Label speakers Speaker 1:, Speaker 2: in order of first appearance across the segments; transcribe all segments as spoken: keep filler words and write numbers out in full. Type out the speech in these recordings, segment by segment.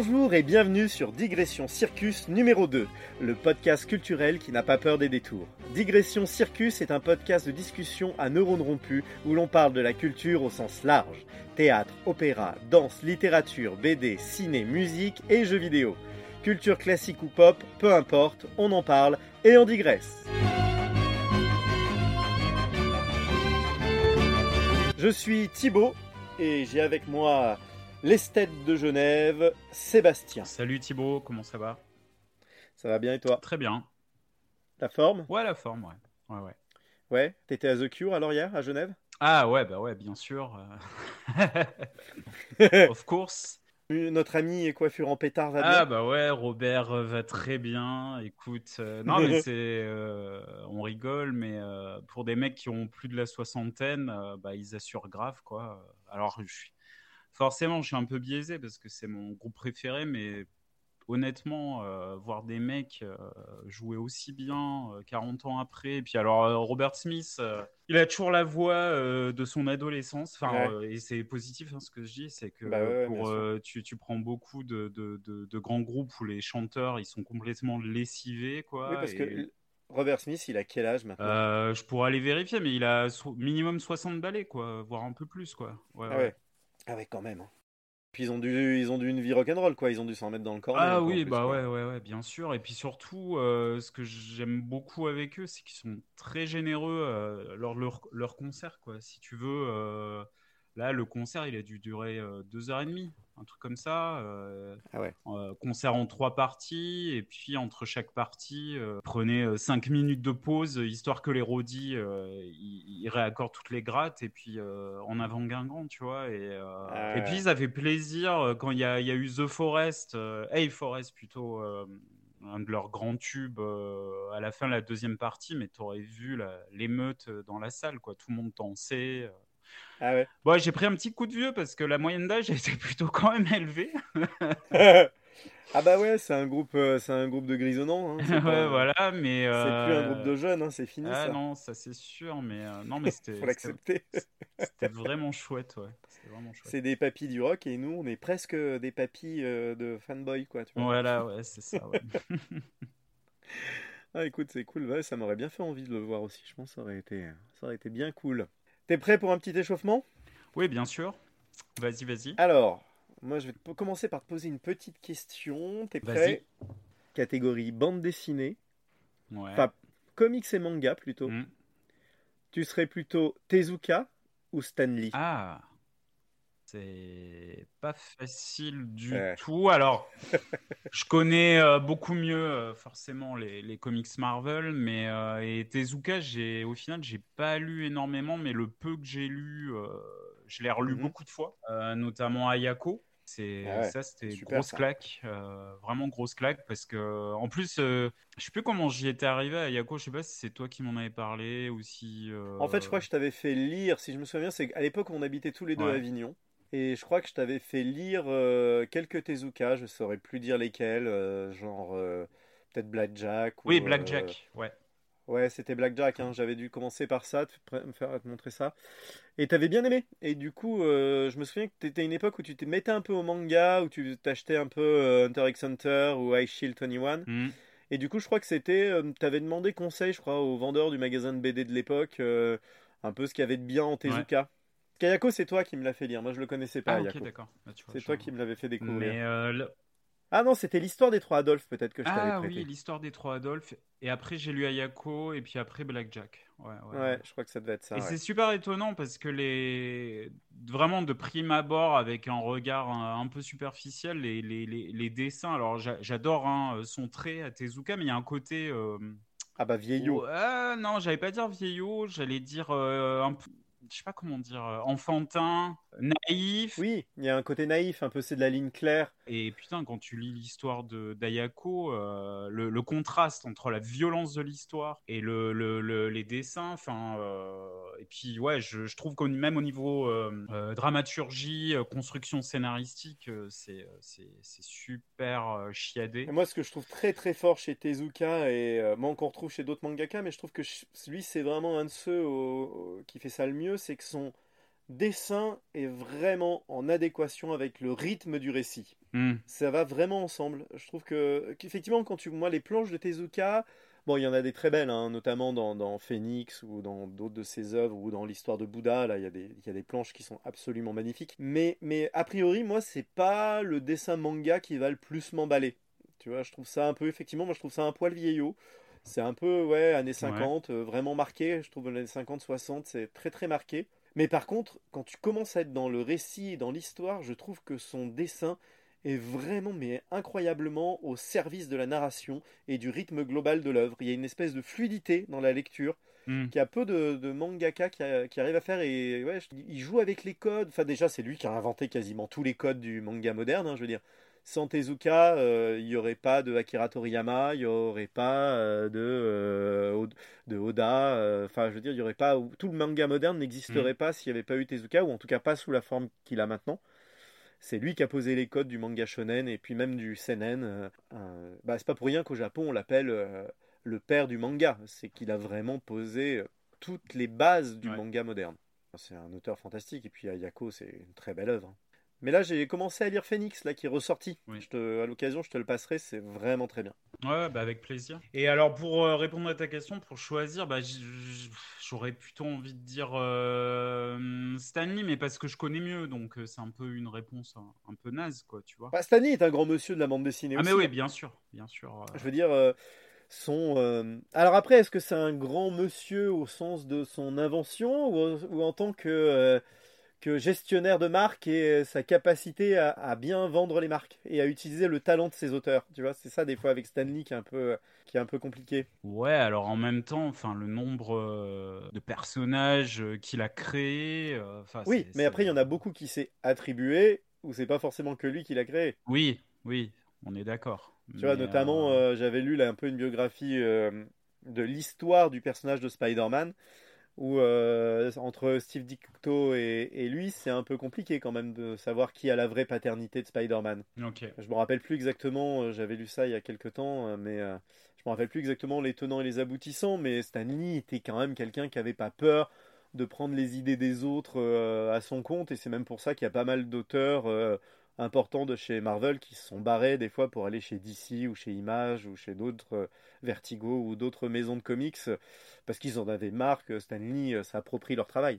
Speaker 1: Bonjour et bienvenue sur Digression Circus numéro deux, le podcast culturel qui n'a pas peur des détours. Digression Circus est un podcast de discussion à neurones rompus où l'on parle de la culture au sens large. Théâtre, opéra, danse, littérature, B D, ciné, musique et jeux vidéo. Culture classique ou pop, peu importe, on en parle et on digresse. Je suis Thibaut et j'ai avec moi l'esthète de Genève, Sébastien.
Speaker 2: Salut Thibaut, comment ça va?
Speaker 1: Ça va bien et toi?
Speaker 2: Très bien.
Speaker 1: La forme?
Speaker 2: Ouais, la forme, ouais. Ouais, ouais.
Speaker 1: Ouais, t'étais à The Cure alors hier, à Genève?
Speaker 2: Ah ouais, bah ouais, bien sûr. Of course.
Speaker 1: Notre ami coiffure en pétard va bien?
Speaker 2: Ah bah ouais, Robert euh, va très bien. Écoute, euh, non mais c'est, euh, on rigole, mais euh, pour des mecs qui ont plus de la soixantaine, euh, bah ils assurent grave quoi. Alors je suis forcément, je suis un peu biaisé parce que c'est mon groupe préféré, mais honnêtement, euh, voir des mecs euh, jouer aussi bien euh, quarante ans après. Et puis alors, euh, Robert Smith, euh, il a toujours la voix euh, de son adolescence. Enfin,
Speaker 1: Ouais.
Speaker 2: euh, et c'est positif hein, ce que je dis, c'est que
Speaker 1: Bah ouais, ouais, bien
Speaker 2: pour
Speaker 1: sûr.
Speaker 2: euh, tu, tu prends beaucoup de, de, de, de grands groupes où les chanteurs ils sont complètement lessivés,
Speaker 1: Oui,
Speaker 2: quoi.
Speaker 1: parce que
Speaker 2: Et
Speaker 1: l- Robert Smith, il a quel âge maintenant?
Speaker 2: euh, je pourrais aller vérifier, mais il a so- minimum soixante balais, quoi, voire un peu plus, quoi. Ouais,
Speaker 1: Ah
Speaker 2: ouais.
Speaker 1: ouais. Ah ouais, quand même. Hein. Puis ils ont dû, ils ont dû une vie rock'n'roll, quoi. Ils ont dû s'en mettre dans le cornet un
Speaker 2: Ah
Speaker 1: peu en
Speaker 2: oui,
Speaker 1: plus,
Speaker 2: bah
Speaker 1: quoi.
Speaker 2: ouais, ouais, ouais, bien sûr. Et puis surtout, euh, ce que j'aime beaucoup avec eux, c'est qu'ils sont très généreux euh, lors de leur, leur concert, quoi. Si tu veux, euh, là, le concert, il a dû durer euh, deux heures et demie, un truc comme ça. euh,
Speaker 1: Ah ouais.
Speaker 2: euh, concert en trois parties, et puis entre chaque partie, euh, prenez euh, cinq minutes de pause, histoire que les roadies, euh, ils, ils réaccordent toutes les grattes, et puis euh, en avant Guingamp, tu vois. Et, euh,
Speaker 1: Ah
Speaker 2: et puis
Speaker 1: ouais.
Speaker 2: ça fait plaisir euh, quand il y a, il y a eu The Forest, euh, Hey Forest plutôt, euh, un de leurs grands tubes euh, à la fin de la deuxième partie, mais t'aurais vu la- l'émeute dans la salle, quoi. Tout le monde dansait. euh.
Speaker 1: Ah ouais.
Speaker 2: Bon, j'ai pris un petit coup de vieux parce que la moyenne d'âge était plutôt quand même élevée.
Speaker 1: Ah bah ouais, c'est un groupe, euh, c'est un groupe de grisonnants. Hein. C'est
Speaker 2: Ouais,
Speaker 1: pas,
Speaker 2: voilà, mais
Speaker 1: c'est plus un groupe
Speaker 2: euh,
Speaker 1: de jeunes. Hein. C'est fini
Speaker 2: ah
Speaker 1: ça.
Speaker 2: non, ça c'est sûr, mais euh, non, mais
Speaker 1: Faut
Speaker 2: c'était c'était
Speaker 1: l'accepter.
Speaker 2: c'était vraiment chouette, ouais. C'était vraiment chouette.
Speaker 1: C'est des papis du rock et nous, on est presque des papis euh, de fanboy, quoi, tu vois.
Speaker 2: Voilà, ouais, c'est ça, ouais.
Speaker 1: Ah, écoute, c'est cool. Ouais, ça m'aurait bien fait envie de le voir aussi. Je pense que ça aurait été, ça aurait été bien cool. T'es prêt pour un petit échauffement?
Speaker 2: Oui, bien sûr. Vas-y, vas-y.
Speaker 1: Alors, moi, je vais te- commencer par te poser une petite question. T'es
Speaker 2: Vas-y.
Speaker 1: prêt? Catégorie bande dessinée.
Speaker 2: Ouais.
Speaker 1: Enfin, comics et manga plutôt.
Speaker 2: Hmm.
Speaker 1: Tu serais plutôt Tezuka ou Stan Lee?
Speaker 2: Ah, c'est pas facile du
Speaker 1: Ouais.
Speaker 2: tout. Alors, je connais euh, beaucoup mieux euh, forcément les, les comics Marvel, mais euh, et Tezuka, j'ai au final j'ai pas lu énormément, mais le peu que j'ai lu, euh, je l'ai relu
Speaker 1: Mhm.
Speaker 2: beaucoup de fois, euh, notamment Ayako.
Speaker 1: Ah
Speaker 2: C'est
Speaker 1: ouais,
Speaker 2: ça,
Speaker 1: c'est
Speaker 2: c'était
Speaker 1: super
Speaker 2: grosse
Speaker 1: ça.
Speaker 2: claque, euh, vraiment grosse claque parce que en plus, euh, je sais plus comment j'y étais arrivé à Ayako. Je sais pas si c'est toi qui m'en avais parlé ou si
Speaker 1: En fait, je
Speaker 2: euh,
Speaker 1: crois que je t'avais fait lire, si je me souviens bien, c'est qu'à l'époque, on habitait tous les deux à
Speaker 2: ouais.
Speaker 1: Avignon. Et je crois que je t'avais fait lire euh, quelques Tezuka, je saurais plus dire lesquels, euh, genre euh, peut-être Blackjack
Speaker 2: Oui,
Speaker 1: ou... euh,
Speaker 2: Blackjack, ouais.
Speaker 1: Ouais, c'était Blackjack, hein, j'avais dû commencer par ça, te pr- me faire te montrer ça. Et t'avais bien aimé. Et du coup, euh, je me souviens que t'étais une époque où tu te mettais un peu au manga, où tu t'achetais un peu euh, Hunter x Hunter ou High Shield vingt et un.
Speaker 2: Hmm.
Speaker 1: Et du coup, je crois que c'était... euh, t'avais demandé conseil, je crois, au vendeur du magasin de B D de l'époque, euh, un peu ce qu'il y avait de bien en
Speaker 2: Ouais.
Speaker 1: Tezuka. Kayako, c'est toi qui me l'as fait lire. Moi, je le connaissais pas,
Speaker 2: Ah ok,
Speaker 1: Ayako.
Speaker 2: d'accord. Bah, tu vois,
Speaker 1: C'est
Speaker 2: je-
Speaker 1: toi qui me l'avais fait découvrir.
Speaker 2: Mais euh, le-
Speaker 1: Ah non, c'était l'histoire des trois Adolphes, peut-être que je t'avais
Speaker 2: ah oui,
Speaker 1: prêté.
Speaker 2: l'histoire des trois Adolphes. Et après, j'ai lu Ayako et puis après Blackjack. Ouais, ouais, ouais.
Speaker 1: Ouais, je crois que ça devait être
Speaker 2: Et
Speaker 1: ça,
Speaker 2: c'est
Speaker 1: ouais.
Speaker 2: super étonnant parce que les vraiment de prime abord, avec un regard un, un peu superficiel, les, les, les, les dessins. Alors j'a- j'adore hein, son trait à Tezuka, mais il y a un côté. Euh,
Speaker 1: Ah bah
Speaker 2: oh,
Speaker 1: vieillot.
Speaker 2: ah, non, j'allais pas dire vieillot, j'allais dire euh, un peu. Je sais pas comment dire, euh, enfantin, naïf.
Speaker 1: Oui, il y a un côté naïf, un peu c'est de la ligne claire.
Speaker 2: Et putain, quand tu lis l'histoire de d'Ayako, euh, le, le contraste entre la violence de l'histoire et le, le- le- les dessins, enfin, euh, et puis ouais, je, je trouve qu'au même au niveau euh, euh, dramaturgie, euh, construction scénaristique, euh, c'est euh, c'est c'est super euh,
Speaker 1: Et
Speaker 2: chiadé.
Speaker 1: moi, ce que je trouve très très fort chez Tezuka, et euh, moi qu'on retrouve chez d'autres mangaka, mais je trouve que ch- lui, c'est vraiment un de ceux au- au- qui fait ça le mieux, c'est que son, dessin est vraiment en adéquation avec le rythme du récit.
Speaker 2: Mm.
Speaker 1: Ça va vraiment ensemble. Je trouve que qu'effectivement, quand tu moi les planches de Tezuka, bon, il y en a des très belles, hein, notamment dans, dans Phoenix ou dans d'autres de ses œuvres ou dans l'histoire de Bouddha. Là, il y a des, il y a des planches qui sont absolument magnifiques. Mais, mais a priori, moi, c'est pas le dessin manga qui va le plus m'emballer. Tu vois, je trouve ça un peu, effectivement, moi, je trouve ça un poil vieillot. C'est un peu, ouais, années
Speaker 2: Ouais.
Speaker 1: cinquante, euh, vraiment marqué. Je trouve les années cinquante, soixante, c'est très très marqué. Mais par contre, quand tu commences à être dans le récit et dans l'histoire, je trouve que son dessin est vraiment, mais incroyablement au service de la narration et du rythme global de l'œuvre. Il y a une espèce de fluidité dans la lecture
Speaker 2: Mm.
Speaker 1: qu'il y a peu de, de mangaka qui, a- qui arrivent à faire. Et ouais, je- il joue avec les codes. Enfin, déjà, c'est lui qui a inventé quasiment tous les codes du manga moderne, hein, je veux dire. Sans Tezuka, euh, il n'y aurait pas de Akira Toriyama, il n'y aurait pas euh, de, euh, Od- de Oda. euh, Enfin, je veux dire, il y aurait pas. Tout le manga moderne
Speaker 2: Mm.
Speaker 1: n'existerait pas s'il n'y avait pas eu Tezuka, ou en tout cas pas sous la forme qu'il a maintenant. C'est lui qui a posé les codes du manga shonen et puis même du seinen. euh, euh, bah, c'est pas pour rien qu'au Japon on l'appelle euh, le père du manga. C'est qu'il a vraiment posé euh, toutes les bases du
Speaker 2: Ouais.
Speaker 1: manga moderne. C'est un auteur fantastique et puis Ayako c'est une très belle œuvre. Mais là j'ai commencé à lire Phoenix là qui est ressorti.
Speaker 2: Oui.
Speaker 1: Je te, à l'occasion je te le passerai, c'est vraiment très bien.
Speaker 2: Ouais, bah avec plaisir. Et alors, pour euh, répondre à ta question, pour choisir, bah, j- j- j'aurais plutôt envie de dire euh, Stanley, mais parce que je connais mieux, donc euh, c'est un peu une réponse un, un peu naze, quoi, tu vois.
Speaker 1: Bah, Stanley est un grand monsieur de la bande dessinée
Speaker 2: Ah, mais
Speaker 1: aussi,
Speaker 2: oui,
Speaker 1: hein.
Speaker 2: bien sûr, bien sûr. euh,
Speaker 1: Je veux dire, euh, son. euh, Alors après, est-ce que c'est un grand monsieur au sens de son invention ou, ou en tant que, euh, que gestionnaire de marque et euh, sa capacité à, à bien vendre les marques et à utiliser le talent de ses auteurs? Tu vois, c'est ça des fois avec Stanley qui est un peu, qui est un peu compliqué.
Speaker 2: Ouais, alors en même temps, enfin, le nombre euh, de personnages euh, qu'il a créés, euh, enfin,
Speaker 1: Oui,
Speaker 2: c'est,
Speaker 1: mais après, il y
Speaker 2: c'est...
Speaker 1: en a beaucoup qui s'est attribué ou c'est pas forcément que lui qui l'a créé.
Speaker 2: Oui, oui, on est d'accord.
Speaker 1: Tu vois,
Speaker 2: Mais
Speaker 1: notamment,
Speaker 2: euh,
Speaker 1: euh, j'avais lu là un peu une biographie euh, de l'histoire du personnage de Spider-Man où euh, entre Steve Ditko et, et lui, c'est un peu compliqué quand même de savoir qui a la vraie paternité de Spider-Man.
Speaker 2: ok.
Speaker 1: Je me rappelle plus exactement, euh, j'avais lu ça il y a quelques temps, euh, mais euh, je me rappelle plus exactement les tenants et les aboutissants, mais Stan Lee était quand même quelqu'un qui avait pas peur de prendre les idées des autres euh, à son compte, et c'est même pour ça qu'il y a pas mal d'auteurs euh, importants de chez Marvel qui se sont barrés des fois pour aller chez D C ou chez Image ou chez d'autres euh, Vertigo ou d'autres maisons de comics euh, parce qu'ils en avaient marre que Stan Lee euh, s'approprie leur travail.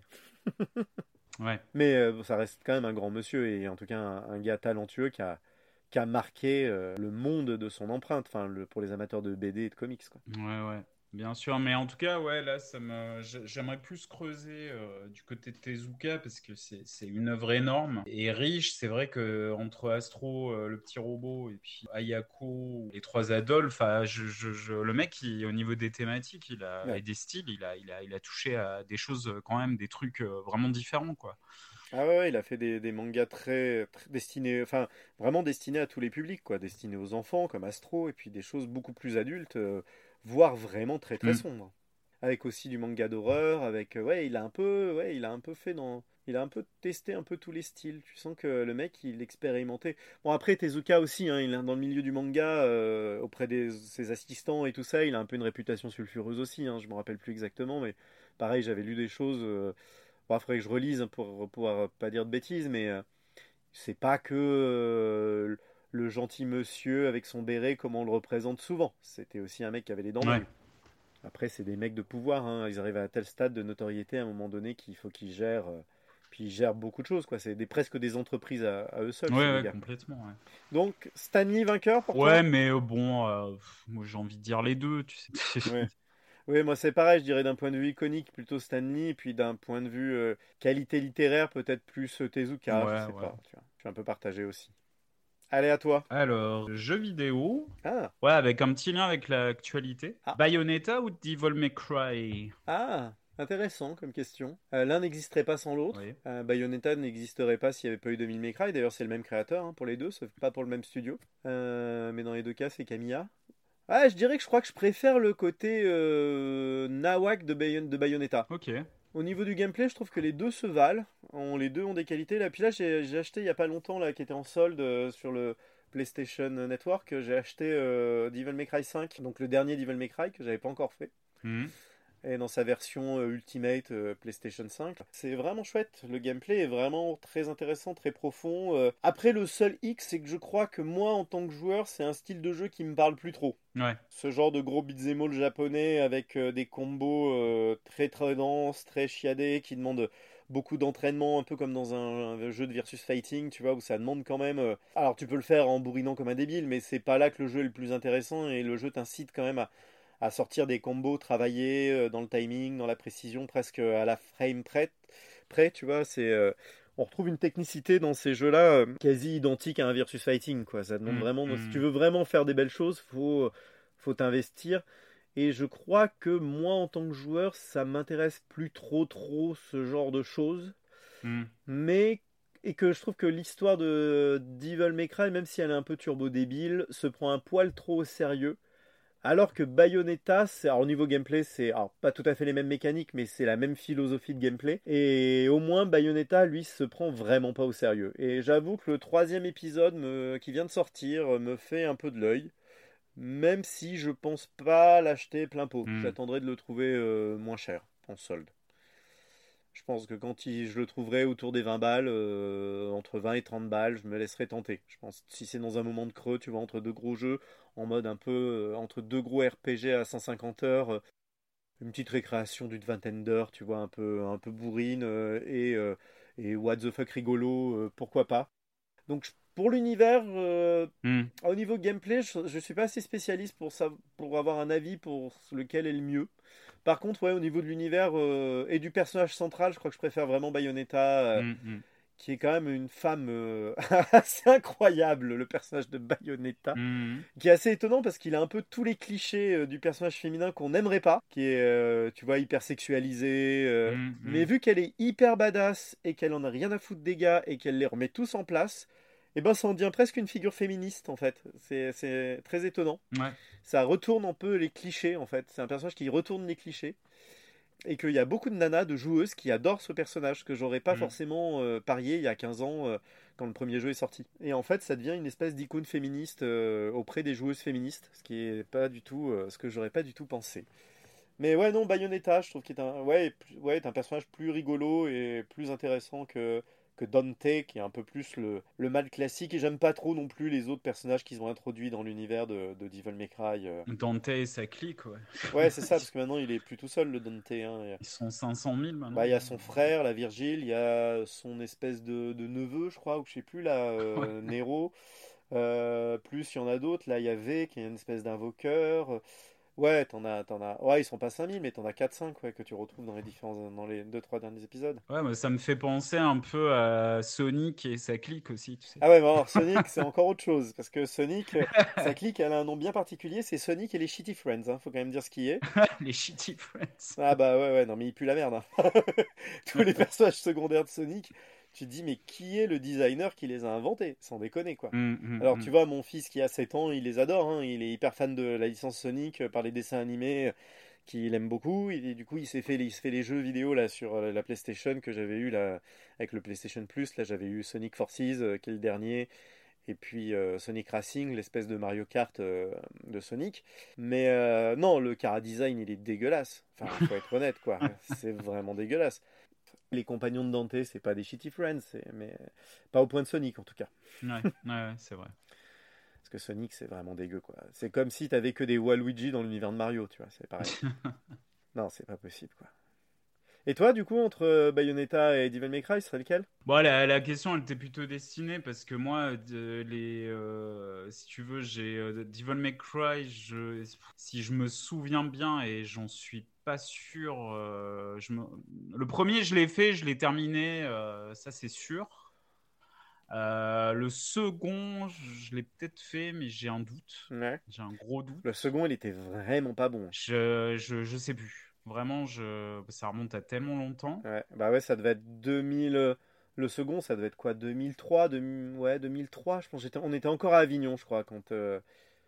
Speaker 2: Ouais.
Speaker 1: Mais euh, ça reste quand même un grand monsieur et en tout cas un, un gars talentueux qui a, qui a marqué euh, le monde de son empreinte, enfin le, pour les amateurs de B D et de comics, quoi.
Speaker 2: Ouais, ouais, bien sûr. Mais en tout cas, ouais, là, ça me... j'ai- j'aimerais plus creuser euh, du côté de Tezuka parce que c'est c'est une œuvre énorme et riche. C'est vrai que entre Astro, euh, le petit robot, et puis Ayako, les trois Adolphes, ah, je, je- je- le mec, il- au niveau des thématiques il a, et
Speaker 1: Ouais.
Speaker 2: des styles, il a, il a, il a touché à des choses euh, quand même, des trucs euh, vraiment différents, quoi.
Speaker 1: Ah ouais, ouais, il a fait des, des mangas très, très destinés, enfin vraiment destinés à tous les publics, quoi, destinés aux enfants comme Astro et puis des choses beaucoup plus adultes, euh, voire vraiment très très
Speaker 2: Mm.
Speaker 1: sombres. Avec aussi du manga d'horreur, avec euh, ouais, il a un peu, ouais, il a un peu fait dans, il a un peu testé un peu tous les styles. Tu sens que le mec, il expérimentait. Bon après Tezuka aussi, hein, il est dans le milieu du manga euh, auprès de ses assistants et tout ça, il a un peu une réputation sulfureuse aussi. Hein, je me rappelle plus exactement, mais pareil, j'avais lu des choses. Euh, bon, il faudrait que je relise hein, pour pouvoir pas dire de bêtises, mais euh, c'est pas que euh, le gentil monsieur avec son béret comme on le représente souvent. C'était aussi un mec qui avait les dents
Speaker 2: Ouais.
Speaker 1: longues. Après, c'est des mecs de pouvoir, hein. Ils arrivent à un tel stade de notoriété à un moment donné qu'il faut qu'ils gèrent. euh, Puis ils gèrent beaucoup de choses, quoi. C'est des, presque des entreprises à, à eux seuls,
Speaker 2: Ouais,
Speaker 1: ces deux
Speaker 2: ouais,
Speaker 1: gars.
Speaker 2: complètement, ouais.
Speaker 1: Donc, Stanley vainqueur pour
Speaker 2: Ouais,
Speaker 1: toi?
Speaker 2: mais euh, bon, euh, pff, moi j'ai envie de dire les deux, tu sais.
Speaker 1: Ouais. Oui, moi c'est pareil, je dirais d'un point de vue iconique plutôt Stanley, et puis d'un point de vue euh, qualité littéraire peut-être plus euh, Tezuka, je
Speaker 2: Ouais,
Speaker 1: sais
Speaker 2: ouais.
Speaker 1: pas, tu vois. Je suis un peu partagé aussi. Allez, à toi.
Speaker 2: Alors, jeux vidéo.
Speaker 1: Ah,
Speaker 2: Ouais, avec un petit lien avec l'actualité.
Speaker 1: ah,
Speaker 2: Bayonetta ou Devil May Cry?
Speaker 1: ah, intéressant comme question. Euh, l'un n'existerait pas sans l'autre.
Speaker 2: Oui.
Speaker 1: Euh, Bayonetta n'existerait pas s'il n'y avait pas eu Devil May Cry. D'ailleurs, c'est le même créateur hein, pour les deux, sauf pas pour le même studio. Euh, mais dans les deux cas, c'est Camilla. Ah, je dirais que je crois que je préfère le côté euh, Nawak de, Bayon- de Bayonetta.
Speaker 2: Ok.
Speaker 1: Au niveau du gameplay, je trouve que les deux se valent. On- les deux ont des qualités. Là, puis là, j'ai j'ai acheté il y a pas longtemps là, qui était en solde euh, sur le PlayStation Network. J'ai acheté euh, Devil May Cry cinq, donc le dernier Devil May Cry que j'avais pas encore fait.
Speaker 2: Mhm.
Speaker 1: et dans sa version euh, Ultimate euh, PlayStation cinq. C'est vraiment chouette, le gameplay est vraiment très intéressant, très profond. Euh, Après, le seul hic, c'est que je crois que moi, en tant que joueur, c'est un style de jeu qui me parle plus trop.
Speaker 2: Ouais.
Speaker 1: Ce genre de gros beat'em all japonais avec euh, des combos euh, très très denses, très chiadés, qui demandent beaucoup d'entraînement, un peu comme dans un, un jeu de versus fighting, tu vois, où ça demande quand même... euh, Alors tu peux le faire en bourrinant comme un débile, mais c'est pas là que le jeu est le plus intéressant, et le jeu t'incite quand même à, à sortir des combos travaillés euh, dans le timing, dans la précision, presque à la frame près, près tu vois, c'est... euh, On retrouve une technicité dans ces jeux-là euh, quasi identique à un versus fighting, quoi. Ça demande
Speaker 2: Mm,
Speaker 1: vraiment, si tu
Speaker 2: mm,
Speaker 1: veux vraiment faire des belles choses, faut, faut t'investir. Et je crois que moi, en tant que joueur, ça m'intéresse plus trop, trop ce genre de choses.
Speaker 2: mm.
Speaker 1: Mais et que je trouve que l'histoire de Devil May Cry, même si elle est un peu turbo débile, se prend un poil trop au sérieux. Alors que Bayonetta, c'est, alors, au niveau gameplay, c'est alors, pas tout à fait les mêmes mécaniques, mais c'est la même philosophie de gameplay. Et au moins, Bayonetta, lui, se prend vraiment pas au sérieux. Et j'avoue que le troisième épisode me- qui vient de sortir euh, me fait un peu de l'œil. Même si je pense pas l'acheter plein pot.
Speaker 2: Mm.
Speaker 1: J'attendrai de le trouver euh, moins cher, en solde. Je pense que quand il- je le trouverai autour des vingt balles, euh, entre vingt et trente balles, je me laisserai tenter. Je pense si c'est dans un moment de creux, tu vois, entre deux gros jeux, en mode un peu, euh, entre deux gros R P G à cent cinquante heures, euh, une petite récréation d'une vingtaine d'heures, tu vois, un peu, un peu bourrine, euh, et, euh, et what the fuck rigolo, euh, pourquoi pas. Donc je- pour l'univers, euh,
Speaker 2: Mm.
Speaker 1: au niveau gameplay, je, je suis pas assez spécialiste pour, ça, pour avoir un avis pour lequel est le mieux. Par contre, ouais, au niveau de l'univers euh, et du personnage central, je crois que je préfère vraiment Bayonetta, euh,
Speaker 2: Mm, mm,
Speaker 1: qui est quand même une femme euh, assez incroyable, le personnage de Bayonetta,
Speaker 2: mm,
Speaker 1: qui est assez étonnant parce qu'il a un peu tous les clichés euh, du personnage féminin qu'on n'aimerait pas, qui est, euh, tu vois, hyper sexualisé. euh,
Speaker 2: mm,
Speaker 1: mais
Speaker 2: mm.
Speaker 1: vu qu'elle est hyper badass et qu'elle en a rien à foutre des gars et qu'elle les remet tous en place, et ben ça en devient presque une figure féministe en fait. C'est c'est très étonnant.
Speaker 2: Ouais.
Speaker 1: Ça retourne un peu les clichés en fait. C'est un personnage qui retourne les clichés et qu'il y a beaucoup de nanas, de joueuses qui adorent ce personnage que j'aurais pas
Speaker 2: Mm.
Speaker 1: forcément euh, parié il y a quinze ans euh, quand le premier jeu est sorti. Et en fait, ça devient une espèce d'icône féministe euh, auprès des joueuses féministes, ce qui est pas du tout euh, ce que j'aurais pas du tout pensé. Mais ouais, non, Bayonetta, je trouve qu'il est un, ouais, plus- ouais, est un personnage plus rigolo et plus intéressant que, que Dante, qui est un peu plus le, le mal classique. Et j'aime pas trop non plus les autres personnages qu'ils ont introduits dans l'univers de, de Devil May Cry. euh.
Speaker 2: Dante et sa clique, ouais.
Speaker 1: Ouais, c'est ça, parce que maintenant il est plus tout seul, le Dante. Hein. Et,
Speaker 2: Ils sont cinq cent mille
Speaker 1: bah,
Speaker 2: maintenant.
Speaker 1: il y a son frère, la Virgile, il y a son espèce de, de neveu, je crois, ou je sais plus, là,
Speaker 2: Ouais.
Speaker 1: euh, Nero. Euh, plus il y en a d'autres, là, il y a V, qui est une espèce d'invoqueur. Ouais, t'en as, t'en as... Ouais, ils sont pas cinq mille, mais t'en as quatre cinq ouais, que tu retrouves dans les différents, dans les deux trois derniers épisodes.
Speaker 2: Ouais, mais ça me fait penser un peu à Sonic et sa clique aussi, tu sais.
Speaker 1: Ah ouais, mais alors Sonic, c'est encore autre chose, parce que Sonic, euh, sa clique, elle a un nom bien particulier, c'est Sonic et les Shitty Friends, hein, faut quand même dire ce qui est.
Speaker 2: Les Shitty Friends.
Speaker 1: Ah bah ouais, ouais, non mais il pue la merde. Hein. Tous les personnages secondaires de Sonic, tu te dis, mais qui est le designer qui les a inventés? Sans déconner, quoi.
Speaker 2: Hum, hum,
Speaker 1: Alors tu
Speaker 2: hum.
Speaker 1: vois, mon fils qui a sept ans, il les adore, hein, il est hyper fan de la licence Sonic euh, par les dessins animés, qu'il aime beaucoup. Et du coup, il s'est fait, il se fait les jeux vidéo là sur euh, la PlayStation que j'avais eu là avec le PlayStation Plus. Là, j'avais eu Sonic Forces, euh, qui est le dernier, et puis euh, Sonic Racing, l'espèce de Mario Kart euh, de Sonic. Mais euh, non, le chara design, il est dégueulasse. Enfin, faut être honnête, quoi. C'est vraiment dégueulasse. Les compagnons de Dante, c'est pas des shitty friends, c'est- mais pas au point de Sonic en tout cas.
Speaker 2: Ouais, ouais, ouais, c'est vrai.
Speaker 1: Parce que Sonic, c'est vraiment dégueu, quoi. C'est comme si t'avais que des Waluigi dans l'univers de Mario, tu vois, c'est pareil. Non, c'est pas possible, quoi. Et toi, du coup, entre euh, Bayonetta et Devil May Cry, ce serait lequel?
Speaker 2: Bon, la, la question, elle était plutôt destinée parce que moi, de- les, euh, si tu veux, j'ai euh, Devil May Cry, je, si je me souviens bien et j'en suis pas sûr, euh, je me- le premier, je l'ai fait, je l'ai terminé, euh, ça c'est sûr. Euh, le second, je l'ai peut-être fait, mais j'ai un doute.
Speaker 1: Ouais.
Speaker 2: J'ai un gros
Speaker 1: Le
Speaker 2: doute.
Speaker 1: second, il était vraiment pas bon.
Speaker 2: Je, je, je sais plus. Vraiment, je, ça remonte à tellement longtemps.
Speaker 1: Ouais. Bah ouais, ça devait être deux mille... euh, Le second, ça devait être quoi? deux mille trois deux mille... Ouais, deux mille trois, je pense. J'étais... On était encore à Avignon, je crois, quand, euh,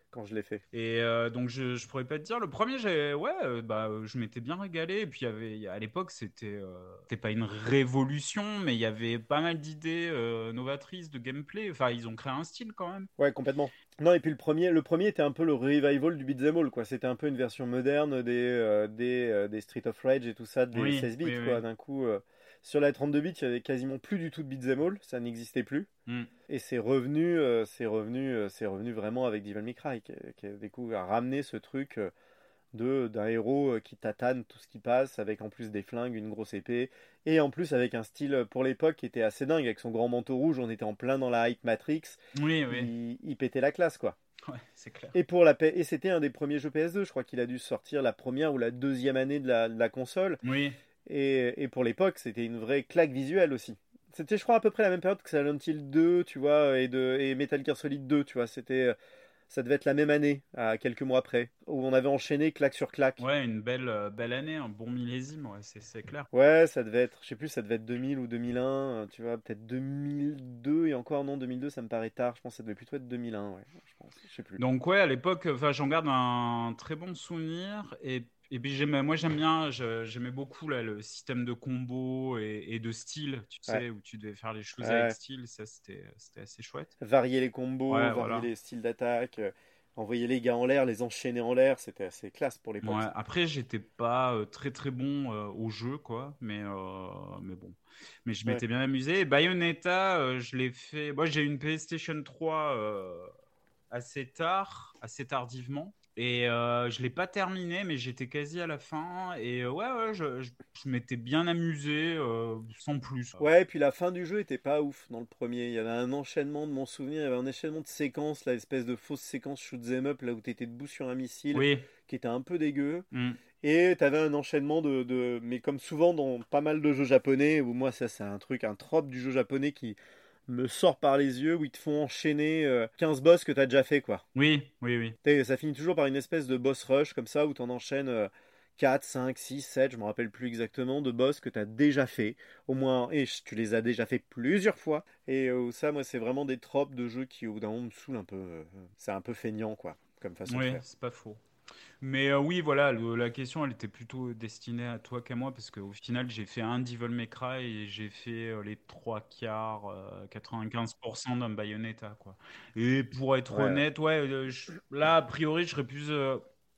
Speaker 1: quand je l'ai fait.
Speaker 2: Et euh, donc, je, je pourrais pas te dire. Le premier, j'ai, ouais, euh, bah, euh, je m'étais bien régalé. Et puis, il y avait, à l'époque, c'était, euh, c'était pas une révolution, mais il y avait pas mal d'idées euh, novatrices de gameplay. Enfin, ils ont créé un style quand même.
Speaker 1: Ouais, complètement. Non, et puis le premier, le premier était un peu le revival du beat'em all, quoi. C'était un peu une version moderne des, euh, des, euh, des Street of Rage et tout ça, des
Speaker 2: Oui,
Speaker 1: seize bits,
Speaker 2: oui,
Speaker 1: quoi.
Speaker 2: oui.
Speaker 1: D'un coup, euh, sur la trente-deux bits, il y avait quasiment plus du tout de beat'em all, ça n'existait plus.
Speaker 2: Hmm.
Speaker 1: Et c'est revenu, euh, c'est revenu, euh, c'est revenu vraiment avec Devil May Cry, qui, qui a, du coup, a ramené ce truc euh, de d'un héros euh, qui tatane tout ce qui passe, avec en plus des flingues, une grosse épée, et en plus avec un style euh, pour l'époque qui était assez dingue, avec son grand manteau rouge, on était en plein dans la hype Matrix,
Speaker 2: Oui, oui.
Speaker 1: il, il pétait la classe, quoi.
Speaker 2: Ouais, c'est clair.
Speaker 1: Et pour la P- et c'était un des premiers jeux P S deux, je crois qu'il a dû sortir la première ou la deuxième année de la, de la console.
Speaker 2: Oui.
Speaker 1: Et, et pour l'époque, c'était une vraie claque visuelle aussi. C'était, je crois, à peu près la même période que Silent Hill deux, tu vois, et, de, et Metal Gear Solid deux, tu vois. C'était, ça devait être la même année, à quelques mois près, où on avait enchaîné claque sur claque.
Speaker 2: Ouais, une belle, euh, belle année, un bon millésime, ouais, c'est, c'est clair.
Speaker 1: Ouais, ça devait être, je sais plus, ça devait être deux mille ou deux mille un, euh, tu vois, peut-être deux mille deux, et encore non, deux mille deux, ça me paraît tard, je pense que ça devait plutôt être deux mille un, ouais, je pense, je sais plus.
Speaker 2: Donc ouais, à l'époque, enfin, j'en garde un très bon souvenir. Et, et puis j'aimais, moi j'aime bien, je- j'aimais beaucoup là, le système de combo et, et de style, tu
Speaker 1: Ouais,
Speaker 2: sais, où tu devais faire les choses avec
Speaker 1: ouais.
Speaker 2: style. Ça, c'était, c'était assez chouette.
Speaker 1: Varier les combos,
Speaker 2: Ouais,
Speaker 1: varier
Speaker 2: voilà.
Speaker 1: les styles d'attaque, euh, envoyer les gars en l'air, les enchaîner en l'air, c'était assez classe pour l'époque
Speaker 2: Ouais.
Speaker 1: ça.
Speaker 2: Après, j'étais pas euh, très très bon euh, au jeu, quoi. Mais, euh, mais bon. Mais je
Speaker 1: Ouais.
Speaker 2: m'étais bien amusé. Et Bayonetta, euh, je l'ai fait. Moi, j'ai eu une PlayStation trois euh, assez tard, assez tardivement. Et euh, je l'ai pas terminé, mais j'étais quasi à la fin. Et euh, ouais, ouais, je, je, je m'étais bien amusé, euh, sans plus.
Speaker 1: Ouais, et puis la fin du jeu était pas ouf dans le premier. Il y avait un enchaînement de mon souvenir, il y avait un enchaînement de séquences, là, espèce de fausse séquence shoot 'em up, là où t'étais debout sur un missile,
Speaker 2: Oui.
Speaker 1: qui était un peu dégueu.
Speaker 2: Mm.
Speaker 1: Et t'avais un enchaînement de, de- mais comme souvent dans pas mal de jeux japonais, où moi ça c'est un truc, un trope du jeu japonais qui me sort par les yeux, où ils te font enchaîner euh, quinze boss que t'as déjà fait, quoi.
Speaker 2: Oui, oui, oui.
Speaker 1: T'sais, ça finit toujours par une espèce de boss rush comme ça où t'en enchaînes euh, quatre, cinq, six, sept, je me rappelle plus exactement, de boss que t'as déjà fait. Au moins, et tu les as déjà fait plusieurs fois. Et euh, ça, moi, c'est vraiment des tropes de jeux qui, au bout d'un moment, me saoulent un peu. euh, c'est un peu feignant, quoi, comme façon de
Speaker 2: Oui,
Speaker 1: faire.
Speaker 2: c'est pas faux. Mais euh, oui, voilà, le- la question, elle était plutôt destinée à toi qu'à moi, parce qu'au final, j'ai fait un Devil May Cry et j'ai fait euh, les trois quarts, euh, quatre-vingt-quinze pour cent d'un Bayonetta, quoi. Et pour être
Speaker 1: Ouais,
Speaker 2: honnête, ouais, euh, je- là, a priori, je serais plus euh,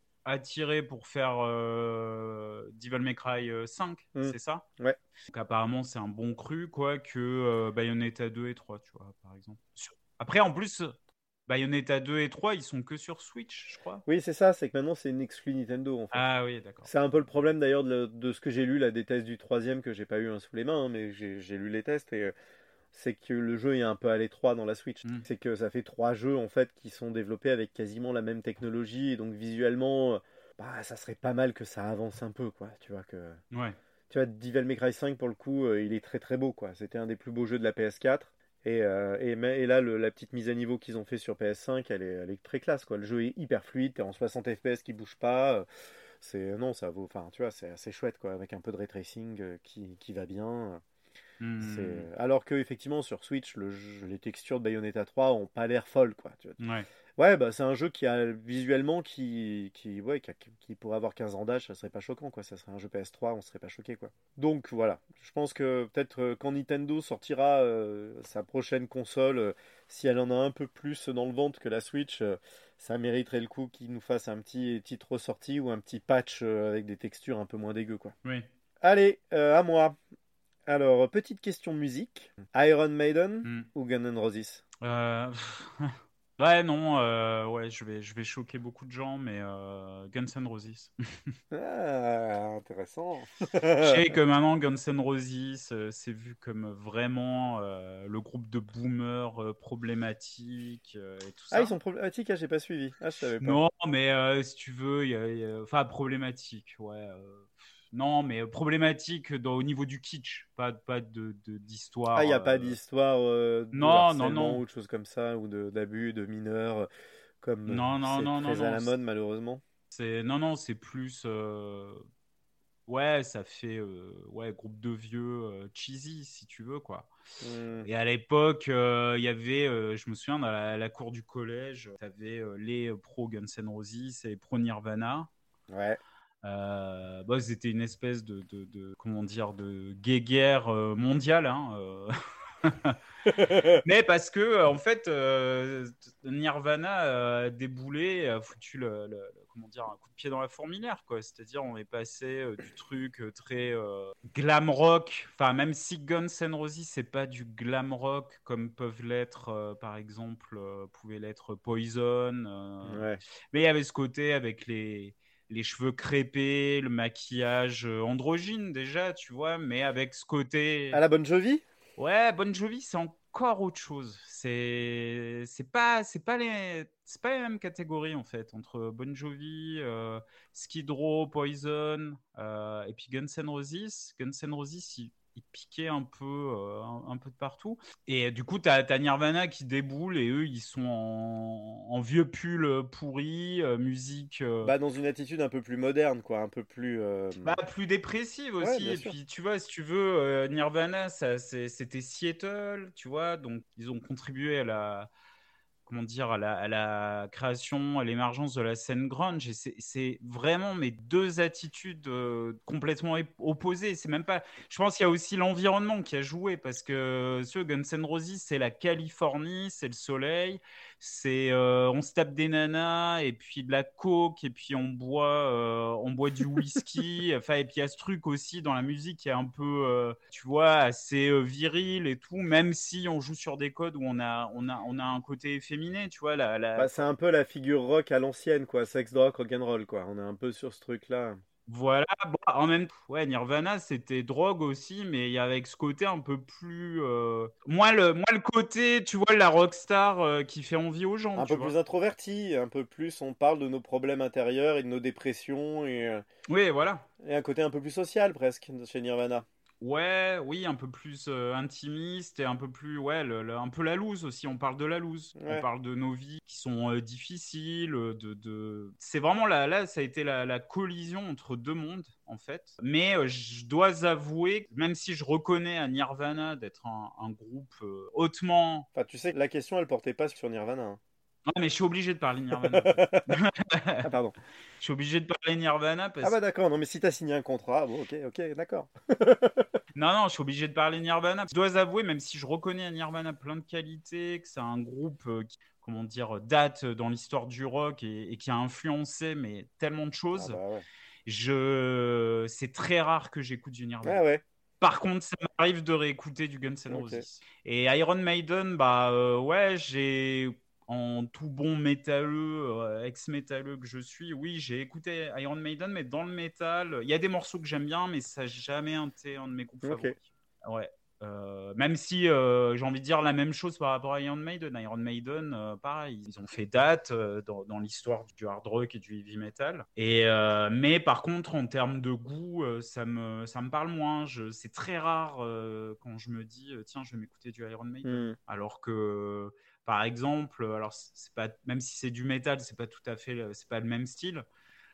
Speaker 2: attiré pour faire euh, Devil May Cry euh, cinq,
Speaker 1: hmm,
Speaker 2: c'est ça?
Speaker 1: ouais.
Speaker 2: Donc apparemment, c'est un bon cru, quoi, que euh, Bayonetta deux et trois, tu vois, par exemple. Sur- Après, en plus, Bayonetta deux et trois, ils sont que sur Switch, je crois.
Speaker 1: Oui, c'est ça, c'est que maintenant, c'est une exclu Nintendo, en fait.
Speaker 2: Ah oui, d'accord.
Speaker 1: C'est un peu le problème d'ailleurs de, de ce que j'ai lu, là, des tests du troisième que j'ai pas eu un sous les mains, hein, mais j'ai j'ai lu les tests et euh, c'est que le jeu est un peu à l'étroit dans la Switch.
Speaker 2: Hmm.
Speaker 1: C'est que ça fait trois jeux en fait qui sont développés avec quasiment la même technologie et donc visuellement, euh, bah ça serait pas mal que ça avance un peu quoi. Tu vois que
Speaker 2: Ouais.
Speaker 1: tu vois Devil May Cry cinq pour le coup, euh, il est très très beau quoi. C'était un des plus beaux jeux de la P S quatre. Et, euh, et, mais- et là, le- la petite mise à niveau qu'ils ont fait sur P S cinq, elle est, elle est très classe quoi. Le jeu est hyper fluide, t'es en soixante F P S qui bouge pas. euh, C'est non, ça vaut. Enfin, tu vois, c'est assez chouette quoi, avec un peu de ray tracing euh, qui, qui va bien.
Speaker 2: Hmm.
Speaker 1: C'est alors que effectivement sur Switch, le jeu- les textures de Bayonetta trois ont pas l'air folles quoi. Tu vois.
Speaker 2: Ouais.
Speaker 1: Ouais, bah c'est un jeu qui a visuellement qui qui ouais qui, a- qui pourrait avoir quinze ans d'âge, ça serait pas choquant quoi. Ça serait un jeu P S trois, on serait pas choqué quoi. Donc voilà, je pense que peut-être euh, quand Nintendo sortira euh, sa prochaine console, euh, si elle en a un peu plus dans le ventre que la Switch, euh, ça mériterait le coup qu'ils nous fassent un petit titre ressorti ou un petit patch euh, avec des textures un peu moins dégueu quoi.
Speaker 2: Oui.
Speaker 1: Allez, euh, à moi. Alors, petite question musique. Iron Maiden
Speaker 2: Hmm.
Speaker 1: ou Guns N' Roses?
Speaker 2: Euh, Ouais, non, euh, ouais, je vais, je vais choquer beaucoup de gens, mais euh, Guns N' Roses.
Speaker 1: Ah, intéressant.
Speaker 2: Je sais que maintenant, Guns N' Roses, euh, c'est vu comme vraiment euh, le groupe de boomers euh, problématiques euh, et tout
Speaker 1: Ah, ils
Speaker 2: ça.
Speaker 1: sont problématiques, ah, j'ai pas suivi. Ah, je savais pas.
Speaker 2: Non, mais euh, si tu veux, il y a, il y a- enfin problématique, ouais. euh, Non, mais problématique dans- au niveau du kitsch, pas, pas de, de-
Speaker 1: Ah, il
Speaker 2: d'histoire.
Speaker 1: n'y a pas
Speaker 2: euh,
Speaker 1: d'histoire euh, de
Speaker 2: Non, non,
Speaker 1: harcèlement
Speaker 2: non.
Speaker 1: ou de choses comme ça, ou de d'abus de mineurs, euh, comme euh,
Speaker 2: Non, non,
Speaker 1: c'est
Speaker 2: non, non,
Speaker 1: très à
Speaker 2: non.
Speaker 1: la mode malheureusement.
Speaker 2: C'est non, non, c'est plus. euh, Ouais, ça fait euh, ouais, groupe de vieux euh, cheesy, si tu veux, quoi.
Speaker 1: Hmm.
Speaker 2: Et à l'époque, euh, il y avait, euh, je me souviens, dans la, la cour du collège, tu avais euh, les pro Guns N' Roses et les pro Nirvana.
Speaker 1: Ouais.
Speaker 2: Euh, bah, c'était une espèce de, de, de- comment dire, de guéguerre euh, mondiale, hein, euh. Mais parce que, euh, en fait, euh, Nirvana a déboulé, a foutu le, le- le- comment dire, un coup de pied dans la fourmilière, quoi. C'est-à-dire, on est passé euh, du truc euh, très euh, glam rock, enfin, même si Guns N' Roses, c'est pas du glam rock comme peuvent l'être, euh, par exemple, euh, pouvait l'être Poison. euh.
Speaker 1: Ouais.
Speaker 2: Mais il y avait ce côté avec les. Les cheveux crépés, le maquillage euh, androgyne déjà, tu vois, mais avec ce
Speaker 1: À
Speaker 2: côté.
Speaker 1: la Bon Jovi?
Speaker 2: Ouais, Bon Jovi, c'est encore autre chose. C'est c'est pas c'est pas les c'est pas les mêmes catégories en fait entre Bon Jovi, euh, Skid Row, Poison euh, et puis Guns N' Roses. Guns N' Roses, il, il piquait un peu euh, un, un peu de partout. Et du coup, t'as t'as Nirvana qui déboule et eux, ils sont en, en vieux pull pourri, euh, musique. euh,
Speaker 1: Bah, dans une attitude un peu plus moderne, quoi. Un peu plus. euh,
Speaker 2: Bah, plus dépressive
Speaker 1: Ouais,
Speaker 2: aussi.
Speaker 1: bien
Speaker 2: Et
Speaker 1: sûr.
Speaker 2: puis, tu vois, si tu veux, euh, Nirvana, ça, c'est- c'était Seattle, tu vois. Donc, ils ont contribué à la, comment dire, à la, à la création, à l'émergence de la scène grunge. Et c'est c'est vraiment mes deux attitudes euh, complètement ép- opposées. C'est même pas. Je pense qu'il y a aussi l'environnement qui a joué parce que ce Guns N' Roses, c'est la Californie, c'est le soleil, c'est euh, on se tape des nanas et puis de la coke et puis on boit, euh, on boit du whisky. Enfin, et puis il y a ce truc aussi dans la musique qui est un peu, euh, tu vois, assez euh, viril et tout, même si on joue sur des codes où on a, on a, on a un côté efféminé, tu vois, la, la,
Speaker 1: Bah, c'est un peu la figure rock à l'ancienne, quoi. Sex, drogue, rock'n'roll, quoi. On est un peu sur ce truc-là.
Speaker 2: voilà. Bon, en même temps, ouais, Nirvana, c'était drogue aussi, mais il y avait ce côté un peu plus, euh, moins le, moins le côté, tu vois, la rockstar euh, qui fait envie aux gens,
Speaker 1: Un
Speaker 2: tu
Speaker 1: peu plus
Speaker 2: vois.
Speaker 1: introverti, un peu plus on parle de nos problèmes intérieurs et de nos dépressions et, euh,
Speaker 2: Oui, voilà.
Speaker 1: et un côté un peu plus social presque chez Nirvana.
Speaker 2: Ouais, oui, un peu plus euh, intimiste et un peu plus, ouais, le- le- un peu la loose aussi. On parle de la loose. On
Speaker 1: Ouais.
Speaker 2: parle de nos vies qui sont euh, difficiles. euh, De, de... C'est vraiment là, là, ça a été la, la collision entre deux mondes, en fait. Mais euh, je dois avouer, même si je reconnais à Nirvana d'être un, un groupe euh, hautement.
Speaker 1: Enfin, tu sais que la question elle portait pas sur Nirvana, hein.
Speaker 2: Ah, mais je suis obligé de parler Nirvana.
Speaker 1: Ah pardon.
Speaker 2: Je suis obligé de parler Nirvana
Speaker 1: Ah
Speaker 2: parce
Speaker 1: bah d'accord, non mais si t'as signé un contrat, bon ok, ok, d'accord.
Speaker 2: non, non, je suis obligé de parler Nirvana. Je dois avouer, même si je reconnais à Nirvana plein de qualités, que c'est un groupe euh, qui, comment dire, date dans l'histoire du rock et, et qui a influencé mais tellement de
Speaker 1: Ah
Speaker 2: choses,
Speaker 1: bah ouais.
Speaker 2: je... c'est très rare que j'écoute du
Speaker 1: Ah
Speaker 2: Nirvana.
Speaker 1: ouais,
Speaker 2: Par contre, ça m'arrive de réécouter du Guns N'
Speaker 1: ok.
Speaker 2: Roses. Et Iron Maiden, bah euh, ouais, j'ai en tout bon métalleux, euh, ex-métalleux que je suis, oui, j'ai écouté Iron Maiden, mais dans le métal, il y a des morceaux que j'aime bien, mais ça n'a jamais été un de mes groupes
Speaker 1: Ok.
Speaker 2: favoris. Ouais. Euh, même si euh, j'ai envie de dire la même chose par rapport à Iron Maiden. Iron Maiden, euh, pareil, ils ont fait date euh, dans, dans l'histoire du hard rock et du heavy metal. Et, euh, mais par contre, en termes de goût, euh, ça, me, ça me parle moins. Je, c'est très rare euh, quand je me dis, euh, tiens, je vais m'écouter du Iron Maiden.
Speaker 1: Hmm.
Speaker 2: Alors que, par exemple, alors c'est pas, même si c'est du métal, c'est pas tout à fait, c'est pas le même style.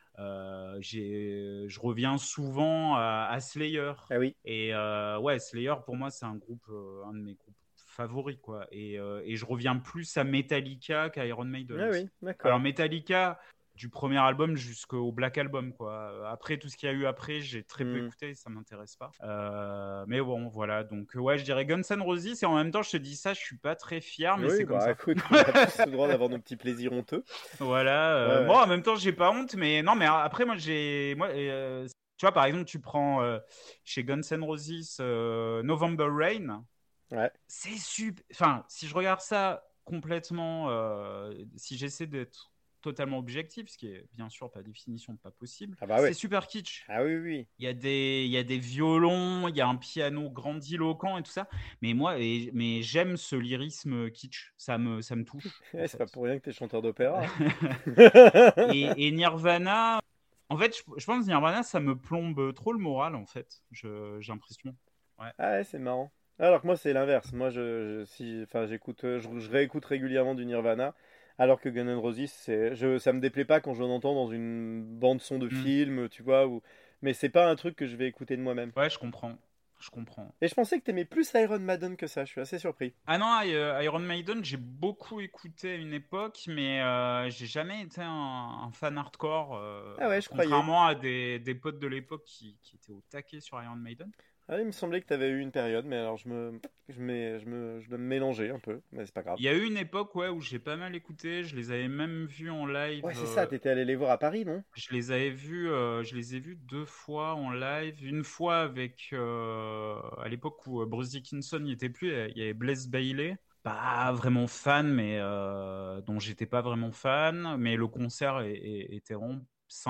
Speaker 2: Euh, j'ai, je reviens souvent à, à Slayer.
Speaker 1: Ah oui.
Speaker 2: Et euh, ouais, Slayer, pour moi, c'est un groupe, euh, un de mes groupes favoris, quoi. Et, euh, et je reviens plus à Metallica qu'à Iron Maiden
Speaker 1: Ah
Speaker 2: aussi.
Speaker 1: oui,
Speaker 2: Alors,
Speaker 1: d'accord.
Speaker 2: Metallica, du premier album jusqu'au Black Album, quoi. Après, tout ce qu'il y a eu après, j'ai très peu
Speaker 1: Hmm.
Speaker 2: écouté, ça m'intéresse pas. Euh, mais bon, voilà. Donc, ouais, je dirais Guns N' Roses. Et en même temps, je te dis ça, je suis pas très fier, mais
Speaker 1: Oui,
Speaker 2: c'est comme
Speaker 1: bah
Speaker 2: ça.
Speaker 1: écoute, on a tous le droit d'avoir nos petits plaisirs honteux.
Speaker 2: Voilà.
Speaker 1: Ouais,
Speaker 2: euh, bon,
Speaker 1: ouais.
Speaker 2: en même temps, j'ai pas honte, mais non, mais après, moi, j'ai. Moi, euh, tu vois, par exemple, tu prends euh, chez Guns N' Roses euh, November Rain.
Speaker 1: Ouais.
Speaker 2: C'est super. Enfin, si je regarde ça complètement, euh, si j'essaie d'être totalement objectif, ce qui est bien sûr par définition pas possible,
Speaker 1: Ah bah
Speaker 2: c'est
Speaker 1: ouais.
Speaker 2: super kitsch.
Speaker 1: Ah oui, oui.
Speaker 2: Il y a des, il y a des violons, il y a un piano grandiloquent et tout ça. Mais moi, et- mais j'aime ce lyrisme kitsch. Ça me, ça me touche, en
Speaker 1: Eh, c'est pas
Speaker 2: fait.
Speaker 1: pour rien que t'es chanteur d'opéra, hein.
Speaker 2: et, et Nirvana, en fait, je, je pense que Nirvana, ça me plombe trop le moral, en fait. Je- j'ai l'impression. Ouais.
Speaker 1: Ah ouais, c'est marrant. Alors que moi, c'est l'inverse. Moi, je, je- si, enfin, j'écoute, euh, je, je réécoute régulièrement du Nirvana, alors que Guns N' Roses, c'est, je, ça me déplaît pas quand je l'entends dans une bande son de
Speaker 2: Mm.
Speaker 1: film, tu vois, ou mais c'est pas un truc que je vais écouter de moi-même.
Speaker 2: Ouais, je comprends. Je comprends.
Speaker 1: Et je pensais que t'aimais plus Iron Maiden que ça, je suis assez surpris.
Speaker 2: Ah non, I- euh, Iron Maiden, j'ai beaucoup écouté à une époque, mais euh, j'ai jamais été un, un fan hardcore, euh,
Speaker 1: Ah ouais, je croyais.
Speaker 2: contrairement à des, des potes de l'époque qui, qui étaient au taquet sur Iron Maiden.
Speaker 1: Ah, il me semblait que t'avais eu une période, mais alors je me, je me, je me, je dois me mélanger un peu, mais c'est pas grave.
Speaker 2: Il y a eu une époque ouais, où j'ai pas mal écouté, je les avais même vus en live.
Speaker 1: Ouais, c'est ça,
Speaker 2: euh,
Speaker 1: t'étais allé les voir à Paris, non?
Speaker 2: je les avais vus, euh, je les ai vus deux fois en live. Une fois avec, euh, à l'époque où euh, Bruce Dickinson n'y était plus, il y avait Blaze Bayley. Pas vraiment fan, mais euh, dont j'étais pas vraiment fan, mais le concert est- est- était vraiment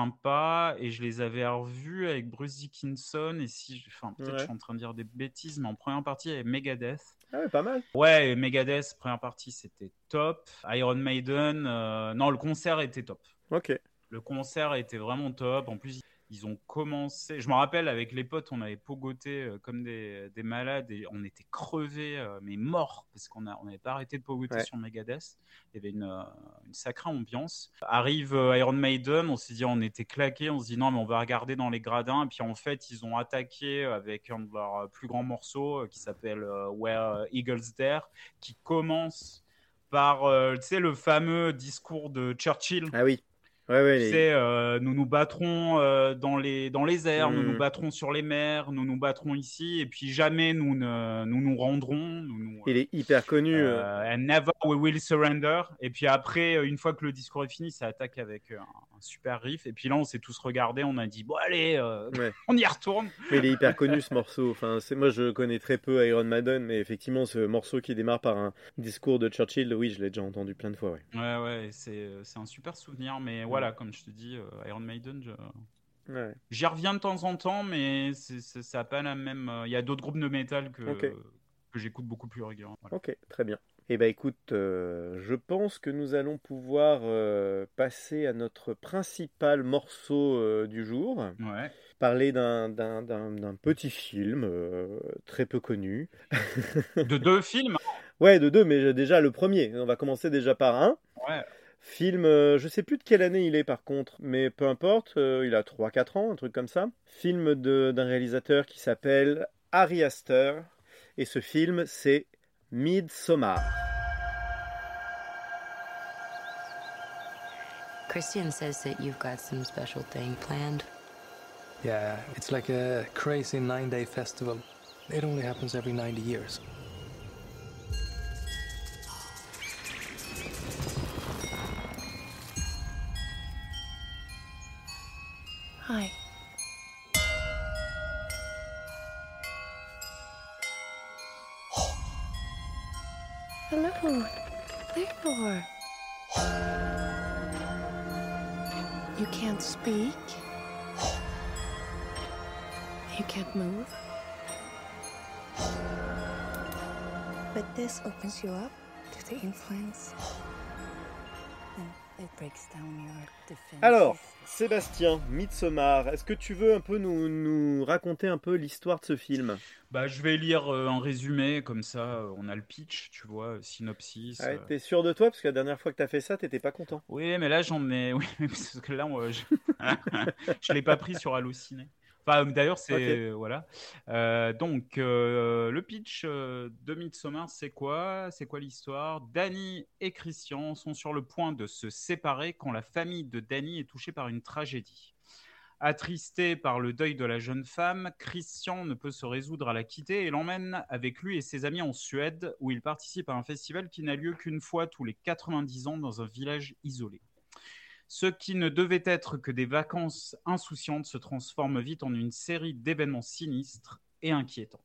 Speaker 2: sympa et je les avais revus avec Bruce Dickinson et si, je- enfin peut-être je
Speaker 1: Ouais.
Speaker 2: suis en train de dire des bêtises, mais en première partie il y avait Megadeth.
Speaker 1: Ah ouais, pas mal.
Speaker 2: Ouais, et Megadeth première partie c'était top. Iron Maiden, euh, non le concert était top.
Speaker 1: Ok.
Speaker 2: Le concert était vraiment top. En plus, ils ont commencé. Je me rappelle, avec les potes, on avait pogoté euh, comme des, des malades et on était crevés, euh, mais morts, parce qu'on a, on n'avait pas arrêté de pogoter
Speaker 1: Ouais.
Speaker 2: sur Megadeth. Il y avait une, euh, une sacrée ambiance. Arrive euh, Iron Maiden, on s'est dit, on était claqués, on se dit non, mais on va regarder dans les gradins. Et puis en fait, ils ont attaqué avec un de leurs plus grands morceaux euh, qui s'appelle euh, Where Eagles Dare, qui commence par, euh, tu sais, le fameux discours de Churchill.
Speaker 1: Ah oui. Ouais, ouais.
Speaker 2: Tu
Speaker 1: Les...
Speaker 2: sais, euh, nous nous battrons euh, dans les, dans les airs, nous nous
Speaker 1: Hmm.
Speaker 2: battrons sur les mers, nous nous battrons ici, et puis jamais nous ne, nous, nous rendrons, nous nous,
Speaker 1: Il est hyper connu. euh.
Speaker 2: euh, and never we will surrender. Et puis après, euh, une fois que le discours est fini, ça attaque avec euh, un, un super riff. Et puis là, on s'est tous regardés, on a dit, bon allez, euh,
Speaker 1: Ouais.
Speaker 2: on y retourne.
Speaker 1: Mais il est hyper connu ce morceau. Enfin, c'est moi je connais très peu Iron Maiden, mais effectivement ce morceau qui démarre par un discours de Churchill, oui, je l'ai déjà entendu plein de fois. Ouais.
Speaker 2: Ouais, ouais, c'est, c'est un super souvenir. Mais voilà, comme je te dis, euh, Iron Maiden, je...
Speaker 1: Ouais.
Speaker 2: j'y reviens de temps en temps, mais c'est, c'est, ça n'a pas la même. Il y a d'autres groupes de métal que,
Speaker 1: Ok.
Speaker 2: que j'écoute beaucoup plus régulièrement. Voilà.
Speaker 1: Ok, très bien. Eh ben écoute, euh, je pense que nous allons pouvoir euh, passer à notre principal morceau euh, du jour.
Speaker 2: Ouais.
Speaker 1: Parler d'un, d'un, d'un, d'un petit film euh, très peu connu.
Speaker 2: De deux films.
Speaker 1: Ouais, de deux, mais déjà le premier. On va commencer déjà par un.
Speaker 2: Ouais.
Speaker 1: Film, euh, je sais plus de quelle année il est par contre, mais peu importe, euh, il a trois quatre ans, un truc comme ça. Film de, d'un réalisateur qui s'appelle Ari Aster. Et ce film, c'est Midsommar.
Speaker 3: Christian says that you've got some special thing planned.
Speaker 4: Yeah, it's like a crazy nine-day festival. It only happens every ninety years.
Speaker 3: Hi. Hello. Theodore. You can't speak. You can't move.
Speaker 5: But this opens you up to the influence. And it breaks down your defenses.
Speaker 1: Alors, Sébastien, Midsommar, est-ce que tu veux un peu nous, nous raconter un peu l'histoire de ce film?
Speaker 2: Bah, je vais lire euh, un résumé, comme ça, euh, on a le pitch, tu vois, euh, synopsis.
Speaker 1: Ouais,
Speaker 2: euh.
Speaker 1: t'es sûr de toi? Parce que la dernière fois que t'as fait ça, t'étais pas content.
Speaker 2: Oui, mais là, j'en ai. Oui, parce que là, moi, je je l'ai pas pris sur Allociné. Enfin, d'ailleurs, c'est.
Speaker 1: Ok.
Speaker 2: euh, Voilà. Euh, donc, euh, le pitch euh, de Midsommar, c'est quoi? C'est quoi l'histoire? Danny et Christian sont sur le point de se séparer quand la famille de Danny est touchée par une tragédie. Attristé par le deuil de la jeune femme, Christian ne peut se résoudre à la quitter et l'emmène avec lui et ses amis en Suède, où il participe à un festival qui n'a lieu qu'une fois tous les quatre-vingt-dix ans dans un village isolé. Ce qui ne devait être que des vacances insouciantes se transforme vite en une série d'événements sinistres et inquiétants.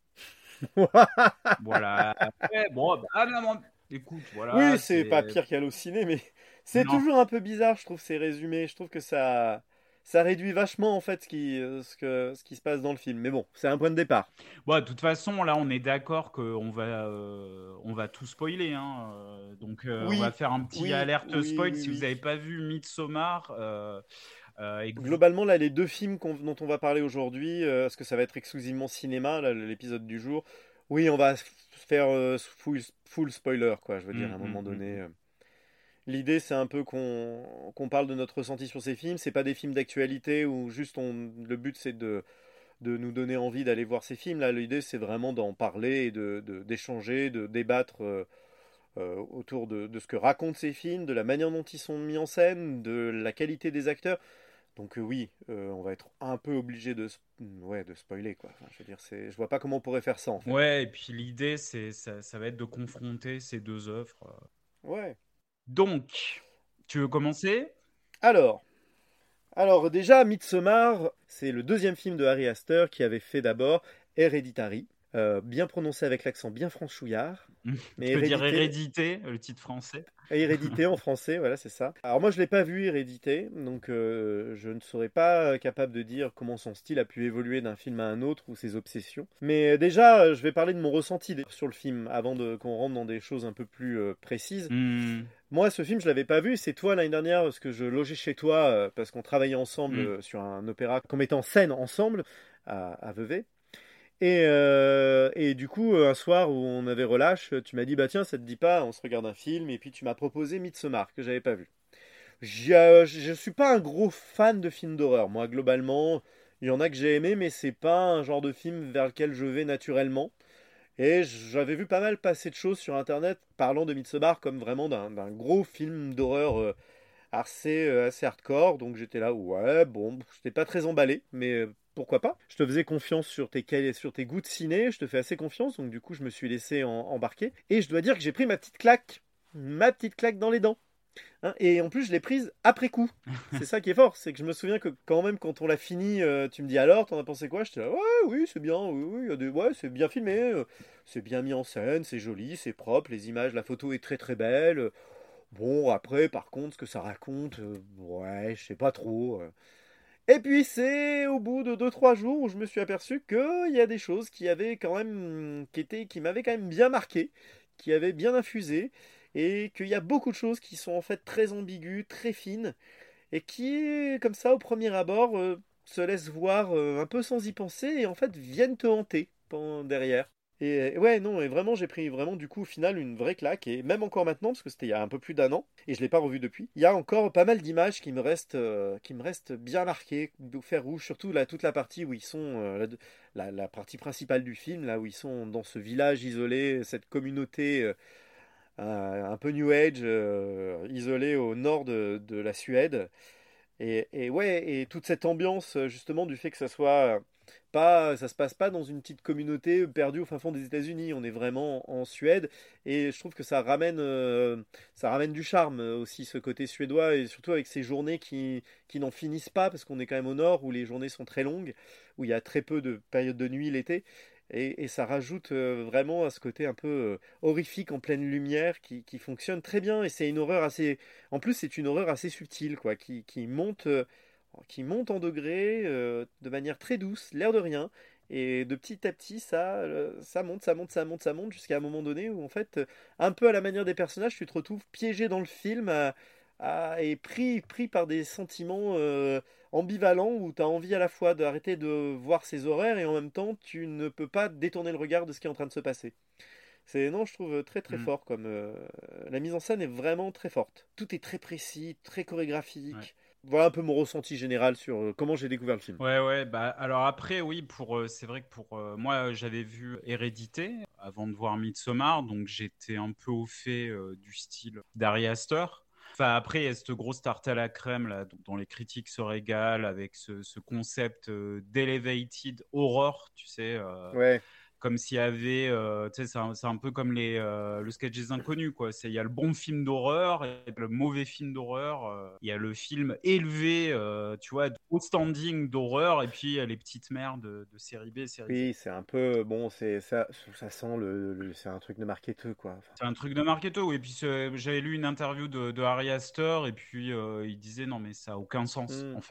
Speaker 2: Voilà. Ouais, bon, bah, non, non, écoute, voilà.
Speaker 1: Oui, c'est pas pire qu'Allociné, mais c'est
Speaker 2: Non.
Speaker 1: toujours un peu bizarre, je trouve, ces résumés. Je trouve que ça, ça réduit vachement, en fait, ce qui, euh, ce que, ce qui se passe dans le film. Mais bon, c'est un point de départ.
Speaker 2: Bon, de toute façon, là, on est d'accord qu'on va, euh, on va tout spoiler. Hein, euh, donc, euh,
Speaker 1: Oui,
Speaker 2: on va faire un petit
Speaker 1: oui,
Speaker 2: alerte
Speaker 1: oui,
Speaker 2: spoil.
Speaker 1: oui,
Speaker 2: Si
Speaker 1: oui.
Speaker 2: vous n'avez pas vu Midsommar, euh, euh, et que vous-
Speaker 1: Globalement, là, les deux films qu'on- dont on va parler aujourd'hui, euh, parce que ça va être exclusivement cinéma, là, l'épisode du jour, oui, on va f- faire euh, full, full spoiler, quoi, je veux dire,
Speaker 2: Mm,
Speaker 1: à un
Speaker 2: mm,
Speaker 1: moment
Speaker 2: mm,
Speaker 1: donné.
Speaker 2: mm.
Speaker 1: euh. L'idée, c'est un peu qu'on qu'on parle de notre ressenti sur ces films. C'est pas des films d'actualité où juste on, le but c'est de, de nous donner envie d'aller voir ces films. Là, l'idée, c'est vraiment d'en parler et de, de- d'échanger, de débattre euh, euh, autour de, de ce que racontent ces films, de la manière dont ils sont mis en scène, de la qualité des acteurs. Donc euh, oui, euh, on va être un peu obligé de, sp- ouais, de spoiler quoi. Enfin, je veux dire, c'est, je vois pas comment on pourrait faire ça en fait.
Speaker 2: Ouais, et puis l'idée, c'est ça, ça va être de confronter ces deux œuvres.
Speaker 1: Ouais.
Speaker 2: Donc, tu veux commencer?
Speaker 1: Alors, alors déjà, Midsommar, c'est le deuxième film de Harry Astor qui avait fait d'abord Hereditary, euh, bien prononcé avec l'accent bien franchouillard, mais
Speaker 2: Tu peux dire
Speaker 1: Hérédité,
Speaker 2: Hérédité, le titre français.
Speaker 1: Hérédité en français, voilà, c'est ça. Alors moi, je l'ai pas vu Hérédité, donc euh, je ne serais pas euh, capable de dire comment son style a pu évoluer d'un film à un autre ou ses obsessions. Mais euh, déjà, euh, je vais parler de mon ressenti sur le film avant de qu'on rentre dans des choses un peu plus euh, précises.
Speaker 2: Hmm,
Speaker 1: Moi, ce film, je l'avais pas vu. C'est toi l'année dernière, parce que je logeais chez toi, euh, parce qu'on travaillait ensemble
Speaker 2: hmm.
Speaker 1: euh, sur un opéra qu'on mettait en scène ensemble à, à Vevey. Et, euh, et du coup, euh, un soir où on avait relâche, tu m'as dit, bah tiens, ça te dit pas, on se regarde un film, et puis tu m'as proposé Midsommar, que j'avais pas vu. J'ai, euh, je suis pas un gros fan de films d'horreur. Moi, globalement, il y en a que j'ai aimé, mais c'est pas un genre de film vers lequel je vais naturellement. Et j'avais vu pas mal passer de choses sur internet parlant de Midsommar comme vraiment d'un d'un gros film d'horreur euh, assez, euh, assez hardcore. Donc j'étais là, ouais, bon, j'étais pas très emballé, mais euh, pourquoi pas. Je te faisais confiance sur tes, quali- sur tes goûts de ciné, je te fais assez confiance, donc du coup je me suis laissé en- embarquer. Et je dois dire que j'ai pris ma petite claque, ma petite claque dans les dents. Hein, et en plus, je l'ai prise après coup. C'est ça qui est fort, c'est que je me souviens que quand même, quand on l'a fini, euh, tu me dis alors, t'en as pensé quoi? J'étais là, ouais, oui, c'est bien, oui, oui, il y a des- ouais, c'est bien filmé, euh, c'est bien mis en scène, c'est joli, c'est propre, les images, la photo est très très belle. Bon, après, par contre, ce que ça raconte, euh, ouais, je sais pas trop. euh. Et puis, c'est au bout de deux trois jours où je me suis aperçu qu'il y a des choses qui avaient quand même, qui étaient, qui m'avaient quand même bien marqué, qui avaient bien infusé, et qu'il y a beaucoup de choses qui sont en fait très ambiguës, très fines, et qui, comme ça, au premier abord, euh, se laissent voir euh, un peu sans y penser, et en fait viennent te hanter pendant- derrière. Et euh, ouais, non, et vraiment, j'ai pris vraiment du coup au final une vraie claque, et même encore maintenant, parce que c'était il y a un peu plus d'un an, et je l'ai pas revu depuis, il y a encore pas mal d'images qui me restent, euh, qui me restent bien marquées, au fer rouge, surtout là, toute la partie où ils sont, euh, la, la- la partie principale du film, là où ils sont dans ce village isolé, cette communauté euh, un, un peu New Age, euh, isolée au nord de, de la Suède. Et, et ouais, et toute cette ambiance euh, justement du fait que ça soit euh, pas, ça se passe pas dans une petite communauté perdue au fin fond des États-Unis. On est vraiment en Suède et je trouve que ça ramène, euh, ça ramène du charme euh, aussi ce côté suédois et surtout avec ces journées qui, qui n'en finissent pas parce qu'on est quand même au nord où les journées sont très longues, où il y a très peu de périodes de nuit l'été. Et, et ça rajoute euh, vraiment à ce côté un peu euh, horrifique en pleine lumière qui, qui fonctionne très bien et c'est une horreur assez en plus, c'est une horreur assez subtile, quoi, qui, qui monte, euh, qui monte en degrés euh, de manière très douce, l'air de rien. Et de petit à petit, ça, euh, ça monte, ça monte, ça monte, ça monte, jusqu'à un moment donné où, en fait, euh, un peu à la manière des personnages, tu te retrouves piégé dans le film à- à- et pris, pris par des sentiments euh, ambivalents où tu as envie à la fois d'arrêter de voir ces horreurs et en même temps, tu ne peux pas détourner le regard de ce qui est en train de se passer. C'est non, je trouve très très
Speaker 2: Hmm,
Speaker 1: fort comme euh, la mise en scène est vraiment très forte. Tout est très précis, très
Speaker 2: ouais.
Speaker 1: chorégraphique. Voilà un peu mon ressenti général sur euh, comment j'ai découvert le film.
Speaker 2: Ouais, ouais, bah alors après, oui, pour euh, c'est vrai que pour euh, moi, euh, j'avais vu Hérédité avant de voir Midsommar, donc j'étais un peu au fait euh, du style d'Ari Aster. Enfin, après, il y a cette grosse tarte à la crème là, dont dont les critiques se régalent avec ce, ce concept euh, d'elevated horror, tu sais. euh,
Speaker 1: Ouais,
Speaker 2: comme s'il y avait, euh, tu sais, c'est un, c'est un peu comme les, euh, le sketch des inconnus, quoi. C'est, il y a le bon film d'horreur et le mauvais film d'horreur. euh, Il y a le film élevé, euh, tu vois, au standing d'horreur, et puis il y a les petites mères de, de série B, série Z.
Speaker 1: oui, c'est un peu bon, c'est ça, ça sent le, le- c'est un truc de marketeur quoi. Enfin,
Speaker 2: C'est un truc de marketo, oui. Et puis c'est- j'avais lu une interview de, de Harry Astor, et puis euh, il disait non, mais ça a aucun sens,
Speaker 1: hmm.
Speaker 2: en fait.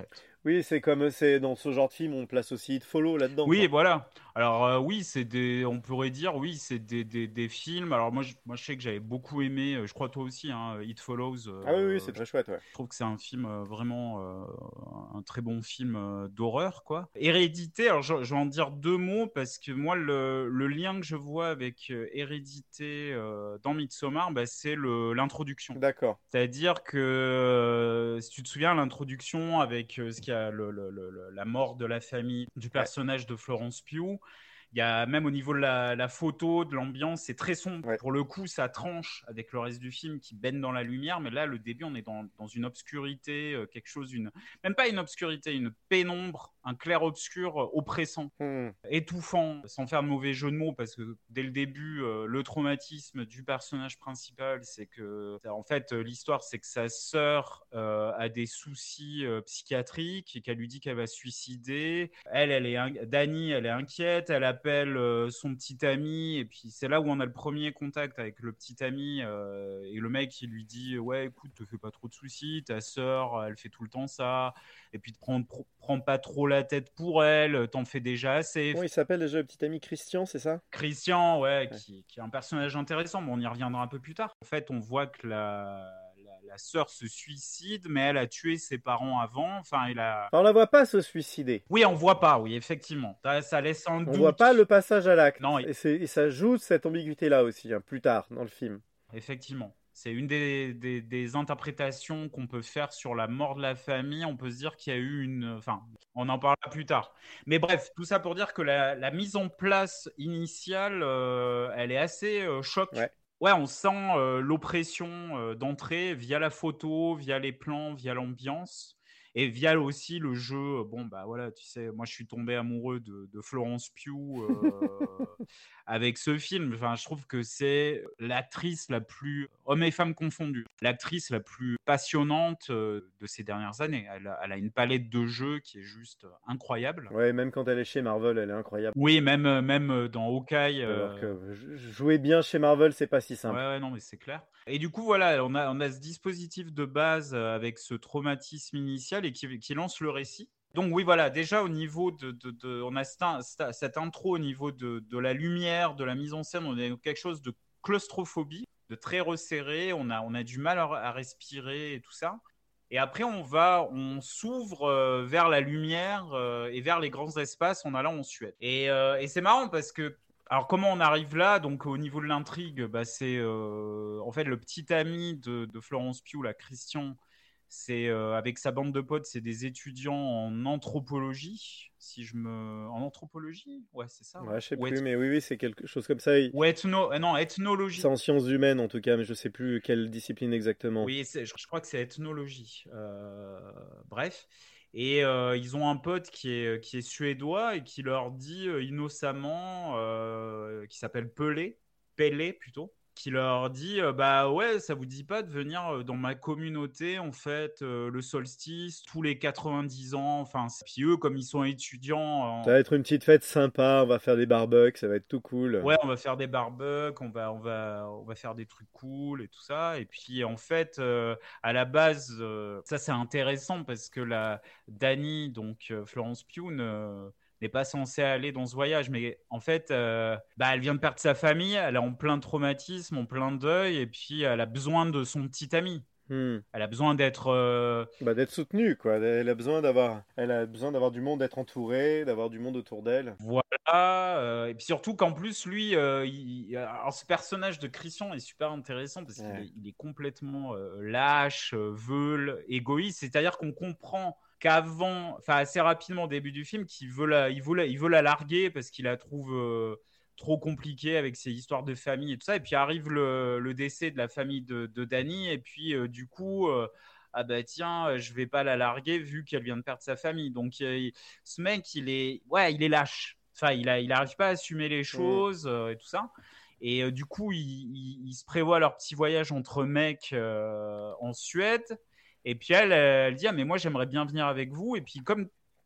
Speaker 1: Oui, c'est comme c'est dans ce genre de film, on place aussi It Follow là-dedans.
Speaker 2: Oui,
Speaker 1: quoi.
Speaker 2: voilà. Alors euh, oui, c'est des, on pourrait dire oui, c'est des, des, des films. Alors moi, je, moi, je sais que j'avais beaucoup aimé. euh, Je crois toi aussi, hein, It Follows.
Speaker 1: Ah oui, oui,
Speaker 2: euh,
Speaker 1: c'est très chouette, ouais.
Speaker 2: Je trouve que c'est un film euh, vraiment euh, un très bon film euh, d'horreur, quoi. Hérédité. Alors je, je vais en dire deux mots parce que moi, le, le lien que je vois avec euh, Hérédité euh, dans Midsommar, bah, c'est le l'introduction.
Speaker 1: D'accord.
Speaker 2: C'est-à-dire que, euh, si tu te souviens, l'introduction avec euh, ce qu'il y a le, le- le- le- la mort de la famille du personnage de Florence Pugh, il y a même au niveau de la, la photo, de l'ambiance, c'est très sombre.
Speaker 1: Ouais.
Speaker 2: Pour le coup, ça tranche avec le reste du film qui baigne dans la lumière, mais là, le début, on est dans, dans une obscurité, euh, quelque chose, une, même pas une obscurité, une pénombre, un clair-obscur euh, oppressant,
Speaker 1: Hmm.
Speaker 2: étouffant, sans faire de mauvais jeu de mots, parce que dès le début, euh, le traumatisme du personnage principal, c'est que, en fait, euh, l'histoire, c'est que sa sœur euh, a des soucis euh, psychiatriques et qu'elle lui dit qu'elle va se suicider. Elle, elle est, in- Dani, elle est inquiète, elle appelle euh, son petit ami, et puis c'est là où on a le premier contact avec le petit ami, euh, et le mec, il lui dit, ouais, écoute, te fais pas trop de soucis, ta sœur, elle fait tout le temps ça, et puis te prends, pr- prends pas trop la tête pour elle, t'en fais déjà assez.
Speaker 1: Comment il s'appelle déjà le petit ami Christian, c'est ça?
Speaker 2: Christian, ouais,
Speaker 1: Ouais.
Speaker 2: qui, qui est un personnage intéressant, mais on y reviendra un peu plus tard. En fait, on voit que la, la, la sœur se suicide, mais elle a tué ses parents avant. Enfin, il a...
Speaker 1: Enfin, on la voit pas se suicider.
Speaker 2: Oui, on voit pas, oui, effectivement. Ça, ça laisse un
Speaker 1: On
Speaker 2: doute.
Speaker 1: voit pas le passage à l'acte.
Speaker 2: Non, il-
Speaker 1: Et, c'est- et ça joue cette ambiguïté-là aussi, hein, plus tard dans le film.
Speaker 2: Effectivement. C'est une des, des, des interprétations qu'on peut faire sur la mort de la famille. On peut se dire qu'il y a eu une... Enfin, on en parlera plus tard. Mais bref, tout ça pour dire que la, la mise en place initiale, euh, elle est assez euh, choc.
Speaker 1: Ouais.
Speaker 2: Ouais, on sent euh, l'oppression euh, d'entrée via la photo, via les plans, via l'ambiance. Et via aussi le jeu, bon bah voilà, tu sais, moi je suis tombé amoureux de, de Florence Pugh euh, avec ce film. Enfin, je trouve que c'est l'actrice la plus, hommes et femmes confondus, l'actrice la plus passionnante euh, de ces dernières années. Elle a, elle a une palette de jeux qui est juste incroyable.
Speaker 1: Ouais, même quand elle est chez Marvel, elle est incroyable.
Speaker 2: Oui, même, euh, même dans Hawkeye.
Speaker 1: Alors
Speaker 2: euh,
Speaker 1: que j- jouer bien chez Marvel, c'est pas si simple.
Speaker 2: Ouais, ouais, non, mais c'est clair. Et du coup, voilà, on a, on a ce dispositif de base euh, avec ce traumatisme initial et qui, qui lance le récit. Donc oui, voilà, déjà au niveau de... de, de on a cette, cette, cette intro au niveau de, de la lumière, de la mise en scène, on a quelque chose de claustrophobie, de très resserré, on a, on a du mal à, à respirer et tout ça. Et après, on va, on s'ouvre euh, vers la lumière euh, et vers les grands espaces en allant en Suède. Et, euh, et c'est marrant parce que alors comment on arrive là? Donc au niveau de l'intrigue, bah, c'est euh, en fait le petit ami de, de Florence Pugh, là, Christian, c'est euh, avec sa bande de potes, c'est des étudiants en anthropologie, si je me, en anthropologie, ouais c'est ça.
Speaker 1: Ouais, je sais
Speaker 2: Ou,
Speaker 1: plus,
Speaker 2: eth-
Speaker 1: mais oui, oui, c'est quelque chose comme ça. Il-
Speaker 2: ou ethno, euh, non ethnologie.
Speaker 1: C'est en sciences humaines en tout cas, mais je sais plus quelle discipline exactement.
Speaker 2: Oui, c'est- je, je crois que c'est ethnologie. Euh, bref. Et euh, ils ont un pote qui est, qui est suédois et qui leur dit euh, innocemment, euh, qui s'appelle Pelé, Pelé plutôt, qui leur dit euh, bah ouais, ça vous dit pas de venir euh, dans ma communauté en fait euh, le solstice tous les quatre-vingt-dix ans. Enfin, c'est- puis eux comme ils sont étudiants, en-
Speaker 1: Ça va être une petite fête sympa, on va faire des barbecues, ça va être tout cool.
Speaker 2: ouais, on va faire des barbecues, on va, on va, on va faire des trucs cool et tout ça. Et puis, en fait, euh, à la base, euh, ça c'est intéressant parce que la Dani, donc euh, Florence Pugh, ne- n'est pas censée aller dans ce voyage. Mais en fait, euh, bah, elle vient de perdre sa famille, elle est en plein traumatisme, en plein deuil, et puis elle a besoin de son petit ami.
Speaker 1: Hmm.
Speaker 2: Elle a besoin d'être... euh,
Speaker 1: Bah, d'être soutenue, quoi. Elle a besoin d'avoir, elle a besoin d'avoir du monde, d'être entourée, d'avoir du monde autour d'elle.
Speaker 2: Voilà, euh, et puis surtout qu'en plus, lui, euh, il- alors ce personnage de Christian est super intéressant parce qu'il
Speaker 1: Ouais.
Speaker 2: est, il est complètement euh, lâche, euh, veule, égoïste. C'est-à-dire qu'on comprend qu'avant, enfin assez rapidement au début du film, qu'il veut la, il veut la, il veut la larguer parce qu'il la trouve euh, trop compliquée avec ses histoires de famille et tout ça. Et puis arrive le, le décès de la famille de, de Dani, et puis euh, du coup. euh, ah bah tiens, je vais pas la larguer vu qu'elle vient de perdre sa famille. Donc euh, il- ce mec, il est, ouais, il est lâche. Enfin, il a, il arrive pas à assumer les choses euh, et tout ça. Et euh, du coup, il, il, il se prévoit leur petit voyage entre mecs euh, en Suède. Et puis elle, elle dit ah mais moi j'aimerais bien venir avec vous. Et puis comme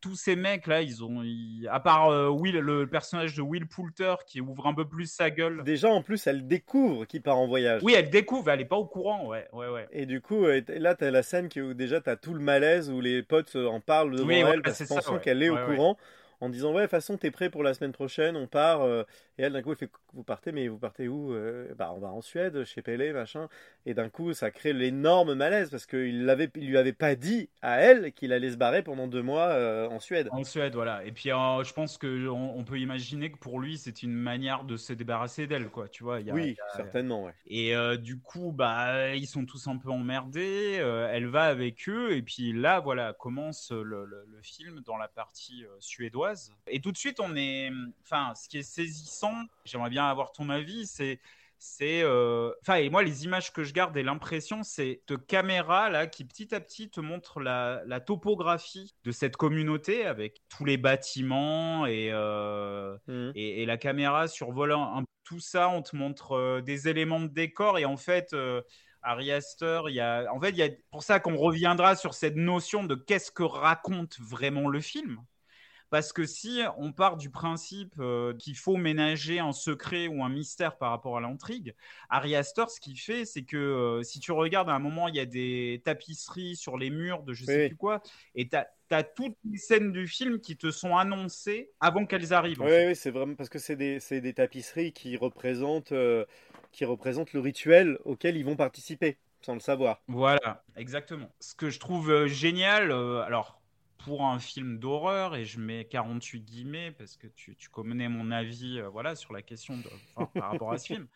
Speaker 2: tous ces mecs là, ils ont, ils... à part euh, Will, le personnage de Will Poulter qui ouvre un peu plus sa gueule.
Speaker 1: Déjà, en plus, elle découvre qu'il part en voyage.
Speaker 2: Oui, elle découvre, elle est pas au courant, ouais, ouais, ouais.
Speaker 1: Et du coup, euh, là, t'as la scène où déjà t'as tout le malaise où les potes en parlent devant
Speaker 2: Oui,
Speaker 1: elle
Speaker 2: voilà,
Speaker 1: parce
Speaker 2: c'est
Speaker 1: qu'ils pensent
Speaker 2: ça, ouais.
Speaker 1: qu'elle est
Speaker 2: Ouais,
Speaker 1: au
Speaker 2: ouais.
Speaker 1: courant. En disant ouais de toute façon t'es prêt pour la semaine prochaine on part euh, et elle d'un coup elle fait vous partez mais vous partez où euh, bah on va en Suède chez Pelé machin et d'un coup ça crée l'énorme malaise parce qu'il l'avait il lui avait pas dit à elle qu'il allait se barrer pendant deux mois euh, en Suède
Speaker 2: en Suède voilà et puis euh, je pense que on, on peut imaginer que pour lui c'est une manière de se débarrasser d'elle quoi tu vois il y a,
Speaker 1: oui
Speaker 2: il y a...
Speaker 1: certainement ouais
Speaker 2: et euh, du coup bah ils sont tous un peu emmerdés euh, elle va avec eux et puis là voilà commence le, le, le film dans la partie euh, suédoise et tout de suite on est enfin ce qui est saisissant j'aimerais bien avoir ton avis c'est c'est enfin euh... et moi les images que je garde et l'impression c'est de caméra là qui petit à petit te montre la, la topographie de cette communauté avec tous les bâtiments et, euh... mmh. et, et la caméra survolant un peu tout ça on te montre euh, des éléments de décor et en fait euh, Ari Aster il y a en fait il y a pour ça qu'on reviendra sur cette notion de qu'est-ce que raconte vraiment le film. Parce que si on part du principe euh, qu'il faut ménager un secret ou un mystère par rapport à l'intrigue, Ari Aster, ce qu'il fait, c'est que euh, si tu regardes à un moment, il y a des tapisseries sur les murs de je sais oui. plus quoi, et tu as toutes les scènes du film qui te sont annoncées avant qu'elles arrivent.
Speaker 1: Oui, oui, c'est vraiment parce que c'est des, c'est des tapisseries qui représentent, euh, qui représentent le rituel auquel ils vont participer, sans le savoir.
Speaker 2: Voilà, exactement. Ce que je trouve euh, génial, euh, alors... pour un film d'horreur, et je mets quarante-huit guillemets, parce que tu, tu connais mon avis euh, voilà, sur la question de, enfin, par rapport à ce film,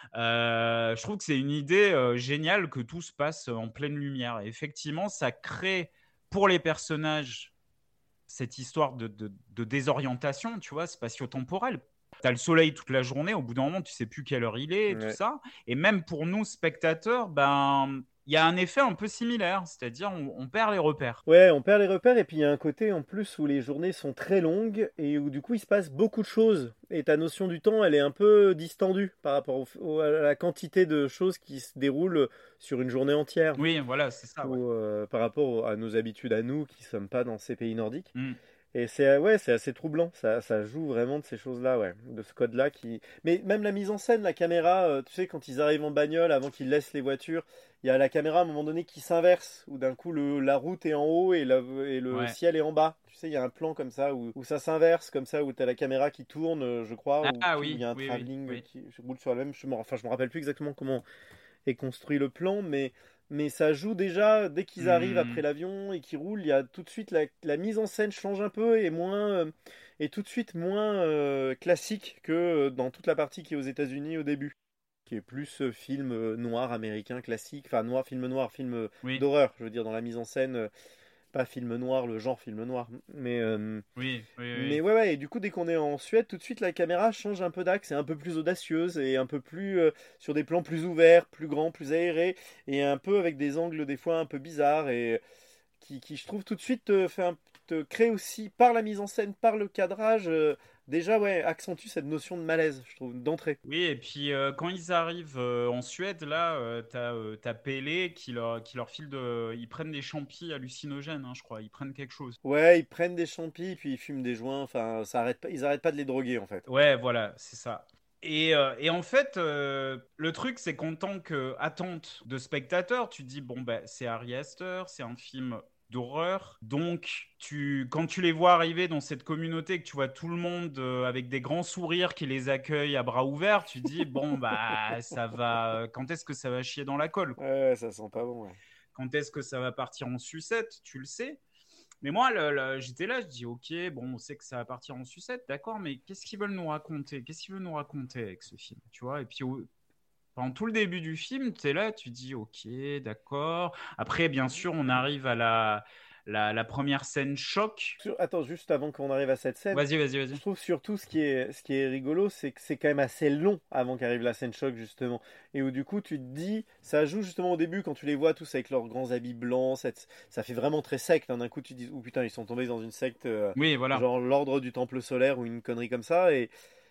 Speaker 2: euh, je trouve que c'est une idée euh, géniale que tout se passe en pleine lumière. Et effectivement, ça crée pour les personnages cette histoire de, de, de désorientation, tu vois, spatio-temporelle. T'as le soleil toute la journée, au bout d'un moment, tu sais plus quelle heure il est, ouais. tout ça. Et même pour nous, spectateurs, ben... il y a un effet un peu similaire, c'est-à-dire on, on perd les repères.
Speaker 1: Ouais, on perd les repères et puis il y a un côté en plus où les journées sont très longues et où du coup il se passe beaucoup de choses et ta notion du temps elle est un peu distendue par rapport au, au, à la quantité de choses qui se déroulent sur une journée entière.
Speaker 2: Oui, voilà, c'est ça.
Speaker 1: Ou,
Speaker 2: ouais.
Speaker 1: euh, par rapport à nos habitudes à nous qui ne sommes pas dans ces pays nordiques.
Speaker 2: Mm.
Speaker 1: Et c'est ouais, c'est assez troublant, ça, ça joue vraiment de ces choses-là, ouais, de ce code-là qui. Mais même la mise en scène, la caméra, euh, tu sais, quand ils arrivent en bagnole, avant qu'ils laissent les voitures, il y a la caméra à un moment donné qui s'inverse, où d'un coup le, la route est en haut et, la, et le ouais. ciel est en bas. Tu sais, il y a un plan comme ça où, où ça s'inverse, comme ça, où tu as la caméra qui tourne, je crois,
Speaker 2: ah,
Speaker 1: où,
Speaker 2: ah,
Speaker 1: où
Speaker 2: oui,
Speaker 1: il y a un
Speaker 2: oui,
Speaker 1: travelling
Speaker 2: oui,
Speaker 1: qui roule sur la même. Je me, enfin, je me rappelle plus exactement comment est construit le plan, mais. Mais ça joue déjà, dès qu'ils arrivent mmh. après l'avion et qu'ils roulent, il y a tout de suite la, la mise en scène change un peu et moins euh, et tout de suite moins euh, classique que dans toute la partie qui est aux États-Unis au début, qui est plus euh, film euh, noir américain classique, enfin noir, film noir, film oui. d'horreur, je veux dire dans la mise en scène. Euh, pas film noir, le genre film noir. Mais, euh,
Speaker 2: oui, oui, oui.
Speaker 1: mais ouais, ouais, et du coup, dès qu'on est en Suède, tout de suite, la caméra change un peu d'axe, c'est un peu plus audacieuse et un peu plus euh, sur des plans plus ouverts, plus grands, plus aérés, et un peu avec des angles des fois un peu bizarres et qui, qui je trouve, tout de suite te, fait un, te crée aussi, par la mise en scène, par le cadrage, euh, déjà, ouais, accentue cette notion de malaise, je trouve, d'entrée.
Speaker 2: Oui, et puis euh, quand ils arrivent euh, en Suède, là, euh, t'as, euh, t'as Pelé qui leur, qui leur file de... Ils prennent des champis hallucinogènes, hein, je crois. Ils prennent quelque chose.
Speaker 1: Ouais, ils prennent des champis, puis ils fument des joints. Enfin, ça arrête pas, ils arrêtent pas de les droguer, en fait.
Speaker 2: Ouais, voilà, c'est ça. Et, euh, et en fait, euh, le truc, c'est qu'en tant qu'attente de spectateur, tu te dis, bon, bah, c'est Ari Aster, c'est un film d'horreur. Donc, tu, quand tu les vois arriver dans cette communauté, que tu vois tout le monde euh, avec des grands sourires qui les accueillent à bras ouverts, tu te dis, bon, bah, ça va... Quand est-ce que ça va chier dans la colle, quoi.
Speaker 1: Ouais, ça sent pas bon, ouais.
Speaker 2: Quand est-ce que ça va partir en sucette, tu le sais. Mais moi, le, le, j'étais là, je dis, ok, bon, on sait que ça va partir en sucette, d'accord, mais qu'est-ce qu'ils veulent nous raconter? Qu'est-ce qu'ils veulent nous raconter avec ce film, tu vois? Et puis, au, pendant tout le début du film, tu es là, tu dis, ok, d'accord. Après, bien sûr, on arrive à la, la, la première scène choc.
Speaker 1: Attends, juste avant qu'on arrive à cette scène,
Speaker 2: vas-y, vas-y, vas-y.
Speaker 1: Je trouve surtout ce qui est, ce qui est rigolo, c'est que c'est quand même assez long avant qu'arrive la scène choc, justement. Et où du coup, tu te dis, ça joue justement au début quand tu les vois tous avec leurs grands habits blancs, cette, ça fait vraiment très secte. Hein. D'un coup, tu te dis, oh putain, ils sont tombés dans une secte, euh,
Speaker 2: oui, voilà.
Speaker 1: genre l'ordre du temple solaire ou une connerie comme ça. Et,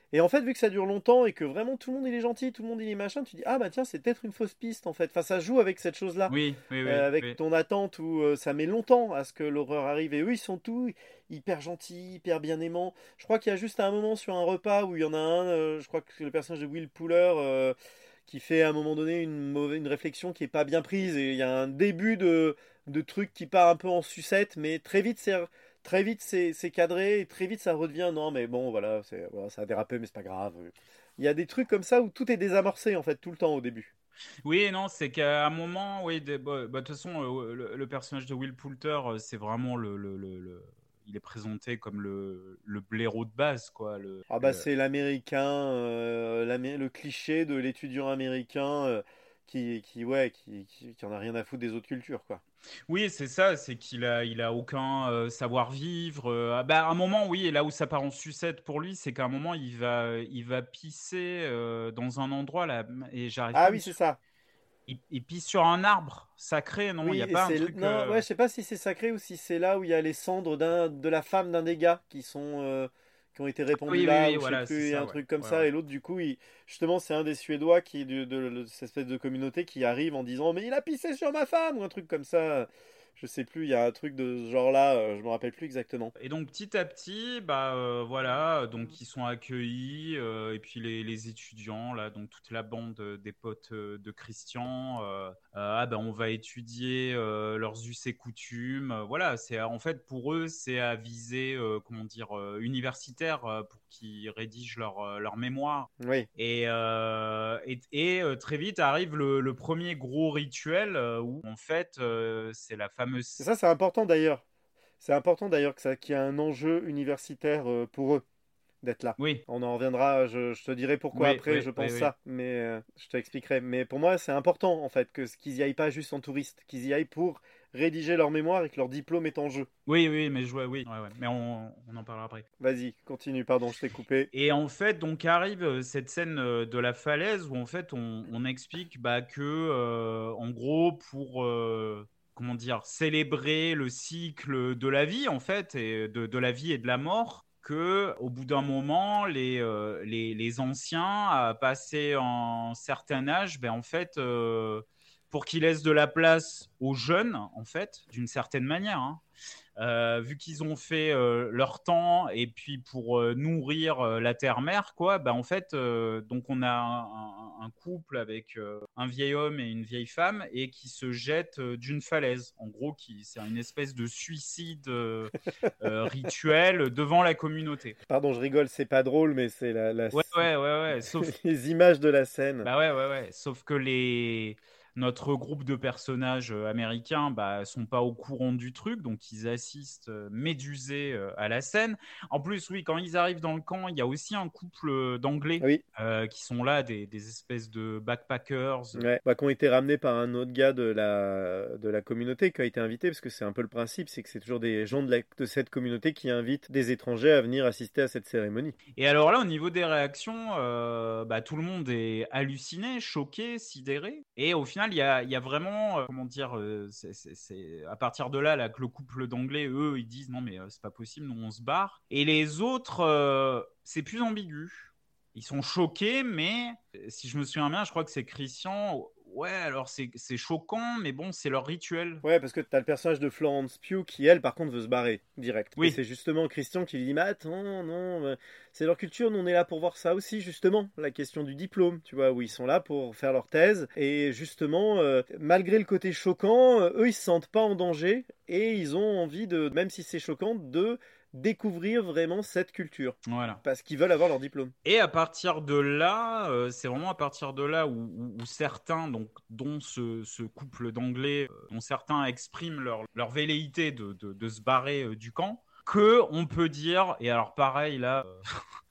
Speaker 1: Et en fait, vu que ça dure longtemps et que vraiment tout le monde il est gentil, tout le monde il est machin, tu dis ah bah tiens, c'est peut-être une fausse piste en fait. Enfin, ça joue avec cette chose-là,
Speaker 2: Oui, oui, oui,
Speaker 1: euh, avec
Speaker 2: oui.
Speaker 1: ton attente où euh, ça met longtemps à ce que l'horreur arrive. Et eux, ils sont tous hyper gentils, hyper bien aimants. Je crois qu'il y a juste un moment sur un repas où il y en a un, euh, je crois que le personnage de Will Puller. euh, qui fait à un moment donné une, mauvaise, une réflexion qui est pas bien prise et il y a un début de, de truc qui part un peu en sucette, mais très vite c'est très vite c'est, c'est cadré et très vite ça redevient non mais bon voilà, c'est, voilà ça a dérapé mais c'est pas grave. Il y a des trucs comme ça où tout est désamorcé en fait tout le temps au début.
Speaker 2: Oui, non, c'est qu'à un moment, oui, de bah, bah, de toute façon, euh, le, le personnage de Will Poulter, euh, c'est vraiment le, le, le, le- il est présenté comme le, le blaireau de base, quoi. Le,
Speaker 1: Ah bah
Speaker 2: le-
Speaker 1: c'est l'américain, euh, l'amé- le cliché de l'étudiant américain euh, qui, qui ouais qui, qui, qui en a rien à foutre des autres cultures quoi.
Speaker 2: Oui, c'est ça, c'est qu'il a, il a aucun euh, savoir-vivre. euh, ah bah, à un moment, oui, et là où ça part en sucette pour lui, c'est qu'à un moment, il va, il va pisser euh, dans un endroit là, et j'arrive pas
Speaker 1: Ah
Speaker 2: à me
Speaker 1: oui c'est
Speaker 2: sou-
Speaker 1: ça.
Speaker 2: il, il pisse sur un arbre sacré, non? Il
Speaker 1: Oui,
Speaker 2: n'y a
Speaker 1: et
Speaker 2: pas un
Speaker 1: c'est
Speaker 2: truc.
Speaker 1: non,
Speaker 2: euh,
Speaker 1: ouais, je sais pas si c'est sacré ou si c'est là où il y a les cendres d'un de la femme d'un des gars qui sont euh, qui ont été répandus
Speaker 2: Oui, oui,
Speaker 1: là
Speaker 2: oui,
Speaker 1: ou je sais
Speaker 2: voilà, c'est
Speaker 1: plus, il y a
Speaker 2: ça,
Speaker 1: un
Speaker 2: ouais.
Speaker 1: truc comme
Speaker 2: Ouais,
Speaker 1: ça
Speaker 2: ouais.
Speaker 1: et l'autre du coup, il, justement, c'est un des Suédois qui de, de, de cette espèce de communauté qui arrive en disant mais il a pissé sur ma femme ou un truc comme ça. Je sais plus, il y a un truc de ce genre-là, euh, je me rappelle plus exactement.
Speaker 2: Et donc petit à petit, bah euh, voilà, donc ils sont accueillis euh, et puis les, les étudiants là, donc toute la bande euh, des potes euh, de Christian, euh, euh, ah ben on va étudier euh, leurs us et coutumes. Euh, voilà, c'est en fait pour eux c'est à visée euh, comment dire euh, universitaire euh, pour qu'ils rédigent leur euh, leur mémoire.
Speaker 1: Oui.
Speaker 2: Et, euh, et, et, euh, très vite arrive le, le premier gros rituel euh, où en fait euh, c'est la
Speaker 1: Et
Speaker 2: fameuse.
Speaker 1: ça c'est important d'ailleurs. C'est important d'ailleurs que ça qu'il y ait un enjeu universitaire euh, pour eux d'être là.
Speaker 2: Oui,
Speaker 1: On en reviendra, je, je te dirai pourquoi
Speaker 2: oui,
Speaker 1: après,
Speaker 2: oui,
Speaker 1: je
Speaker 2: oui,
Speaker 1: pense
Speaker 2: oui.
Speaker 1: ça, mais euh, je t'expliquerai. Mais pour moi, c'est important en fait que qu'ils y aillent pas juste en touriste, qu'ils y aillent pour rédiger leur mémoire et que leur diplôme est en jeu.
Speaker 2: Oui, oui, mais je vois, oui, ouais, ouais. Mais on, on en parlera après.
Speaker 1: Vas-y, continue, pardon, je t'ai coupé.
Speaker 2: Et en fait, donc arrive euh, cette scène euh, de la falaise où en fait on, on explique bah, que, euh, en gros, pour euh, comment dire, célébrer le cycle de la vie en fait, et de, de la vie et de la mort, que au bout d'un moment, les, euh, les, les anciens, à passer un certain âge, ben en fait, euh, pour qu'ils laissent de la place aux jeunes, en fait, d'une certaine manière. Hein, euh, vu qu'ils ont fait euh, leur temps et puis pour euh, nourrir euh, la terre-mère, quoi, bah en fait, euh, donc on a un, un- un couple avec euh, un vieil homme et une vieille femme et qui se jettent euh, d'une falaise. En gros, qui, c'est une espèce de suicide euh, euh, rituel devant la communauté.
Speaker 1: Pardon, je rigole, c'est pas drôle, mais c'est la, la-
Speaker 2: Ouais, ouais, ouais, ouais. Sauf,
Speaker 1: les images de la scène.
Speaker 2: bah ouais, ouais, ouais. Sauf que les notre groupe de personnages euh, américains bah, sont pas au courant du truc, donc ils assistent euh, médusés euh, à la scène. En plus, oui, quand ils arrivent dans le camp, il y a aussi un couple euh, d'Anglais
Speaker 1: Oui,
Speaker 2: euh, qui sont là, des, des espèces de backpackers.
Speaker 1: ouais. Bah, qui ont été ramenés par un autre gars de la, de la communauté qui a été invité, parce que c'est un peu le principe, c'est que c'est toujours des gens de, la- de cette communauté qui invitent des étrangers à venir assister à cette cérémonie.
Speaker 2: Et alors là, au niveau des réactions, euh, bah, tout le monde est halluciné, choqué, sidéré. Et au final, il y a, il y a vraiment, euh, comment dire, euh, c'est, c'est- c'est à partir de là, là que le couple d'anglais, eux, ils disent non mais euh, c'est pas possible, nous on se barre. Et les autres, euh, c'est plus ambigu. Ils sont choqués, mais euh, si je me souviens bien, je crois que c'est Christian. Ouais, alors c'est, c'est choquant, mais bon, c'est leur rituel.
Speaker 1: Ouais, parce que t'as le personnage de Florence Pugh qui, elle, par contre, veut se barrer direct. Et
Speaker 2: Oui,
Speaker 1: c'est justement Christian qui lui dit, mais attends, non, euh, c'est leur culture, nous on est là pour voir ça aussi, justement, la question du diplôme, tu vois, où ils sont là pour faire leur thèse. Et justement, euh, malgré le côté choquant, euh, eux, ils se sentent pas en danger et ils ont envie de, même si c'est choquant, de découvrir vraiment cette culture.
Speaker 2: voilà.
Speaker 1: Parce qu'ils veulent avoir leur diplôme.
Speaker 2: Et à partir de là, euh, c'est vraiment à partir de là où, où- où certains, donc, dont ce, ce couple d'anglais, euh, dont certains expriment leur, leur velléité de, de- de se barrer euh, du camp, que on peut dire, et alors pareil là, euh,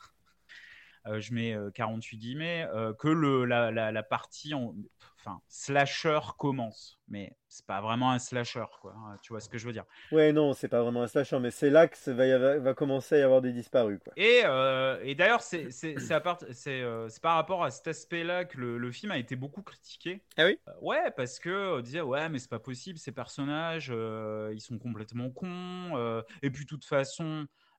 Speaker 2: euh, je mets euh, quarante-huit guillemets, euh, que le, la, la- la partie, en- enfin, slasher commence. Mais c'est pas vraiment un slasher, quoi. Hein, tu vois ce que je veux dire.
Speaker 1: Ouais, non, c'est pas vraiment un slasher, mais c'est là que ça va, y avoir- va commencer à y avoir des disparus, quoi.
Speaker 2: Et, euh, et d'ailleurs, c'est c'est- c'est à part- c'est, euh, c'est par rapport à cet aspect-là que le, le film a été beaucoup critiqué.
Speaker 1: Ah oui?
Speaker 2: Euh, ouais, parce que on disait ouais, mais c'est pas possible, ces personnages, euh, ils sont complètement cons. euh, et puis, de toute façon,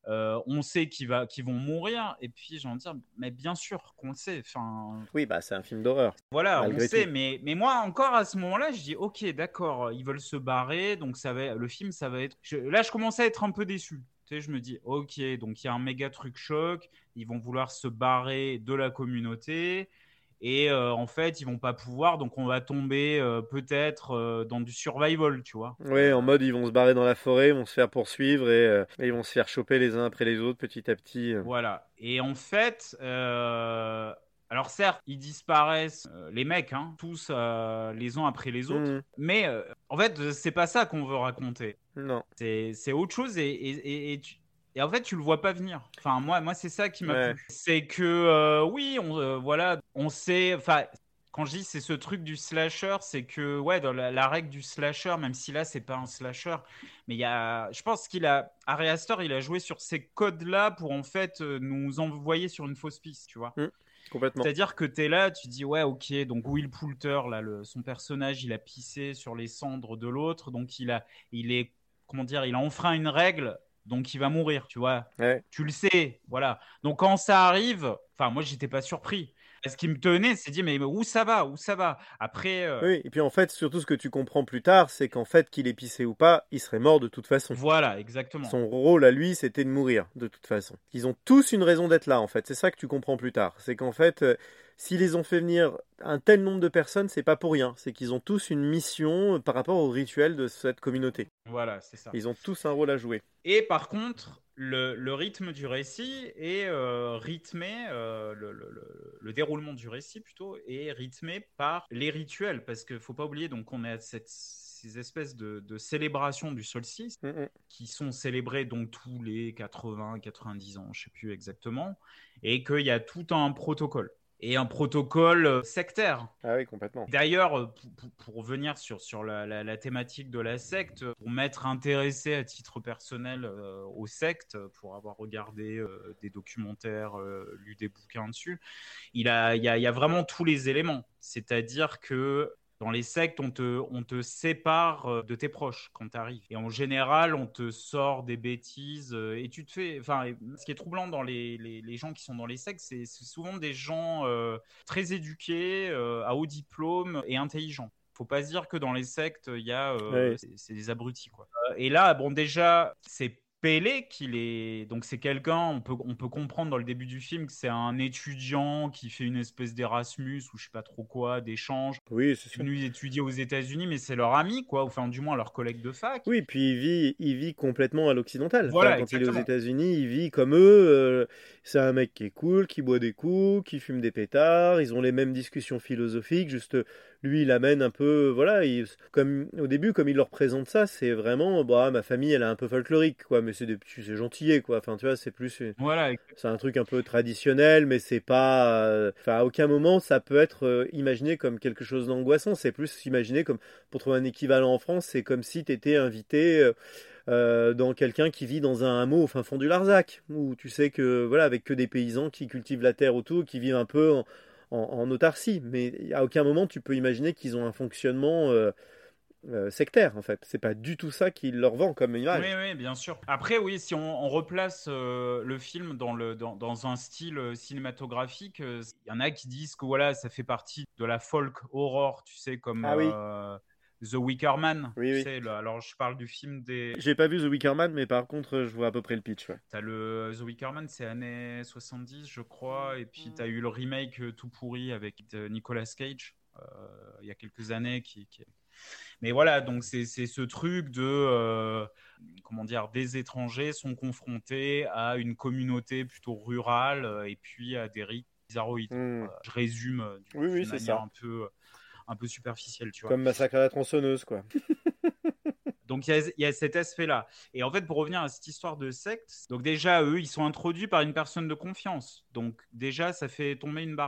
Speaker 2: Euh, on sait qu'ils, va, qu'ils vont mourir, et puis j'ai envie de dire, mais bien sûr qu'on le sait. Enfin,
Speaker 1: oui, bah c'est un film d'horreur.
Speaker 2: Voilà, on sait,
Speaker 1: tout.
Speaker 2: mais, mais moi encore à ce moment-là, je dis, ok, d'accord, ils veulent se barrer, donc ça va, le film, ça va être. Je, là, je commence à être un peu déçu. Tu sais, je me dis, ok, donc il y a un méga truc choc, ils vont vouloir se barrer de la communauté. Et euh, en fait, ils vont pas pouvoir, donc on va tomber euh, peut-être euh, dans du survival, tu vois.
Speaker 1: Ouais, en mode ils vont se barrer dans la forêt, ils vont se faire poursuivre et, euh, et ils vont se faire choper les uns après les autres petit à petit.
Speaker 2: Voilà. Et en fait, euh... alors certes, ils disparaissent, euh, les mecs, hein, tous euh, les uns après les autres,
Speaker 1: Mmh.
Speaker 2: mais euh, en fait, c'est pas ça qu'on veut raconter.
Speaker 1: Non.
Speaker 2: C'est, c'est autre chose et, et, et, et tu... Et en fait, tu le vois pas venir. Enfin, moi, moi c'est ça qui m'a
Speaker 1: Ouais.
Speaker 2: plu. C'est que, euh, oui, on, euh, voilà, on sait. Enfin, quand je dis c'est ce truc du slasher, c'est que, ouais, dans la, la règle du slasher, même si là, c'est pas un slasher, mais il y a. Je pense qu'il a. Ari Aster, il a joué sur ces codes-là pour, en fait, euh, nous envoyer sur une fausse piste, tu vois.
Speaker 1: Mmh. Complètement.
Speaker 2: C'est-à-dire que tu es là, tu dis, ouais, ok, donc Will Poulter, là, le, son personnage, il a pissé sur les cendres de l'autre, donc il a. Il est. Comment dire, il a enfreint une règle. Donc il va mourir, tu vois.
Speaker 1: Ouais.
Speaker 2: Tu le sais, voilà. Donc quand ça arrive, enfin moi j'étais pas surpris. Ce qui me tenait, c'est de dire mais où ça va, où ça va. Après. Euh...
Speaker 1: Oui, et puis en fait, surtout ce que tu comprends plus tard, c'est qu'en fait, qu'il ait pissé ou pas, il serait mort de toute façon.
Speaker 2: Voilà, exactement.
Speaker 1: Son rôle à lui, c'était de mourir de toute façon. Ils ont tous une raison d'être là, en fait. C'est ça que tu comprends plus tard. C'est qu'en fait, euh, s'ils les ont fait venir un tel nombre de personnes, c'est pas pour rien. C'est qu'ils ont tous une mission par rapport au rituel de cette communauté.
Speaker 2: Voilà, c'est ça.
Speaker 1: Ils ont tous un rôle à jouer.
Speaker 2: Et par contre, le, le rythme du récit est euh, rythmé, euh, le, le, le, le déroulement du récit plutôt est rythmé par les rituels, parce qu'il faut pas oublier, donc on a cette, ces espèces de, de célébrations du solstice
Speaker 1: Mm-mm.
Speaker 2: qui sont célébrées donc tous les quatre-vingts, quatre-vingt-dix ans, je sais plus exactement, et qu'il y a tout un protocole. Et un protocole sectaire.
Speaker 1: Ah oui, complètement.
Speaker 2: D'ailleurs, pour, pour revenir sur, sur la, la, la thématique de la secte, pour m'être intéressé à titre personnel euh, aux sectes, pour avoir regardé euh, des documentaires, euh, lu des bouquins dessus, il y a, il y a, il y a vraiment tous les éléments. C'est-à-dire que dans les sectes, on te, on te sépare de tes proches quand tu arrives. Et en général, on te sort des bêtises et tu te fais... Enfin, ce qui est troublant dans les, les, les gens qui sont dans les sectes, c'est, c'est souvent des gens euh, très éduqués, euh, à haut diplôme et intelligents. Faut pas se dire que dans les sectes, il y a... Euh,
Speaker 1: Oui.
Speaker 2: c'est, c'est des abrutis, quoi. Et là, bon, déjà, c'est... Pélé, qu'il est donc c'est quelqu'un, on peut on peut comprendre dans le début du film que c'est un étudiant qui fait une espèce d'Erasmus ou je sais pas trop quoi, d'échange.
Speaker 1: Oui, c'est sûr.
Speaker 2: Venu étudier aux États-Unis, mais c'est leur ami quoi, enfin du moins leur collègue de fac.
Speaker 1: Oui, puis il vit, il vit complètement à l'occidental.
Speaker 2: Voilà,
Speaker 1: enfin, quand
Speaker 2: exactement.
Speaker 1: il est aux États-Unis, il vit comme eux. Euh, c'est un mec qui est cool, qui boit des coups, qui fume des pétards. Ils ont les mêmes discussions philosophiques. Juste, lui, il amène un peu, voilà, il, comme au début, comme il leur présente ça, c'est vraiment, bah, ma famille, elle est un peu folklorique, quoi. Mais c'est des petits, c'est gentillet, quoi. Enfin, tu vois, c'est plus,
Speaker 2: voilà,
Speaker 1: c'est un truc un peu traditionnel, mais c'est pas, euh, enfin, à aucun moment ça peut être euh, imaginé comme quelque chose d'angoissant. C'est plus imaginé comme, pour trouver un équivalent en France, c'est comme si tu étais invité euh, euh, dans quelqu'un qui vit dans un hameau au fin fond du Larzac, où tu sais que, voilà, avec que des paysans qui cultivent la terre autour, qui vivent un peu en, en, en autarcie. Mais à aucun moment tu peux imaginer qu'ils ont un fonctionnement euh, Euh, sectaire en fait, c'est pas du tout ça qu'il leur vend comme image.
Speaker 2: Oui, oui, bien sûr. Après, oui, si on, on replace euh, le film dans, le, dans, dans un style euh, cinématographique, il euh, y en a qui disent que voilà, ça fait partie de la folk horror, tu sais, comme
Speaker 1: Ah oui.
Speaker 2: euh, The Wicker Man.
Speaker 1: Oui,
Speaker 2: tu
Speaker 1: oui.
Speaker 2: sais, le, alors, je parle du film des.
Speaker 1: J'ai pas vu The Wicker Man, mais par contre, je vois à peu près le pitch. Ouais.
Speaker 2: T'as le The Wicker Man, c'est années soixante-dix, je crois, et puis t'as eu le remake euh, tout pourri avec euh, Nicolas Cage euh, il y a quelques années qui. qui... Mais voilà, donc c'est, c'est ce truc de, euh, comment dire, des étrangers sont confrontés à une communauté plutôt rurale euh, et puis à des rites bizarroïdes.
Speaker 1: Mmh.
Speaker 2: Voilà, je résume euh, d'une,
Speaker 1: Oui, oui,
Speaker 2: d'une
Speaker 1: c'est
Speaker 2: manière
Speaker 1: ça.
Speaker 2: un peu, un peu superficielle, tu vois.
Speaker 1: Comme Massacre à la tronçonneuse, quoi.
Speaker 2: Donc il y, y a cet aspect-là. Et en fait, pour revenir à cette histoire de secte, donc déjà, eux, ils sont introduits par une personne de confiance. Donc déjà, ça fait tomber une barrière.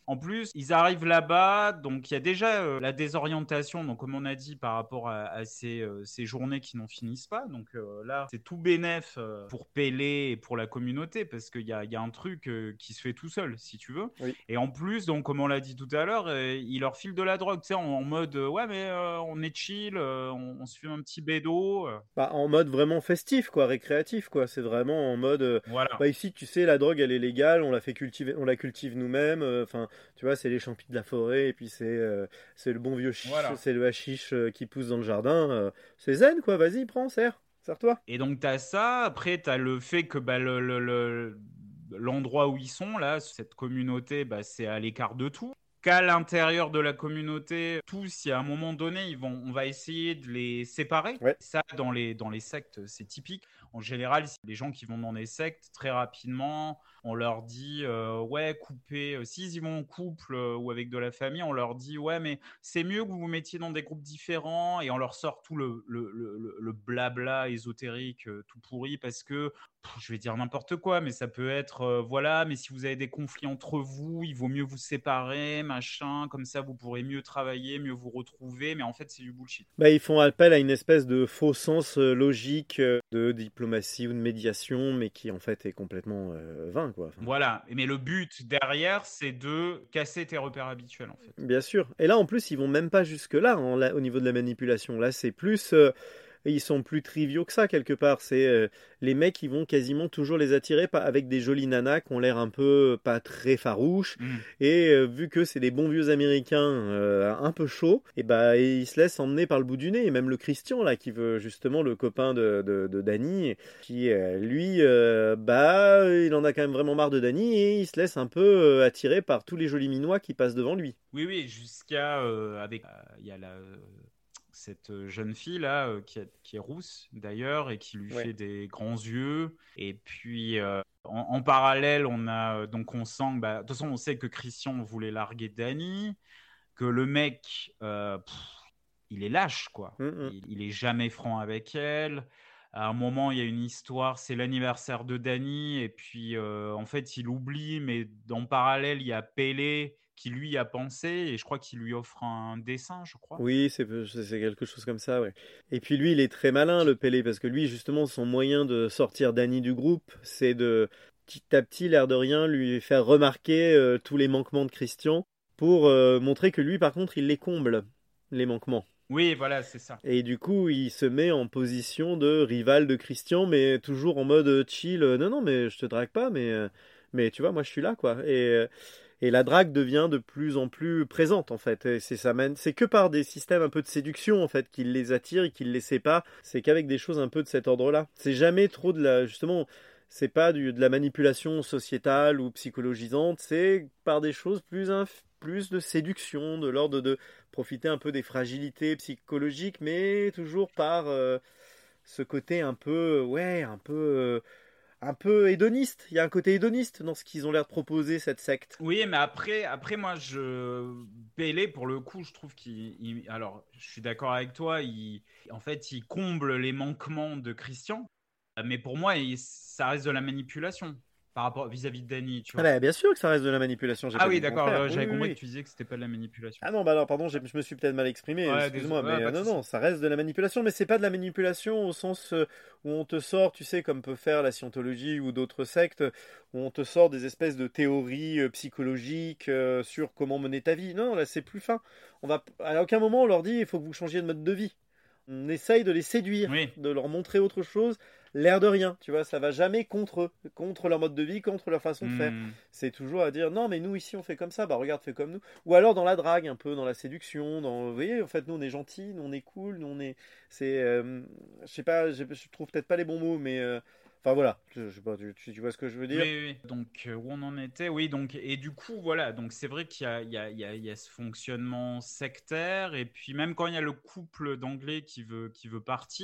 Speaker 2: En plus, ils arrivent là-bas, donc il y a déjà euh, la désorientation, donc comme on a dit, par rapport à, à ces, euh, ces journées qui n'en finissent pas. Donc euh, là, c'est tout bénef euh, pour Pélé et pour la communauté, parce qu'il y a, il y a un truc euh, qui se fait tout seul, si tu veux.
Speaker 1: Oui.
Speaker 2: Et en plus, donc comme on l'a dit tout à l'heure, euh, il leur file de la drogue, tu sais, en, en mode euh, ouais, mais euh, on est chill, euh, on, on se fume un petit bédo. euh.
Speaker 1: Bah, en mode vraiment festif, quoi, récréatif, quoi. C'est vraiment en mode. euh,
Speaker 2: Voilà.
Speaker 1: Bah, ici, tu sais, la drogue, elle est légale, on la fait cultiver, on la cultive nous-mêmes. euh, Enfin, tu vois, c'est les champis de la forêt, et puis c'est euh, c'est le bon vieux chi-
Speaker 2: Voilà.
Speaker 1: c'est le hashish euh, qui pousse dans le jardin. euh, c'est zen, quoi. Vas-y, prends, serre, serre-toi.
Speaker 2: Et donc, tu as ça. Après, tu as le fait que bah, le, le- le- l'endroit où ils sont, là, cette communauté, bah, c'est à l'écart de tout. Qu'à l'intérieur de la communauté, tous, si à un moment donné, ils vont, on va essayer de les séparer.
Speaker 1: Ouais.
Speaker 2: Ça, dans les, dans les sectes, c'est typique. En général, les gens qui vont dans les sectes, très rapidement, on leur dit, euh, ouais, coupez. euh, S'ils y vont en couple euh, ou avec de la famille, on leur dit, ouais, mais c'est mieux que vous vous mettiez dans des groupes différents, et on leur sort tout le, le, le, le blabla ésotérique euh, tout pourri, parce que, pff, je vais dire n'importe quoi, mais ça peut être, euh, voilà, mais si vous avez des conflits entre vous, il vaut mieux vous séparer, machin, comme ça vous pourrez mieux travailler, mieux vous retrouver, mais en fait c'est du bullshit.
Speaker 1: Bah, ils font appel à une espèce de faux sens euh, logique euh, de diplomatie ou de médiation, mais qui en fait est complètement euh, vain, quoi. Enfin,
Speaker 2: Voilà, mais le but derrière, c'est de casser tes repères habituels, en fait.
Speaker 1: bien sûr. Et là, en plus, ils vont même pas jusque-là en la- au niveau de la manipulation. Là, c'est plus. euh, ils sont plus triviaux que ça, quelque part. C'est euh, les mecs, ils vont quasiment toujours les attirer pa- avec des jolies nanas qui ont l'air un peu pas très farouches.
Speaker 2: Mm.
Speaker 1: Et euh, vu que c'est des bons vieux américains euh, un peu chauds, et bah, ils se laissent emmener par le bout du nez. Et même le Christian, là, qui veut justement le copain de, de, de Danny, qui, euh, lui, euh, bah, il en a quand même vraiment marre de Danny et il se laisse un peu euh, attirer par tous les jolis minois qui passent devant lui.
Speaker 2: Oui, oui, jusqu'à euh, avec, euh, il y a la, euh, cette jeune fille là euh, qui, a- qui est rousse d'ailleurs et qui lui
Speaker 1: Ouais.
Speaker 2: fait des grands yeux. Et puis euh, en, en parallèle, on a euh, donc on sent, que, bah, de toute façon, on sait que Christian voulait larguer Danny, que le mec, euh, pff, il est lâche quoi.
Speaker 1: Mm, mm.
Speaker 2: Il, il est jamais franc avec elle. À un moment, il y a une histoire, c'est l'anniversaire de Danny, et puis euh, en fait, il oublie, mais en parallèle, il y a Pélé qui lui a pensé, et je crois qu'il lui offre un dessin, je crois.
Speaker 1: Oui, c'est c'est quelque chose comme ça, ouais. Et puis lui, il est très malin, le Pélé, parce que lui, justement, son moyen de sortir Danny du groupe, c'est de petit à petit, l'air de rien, lui faire remarquer euh, tous les manquements de Christian pour euh, montrer que lui, par contre, il les comble, les manquements.
Speaker 2: Oui, voilà, c'est ça.
Speaker 1: Et du coup, il se met en position de rival de Christian, mais toujours en mode chill. euh, Non, non, mais je te drague pas, mais, euh, mais tu vois, moi, je suis là, quoi. Et, euh, et la drague devient de plus en plus présente, en fait. Et c'est ça mène, c'est que par des systèmes un peu de séduction, en fait, qu'il les attire et qu'il les sépare. C'est qu'avec des choses un peu de cet ordre-là. C'est jamais trop de la, justement, c'est pas du, de la manipulation sociétale ou psychologisante. C'est par des choses plus inf- plus de séduction, de l'ordre de profiter un peu des fragilités psychologiques, mais toujours par euh, ce côté un peu, ouais, un peu, euh, un peu hédoniste. Il y a un côté hédoniste dans ce qu'ils ont l'air de proposer, cette secte.
Speaker 2: Oui, mais après, après moi, je Pélé, pour le coup, je trouve qu'il, il- alors, je suis d'accord avec toi. Il, en fait, il comble les manquements de Christian, mais pour moi, il- ça reste de la manipulation par rapport vis-à-vis de Danny, tu
Speaker 1: Ah
Speaker 2: vois.
Speaker 1: bah, bien sûr que ça reste de la manipulation. J'ai
Speaker 2: Ah
Speaker 1: pas
Speaker 2: oui,
Speaker 1: dit le
Speaker 2: d'accord.
Speaker 1: contraire.
Speaker 2: euh, J'avais
Speaker 1: Oui, oui,
Speaker 2: compris
Speaker 1: oui.
Speaker 2: que tu disais que c'était pas de la manipulation.
Speaker 1: Ah non, bah non, pardon, j'ai- je me suis peut-être mal exprimé,
Speaker 2: Ouais,
Speaker 1: excuse-moi,
Speaker 2: désolé.
Speaker 1: mais
Speaker 2: Ouais,
Speaker 1: euh,
Speaker 2: pas de
Speaker 1: non, non,
Speaker 2: souci.
Speaker 1: ça reste de la manipulation, mais c'est pas de la manipulation au sens euh, où on te sort, tu sais, comme peut faire la scientologie ou d'autres sectes, où on te sort des espèces de théories euh, psychologiques euh, sur comment mener ta vie. Non, là, c'est plus fin. On va, à aucun moment on leur dit, il faut que vous changiez de mode de vie. On essaye de les séduire,
Speaker 2: Oui.
Speaker 1: de leur montrer autre chose, l'air de rien, tu vois, ça va jamais contre eux, contre leur mode de vie, contre leur façon de faire.
Speaker 2: Hmm.
Speaker 1: C'est toujours à dire non mais nous ici on fait comme ça, bah regarde fais comme nous. Ou alors dans la drague un peu, dans la séduction, dans vous voyez en fait nous on est gentils, nous on est cool, nous on est c'est euh, je sais pas, je, je trouve peut-être pas les bons mots mais euh, enfin voilà, je, je sais pas, tu, tu- tu vois ce que je veux dire.
Speaker 2: Oui, oui. Donc, euh, où on en était? Oui, donc, et du coup, voilà. Donc, c'est vrai qu'il y a, il y a, il y a, il y a ce fonctionnement sectaire. Et puis, même quand il y a le couple d'anglais qui veut, qui veut partir,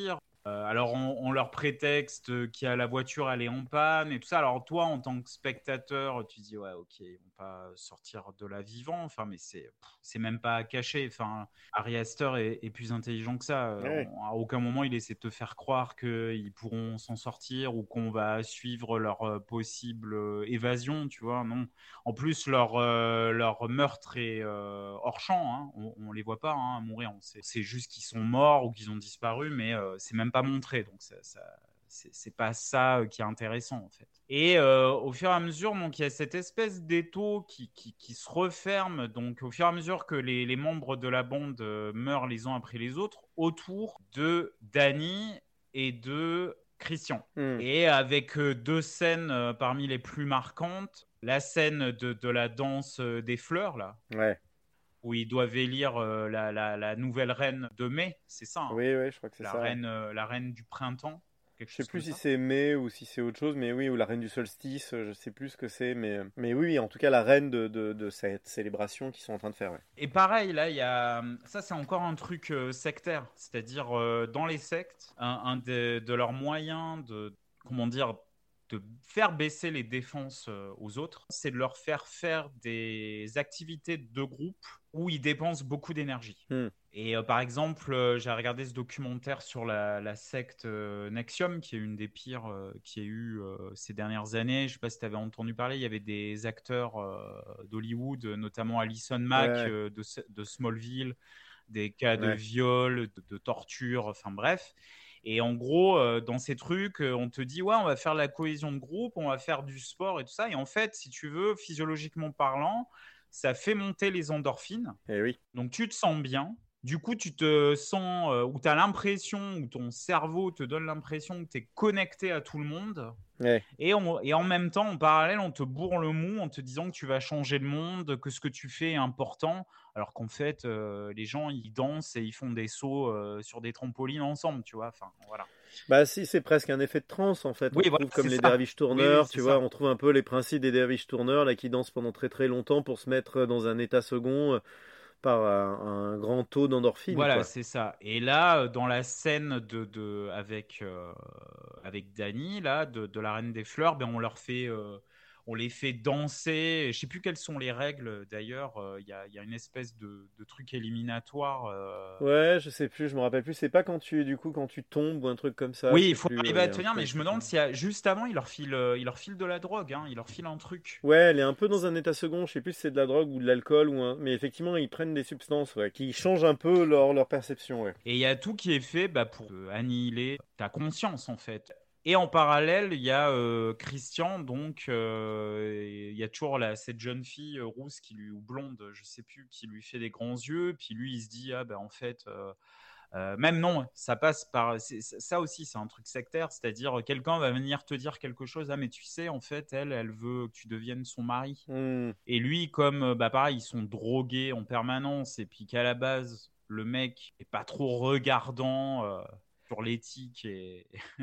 Speaker 2: Euh, alors, on, on leur prétexte qu'il y a la voiture, elle est en panne et tout ça. Alors, toi, en tant que spectateur, tu dis, ouais, ok, ils vont pas sortir de là vivant. Enfin, mais c'est, pff, c'est même pas caché. Enfin, Ari Aster est, est plus intelligent que ça.
Speaker 1: Ouais.
Speaker 2: On- à aucun moment, il essaie de te faire croire qu'ils pourront s'en sortir ou qu'on va suivre leur euh, possible euh, évasion, tu vois. Non. En plus, leur, euh, leur meurtre est euh, hors champ. Hein. On, on les voit pas hein, mourir. On sait- C'est juste qu'ils sont morts ou qu'ils ont disparu, mais euh, c'est même pas montré. Donc, ça, ça, c'est, c'est pas ça euh, qui est intéressant, en fait. Et euh, au fur et à mesure, donc, il y a cette espèce d'étau qui, qui, qui se referme. Donc, au fur et à mesure que les, les membres de la bande euh, meurent les uns après les autres, autour de Danny et de Christian.
Speaker 1: Hmm.
Speaker 2: Et avec euh, deux scènes euh, parmi les plus marquantes, la scène de, de la danse euh, des fleurs, là,
Speaker 1: Ouais.
Speaker 2: où ils doivent élire euh, la, la, la nouvelle reine de mai, c'est ça, hein
Speaker 1: Oui, oui, je crois que c'est
Speaker 2: la,
Speaker 1: ça.
Speaker 2: reine, euh, la reine du printemps, quelque
Speaker 1: Je sais
Speaker 2: chose
Speaker 1: plus
Speaker 2: comme
Speaker 1: si
Speaker 2: ça.
Speaker 1: c'est mai ou si c'est autre chose, mais oui, ou la reine du solstice, euh, je sais plus ce que c'est, mais, mais oui, en tout cas, la reine de, de, de cette célébration qu'ils sont en train de faire. Ouais.
Speaker 2: Et pareil, là, il y a ça, c'est encore un truc euh, sectaire, c'est-à-dire euh, dans les sectes, un, un des- de leurs moyens de, comment dire, de faire baisser les défenses euh, aux autres, c'est de leur faire faire des activités de groupe où ils dépensent beaucoup d'énergie.
Speaker 1: Hmm.
Speaker 2: Et euh, par exemple, euh, j'ai regardé ce documentaire sur la, la secte euh, Nexium, qui est une des pires euh, qu'il y ait eu euh, ces dernières années. Je ne sais pas si tu avais entendu parler, il y avait des acteurs euh, d'Hollywood, notamment Alison Mack
Speaker 1: Ouais, ouais.
Speaker 2: euh, de, de Smallville, des cas de
Speaker 1: Ouais.
Speaker 2: viol, de, de torture, enfin bref. Et en gros, euh, dans ces trucs, euh, on te dit, ouais, on va faire la cohésion de groupe, on va faire du sport et tout ça. Et en fait, si tu veux, physiologiquement parlant, ça fait monter les endorphines.
Speaker 1: Eh oui.
Speaker 2: Donc tu te sens bien. Du coup, tu te sens, euh, ou tu as l'impression, ou ton cerveau te donne l'impression que tu es connecté à tout le monde.
Speaker 1: Ouais.
Speaker 2: Et, on- et en même temps, en parallèle, on te bourre le mou en te disant que tu vas changer le monde, que ce que tu fais est important, alors qu'en fait, euh, les gens, ils dansent et ils font des sauts euh, sur des trampolines ensemble, tu vois. Enfin, voilà.
Speaker 1: Bah si, c'est presque un effet de transe en fait. On
Speaker 2: Oui, voilà,
Speaker 1: trouve comme
Speaker 2: c'est
Speaker 1: les
Speaker 2: ça.
Speaker 1: derviches
Speaker 2: Oui, oui,
Speaker 1: tourneurs,
Speaker 2: c'est
Speaker 1: tu
Speaker 2: ça.
Speaker 1: vois, on trouve un peu les principes des derviches tourneurs là qui dansent pendant très très longtemps pour se mettre dans un état second euh, par un, un grand taux d'endorphine
Speaker 2: Voilà,
Speaker 1: quoi.
Speaker 2: c'est ça. Et là, euh, dans la scène de, de avec euh, avec Dany, là, de, de la Reine des Fleurs, ben on leur fait, euh, on les fait danser. Je sais plus quelles sont les règles d'ailleurs. Euh, Il y a, il y a une espèce de, de truc éliminatoire. euh.
Speaker 1: Ouais, je sais plus, je me rappelle plus. C'est pas quand tu du coup quand tu tombes ou un truc comme ça, je
Speaker 2: Oui,
Speaker 1: sais
Speaker 2: il faut
Speaker 1: plus.
Speaker 2: arriver
Speaker 1: Ouais,
Speaker 2: à
Speaker 1: y a un
Speaker 2: tenir, mais
Speaker 1: truc.
Speaker 2: je me demande s'il y a juste avant, il leur file, euh, il leur file de la drogue, hein, il leur file un truc.
Speaker 1: Ouais, elle est un peu dans un état second. Je sais plus si c'est de la drogue ou de l'alcool ou un. Mais effectivement, ils prennent des substances ouais, qui changent un peu leur leur perception. Ouais.
Speaker 2: Et il y a tout qui est fait bah, pour euh, annihiler ta conscience, en fait. Et en parallèle, il y a euh, Christian, donc euh, il y a toujours là, cette jeune fille euh, rousse qui lui, ou blonde, je sais plus, qui lui fait des grands yeux. Puis lui, il se dit, ah ben en fait, euh, euh, même non, ça passe par. c'est- c'est- ça aussi, c'est un truc sectaire, c'est-à-dire quelqu'un va venir te dire quelque chose, ah mais tu sais, en fait, elle, elle veut que tu deviennes son mari.
Speaker 1: Hmm.
Speaker 2: Et lui, comme euh, bah pareil, ils sont drogués en permanence et puis qu'à la base, le mec est pas trop regardant euh, sur l'éthique et,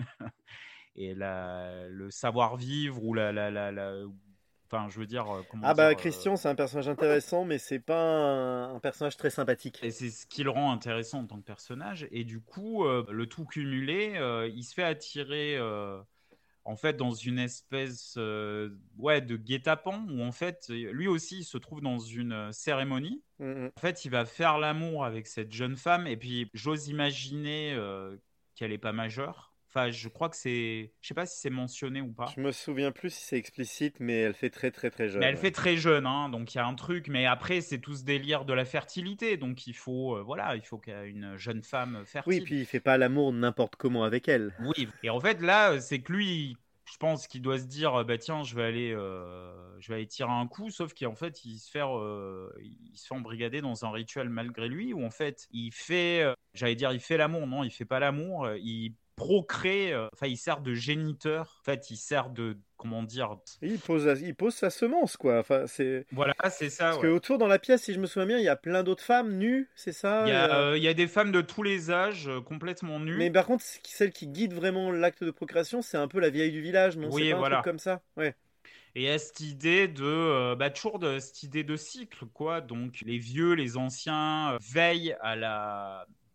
Speaker 2: et la, le savoir-vivre ou la, la, la, la- enfin, je veux dire, euh, comment
Speaker 1: Ah bah
Speaker 2: dire, euh,
Speaker 1: Christian, c'est un personnage intéressant, mais c'est pas un, un personnage très sympathique.
Speaker 2: et c'est ce qui le rend intéressant en tant que personnage. Et du coup, euh, le tout cumulé, euh, il se fait attirer. euh, en fait dans une espèce euh, ouais, de guet-apens où en fait lui aussi il se trouve dans une euh, cérémonie.
Speaker 1: Hmm, hmm.
Speaker 2: En fait, il va faire l'amour avec cette jeune femme et puis j'ose imaginer euh, qu'elle est pas majeure. Enfin, je crois que c'est, je sais pas si c'est mentionné ou pas.
Speaker 1: Je me souviens plus si c'est explicite, mais elle fait très très très
Speaker 2: Mais
Speaker 1: jeune.
Speaker 2: elle
Speaker 1: Ouais.
Speaker 2: fait très jeune, hein, donc il y a un truc. Mais après, c'est tout ce délire de la fertilité, donc il faut, euh, voilà, il faut qu'il y ait une jeune femme
Speaker 1: Oui,
Speaker 2: fertile.
Speaker 1: puis il fait pas l'amour n'importe comment avec elle.
Speaker 2: Oui, et en fait là, c'est que lui, je pense qu'il doit se dire, bah tiens, je vais aller, euh, je vais aller tirer un coup, sauf qu'en fait, il se fait, euh, il se fait embrigader dans un rituel malgré lui, où en fait, il fait, euh, j'allais dire, il fait l'amour, non, il fait pas l'amour, euh, il procrée, euh, enfin, il sert de géniteur, en fait, il sert de, comment dire,
Speaker 1: Et il pose, il pose sa semence, quoi. Enfin, c'est...
Speaker 2: voilà, c'est ça,
Speaker 1: Parce que
Speaker 2: ouais.
Speaker 1: autour dans la pièce, si je me souviens bien, il y a plein d'autres femmes nues, c'est ça?
Speaker 2: Il y
Speaker 1: Il y
Speaker 2: a,
Speaker 1: a-
Speaker 2: euh, il y a des femmes de tous les âges, euh, complètement nues.
Speaker 1: Mais par contre, celle qui guide vraiment l'acte de procréation, c'est un peu la vieille du village, non? C'est
Speaker 2: Oui,
Speaker 1: pas un truc
Speaker 2: voilà.
Speaker 1: comme ça? Ouais.
Speaker 2: Et il y a cette idée de, euh, bah, toujours de cette idée de cycle, quoi. Donc, les vieux, les anciens euh, veillent à la,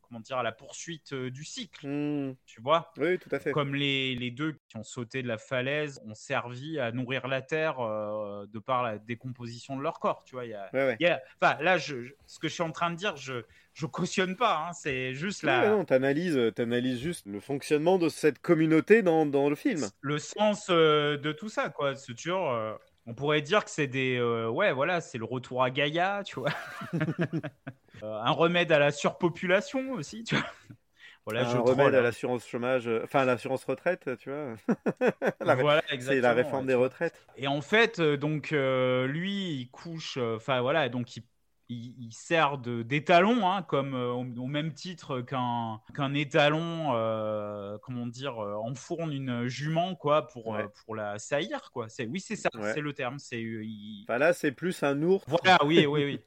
Speaker 2: comment dire, à la poursuite euh, du cycle,
Speaker 1: Mmh.
Speaker 2: tu vois.
Speaker 1: Oui, tout à fait.
Speaker 2: Comme les, les deux qui ont sauté de la falaise ont servi à nourrir la terre euh, de par la décomposition de leur corps, tu vois. Il y a,
Speaker 1: Ouais, ouais.
Speaker 2: il y a- enfin, là, je, je- ce que je suis en train de dire, je je cautionne pas, hein, c'est juste
Speaker 1: Ouais,
Speaker 2: la,
Speaker 1: non, t'analyses, euh, t'analyses juste le fonctionnement de cette communauté dans, dans le film.
Speaker 2: le sens euh, de tout ça, quoi. C'est toujours, euh, on pourrait dire que c'est des, euh, ouais, voilà, c'est le retour à Gaïa, tu vois. Euh, un remède à la surpopulation aussi, tu vois. Voilà, je
Speaker 1: Un remède
Speaker 2: troll,
Speaker 1: à
Speaker 2: hein.
Speaker 1: l'assurance chômage, euh, enfin l'assurance retraite, tu vois. La ré-
Speaker 2: Voilà,
Speaker 1: C'est
Speaker 2: exactement.
Speaker 1: la réforme
Speaker 2: ouais,
Speaker 1: des
Speaker 2: tu vois.
Speaker 1: retraites.
Speaker 2: Et en fait, euh, donc euh, lui, il couche, euh, enfin voilà, donc il, il, il sert de d'étalon, hein, comme euh, au, au même titre qu'un qu'un étalon, euh, comment dire, euh, enfourne une jument, quoi, pour euh,
Speaker 1: Ouais,
Speaker 2: pour la saillir, quoi. C'est, oui, c'est ça,
Speaker 1: ouais.
Speaker 2: c'est le terme. C'est, euh, il-
Speaker 1: Enfin là, c'est plus un ours.
Speaker 2: Voilà, oui, oui, oui.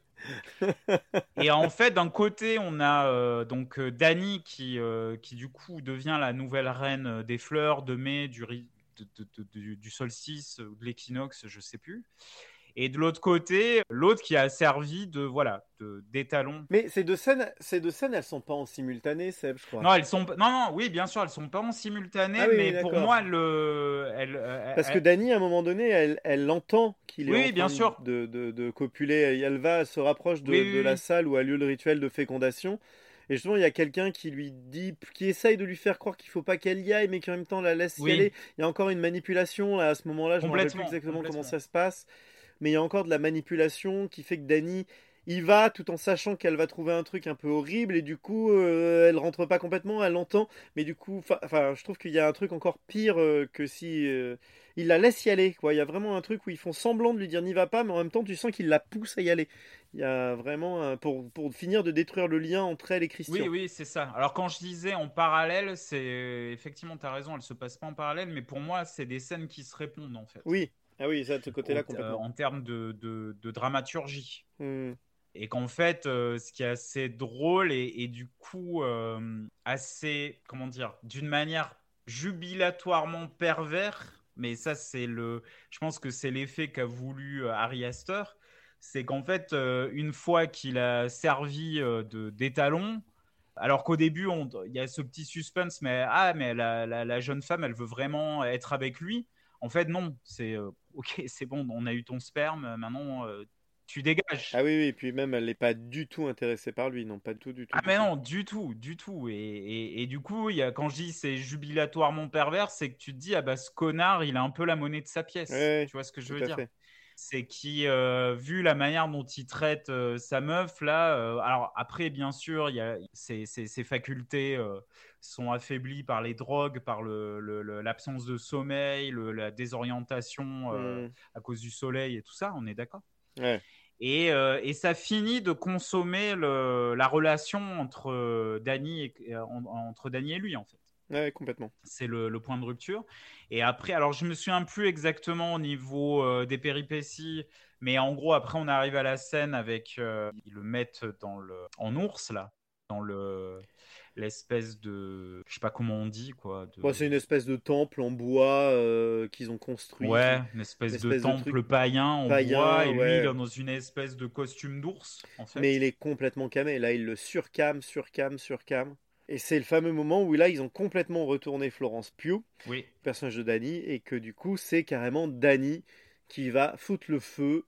Speaker 2: Et en fait, d'un côté, on a euh, donc euh, Dany qui, euh, qui du coup devient la nouvelle reine euh, des fleurs, de mai, du, ri- de- de- de- du, du solstice ou de l'équinoxe, je sais plus. Et de l'autre côté, l'autre qui a servi de voilà de, d'étalon.
Speaker 1: Mais ces deux scènes, ces deux scènes, elles sont pas en simultané, Seb, je crois.
Speaker 2: Non, elles sont non, non, oui, bien sûr, elles sont pas en
Speaker 1: Ah
Speaker 2: simultané,
Speaker 1: oui, oui,
Speaker 2: mais pour
Speaker 1: d'accord.
Speaker 2: moi, le, elle, euh,
Speaker 1: Parce que
Speaker 2: elle-
Speaker 1: Dany, à un moment donné, elle, elle entend qu'il est
Speaker 2: oui,
Speaker 1: en
Speaker 2: oui, bien
Speaker 1: train
Speaker 2: sûr,
Speaker 1: de, de, de copuler. Et elle va, elle se rapproche
Speaker 2: oui,
Speaker 1: de,
Speaker 2: oui,
Speaker 1: de la
Speaker 2: oui,
Speaker 1: salle où a lieu le rituel de fécondation. Et justement, il y a quelqu'un qui lui dit, qui essaye de lui faire croire qu'il faut pas qu'elle y aille, mais qui en même temps la laisse y
Speaker 2: oui,
Speaker 1: aller. Il y a encore une manipulation là, à ce moment-là. Je me rappelle plus
Speaker 2: complètement,
Speaker 1: exactement comment
Speaker 2: complètement.
Speaker 1: ça se passe, mais il y a encore de la manipulation qui fait que Dany y va tout en sachant qu'elle va trouver un truc un peu horrible et du coup, euh, elle rentre pas complètement, elle l'entend, mais du coup, enfin, je trouve qu'il y a un truc encore pire euh, que si euh, il la laisse y aller, quoi. Il y a vraiment un truc où ils font semblant de lui dire n'y va pas, mais en même temps, tu sens qu'il la pousse à y aller. Il y a vraiment un- pour pour finir de détruire le lien entre elle et
Speaker 2: Oui,
Speaker 1: Christian.
Speaker 2: oui, c'est ça. Alors quand je disais en parallèle, c'est effectivement, tu as raison, elles se passent pas en parallèle, mais pour moi, c'est des scènes qui se répondent en fait,
Speaker 1: Oui, ah oui, ça de ce
Speaker 2: au-
Speaker 1: côté-là
Speaker 2: euh,
Speaker 1: complètement.
Speaker 2: en termes de, de, de dramaturgie.
Speaker 1: Hmm.
Speaker 2: Et qu'en fait, euh, ce qui est assez drôle et, et du coup euh, assez, comment dire, d'une manière jubilatoirement pervers, mais ça c'est le, je pense que c'est l'effet qu'a voulu euh, Ari Aster, c'est qu'en fait, euh, une fois qu'il a servi euh, de d'étalon, alors qu'au début, on- il y a ce petit suspense, mais ah, mais la, la- la jeune femme, elle veut vraiment être avec lui. En fait, non, c'est euh, ok, c'est bon, on a eu ton sperme, maintenant euh, tu dégages.
Speaker 1: Ah oui, oui, et puis même elle n'est pas du tout intéressée par lui, non, pas du tout, du tout,
Speaker 2: Ah
Speaker 1: du
Speaker 2: mais
Speaker 1: tout.
Speaker 2: non, du tout, du tout. Et, et- et du coup, il y a, quand je dis c'est jubilatoirement pervers, c'est que tu te dis, ah bah ce connard, il a un peu la monnaie de sa
Speaker 1: Ouais,
Speaker 2: pièce.
Speaker 1: ouais,
Speaker 2: Tu vois ce que je
Speaker 1: tout
Speaker 2: veux
Speaker 1: à
Speaker 2: dire?
Speaker 1: fait.
Speaker 2: C'est qui, euh, vu la manière dont il traite euh, sa meuf, là, euh, alors après, bien sûr, il y a, ses, ses- ses facultés euh, sont affaiblies par les drogues, par le, le- le- l'absence de sommeil, le- la désorientation euh,
Speaker 1: Hmm.
Speaker 2: à cause du soleil et tout ça, on est d'accord?
Speaker 1: Ouais.
Speaker 2: Et, euh, et ça finit de consommer le- la relation entre euh, Dany et, et, euh, en- entre Dany et lui, en fait.
Speaker 1: Ouais, complètement.
Speaker 2: C'est le, le point de rupture. Et après, alors je me souviens plus exactement au niveau euh, des péripéties, mais en gros, après, on arrive à la scène avec. Euh, ils le mettent dans le, en ours, là, dans le, l'espèce de. Je sais pas comment on dit, quoi.
Speaker 1: Bon, c'est
Speaker 2: De,
Speaker 1: une espèce de temple en bois euh, qu'ils ont construit,
Speaker 2: ouais,
Speaker 1: qui...
Speaker 2: une
Speaker 1: une
Speaker 2: espèce de
Speaker 1: espèce de truc
Speaker 2: temple païen en bois,
Speaker 1: païen,
Speaker 2: et lui, il
Speaker 1: ouais.
Speaker 2: est dans une espèce de costume d'ours, en
Speaker 1: Mais
Speaker 2: fait.
Speaker 1: il est complètement camé. Là, il le surcame, surcame, surcame. Et c'est le fameux moment où là, ils ont complètement retourné Florence Pugh,
Speaker 2: Oui,
Speaker 1: personnage de Dany, et que du coup, c'est carrément Dany qui va foutre le feu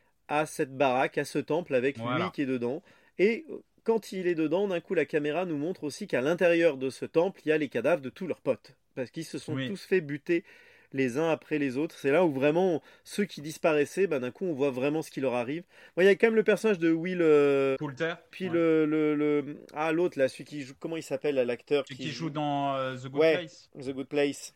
Speaker 1: à cette baraque, à ce temple, avec lui
Speaker 2: voilà.
Speaker 1: qui est dedans. Et euh, quand il est dedans, d'un coup, la caméra nous montre aussi qu'à l'intérieur de ce temple, il y a les cadavres de tous leurs potes. Parce qu'ils se sont
Speaker 2: Oui.
Speaker 1: tous fait buter les uns après les autres. C'est là où vraiment, ceux qui disparaissaient, bah, d'un coup, on voit vraiment ce qui leur arrive. Bon, il y a quand même le personnage de Will... euh,
Speaker 2: Coulter,
Speaker 1: puis
Speaker 2: ouais.
Speaker 1: le, le, le- Ah, l'autre, là, celui qui joue... Comment il s'appelle, là, l'acteur
Speaker 2: Celui
Speaker 1: qui
Speaker 2: qui joue
Speaker 1: joue...
Speaker 2: dans euh, The Good
Speaker 1: Ouais,
Speaker 2: Place.
Speaker 1: The Good Place.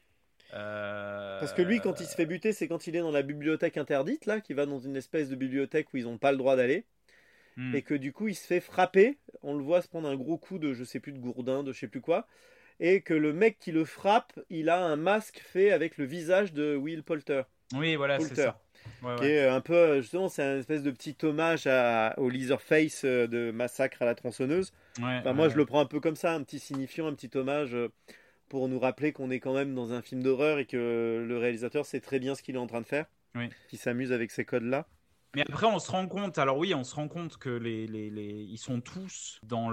Speaker 1: Parce que lui, quand il
Speaker 2: Euh,
Speaker 1: se fait buter, c'est quand il est dans la bibliothèque interdite, là, qui va dans une espèce de bibliothèque où ils n'ont pas le droit d'aller.
Speaker 2: hmm.
Speaker 1: Et que du coup, il se fait frapper. On le voit se prendre un gros coup de, je sais plus, de gourdin, de je sais plus quoi. Et que le mec qui le frappe, il a un masque fait avec le visage de Will Poulter.
Speaker 2: Oui, voilà, c'est
Speaker 1: Poulter.
Speaker 2: ça. Ouais,
Speaker 1: Qui
Speaker 2: ouais.
Speaker 1: est un peu, justement, c'est un espèce de petit hommage à, au Leatherface euh, de Massacre à la tronçonneuse.
Speaker 2: Ouais,
Speaker 1: Enfin,
Speaker 2: ouais,
Speaker 1: moi, je
Speaker 2: ouais.
Speaker 1: le prends un peu comme ça, un petit signifiant, un petit hommage euh, pour nous rappeler qu'on est quand même dans un film d'horreur et que le réalisateur sait très bien ce qu'il est en train de faire,
Speaker 2: Oui.
Speaker 1: qu'il s'amuse avec ces codes-là.
Speaker 2: Mais après, on se rend compte. Alors oui, on se rend compte que les, les, les... ils sont tous dans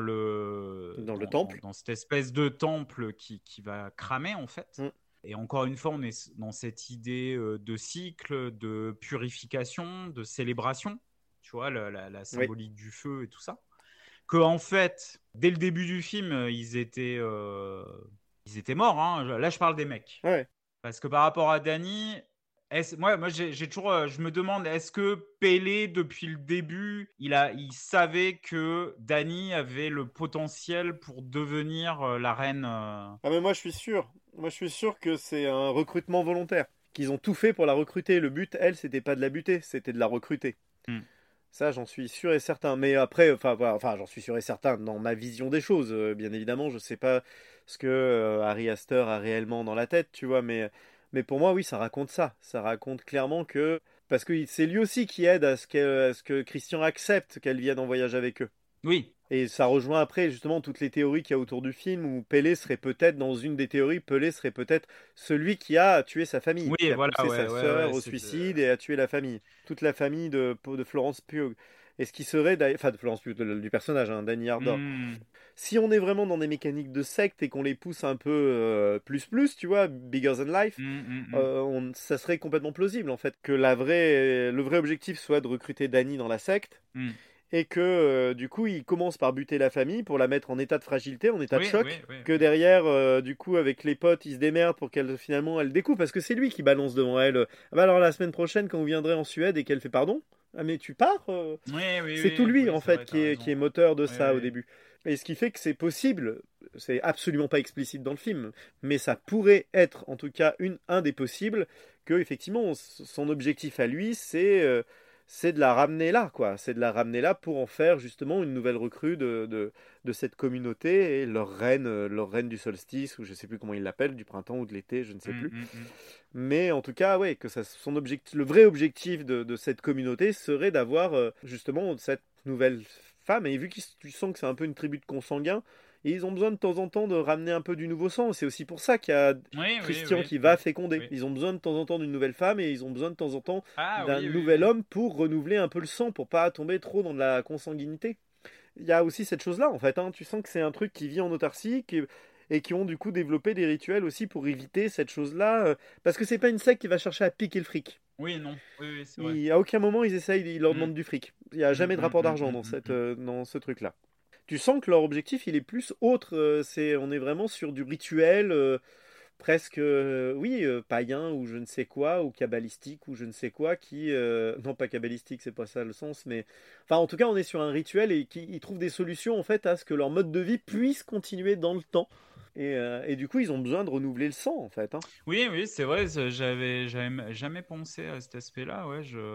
Speaker 2: le
Speaker 1: Dans le
Speaker 2: dans,
Speaker 1: temple.
Speaker 2: dans, dans cette espèce de temple qui, qui va cramer en fait.
Speaker 1: Mm.
Speaker 2: Et encore une fois, on est dans cette idée euh, de cycle, de purification, de célébration. Tu vois, la, la, la symbolique oui. du feu et tout ça. Que en fait, dès le début du film, ils étaient euh... ils étaient morts. Hein. Là, je parle des mecs.
Speaker 1: Ouais.
Speaker 2: Parce que par rapport à Danny, est-ce, moi, moi j'ai, j'ai toujours, je me demande, est-ce que Pélé, depuis le début, il, a, il savait que Danny avait le potentiel pour devenir euh, la reine euh...
Speaker 1: Ah mais moi je suis sûr. Moi je suis sûr que c'est un recrutement volontaire. Qu'ils ont tout fait pour la recruter. Le but, elle, c'était pas de la buter, c'était de la recruter.
Speaker 2: Hmm.
Speaker 1: Ça, j'en suis sûr et certain. Mais après, enfin, voilà, enfin, j'en suis sûr et certain dans ma vision des choses. Euh, bien évidemment, je sais pas ce que euh, Harry Astor a réellement dans la tête, tu vois. Mais, mais pour moi, oui, ça raconte ça. Ça raconte clairement que parce que c'est lui aussi qui aide à ce, qu'elle, à ce que Christian accepte qu'elle vienne en voyage avec eux.
Speaker 2: Oui.
Speaker 1: Et ça rejoint après justement toutes les théories qu'il y a autour du film où Pélé serait peut-être, dans une des théories, Pélé serait peut-être celui qui a tué sa famille,
Speaker 2: oui,
Speaker 1: qui a
Speaker 2: voilà,
Speaker 1: poussé
Speaker 2: ouais,
Speaker 1: sa
Speaker 2: ouais,
Speaker 1: sœur
Speaker 2: ouais,
Speaker 1: au
Speaker 2: c'est
Speaker 1: suicide
Speaker 2: de...
Speaker 1: et a tué la famille. Toute la famille de, de Florence Pugh. Et ce qui serait, d'ailleurs... enfin de Florence Pugh, de, du personnage, hein, Danny Ardor.
Speaker 2: Mm.
Speaker 1: Si on est vraiment dans des mécaniques de secte et qu'on les pousse un peu euh, plus plus, tu vois, bigger than life,
Speaker 2: mm, mm, mm.
Speaker 1: Euh, on, ça serait complètement plausible en fait. Que la vraie, le vrai objectif soit de recruter Danny dans la secte.
Speaker 2: Mm.
Speaker 1: Et que euh, du coup il commence par buter la famille pour la mettre en état de fragilité, en état
Speaker 2: oui,
Speaker 1: de choc,
Speaker 2: oui, oui,
Speaker 1: que
Speaker 2: oui.
Speaker 1: derrière euh, du coup avec les potes il se démerde pour qu'elle finalement elle découvre, parce que c'est lui qui balance devant elle euh, ah bah alors la semaine prochaine quand vous viendrez en Suède et qu'elle fait pardon, ah mais tu pars euh...
Speaker 2: oui, oui,
Speaker 1: c'est
Speaker 2: oui,
Speaker 1: tout lui
Speaker 2: oui,
Speaker 1: en
Speaker 2: c'est
Speaker 1: fait
Speaker 2: vrai,
Speaker 1: qui, est,
Speaker 2: raison.
Speaker 1: qui est moteur de
Speaker 2: oui,
Speaker 1: ça
Speaker 2: oui.
Speaker 1: au début, et ce qui fait que c'est possible, c'est absolument pas explicite dans le film, mais ça pourrait être en tout cas une, un des possibles, que effectivement son objectif à lui c'est euh, c'est de la ramener là, quoi. C'est de la ramener là pour en faire justement une nouvelle recrue de, de, de cette communauté et leur reine, leur reine du solstice, ou je sais plus comment ils l'appellent, du printemps ou de l'été, je ne sais
Speaker 2: Mm,
Speaker 1: plus.
Speaker 2: mm, mm.
Speaker 1: Mais en tout cas, ouais, que ça, son objectif, le vrai objectif de, de cette communauté serait d'avoir euh, justement cette nouvelle femme. Et vu que tu sens que c'est un peu une tribu de consanguins, et ils ont besoin de temps en temps de ramener un peu du nouveau sang. C'est aussi pour ça qu'il y a
Speaker 2: Oui,
Speaker 1: Christian
Speaker 2: oui, oui,
Speaker 1: qui va
Speaker 2: oui,
Speaker 1: féconder.
Speaker 2: oui.
Speaker 1: Ils ont besoin de temps en temps d'une nouvelle femme et ils ont besoin de temps en temps
Speaker 2: Ah,
Speaker 1: d'un
Speaker 2: oui, oui,
Speaker 1: nouvel
Speaker 2: oui.
Speaker 1: homme pour renouveler un peu le sang, pour pas tomber trop dans de la consanguinité. Il y a aussi cette chose-là en fait. Hein. Tu sens que c'est un truc qui vit en autarcie qui, et qui ont du coup développé des rituels aussi pour éviter cette chose-là. euh, Parce que c'est pas une secte qui va chercher à piquer le fric.
Speaker 2: Oui, non. Oui, oui, c'est vrai.
Speaker 1: Il, à aucun moment ils essayent, ils leur
Speaker 2: Mm.
Speaker 1: demandent du fric. Il n'y a jamais de
Speaker 2: Mm,
Speaker 1: rapport
Speaker 2: mm,
Speaker 1: d'argent
Speaker 2: mm,
Speaker 1: dans,
Speaker 2: mm,
Speaker 1: cette,
Speaker 2: mm.
Speaker 1: euh, dans ce truc-là. Tu sens que leur objectif il est plus autre. euh, c'est, on est vraiment sur du rituel. euh, presque, euh, oui, euh, païen ou je ne sais quoi, ou kabbalistique ou je ne sais quoi, qui, euh, non pas kabbalistique, c'est pas ça le sens, mais, enfin en tout cas on est sur un rituel et qui ils trouvent des solutions en fait à ce que leur mode de vie puisse continuer dans le temps. Et, euh, et du coup ils ont besoin de renouveler le sang en fait. Hein.
Speaker 2: Oui, oui, c'est vrai. c'est- J'avais, j'avais jamais pensé à cet aspect-là. Ouais, je,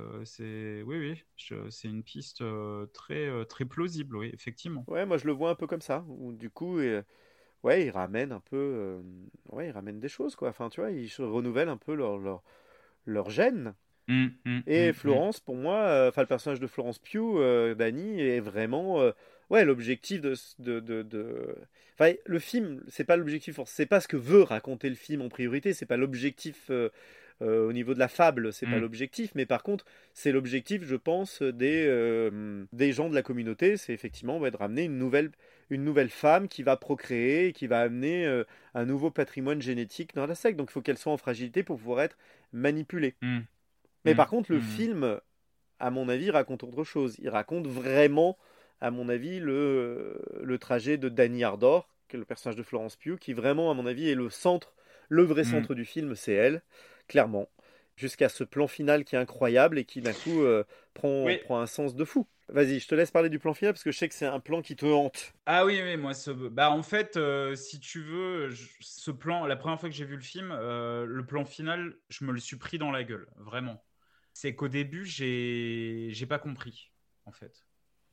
Speaker 2: c'est, oui, oui, je- c'est une piste euh, très, euh, très plausible. Oui, effectivement.
Speaker 1: Ouais, moi je le vois un peu comme ça, où du coup, euh, ouais, ils ramènent un peu, euh, ouais, ils ramènent des choses quoi. Enfin tu vois, ils renouvellent un peu leur, leur, leur gène.
Speaker 2: Mm, mm,
Speaker 1: Et
Speaker 2: mm, mm.
Speaker 1: Florence, pour moi, euh, enfin le personnage de Florence Pugh, euh, Dany, est vraiment, euh, ouais, l'objectif de, de, de, de- enfin le film, c'est pas l'objectif, for- c'est pas ce que veut raconter le film en priorité, c'est pas l'objectif euh, euh, au niveau de la fable, c'est pas
Speaker 2: Mm.
Speaker 1: l'objectif, mais par contre, c'est l'objectif, je pense, des euh, des gens de la communauté, c'est effectivement ouais, de ramener une nouvelle une nouvelle femme qui va procréer, et qui va amener euh, un nouveau patrimoine génétique dans la secte. Donc il faut qu'elle soit en fragilité pour pouvoir être manipulée.
Speaker 2: Mm,
Speaker 1: Mais
Speaker 2: mm,
Speaker 1: par contre, le
Speaker 2: mm.
Speaker 1: film, à mon avis, raconte autre chose. Il raconte vraiment, à mon avis, le, le trajet de Danny Ardor, qui est le personnage de Florence Pugh, qui vraiment, à mon avis, est le centre, le vrai
Speaker 2: Mm.
Speaker 1: centre du film, c'est elle, clairement. Jusqu'à ce plan final qui est incroyable et qui, d'un coup, euh, prend,
Speaker 2: Oui.
Speaker 1: prend un sens de fou. Vas-y, je te laisse parler du plan final parce que je sais que c'est un plan qui te hante.
Speaker 2: Ah oui, oui, moi, ce... bah, en fait, euh, si tu veux, je- ce plan, la première fois que j'ai vu le film, euh, le plan final, je me le suis pris dans la gueule, vraiment. C'est qu'au début, j'ai, j'ai pas compris, en fait.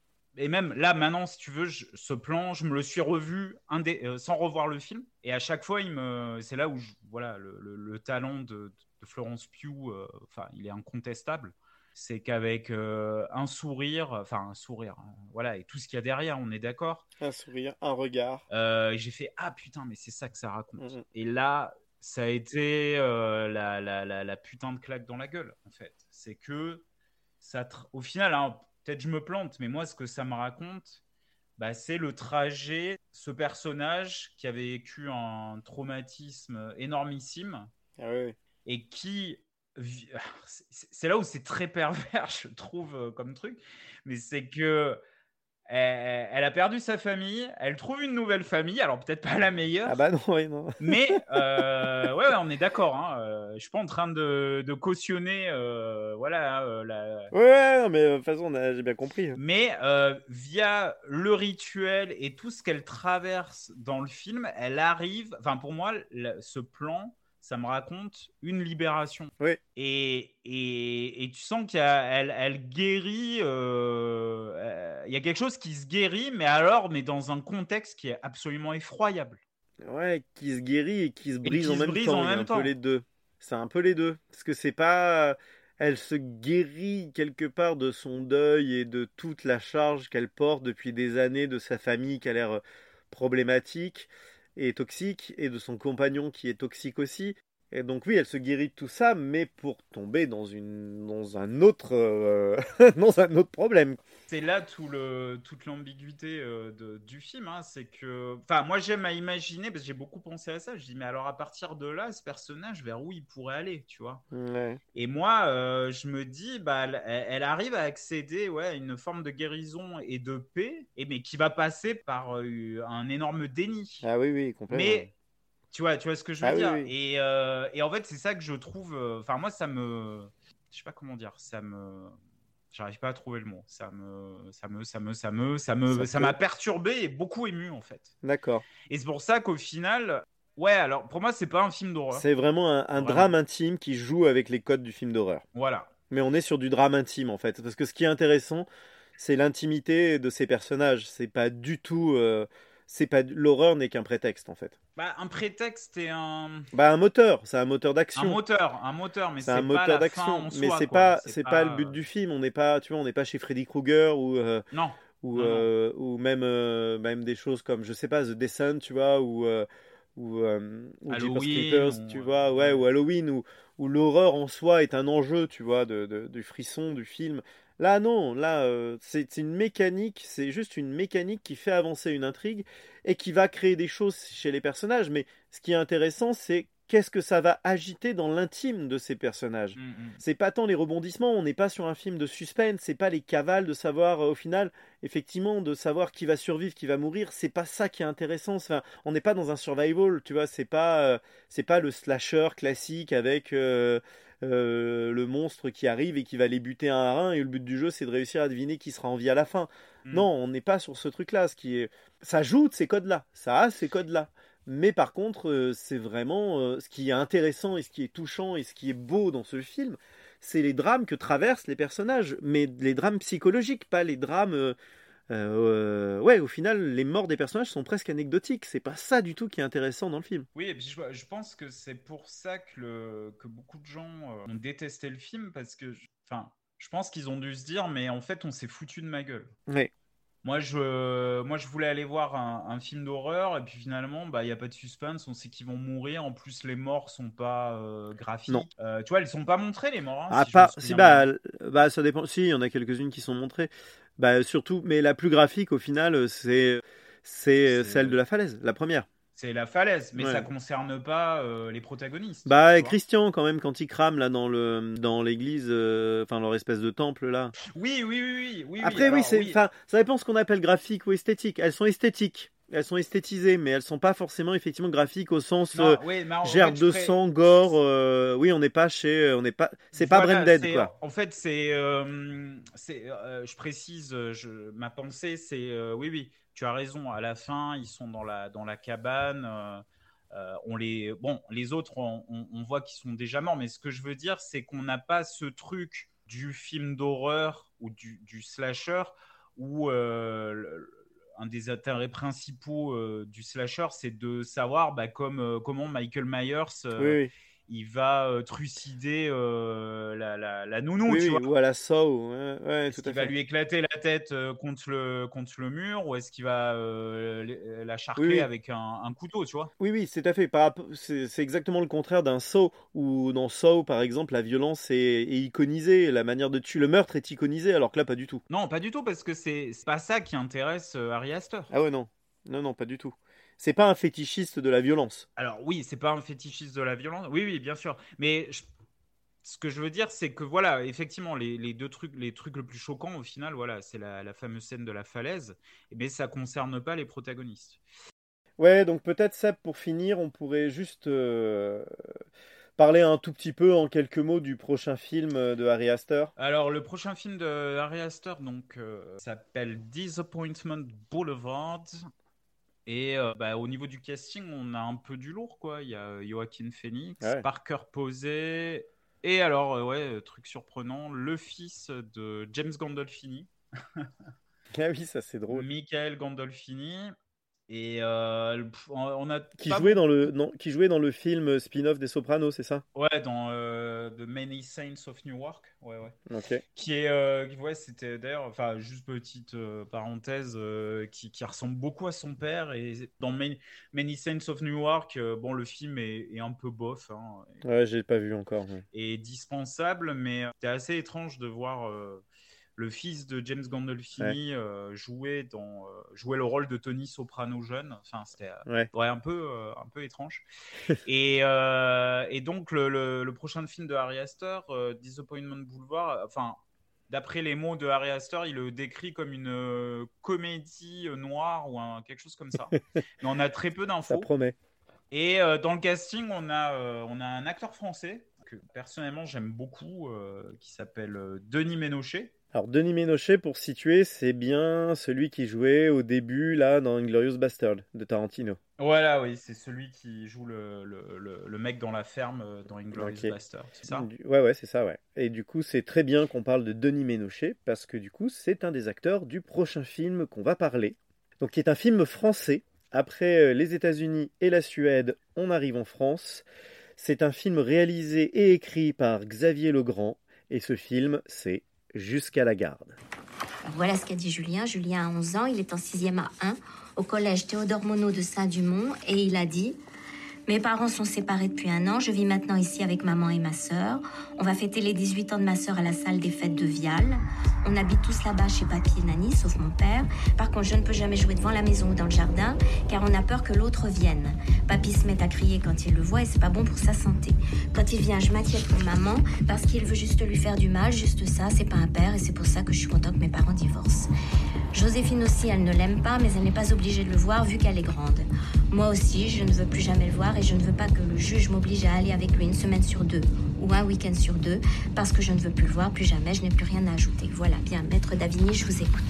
Speaker 2: Et même là, maintenant, si tu veux, je- ce plan, je me le suis revu indé- euh, sans revoir le film. Et à chaque fois, il me... c'est là où je- voilà, le, le- le talent de, de Florence Pugh, euh, enfin, il est incontestable. C'est qu'avec euh, un sourire, enfin un sourire, hein, voilà, et tout ce qu'il y a derrière, on est d'accord.
Speaker 1: Un sourire, un regard.
Speaker 2: Euh, et j'ai fait ah putain, mais c'est ça que ça raconte.
Speaker 1: Mhm.
Speaker 2: Et là, ça a été euh, la, la, la, la putain de claque dans la gueule, en fait. C'est que ça tra- au final, hein, peut-être je me plante, mais moi, ce que ça me raconte, bah, c'est le trajet, ce personnage qui avait vécu un traumatisme énormissime
Speaker 1: Ah ouais.
Speaker 2: et qui, vi- c'est c'est là où c'est très pervers, je trouve, euh, comme truc, mais c'est que elle, elle a perdu sa famille, elle trouve une nouvelle famille, alors peut-être pas la
Speaker 1: Ah
Speaker 2: meilleure,
Speaker 1: bah non, oui, non.
Speaker 2: mais euh, ouais, ouais, on est d'accord. Hein, euh, je suis pas en train de, de cautionner, euh, voilà, euh, la...
Speaker 1: Ouais, ouais, non, mais euh, de toute façon, on a- j'ai bien compris.
Speaker 2: mais euh, via le rituel et tout ce qu'elle traverse dans le film, elle arrive. Enfin, pour moi, le- ce plan, ça me raconte une libération.
Speaker 1: Oui.
Speaker 2: Et, et, et tu sens qu'elle elle, elle guérit. euh, euh, Il y a quelque chose qui se guérit, mais alors, mais dans un contexte qui est absolument effroyable.
Speaker 1: Ouais, qui se guérit et qui se
Speaker 2: Et
Speaker 1: brise
Speaker 2: qui
Speaker 1: en
Speaker 2: se
Speaker 1: même
Speaker 2: brise
Speaker 1: temps.
Speaker 2: en
Speaker 1: Il y a
Speaker 2: même
Speaker 1: un peu les
Speaker 2: temps.
Speaker 1: deux. C'est un peu les deux. Parce que c'est pas. Elle se guérit quelque part de son deuil et de toute la charge qu'elle porte depuis des années de sa famille qui a l'air euh, problématique et toxique et de son compagnon qui est toxique aussi. Et donc oui, elle se guérit de tout ça, mais pour tomber dans une dans un autre euh, dans un autre problème.
Speaker 2: C'est là tout le, toute l'ambiguïté euh, de- du film. Hein. C'est que, enfin, moi j'aime à imaginer parce que j'ai beaucoup pensé à ça. Je dis, mais alors à partir de là, ce personnage, vers où il pourrait aller, tu vois?
Speaker 1: Ouais.
Speaker 2: Et moi, euh, je me dis, bah, elle, elle arrive à accéder, ouais, à une forme de guérison et de paix, et mais qui va passer par euh, un énorme déni.
Speaker 1: Ah oui, oui, complètement.
Speaker 2: Mais tu vois, tu vois ce que je veux
Speaker 1: Ah oui,
Speaker 2: dire?
Speaker 1: oui.
Speaker 2: Et, euh, et en fait, c'est ça que je trouve. euh, Enfin, moi, ça me, je sais pas comment dire, ça me, j'arrive pas à trouver le mot. Ça me, ça me, ça me, ça me, ça me,
Speaker 1: Ça
Speaker 2: ça
Speaker 1: peut.
Speaker 2: m'a perturbé et beaucoup ému en fait.
Speaker 1: D'accord.
Speaker 2: Et c'est pour ça qu'au final, ouais, alors pour moi, c'est pas un film d'horreur,
Speaker 1: C'est vraiment un, un
Speaker 2: vraiment.
Speaker 1: drame intime qui joue avec les codes du film d'horreur.
Speaker 2: Voilà.
Speaker 1: Mais on est sur du drame intime en fait. Parce que ce qui est intéressant, c'est l'intimité de ces personnages. C'est pas du tout. euh, c'est pas l'horreur n'est qu'un prétexte en fait.
Speaker 2: Bah, un prétexte et un,
Speaker 1: Bah un moteur, c'est un moteur
Speaker 2: un
Speaker 1: d'action.
Speaker 2: moteur, un moteur, mais
Speaker 1: C'est un
Speaker 2: c'est pas
Speaker 1: moteur
Speaker 2: la fin
Speaker 1: d'action,
Speaker 2: en
Speaker 1: mais
Speaker 2: soi,
Speaker 1: c'est
Speaker 2: quoi.
Speaker 1: pas
Speaker 2: C'est
Speaker 1: c'est pas le
Speaker 2: pas.
Speaker 1: but
Speaker 2: euh,
Speaker 1: du film. On n'est pas, tu vois, on n'est pas chez Freddy Krueger ou euh,
Speaker 2: Non,
Speaker 1: ou
Speaker 2: non, non.
Speaker 1: euh, ou même euh, même des choses comme je sais pas The Descent, tu vois, ou euh, ou euh, ou Jeepers
Speaker 2: Halloween
Speaker 1: Creepers,
Speaker 2: ou
Speaker 1: tu
Speaker 2: euh,
Speaker 1: vois, ouais,
Speaker 2: ouais.
Speaker 1: ou Halloween, où où l'horreur en soi est un enjeu, tu vois, de, de- du frisson du film. Là, non, là, euh, c'est c'est une mécanique, c'est juste une mécanique qui fait avancer une intrigue et qui va créer des choses chez les personnages. Mais ce qui est intéressant, c'est qu'est-ce que ça va agiter dans l'intime de ces personnages.
Speaker 2: Mm, mm.
Speaker 1: C'est pas tant les rebondissements, on n'est pas sur un film de suspense, c'est pas les cavales de savoir euh, au final, effectivement, de savoir qui va survivre, qui va mourir, c'est pas ça qui est intéressant. Enfin, on n'est pas dans un survival, tu vois, c'est pas, euh, c'est pas le slasher classique avec euh, euh, le monstre qui arrive et qui va les buter un à un et le but du jeu c'est de réussir à deviner qui sera en vie à la fin.
Speaker 2: Mm.
Speaker 1: Non, on n'est pas sur ce truc-là. Ce qui est, ça joue de ces codes-là, ça a ces codes-là. Mais par contre, euh, c'est vraiment euh, ce qui est intéressant et ce qui est touchant et ce qui est beau dans ce film, c'est les drames que traversent les personnages, mais les drames psychologiques, pas les drames. euh, euh, ouais, au final, les morts des personnages sont presque anecdotiques. C'est pas ça du tout qui est intéressant dans le film.
Speaker 2: Oui, et puis je, je pense que c'est pour ça que, le, que beaucoup de gens euh, ont détesté le film parce que, je- enfin, je pense qu'ils ont dû se dire, mais en fait, on s'est foutu de ma gueule.
Speaker 1: Ouais.
Speaker 2: Moi, je, moi, je voulais aller voir un, un film d'horreur et puis finalement, bah, il n'y a pas de suspense. On sait qu'ils vont mourir. En plus, les morts sont pas euh,
Speaker 1: Non.
Speaker 2: graphiques. Euh, tu vois, elles sont pas montrées les morts, hein,
Speaker 1: Ah,
Speaker 2: si je me
Speaker 1: pas. Si,
Speaker 2: souviens
Speaker 1: bah,
Speaker 2: bien.
Speaker 1: l- bah, ça dépend. Si, il y en a quelques-unes qui sont montrées. Bah, surtout, mais la plus graphique au final, euh, c'est c'est celle de
Speaker 2: C'est,
Speaker 1: la falaise, la première.
Speaker 2: c'est la falaise, mais ça
Speaker 1: Ouais.
Speaker 2: concerne pas euh, les protagonistes,
Speaker 1: Bah,
Speaker 2: tu
Speaker 1: et
Speaker 2: vois.
Speaker 1: Christian, quand même, quand il crame là dans le dans l'église, euh, enfin leur espèce de temple là.
Speaker 2: Oui, oui, oui, oui, oui, oui.
Speaker 1: Après, oui,
Speaker 2: Alors
Speaker 1: c'est,
Speaker 2: oui,
Speaker 1: enfin, ça dépend ce qu'on appelle graphique ou esthétique. Elles sont esthétiques, elles sont esthétisées, mais elles sont pas forcément effectivement graphiques au sens euh,
Speaker 2: non, oui, mais en fait,
Speaker 1: gerbe
Speaker 2: je
Speaker 1: de
Speaker 2: pré...
Speaker 1: sang, gore. euh, oui, on n'est pas chez, on n'est pas, c'est pas
Speaker 2: Voilà,
Speaker 1: Branded
Speaker 2: c'est
Speaker 1: quoi.
Speaker 2: en fait c'est euh, c'est euh, je précise euh, je, ma pensée c'est euh, oui oui tu as raison à la fin ils sont dans la dans la cabane euh, euh, on les bon les autres on, on- on voit qu'ils sont déjà morts mais ce que je veux dire c'est qu'on n'a pas ce truc du film d'horreur ou du, du slasher où euh, le- un des intérêts principaux euh, du slasher c'est de savoir bah, comme euh, comment Michael Myers
Speaker 1: Oui,
Speaker 2: euh,
Speaker 1: oui.
Speaker 2: il va euh, trucider euh, la, la, la nounou,
Speaker 1: Oui,
Speaker 2: tu
Speaker 1: oui,
Speaker 2: vois.
Speaker 1: ou à la Saw, ouais, ouais,
Speaker 2: Est-ce
Speaker 1: tout à
Speaker 2: qu'il va
Speaker 1: fait.
Speaker 2: lui éclater la tête euh, contre, le, contre le mur ou est-ce qu'il va euh, l- la
Speaker 1: Oui,
Speaker 2: charcler
Speaker 1: oui.
Speaker 2: avec un, un couteau, tu vois?
Speaker 1: Oui, oui, c'est tout à fait. Par rapport- C'est c'est exactement le contraire d'un Saw, où dans Saw, par exemple, la violence est, est iconisée, la manière de tuer, le meurtre est iconisé, alors que là, pas du tout.
Speaker 2: Non, pas du tout, parce que c'est c'est pas ça qui intéresse euh, Ari Aster.
Speaker 1: Ah ouais, non. Non, non, pas du tout. C'est pas un fétichiste de la violence.
Speaker 2: Alors oui, c'est pas un fétichiste de la violence. Oui, oui, bien sûr. Mais je- ce que je veux dire, c'est que voilà, effectivement, les, les deux trucs, les trucs le plus choquants au final, voilà, c'est la, la fameuse scène de la falaise, mais ça concerne pas les protagonistes.
Speaker 1: Ouais, donc peut-être, Seb, pour finir, on pourrait juste euh, parler un tout petit peu, en quelques mots, du prochain film euh, de Harry Astor.
Speaker 2: Alors le prochain film de Ari Aster, donc, euh, s'appelle Disappointment Boulevard. Et euh, bah, au niveau du casting, on a un peu du lourd, quoi. Il y a Joaquin Phoenix,
Speaker 1: Ouais.
Speaker 2: Parker Posey, et alors, euh, ouais, euh, truc surprenant, le fils de James Gandolfini,
Speaker 1: Ah oui, ça c'est drôle.
Speaker 2: Michael Gandolfini. Et euh, pff, on on a
Speaker 1: Qui
Speaker 2: pas
Speaker 1: jouait dans
Speaker 2: beaucoup.
Speaker 1: le, non, qui jouait dans le film spin-off des Sopranos, c'est ça?
Speaker 2: Ouais, dans euh, The Many Saints of Newark. Ouais, ouais.
Speaker 1: Ok.
Speaker 2: Qui est, euh, ouais, c'était d'ailleurs, enfin, juste petite euh, parenthèse, euh, qui, qui ressemble beaucoup à son père. Et dans Many, Many Saints of Newark, euh, bon, le film est, est un peu bof, hein,
Speaker 1: Ouais, j'ai pas vu encore. Ouais.
Speaker 2: et dispensable, mais euh, c'était assez étrange de voir euh, le fils de James
Speaker 1: Ouais.
Speaker 2: Gandolfini euh, jouer, dans, euh, jouer le rôle de Tony Soprano jeune. Enfin, c'était euh,
Speaker 1: Ouais.
Speaker 2: ouais, un, peu, euh, un peu étrange. Et, euh, et donc, le, le, le prochain film de Harry Astor, euh, Disappointment Boulevard, enfin, d'après les mots de Harry Astor, il le décrit comme une euh, comédie euh, noire ou un, quelque chose comme ça. Mais on a très peu
Speaker 1: Ça
Speaker 2: d'infos.
Speaker 1: promet.
Speaker 2: Et euh, dans le casting, on a, euh, on a un acteur français que personnellement j'aime beaucoup, euh, qui s'appelle euh, Denis Ménochet.
Speaker 1: Alors, Denis Ménochet, pour situer, c'est bien celui qui jouait au début, là, dans Inglourious Bastard, de Tarantino.
Speaker 2: Voilà, oui, c'est celui qui joue le, le, le, le mec dans la ferme euh, dans Inglourious
Speaker 1: Ok.
Speaker 2: Bastard, c'est ça?
Speaker 1: Du- Ouais, ouais, c'est ça, ouais. Et du coup, c'est très bien qu'on parle de Denis Ménochet, parce que du coup, c'est un des acteurs du prochain film qu'on va parler. Donc, qui est un film français. Après euh, les États-Unis et la Suède, on arrive en France. C'est un film réalisé et écrit par Xavier Legrand. Et ce film, c'est Jusqu'à la garde.
Speaker 6: Voilà ce qu'a dit Julien. Julien a onze ans, il est en sixième A un au collège Théodore Monod de Saint-Dumont et il a dit: mes parents sont séparés depuis un an, je vis maintenant ici avec maman et ma sœur. On va fêter les dix-huit ans de ma sœur à la salle des fêtes de Vial. On habite tous là-bas chez papy et Nani, sauf mon père. Par contre, je ne peux jamais jouer devant la maison ou dans le jardin, car on a peur que l'autre vienne. Papy se met à crier quand il le voit et c'est pas bon pour sa santé. Quand il vient, je m'inquiète pour maman, parce qu'il veut juste lui faire du mal, juste ça, c'est pas un père, et c'est pour ça que je suis contente que mes parents divorcent. Joséphine aussi, elle ne l'aime pas, mais elle n'est pas obligée de le voir vu qu'elle est grande. Moi aussi, je ne veux plus jamais le voir et je ne veux pas que le juge m'oblige à aller avec lui une semaine sur deux ou un week-end sur deux, parce que je ne veux plus le voir, plus jamais, je n'ai plus rien à ajouter. Voilà, bien, maître Davigny, je vous écoute.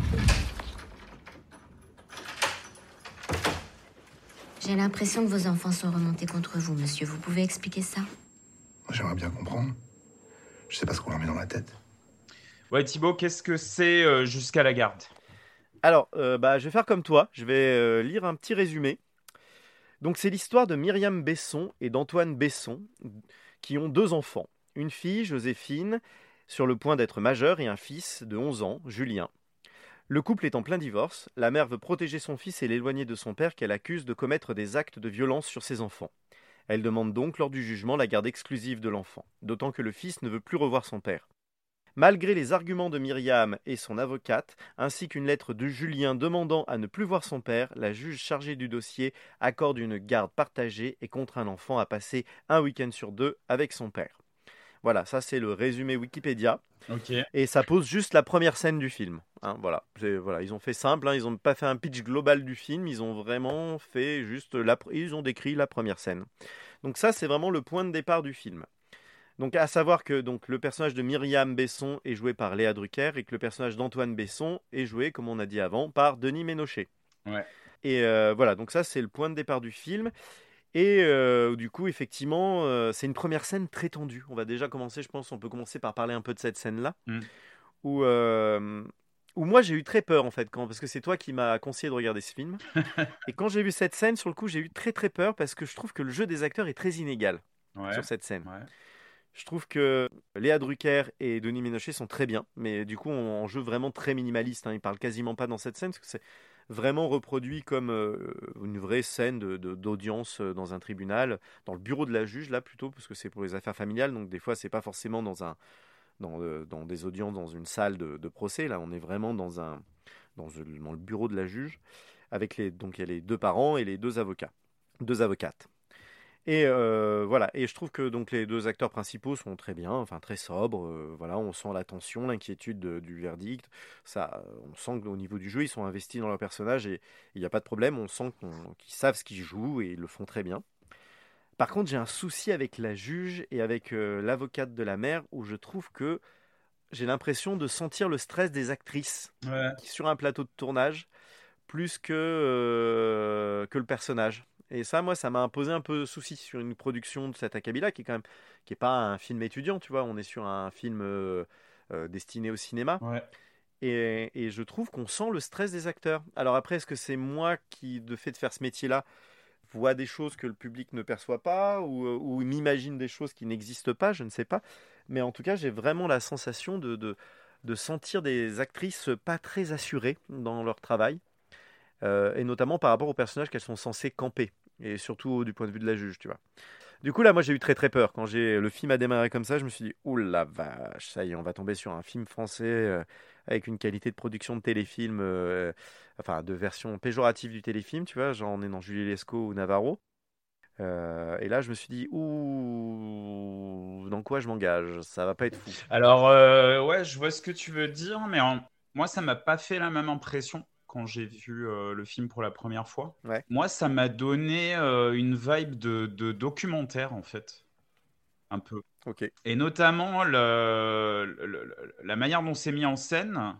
Speaker 6: J'ai l'impression que vos enfants sont remontés contre vous, monsieur. Vous pouvez expliquer ça?
Speaker 7: J'aimerais bien comprendre. Je sais pas ce qu'on leur met dans la tête.
Speaker 2: Ouais, Thibaut, qu'est-ce que c'est euh, Jusqu'à la garde?
Speaker 1: Alors, euh, bah, je vais faire comme toi. Je vais euh, lire un petit résumé. Donc, c'est l'histoire de Myriam Besson et d'Antoine Besson, qui ont deux enfants. Une fille, Joséphine, sur le point d'être majeure, et un fils de onze ans, Julien. Le couple est en plein divorce. La mère veut protéger son fils et l'éloigner de son père qu'elle accuse de commettre des actes de violence sur ses enfants. Elle demande donc, lors du jugement, la garde exclusive de l'enfant, d'autant que le fils ne veut plus revoir son père. Malgré les arguments de Myriam et son avocate, ainsi qu'une lettre de Julien demandant à ne plus voir son père, la juge chargée du dossier accorde une garde partagée et contraint l'enfant à passer un week-end sur deux avec son père. Voilà, ça c'est le résumé Wikipédia.
Speaker 2: Ok.
Speaker 1: Et ça pose juste la première scène du film. Hein, voilà. C'est, voilà, ils ont fait simple, hein, ils n'ont pas fait un pitch global du film, ils ont vraiment fait juste la, ils ont décrit la première scène. Donc ça, c'est vraiment le point de départ du film. Donc à savoir que donc, le personnage de Myriam Besson est joué par Léa Drucker et que le personnage d'Antoine Besson est joué, comme on a dit avant, par Denis Ménochet.
Speaker 2: Ouais.
Speaker 1: Et euh, voilà, donc ça c'est le point de départ du film. Et euh, du coup, effectivement, euh, c'est une première scène très tendue. On va déjà commencer, je pense, on peut commencer par parler un peu de cette scène-là.
Speaker 2: Mm.
Speaker 1: Où, euh, où moi j'ai eu très peur en fait, quand, parce que c'est toi qui m'as conseillé de regarder ce film. Et quand j'ai vu cette scène, sur le coup, j'ai eu très très peur parce que je trouve que le jeu des acteurs est très inégal.
Speaker 2: Ouais.
Speaker 1: sur cette scène.
Speaker 2: Ouais.
Speaker 1: Je trouve que Léa Drucker et Denis Ménochet sont très bien, mais du coup en jeu vraiment très minimaliste. Hein. Ils parlent quasiment pas dans cette scène, parce que c'est vraiment reproduit comme euh, une vraie scène de, de- d'audience euh, dans un tribunal, dans le bureau de la juge là plutôt, parce que c'est pour les affaires familiales, donc des fois c'est pas forcément dans un dans, euh, dans des audiences dans une salle de, de procès. Là, on est vraiment dans un dans, le- dans le bureau de la juge, avec les donc il y a les deux parents et les deux avocats, deux avocates. Et euh, voilà, et je trouve que donc les deux acteurs principaux sont très bien, enfin très sobres. Euh, voilà, on sent la tension, l'inquiétude de- du verdict. Ça, euh, on sent qu'au niveau du jeu, ils sont investis dans leur personnage et il n'y a pas de problème. On sent qu'on- qu'ils savent ce qu'ils jouent et ils le font très bien. Par contre, j'ai un souci avec la juge et avec euh, l'avocate de la mère, où je trouve que j'ai l'impression de sentir le stress des actrices
Speaker 2: Ouais.
Speaker 1: qui sur un plateau de tournage plus que, euh, que le personnage. Et ça, moi, ça m'a imposé un peu de souci sur une production de cet acabit-là, qui est quand même, qui est pas un film étudiant, tu vois. On est sur un film euh, euh, destiné au cinéma.
Speaker 2: Ouais.
Speaker 1: Et, et je trouve qu'on sent le stress des acteurs. Alors après, est-ce que c'est moi qui, de fait de faire ce métier-là, vois des choses que le public ne perçoit pas, ou, euh, ou m'imagine des choses qui n'existent pas, je ne sais pas. Mais en tout cas, j'ai vraiment la sensation de, de, de sentir des actrices pas très assurées dans leur travail. Euh, et notamment par rapport aux personnages qu'elles sont censées camper, et surtout du point de vue de la juge, tu vois. Du coup, là, moi, j'ai eu très très peur. Quand j'ai le film a démarré comme ça, je me suis dit, ouh la vache, ça y est, on va tomber sur un film français euh, avec une qualité de production de téléfilm, euh, enfin, de version péjorative du téléfilm, tu vois, genre on est dans Julie Lescaut ou Navarro. Euh, et là, je me suis dit, ouh, dans quoi je m'engage? Ça va pas être fou.
Speaker 2: Alors, euh, ouais, je vois ce que tu veux dire, mais en- moi, ça m'a pas fait la même impression quand j'ai vu euh, le film pour la première fois.
Speaker 1: Ouais,
Speaker 2: Moi, ça m'a donné euh, une vibe de, de documentaire, en fait, un peu.
Speaker 1: ok.
Speaker 2: Et notamment le- le- le- la manière dont c'est mis en scène.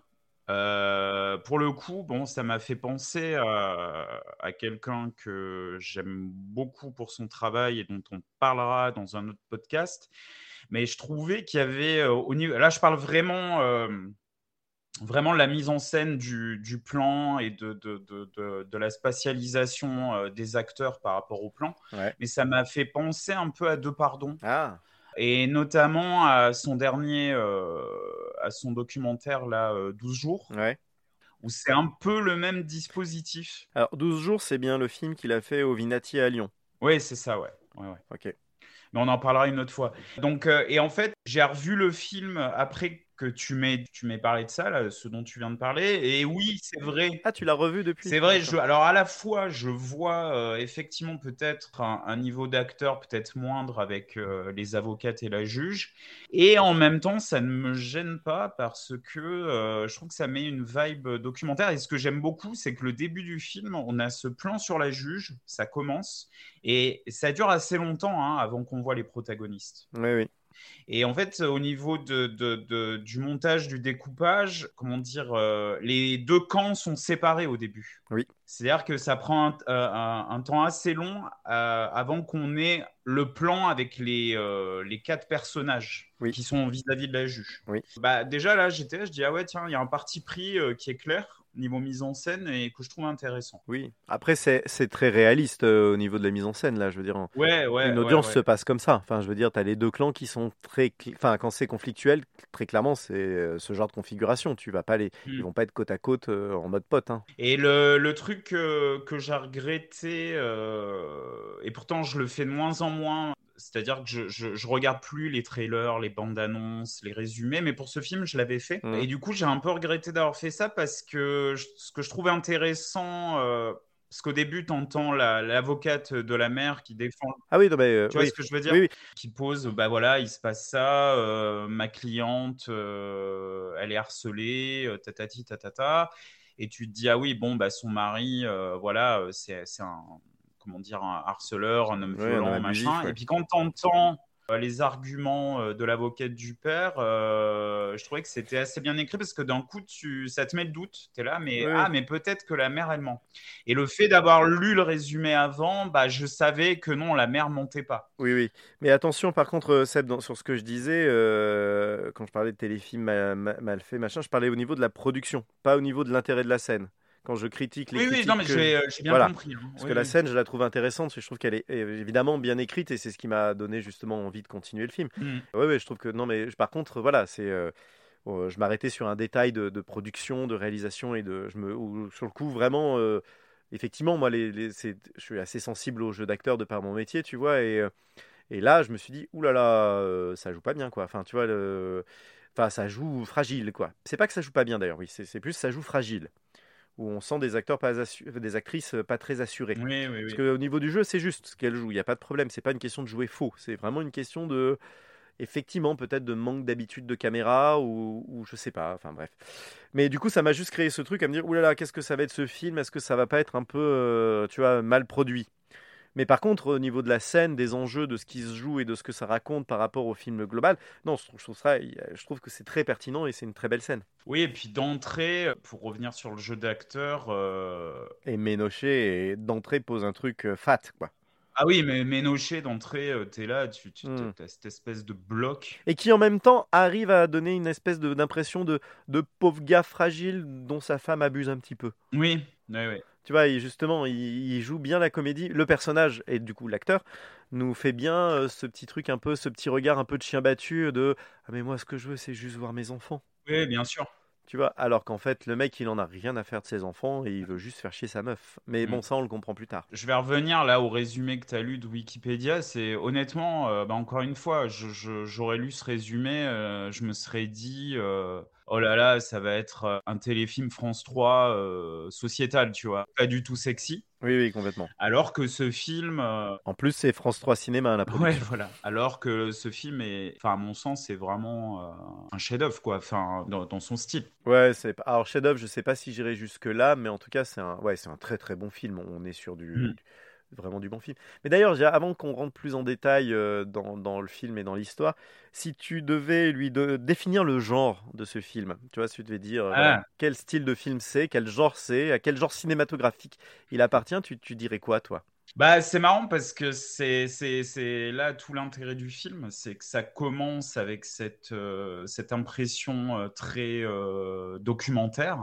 Speaker 2: Euh, pour le coup, bon, ça m'a fait penser à, à quelqu'un que j'aime beaucoup pour son travail et dont on parlera dans un autre podcast. Mais je trouvais qu'il y avait euh, au niveau. Là, je parle vraiment, euh, vraiment de la mise en scène du, du plan et de, de, de, de, de la spatialisation euh, des acteurs par rapport au plan.
Speaker 1: Ouais.
Speaker 2: Mais ça m'a fait penser un peu à Deux Pardons
Speaker 1: Ah,
Speaker 2: et notamment à son dernier, euh, à son documentaire là, euh, douze jours,
Speaker 1: ouais.
Speaker 2: où c'est un peu le même dispositif.
Speaker 1: Alors, douze jours, c'est bien le film qu'il a fait au Vinatier à Lyon.
Speaker 2: Oui, c'est ça, ouais. ouais, ouais.
Speaker 1: Ok.
Speaker 2: Mais on en parlera une autre fois. Donc, euh, et en fait, j'ai revu le film après que tu m'aies, tu m'aies parlé de ça, là, ce dont tu viens de parler. Et oui, c'est vrai.
Speaker 1: Ah, tu l'as revu depuis?
Speaker 2: C'est vrai,
Speaker 1: D'accord.
Speaker 2: je, alors à la fois, je vois euh, effectivement peut-être un, un niveau d'acteur peut-être moindre avec euh, les avocates et la juge, et en même temps, ça ne me gêne pas parce que euh, je trouve que ça met une vibe documentaire. Et ce que j'aime beaucoup, c'est que le début du film, on a ce plan sur la juge, ça commence, et ça dure assez longtemps hein, avant qu'on voit les protagonistes.
Speaker 1: Oui, oui.
Speaker 2: Et en fait, au niveau de, de, de, du montage, du découpage, comment dire, euh, les deux camps sont séparés au début.
Speaker 1: Oui.
Speaker 2: C'est-à-dire que ça prend un, euh, un, un temps assez long euh, avant qu'on ait le plan avec les, euh, les quatre personnages
Speaker 1: Oui.
Speaker 2: qui sont vis-à-vis de la juge.
Speaker 1: Oui.
Speaker 2: Bah, déjà là, j'étais là, je dis, ah ouais, tiens, il y a un parti pris euh, qui est clair niveau mise en scène et que je trouve intéressant.
Speaker 1: Oui. Après, c'est c'est très réaliste euh, au niveau de la mise en scène, là. Je veux dire, en-
Speaker 2: Ouais, ouais.
Speaker 1: une
Speaker 2: ouais,
Speaker 1: audience
Speaker 2: ouais.
Speaker 1: se passe comme ça. Enfin, je veux dire, tu as les deux clans qui sont très. cl- Enfin, quand c'est conflictuel, très clairement, c'est euh, ce genre de configuration. Tu vas pas les...
Speaker 2: Hmm.
Speaker 1: Ils vont pas être côte à côte euh, en mode pote. Hein.
Speaker 2: Et le, le truc euh, que j'ai regretté, euh, et pourtant je le fais de moins en moins, c'est-à-dire que je, je, je regarde plus les trailers, les bandes annonces, les résumés, mais pour ce film, je l'avais fait.
Speaker 1: Mhm.
Speaker 2: Et du coup, j'ai un peu regretté d'avoir fait ça parce que je- ce que je trouvais intéressant, euh, parce qu'au début, tu entends l'avocate de la mère qui défend.
Speaker 1: Ah oui, non, mais, euh,
Speaker 2: Tu vois
Speaker 1: oui.
Speaker 2: ce que je veux dire?
Speaker 1: Oui, oui.
Speaker 2: Qui pose, bah voilà, il se passe ça, euh, ma cliente, euh, elle est harcelée, euh, tatati tatata, et tu te dis ah oui bon bah son mari, euh, voilà, euh, c'est c'est un comment dire un harceleur, un homme
Speaker 1: Ouais, un
Speaker 2: violent,
Speaker 1: homme abusif,
Speaker 2: machin.
Speaker 1: ouais.
Speaker 2: Et puis quand t'entends euh, les arguments euh, de l'avocate du père, euh, je trouvais que c'était assez bien écrit parce que d'un coup tu ça te met le doute, t'es là mais
Speaker 1: Oui,
Speaker 2: ah
Speaker 1: oui.
Speaker 2: mais peut-être que la mère elle ment. Et le fait d'avoir lu le résumé avant, bah, je savais que non, la mère montait pas.
Speaker 1: Oui, oui. Mais attention, par contre, euh, Seb, dans- sur ce que je disais, euh, quand je parlais de téléfilm mal, mal- mal fait, machin, je parlais au niveau de la production, pas au niveau de l'intérêt de la scène. quand je critique les
Speaker 2: Oui, oui,
Speaker 1: critiques.
Speaker 2: non, mais
Speaker 1: que...
Speaker 2: j'ai, j'ai bien
Speaker 1: voilà.
Speaker 2: compris. Hein.
Speaker 1: Parce
Speaker 2: Oui,
Speaker 1: que la
Speaker 2: oui.
Speaker 1: scène, je la trouve intéressante. Je trouve qu'elle est évidemment bien écrite et c'est ce qui m'a donné justement envie de continuer le film.
Speaker 2: Mm.
Speaker 1: Oui, oui, je trouve que non, mais par contre, voilà, c'est. Euh, euh, je m'arrêtais sur un détail de, de production, de réalisation et de. Je me, où, sur le coup, vraiment. Euh, effectivement, moi, les, les, c'est, je suis assez sensible au jeu d'acteur de par mon métier, tu vois, et. Euh, Et là, je me suis dit, oulala, là là, euh, ça joue pas bien, quoi. Enfin, tu vois, le... enfin, ça joue fragile, quoi. C'est pas que ça joue pas bien, d'ailleurs, oui. C'est, c'est plus ça joue fragile. Où on sent des acteurs pas assu... des actrices pas très assurées.
Speaker 2: Oui, oui,
Speaker 1: Parce
Speaker 2: oui.
Speaker 1: qu'au niveau du jeu, c'est juste ce qu'elles jouent. Il n'y a pas de problème. C'est pas une question de jouer faux. C'est vraiment une question de, effectivement, peut-être de manque d'habitude de caméra ou, ou je sais pas. Enfin, bref. Mais du coup, ça m'a juste créé ce truc à me dire, oulala, là là, qu'est-ce que ça va être ce film? Est-ce que ça va pas être un peu, euh, tu vois, mal produit? Mais par contre, au niveau de la scène, des enjeux, de ce qui se joue et de ce que ça raconte par rapport au film global, non, je trouve, je trouve, ça, je trouve que c'est très pertinent et c'est une très belle scène.
Speaker 2: Oui, et puis d'entrée, pour revenir sur le jeu d'acteur. Euh...
Speaker 1: Et Ménochet, d'entrée, pose un truc euh, fat, quoi.
Speaker 2: Ah oui, mais Ménochet, d'entrée, euh, t'es là, tu, tu
Speaker 1: Mm.
Speaker 2: as cette espèce de bloc.
Speaker 1: Et qui en même temps arrive à donner une espèce de, d'impression de, de pauvre gars fragile dont sa femme abuse un petit peu.
Speaker 2: Oui, oui, oui.
Speaker 1: Tu vois, il, justement, il, il joue bien la comédie. Le personnage, et du coup l'acteur, nous fait bien euh, ce petit truc un peu, ce petit regard un peu de chien battu de « Ah mais moi, ce que je veux, c'est juste voir mes enfants. »
Speaker 2: Oui, bien sûr.
Speaker 1: Tu vois, alors qu'en fait, le mec, il en a rien à faire de ses enfants et il veut juste faire chier sa meuf. Mais bon,
Speaker 2: Mm.
Speaker 1: ça, on le comprend plus tard.
Speaker 2: Je vais revenir là au résumé que tu as lu de Wikipédia. C'est honnêtement, euh, bah, encore une fois, je, je, j'aurais lu ce résumé, euh, je me serais dit, euh, oh là là, ça va être un téléfilm France trois euh, sociétal, tu vois, pas du tout sexy.
Speaker 1: Oui, oui, complètement.
Speaker 2: Alors que ce film. Euh...
Speaker 1: En plus, c'est France trois Cinéma, la production.
Speaker 2: Ouais, voilà. Alors que ce film est, enfin, à mon sens, c'est vraiment euh, un chef-d'œuvre, quoi, enfin, dans, dans son style.
Speaker 1: Ouais, c'est alors chef-d'œuvre, je sais pas si j'irai jusque là, mais en tout cas, c'est un, ouais, c'est un très très bon film. On est sur du,
Speaker 2: Mm.
Speaker 1: du- vraiment du bon film. Mais d'ailleurs, j'ai- avant qu'on rentre plus en détail euh, dans, dans le film et dans l'histoire, si tu devais lui de- définir le genre de ce film, tu vois, si tu devais dire euh,
Speaker 2: Ah.
Speaker 1: voilà, quel style de film c'est, quel genre c'est, à quel genre cinématographique il appartient, tu, tu dirais quoi, toi?
Speaker 2: Bah, c'est marrant parce que c'est, c'est, c'est là tout l'intérêt du film, c'est que ça commence avec cette, euh, cette impression euh, très euh, documentaire.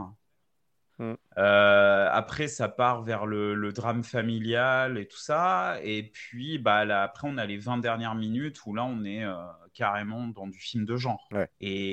Speaker 1: Mm.
Speaker 2: Euh, après, ça part vers le, le drame familial et tout ça. Et puis, bah, là, après, on a les vingt dernières minutes où là, on est euh, carrément dans du film de genre.
Speaker 1: Ouais.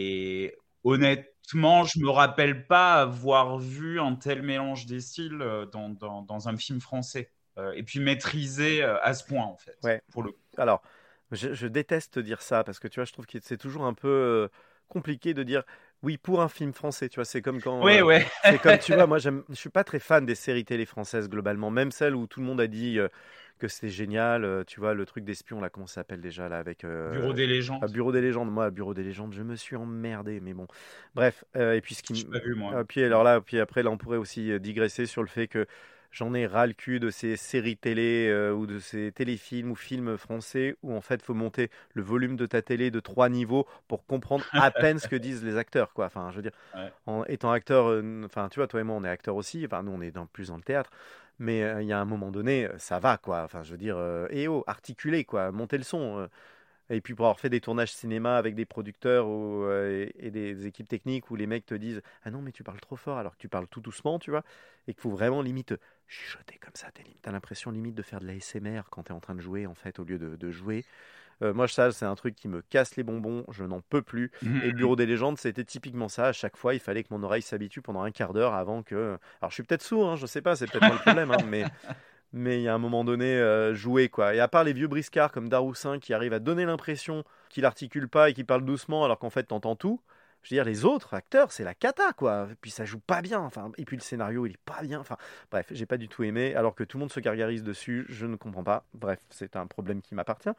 Speaker 2: Et honnêtement, je me rappelle pas avoir vu un tel mélange des styles euh, dans, dans, dans un film français. Euh, et puis maîtrisé euh, à ce point, en fait.
Speaker 1: Ouais.
Speaker 2: Pour le...
Speaker 1: Alors, je, je déteste dire ça parce que tu vois, je trouve que c'est toujours un peu euh, compliqué de dire oui pour un film français. Tu vois, c'est comme quand.
Speaker 2: Ouais,
Speaker 1: euh,
Speaker 2: ouais.
Speaker 1: c'est comme tu vois, moi, j'aime, je suis pas très fan des séries télé françaises globalement, même celles où tout le monde a dit euh, que c'était génial. euh, tu vois, le truc d'espion là, comment ça s'appelle déjà là avec. euh,
Speaker 2: Bureau des légendes.
Speaker 1: ah, Bureau des légendes. Moi, Bureau des légendes, je me suis emmerdé, mais bon. Bref, euh, et puis ce qui.
Speaker 2: Je n'ai pas vu, moi.
Speaker 1: Ah, puis alors là, puis après là, on pourrait aussi euh, digresser sur le fait que. J'en ai ras le cul de ces séries télé euh, ou de ces téléfilms ou films français où en fait il faut monter le volume de ta télé de trois niveaux pour comprendre à peine ce que disent les acteurs, quoi. Enfin, je veux dire,
Speaker 2: Ouais.
Speaker 1: en étant acteur, euh, enfin tu vois, toi et moi on est acteurs aussi, enfin nous on est dans, plus dans le théâtre, mais euh, il y a un moment donné, ça va, quoi. Enfin, je veux dire, euh, eh oh, articuler, quoi, monter le son. euh. Et puis pour avoir fait des tournages cinéma avec des producteurs ou, euh, et, et des équipes techniques où les mecs te disent « Ah non, mais tu parles trop fort alors que tu parles tout doucement, tu vois ?» Et qu'il faut vraiment limite chuchoter comme ça. T'as l'impression limite de faire de l'A S M R quand t'es en train de jouer en fait au lieu de, de jouer. Euh, moi, ça, c'est un truc qui me casse les bonbons. Je n'en peux plus. Et Bureau des légendes, c'était typiquement ça. À chaque fois, il fallait que mon oreille s'habitue pendant un quart d'heure avant que... Alors, je suis peut-être sourd, hein, je sais pas, c'est peut-être pas le problème, hein, mais... Mais il y a un moment donné, euh, jouer quoi. Et à part les vieux briscards comme Daroussin qui arrivent à donner l'impression qu'il articule pas et qu'il parle doucement alors qu'en fait t'entends tout. Je veux dire, les autres acteurs, c'est la cata quoi. Et puis ça joue pas bien. Enfin, et puis le scénario, il est pas bien. Enfin, bref, j'ai pas du tout aimé. Alors que tout le monde se gargarise dessus, je ne comprends pas. Bref, c'est un problème qui m'appartient.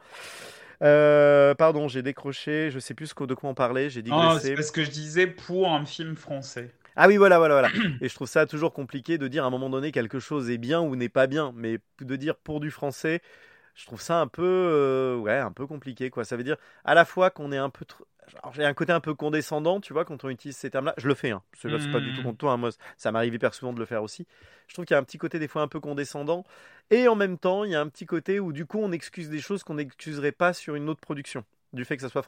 Speaker 1: Euh, pardon, j'ai décroché. Je sais plus de quoi on parlait. J'ai digressé.
Speaker 2: Non, c'est parce que je disais pour un film français.
Speaker 1: Ah oui, voilà, voilà, voilà. Et je trouve ça toujours compliqué de dire à un moment donné quelque chose est bien ou n'est pas bien, mais de dire pour du français, je trouve ça un peu, euh, ouais, un peu compliqué, quoi. Ça veut dire à la fois qu'on est un peu, tr... alors, j'ai un côté un peu condescendant, tu vois, quand on utilise ces termes-là. Je le fais, hein. C'est
Speaker 2: Mmh.
Speaker 1: pas du tout contre toi, hein. Moi, ça m'arrive hyper souvent de le faire aussi. Je trouve qu'il y a un petit côté des fois un peu condescendant, et en même temps, il y a un petit côté où du coup, on excuse des choses qu'on n'excuserait pas sur une autre production, du fait que ça soit français.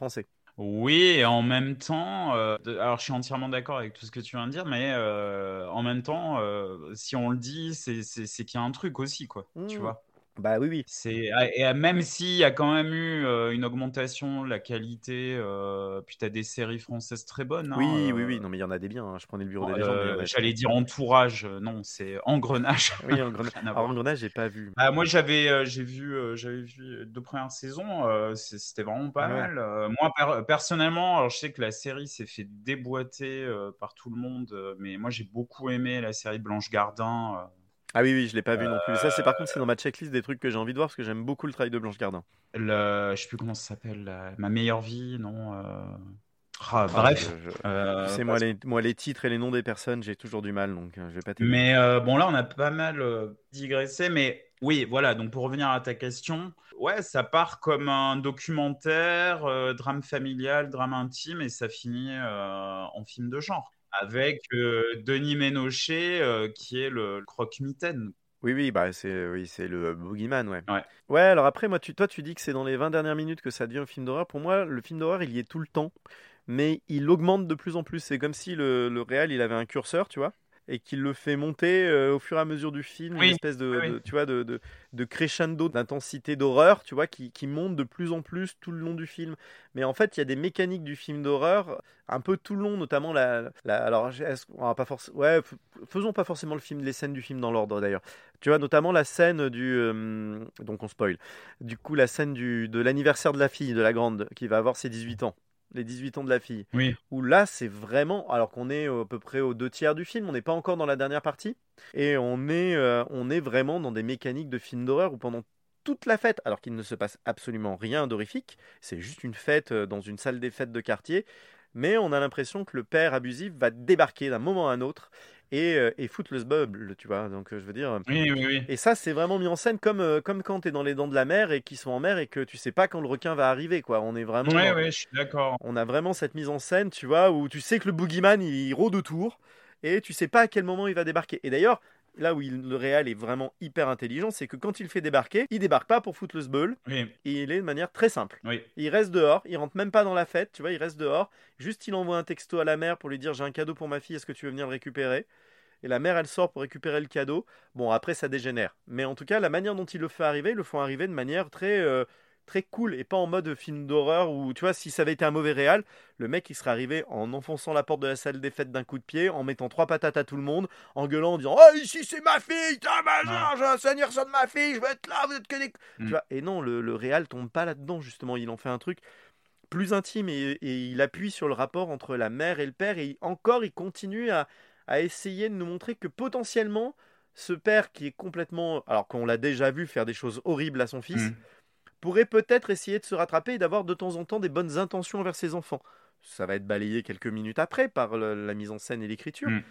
Speaker 2: Oui, et en même temps, euh, de- alors je suis entièrement d'accord avec tout ce que tu viens de dire, mais euh, en même temps, euh, si on le dit, c'est c'est- c'est qu'il y a un truc aussi, quoi. Tu
Speaker 1: Mmh.
Speaker 2: vois.
Speaker 1: Bah oui, oui.
Speaker 2: C'est ah, et ah, même s'il y a quand même eu euh, une augmentation de la qualité, euh, puis tu as des séries françaises très bonnes. Hein,
Speaker 1: Oui, oui,
Speaker 2: euh,
Speaker 1: oui. Non, mais il y en a des biens, hein. Je prenais le bureau des légendes, mais il y en
Speaker 2: euh,
Speaker 1: a très
Speaker 2: j'allais
Speaker 1: très
Speaker 2: dire
Speaker 1: bien.
Speaker 2: entourage, euh, non, c'est engrenage.
Speaker 1: Oui, Engrenage.
Speaker 2: Rien à
Speaker 1: Alors,
Speaker 2: voir.
Speaker 1: Engrenage, j'ai pas vu.
Speaker 2: Ah, moi, j'avais euh, j'ai vu, euh, j'avais vu deux premières saisons, euh, c'est- c'était vraiment pas
Speaker 1: Ah ouais.
Speaker 2: mal. Euh, moi, per- personnellement, alors, je sais que la série s'est fait déboîter euh, par tout le monde, euh, mais moi, j'ai beaucoup aimé la série Blanche Gardin.
Speaker 1: Ah oui, oui, je l'ai pas vu non plus. Ça, c'est par contre, c'est dans
Speaker 2: euh,
Speaker 1: ma checklist des trucs que j'ai envie de voir parce que j'aime beaucoup le travail de Blanche Gardin.
Speaker 2: le, je sais plus comment ça s'appelle, la- Ma meilleure vie, non euh, ah,
Speaker 1: Ah, je,
Speaker 2: bref,
Speaker 1: je- Tu
Speaker 2: euh,
Speaker 1: sais, moi
Speaker 2: parce-
Speaker 1: les, moi, les titres et les noms des personnes, j'ai toujours du mal, donc euh, je vais pas t'aider.
Speaker 2: mais euh, bon, là, on a pas mal euh, digressé, mais oui, voilà, donc pour revenir à ta question, ouais, ça part comme un documentaire, euh, drame familial, drame intime, et ça finit euh, en film de genre, avec euh, Denis Ménochet, euh, qui est le, le croque-mitaine.
Speaker 1: Oui, oui, bah c'est oui, c'est le Boogeyman, ouais.
Speaker 2: Ouais.
Speaker 1: Ouais, alors après, moi, tu, toi, tu dis que c'est dans les vingt dernières minutes que ça devient un film d'horreur. Pour moi, le film d'horreur, il y est tout le temps, mais il augmente de plus en plus. C'est comme si le, le réal, il avait un curseur, tu vois, et qu'il le fait monter euh, au fur et à mesure du film, une
Speaker 2: Oui,
Speaker 1: espèce de,
Speaker 2: oui,
Speaker 1: de- tu vois, de, de, de crescendo d'intensité d'horreur, tu vois, qui, qui monte de plus en plus tout le long du film. Mais en fait, il y a des mécaniques du film d'horreur un peu tout le long, notamment la, la alors, est-ce qu'on va pas forcément, ouais, f- faisons pas forcément le film, les scènes du film dans l'ordre d'ailleurs. Tu vois, notamment la scène du, euh, donc on spoil. Du coup, la scène du, de l'anniversaire de la fille, de la grande, qui va avoir ses dix-huit ans. Les dix-huit ans de la fille.
Speaker 2: oui.
Speaker 1: Où là, c'est vraiment, alors qu'on est à peu près aux deux tiers du film, on n'est pas encore dans la dernière partie, et on est, euh, on est vraiment dans des mécaniques de film d'horreur où pendant toute la fête, alors qu'il ne se passe absolument rien d'horrifique, c'est juste une fête euh, dans une salle des fêtes de quartier, mais on a l'impression que le père abusif va débarquer d'un moment à un autre et, euh, et foutre le sbubble, tu vois. Donc, euh, je veux dire,
Speaker 2: Oui, oui, oui.
Speaker 1: et ça, c'est vraiment mis en scène comme, euh, comme quand tu es dans les dents de la mer et qu'ils sont en mer et que tu sais pas quand le requin va arriver, quoi. On est vraiment
Speaker 2: Oui,
Speaker 1: dans-
Speaker 2: oui, je suis d'accord.
Speaker 1: on a vraiment cette mise en scène, tu vois, où tu sais que le boogeyman, il rôde autour et tu sais pas à quel moment il va débarquer. Et d'ailleurs, là où il- le réal est vraiment hyper intelligent, c'est que quand il fait débarquer, il débarque pas pour foutre le sbeul,
Speaker 2: Oui,
Speaker 1: et il est de manière très simple.
Speaker 2: oui.
Speaker 1: Il reste dehors, il rentre même pas dans la fête, tu vois, il reste dehors. Juste, il envoie un texto à la mère pour lui dire j'ai un cadeau pour ma fille, est-ce que tu veux venir le récupérer? Et la mère, elle sort pour récupérer le cadeau. Bon, après, ça dégénère. Mais en tout cas, la manière dont ils le fait arriver, ils le font arriver de manière très, euh, très cool et pas en mode film d'horreur où, tu vois, si ça avait été un mauvais réal, le mec, il serait arrivé en enfonçant la porte de la salle des fêtes d'un coup de pied, en mettant trois patates à tout le monde, en gueulant, en disant oh, ici, c'est ma fille, t'as ma
Speaker 2: Ouais.
Speaker 1: j'ai un anniversaire de ma fille, je veux être là, vous êtes que des.
Speaker 2: Mm.
Speaker 1: Tu vois, et non, le, le réal tombe pas là-dedans, justement. Il en fait un truc plus intime et, et il appuie sur le rapport entre la mère et le père et il- encore il continue à, à essayer de nous montrer que potentiellement ce père qui est complètement, alors qu'on l'a déjà vu faire des choses horribles à son fils,
Speaker 2: Mm.
Speaker 1: pourrait peut-être essayer de se rattraper et d'avoir de temps en temps des bonnes intentions envers ses enfants. Ça va être balayé quelques minutes après par le- la mise en scène et l'écriture,
Speaker 2: Mm.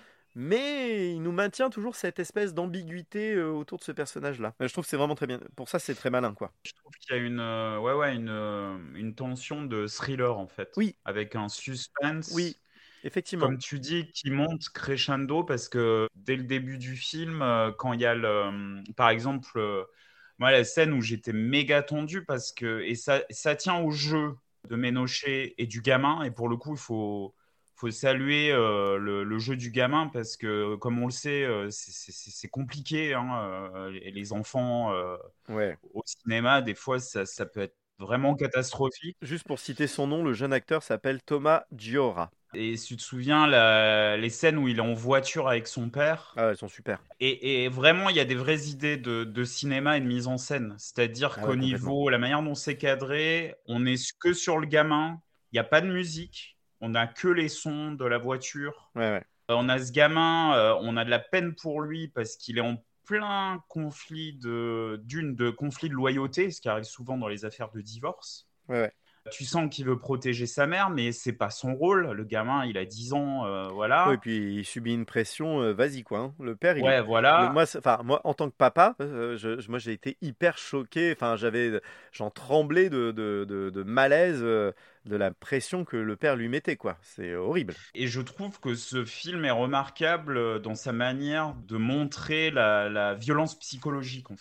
Speaker 1: mais il nous maintient toujours cette espèce d'ambiguïté euh, autour de ce personnage-là. Euh, Je trouve que c'est vraiment très bien. Pour ça, c'est très malin, quoi.
Speaker 2: Je trouve qu'il y a une, euh, ouais, ouais, une, euh, une tension de thriller en fait,
Speaker 1: Oui.
Speaker 2: avec un suspense,
Speaker 1: Oui, effectivement.
Speaker 2: comme tu dis, qui monte crescendo parce que dès le début du film, euh, quand il y a le, par exemple, euh, moi la scène où j'étais méga tendu parce que et ça, ça tient au jeu de Ménochet et du gamin et pour le coup il faut faut saluer euh, le, le jeu du gamin parce que comme on le sait, euh, c'est c'est- c'est- c'est compliqué, hein, euh, les, les enfants. euh,
Speaker 1: Ouais.
Speaker 2: au cinéma, des fois, ça, ça peut être vraiment catastrophique.
Speaker 1: Juste pour citer son nom, le jeune acteur s'appelle Thomas Giora.
Speaker 2: Et si tu te souviens, la- les scènes où il est en voiture avec son père,
Speaker 1: Ah, elles sont super.
Speaker 2: et, et vraiment, il y a des vraies idées de, de cinéma et de mise en scène. C'est-à-dire
Speaker 1: Ah
Speaker 2: qu'au
Speaker 1: ouais, complètement.
Speaker 2: niveau, la manière dont c'est cadré, on est que sur le gamin, il n'y a pas de musique, on n'a que les sons de la voiture.
Speaker 1: Ouais, ouais.
Speaker 2: Euh, On a ce gamin, euh, on a de la peine pour lui parce qu'il est en plein conflit de, d'une de conflit de loyauté, ce qui arrive souvent dans les affaires de divorce.
Speaker 1: Ouais, ouais.
Speaker 2: Tu sens qu'il veut protéger sa mère, mais c'est pas son rôle. Le gamin, il a dix ans, euh, voilà.
Speaker 1: Ouais, et puis il subit une pression, euh, vas-y quoi. Hein. Le père, il est.
Speaker 2: Ouais,
Speaker 1: Le-
Speaker 2: voilà.
Speaker 1: moi, c'est- enfin, moi, en tant que papa, euh, je, je- moi, j'ai été hyper choqué. Enfin, j'avais, j'en tremblais de, de, de, de malaise, euh, de la pression que le père lui mettait, quoi. C'est horrible.
Speaker 2: Et je trouve que ce film est remarquable dans sa manière de montrer la, la violence psychologique, en fait.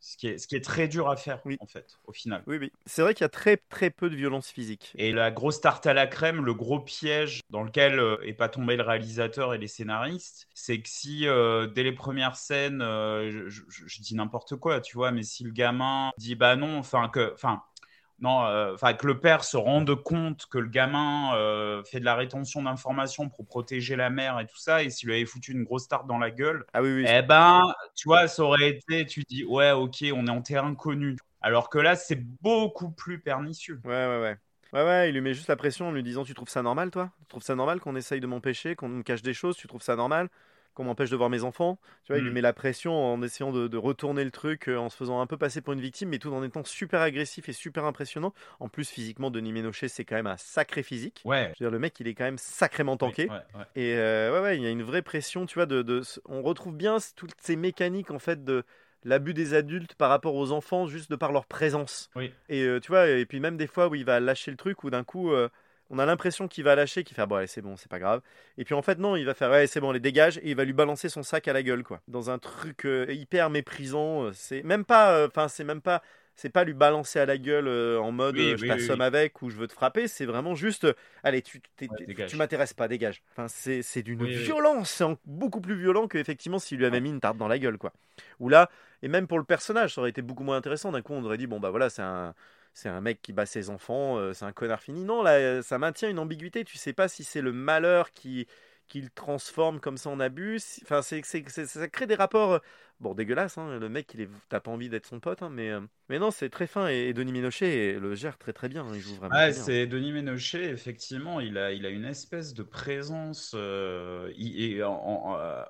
Speaker 2: Ce qui est, ce qui est très dur à faire,
Speaker 1: Oui.
Speaker 2: en fait, au final.
Speaker 1: Oui, oui. C'est vrai qu'il y a très, très peu de violence physique.
Speaker 2: Et la grosse tarte à la crème, le gros piège dans lequel euh, est pas tombé le réalisateur et les scénaristes, c'est que si euh, dès les premières scènes, euh, je, je- je dis n'importe quoi, tu vois, mais si le gamin dit bah non, enfin que, enfin non, euh, enfin que le père se rende compte que le gamin euh, fait de la rétention d'informations pour protéger la mère et tout ça, et s'il lui avait foutu une grosse tarte dans la gueule,
Speaker 1: Ah oui, oui.
Speaker 2: eh ben, tu vois, ça aurait été, tu dis ouais, ok, on est en terrain connu. Alors que là, c'est beaucoup plus pernicieux.
Speaker 1: Ouais, ouais, ouais. Ouais, ouais, il lui met juste la pression en lui disant: Tu trouves ça normal, toi? Tu trouves ça normal qu'on essaye de m'empêcher, qu'on me cache des choses? Tu trouves ça normal qu'on m'empêche de voir mes enfants? Tu vois, il lui
Speaker 2: Mm.
Speaker 1: met la pression en essayant de, de retourner le truc, euh, en se faisant un peu passer pour une victime, mais tout en étant super agressif et super impressionnant. En plus, physiquement, Denis Ménochet, c'est quand même un sacré physique.
Speaker 2: Ouais.
Speaker 1: Je veux dire, le mec, il est quand même sacrément
Speaker 2: Oui,
Speaker 1: tanké.
Speaker 2: ouais, ouais.
Speaker 1: Et euh, ouais, ouais, il y a une vraie pression, tu vois, de, de- on retrouve bien c- toutes ces mécaniques, en fait, de l'abus des adultes par rapport aux enfants, juste de par leur présence.
Speaker 2: Oui.
Speaker 1: Et euh, tu vois, et puis même des fois où il va lâcher le truc, où d'un coup, euh, on a l'impression qu'il va lâcher, qu'il fait ah, bon, allez, c'est bon, c'est pas grave. Et puis en fait, non, il va faire ouais, c'est bon, les dégage, et il va lui balancer son sac à la gueule, quoi. Dans un truc euh, hyper méprisant. euh, C'est même pas, enfin, c'est même pas, c'est pas lui balancer à la gueule euh, en mode
Speaker 2: Oui,
Speaker 1: euh, je
Speaker 2: oui, oui,
Speaker 1: t'assomme
Speaker 2: oui.
Speaker 1: avec ou je veux te frapper. C'est vraiment juste, euh, allez, tu, t'es-
Speaker 2: Ouais,
Speaker 1: t'es-
Speaker 2: dégage.
Speaker 1: tu m'intéresses pas, dégage. Enfin, c'est c'est d'une
Speaker 2: Oui, oui.
Speaker 1: violence, c'est en- beaucoup plus violent que effectivement s'il lui avait
Speaker 2: Ouais.
Speaker 1: mis une tarte dans la gueule, quoi. Ou là, et même pour le personnage, ça aurait été beaucoup moins intéressant. D'un coup, on aurait dit bon bah voilà, c'est un c'est un mec qui bat ses enfants, euh, c'est un connard fini. Non, là, euh, ça maintient une ambiguïté. Tu sais pas si c'est le malheur qui, qui le transforme comme ça en abus. Si- Enfin, c'est, c'est, c'est- ça crée des rapports, euh, bon, dégueulasses. Hein. Le mec, il est, t'as pas envie d'être son pote, hein, mais, euh, mais non, c'est très fin. Et, et Denis Ménochet le gère très très bien. Il joue vraiment
Speaker 2: Ouais,
Speaker 1: très bien.
Speaker 2: c'est Denis Ménochet, effectivement, il a, il a une espèce de présence. euh, il- et en- en- euh,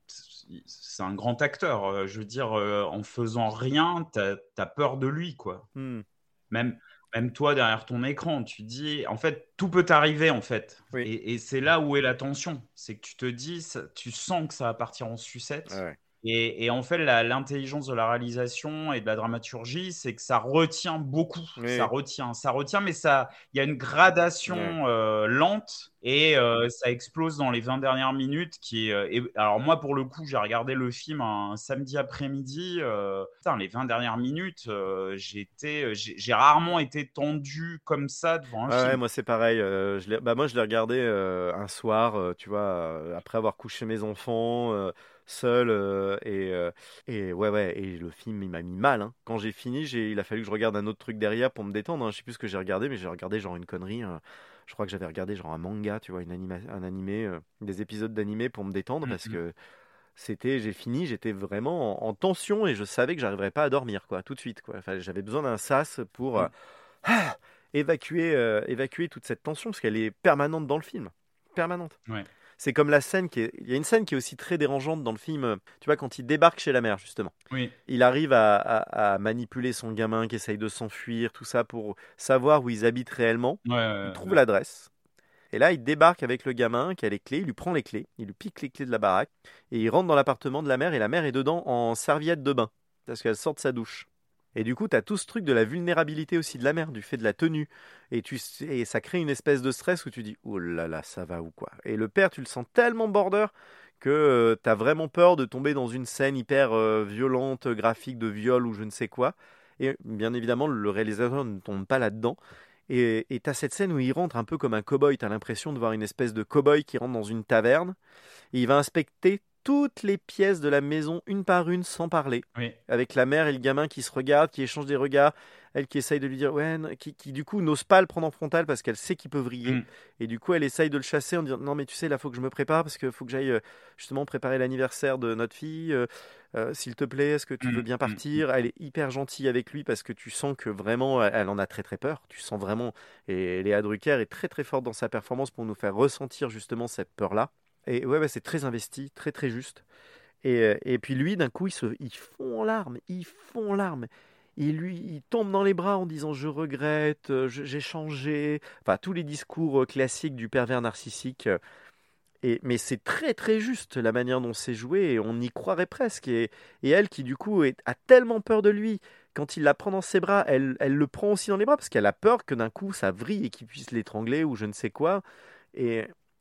Speaker 2: c'est un grand acteur. euh, Je veux dire, euh, en faisant rien, t'as, t'as peur de lui, quoi.
Speaker 1: Hmm,
Speaker 2: Même, même toi, derrière ton écran, tu dis, en fait, tout peut t'arriver, en fait.
Speaker 1: oui.
Speaker 2: Et, et c'est là où est la tension. C'est que tu te dis, ça- tu sens que ça va partir en
Speaker 1: Ouais,
Speaker 2: sucette.
Speaker 1: ouais.
Speaker 2: Et, et en fait, la- l'intelligence de la réalisation et de la dramaturgie, c'est que ça retient beaucoup.
Speaker 1: Oui,
Speaker 2: Ça
Speaker 1: oui.
Speaker 2: retient, ça retient, mais ça, il y a une
Speaker 1: Ouais.
Speaker 2: gradation euh, lente et euh, ça explose dans les vingt dernières minutes. Qui est, euh, et- alors moi, pour le coup, j'ai regardé le film un samedi après-midi. euh, putain, les vingt dernières minutes, euh, j'ai été- j'ai j'ai rarement été tendu comme ça devant un
Speaker 1: Ouais, ouais,
Speaker 2: film.
Speaker 1: moi c'est pareil. euh, je l'ai- bah, moi je l'ai regardé euh, un soir, euh, tu vois, euh, après avoir couché mes enfants, euh, seul. euh, et, euh, et ouais, ouais, et le film il m'a mis mal. Hein. Quand j'ai fini, j'ai, il a fallu que je regarde un autre truc derrière pour me détendre. Hein. Je sais plus ce que j'ai regardé, mais j'ai regardé genre une connerie. euh, je crois que j'avais regardé genre un manga, tu vois, une anima- un animé, euh, des épisodes d'animé pour me détendre parce
Speaker 2: Mhm.
Speaker 1: que c'était, j'ai fini, j'étais vraiment en, en tension et je savais que j'arriverais pas à dormir, quoi, tout de suite, quoi. Enfin, j'avais besoin d'un sas pour euh,
Speaker 2: Mhm.
Speaker 1: ah, évacuer, euh, évacuer toute cette tension parce qu'elle est permanente dans le film. Permanente.
Speaker 2: Ouais.
Speaker 1: C'est comme la scène qui est. Il y a une scène qui est aussi très dérangeante dans le film. euh, Tu vois, quand il débarque chez la mère, justement.
Speaker 2: Oui.
Speaker 1: Il arrive à, à- à manipuler son gamin qui essaye de s'enfuir, tout ça pour savoir où ils habitent réellement.
Speaker 2: Ouais, ouais,
Speaker 1: Il
Speaker 2: ouais,
Speaker 1: trouve
Speaker 2: ouais.
Speaker 1: l'adresse. Et là, il débarque avec le gamin qui a les clés. Il lui prend les clés. Il lui pique les clés de la baraque. Et il rentre dans l'appartement de la mère. Et la mère est dedans en serviette de bain. Parce qu'elle sort de sa douche. Et du coup, tu as tout ce truc de la vulnérabilité aussi de la mère, du fait de la tenue. Et, tu, et ça crée une espèce de stress où tu dis oh là là, ça va ou quoi. Et le père, tu le sens tellement border que tu as vraiment peur de tomber dans une scène hyper euh, violente, graphique, de viol ou je ne sais quoi. Et bien évidemment, le réalisateur ne tombe pas là-dedans. Et tu as cette scène où il rentre un peu comme un cow-boy. Tu as l'impression de voir une espèce de cow-boy qui rentre dans une taverne. Et il va inspecter toutes les pièces de la maison, une par une, sans parler.
Speaker 2: Oui.
Speaker 1: Avec la mère et le gamin qui se regardent, qui échangent des regards. Elle qui essaye de lui dire, ouais, non, qui, qui du coup n'ose pas le prendre en frontal parce qu'elle sait qu'il peut vriller.
Speaker 2: Mm.
Speaker 1: Et du coup, elle essaye de le chasser en disant, non, mais tu sais, là, faut que je me prépare parce qu'il faut que j'aille euh, justement préparer l'anniversaire de notre fille. Euh, euh, s'il te plaît, est-ce que tu
Speaker 2: Mm,
Speaker 1: veux bien
Speaker 2: mm,
Speaker 1: partir? Elle est hyper gentille avec lui parce que tu sens que vraiment, elle, elle en a très très peur. Tu sens vraiment, et Léa Drucker est très très forte dans sa performance pour nous faire ressentir justement cette peur-là. Et ouais, ouais, c'est très investi, très très juste. Et, euh, et puis lui, d'un coup, il, se, il fond en larmes, il fond en larmes. Il, lui, il tombe dans les bras en disant je regrette, euh, je- j'ai changé. Enfin, tous les discours euh, classiques du pervers narcissique. euh, Et, mais c'est très très juste la manière dont c'est joué et on y croirait presque. Et, et elle qui du coup est- a tellement peur de lui, quand il la prend dans ses bras, elle, elle le prend aussi dans les bras parce qu'elle a peur que d'un coup ça vrille et qu'il puisse l'étrangler ou je ne sais quoi. Et,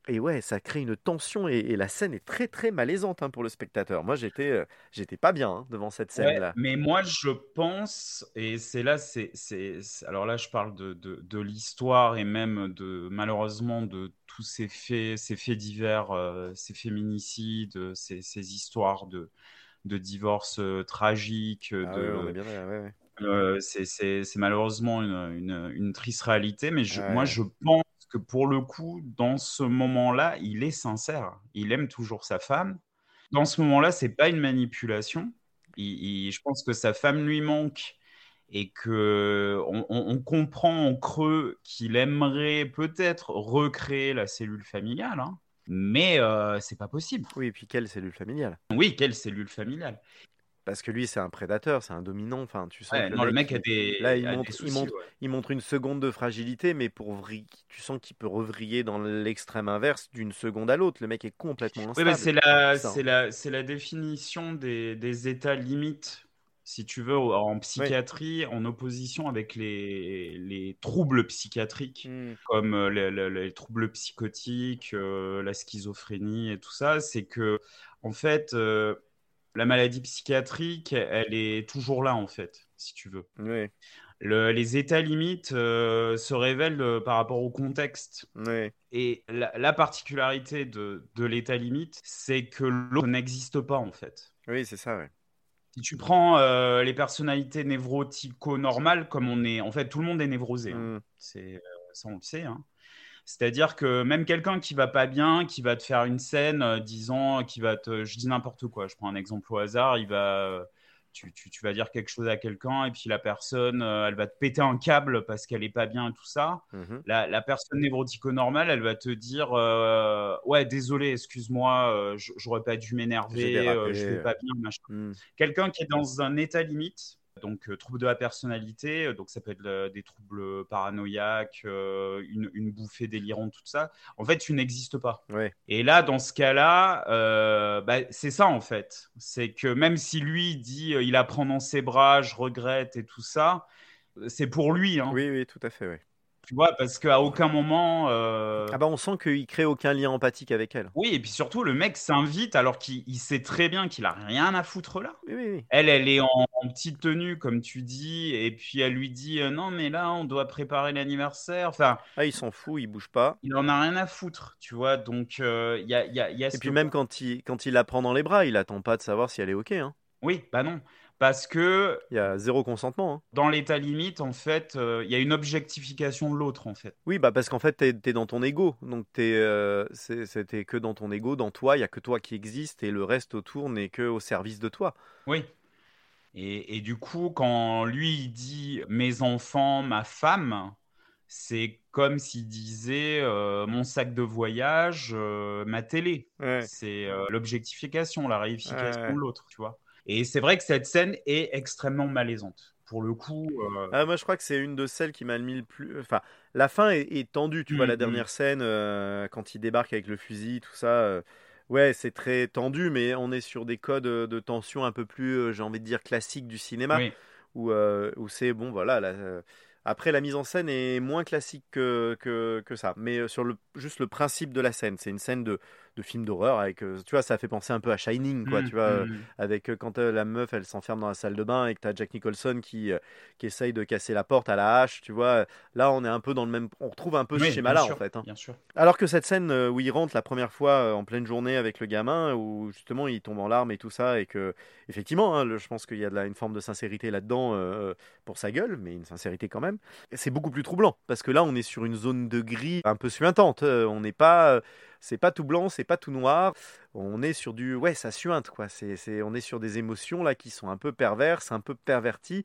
Speaker 1: Et ouais, ça crée une tension et, et la scène est très très malaisante hein, pour le spectateur. Moi, j'étais euh, j'étais pas bien hein, devant cette
Speaker 2: Ouais,
Speaker 1: scène-là.
Speaker 2: mais moi je pense, et c'est là, c'est, c'est, c'est- alors là je parle de, de, de l'histoire et même de malheureusement de tous ces faits, ces faits divers, euh, ces féminicides, euh, ces, ces histoires de, de divorces euh, tragiques,
Speaker 1: Ah ouais, on est
Speaker 2: de,
Speaker 1: bien là, ouais, ouais.
Speaker 2: euh, c'est, c'est, c'est malheureusement une, une, une triste réalité, mais je, moi
Speaker 1: Ouais,
Speaker 2: je pense que pour le coup, dans ce moment-là, il est sincère, il aime toujours sa femme. Dans ce moment-là, c'est pas une manipulation. Il- il- je pense que sa femme lui manque et que on, on- on comprend en creux qu'il aimerait peut-être recréer la cellule familiale, hein, mais euh, c'est pas possible.
Speaker 1: oui, et puis quelle cellule familiale?
Speaker 2: Oui, quelle cellule familiale?
Speaker 1: Parce que lui, c'est un prédateur, c'est un dominant. Enfin, tu sens
Speaker 2: Ouais,
Speaker 1: que le
Speaker 2: non, le
Speaker 1: mec,
Speaker 2: mec a
Speaker 1: il- là,
Speaker 2: des,
Speaker 1: il
Speaker 2: a des
Speaker 1: montre, il
Speaker 2: soucis,
Speaker 1: montre,
Speaker 2: ouais.
Speaker 1: il montre une seconde de fragilité, mais pour vri- tu sens qu'il peut revriller dans l'extrême inverse d'une seconde à l'autre. Le mec est complètement
Speaker 2: Oui, mais
Speaker 1: instable.
Speaker 2: c'est la,
Speaker 1: Ça,
Speaker 2: c'est
Speaker 1: hein.
Speaker 2: la, c'est la définition des, des états limites, si tu veux, en
Speaker 1: Oui.
Speaker 2: psychiatrie, en opposition avec les, les troubles psychiatriques,
Speaker 1: Hmm.
Speaker 2: comme euh, les, les- les troubles psychotiques, euh, la schizophrénie et tout ça. C'est que, en fait, euh, la maladie psychiatrique, elle est toujours là, en fait, si tu veux.
Speaker 1: Oui,
Speaker 2: Le- les états limites euh, se révèlent euh, par rapport au contexte.
Speaker 1: oui,
Speaker 2: Et la, la particularité de, de l'état limite, c'est que l'autre n'existe pas en fait.
Speaker 1: oui, c'est ça, ouais.
Speaker 2: Si tu prends euh, les personnalités névrotico-normales, comme on est, en fait, tout le monde est névrosé, hein.
Speaker 1: Hmm.
Speaker 2: C'est, euh, ça, on le sait, hein. C'est-à-dire que même quelqu'un qui va pas bien, qui va te faire une scène, euh, disant, qui va te, je dis n'importe quoi, je prends un exemple au hasard, il va, euh, tu, tu, tu vas dire quelque chose à quelqu'un et puis la personne, euh, elle va te péter un câble parce qu'elle est pas bien et tout ça.
Speaker 1: Mhm.
Speaker 2: La, la personne névrotico-normale, elle va te dire, euh, ouais, désolé, excuse-moi, euh, j- j'aurais pas dû
Speaker 1: J'ai
Speaker 2: m'énerver,
Speaker 1: dérapé.
Speaker 2: euh, je vais
Speaker 1: euh.
Speaker 2: pas bien, machin.
Speaker 1: Hmm.
Speaker 2: Quelqu'un qui est dans un état limite, donc euh, trouble de la personnalité, euh, donc ça peut être euh, des troubles paranoïaques, euh, une, une bouffée délirante, tout ça. En fait, tu n'existes pas.
Speaker 1: Ouais.
Speaker 2: Et là, dans ce cas-là, euh, bah, c'est ça en fait. C'est que même si lui dit euh, il apprend dans ses bras, je regrette et tout ça, euh, c'est pour lui, hein.
Speaker 1: Oui, oui, tout à fait, ouais.
Speaker 2: Tu vois, parce qu'à aucun moment. euh,
Speaker 1: Ah bah, on sent qu'il crée aucun lien empathique avec elle.
Speaker 2: Oui, et puis surtout, le mec s'invite alors qu'il il sait très bien qu'il a rien à foutre là.
Speaker 1: Oui, oui, oui.
Speaker 2: Elle, elle est en, en petite tenue, comme tu dis, et puis elle lui dit euh, non, mais là, on doit préparer l'anniversaire. Enfin,
Speaker 1: Ah, il s'en fout, il bouge pas.
Speaker 2: il en a rien à foutre, tu vois. Donc, euh, il y a, il y a, il y a
Speaker 1: Et
Speaker 2: ce.
Speaker 1: puis même quand il, quand il la prend dans les bras, il attend pas de savoir si elle est OK, hein.
Speaker 2: Oui, bah non. Parce que
Speaker 1: Il y a zéro consentement, hein.
Speaker 2: dans l'état limite, en fait, euh, il y a une objectification de l'autre, en fait.
Speaker 1: Oui, bah parce qu'en fait, t'es, t'es dans ton ego. Donc, t'es, euh, c'est, c'était que dans ton ego, dans toi, il y a que toi qui existe et le reste autour n'est que au service de toi.
Speaker 2: Oui. Et, et du coup, quand lui, il dit mes enfants, ma femme, c'est comme s'il disait euh, mon sac de voyage, euh, ma télé.
Speaker 1: Ouais,
Speaker 2: C'est euh, l'objectification, la
Speaker 1: ouais,
Speaker 2: réification
Speaker 1: ouais.
Speaker 2: de l'autre, tu vois. Et c'est vrai que cette scène est extrêmement malaisante. Pour le coup, euh,
Speaker 1: Ah, moi, je crois que c'est une de celles qui m'a mis le plus. Enfin, la fin est, est tendue, tu vois,
Speaker 2: hum,
Speaker 1: la
Speaker 2: hum,
Speaker 1: dernière scène, euh, quand il débarque avec le fusil, tout ça. euh, Ouais, c'est très tendu, mais on est sur des codes euh, de tension un peu plus, euh, j'ai envie de dire, classiques du cinéma,
Speaker 2: oui,
Speaker 1: où, euh, où c'est bon, voilà. la- euh, Après, la mise en scène est moins classique que, que, que ça, mais euh, sur le, juste le principe de la scène, c'est une scène de, de film d'horreur avec, euh, tu vois, ça fait penser un peu à Shining, quoi,
Speaker 2: hum,
Speaker 1: tu vois, euh,
Speaker 2: hum.
Speaker 1: avec euh, quand euh, la meuf, elle s'enferme dans la salle de bain et que t'as Jack Nicholson qui, euh, qui essaye de casser la porte à la hache, tu vois. Là, on est un peu dans le même, on retrouve un peu ce
Speaker 2: Oui, bien
Speaker 1: schéma-là, en
Speaker 2: sûr,
Speaker 1: fait, hein.
Speaker 2: bien sûr.
Speaker 1: Alors que cette scène euh, où il rentre la première fois euh, en pleine journée avec le gamin, où justement il tombe en larmes et tout ça, et que effectivement, hein, le- je pense qu'il y a de la- une forme de sincérité là-dedans euh, pour sa gueule, mais une sincérité quand même. Et c'est beaucoup plus troublant parce que là, on est sur une zone de gris un peu suintante. Euh, on n'est pas, euh, c'est pas tout blanc, c'est pas tout noir. On est sur du, ouais, ça suinte quoi. C'est, c'est, on est sur des émotions là qui sont un peu perverses, un peu perverties.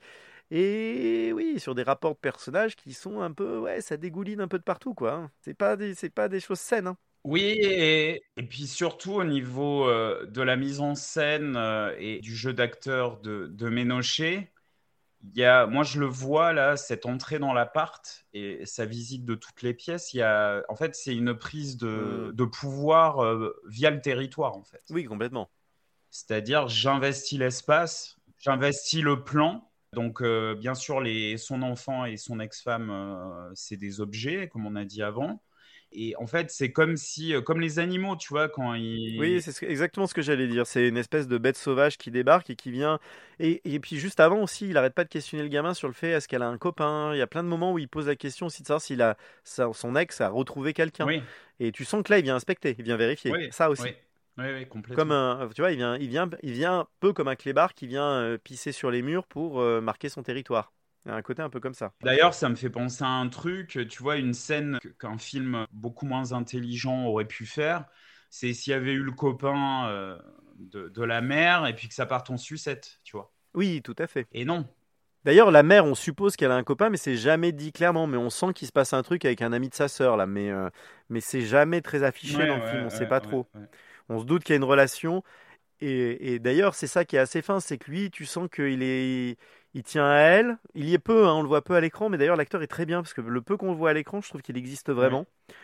Speaker 1: Et oui, sur des rapports de personnages qui sont un peu, ouais, ça dégouline un peu de partout, quoi, hein. C'est pas des, c'est pas des choses saines, hein.
Speaker 2: Oui, et, et puis surtout au niveau euh, de la mise en scène euh, et du jeu d'acteur de, de Ménochet, il y a, moi je le vois là, cette entrée dans l'appart et sa visite de toutes les pièces, il y a, en fait, c'est une prise
Speaker 1: Hmm.
Speaker 2: de, de pouvoir euh, via le territoire, en fait.
Speaker 1: Oui, complètement.
Speaker 2: C'est-à-dire, j'investis l'espace, j'investis le plan. Donc, euh, bien sûr, les, son enfant et son ex-femme, euh, c'est des objets, comme on a dit avant. Et en fait, c'est comme si, euh, comme les animaux, tu vois, quand ils.
Speaker 1: Oui, c'est ce que- exactement ce que j'allais dire. C'est une espèce de bête sauvage qui débarque et qui vient. Et, et puis juste avant aussi, il arrête pas de questionner le gamin sur le fait est-ce qu'elle a un copain. Il y a plein de moments où il pose la question aussi de savoir s'il a sa- son ex a retrouvé quelqu'un.
Speaker 2: Oui,
Speaker 1: Et tu sens que là, il vient inspecter, il vient vérifier.
Speaker 2: oui,
Speaker 1: Ça aussi.
Speaker 2: oui, oui, oui,
Speaker 1: Comme
Speaker 2: complètement.
Speaker 1: un, tu vois, il vient, il vient, il vient un peu comme un clébard qui vient euh, pisser sur les murs pour euh, marquer son territoire. Il y a un côté un peu comme ça.
Speaker 2: D'ailleurs, ça me fait penser à un truc, tu vois, une scène que- qu'un film beaucoup moins intelligent aurait pu faire, c'est s'il y avait eu le copain euh, de, de la mère et puis que ça parte en sucette, tu vois.
Speaker 1: Oui, tout à fait.
Speaker 2: Et non.
Speaker 1: D'ailleurs, la mère, on suppose qu'elle a un copain, mais c'est jamais dit clairement. Mais on sent qu'il se passe un truc avec un ami de sa sœur là. Mais, euh, mais c'est jamais très affiché
Speaker 2: Ouais,
Speaker 1: dans le film. On
Speaker 2: ouais,
Speaker 1: sait
Speaker 2: ouais,
Speaker 1: pas
Speaker 2: ouais,
Speaker 1: trop.
Speaker 2: ouais.
Speaker 1: On se doute qu'il y a une relation. Et, et d'ailleurs, c'est ça qui est assez fin, c'est que lui, tu sens qu'il est, il tient à elle. Il y est peu, hein, on le voit peu à l'écran, mais d'ailleurs l'acteur est très bien parce que le peu qu'on le voit à l'écran, je trouve qu'il existe
Speaker 2: Ouais.
Speaker 1: vraiment.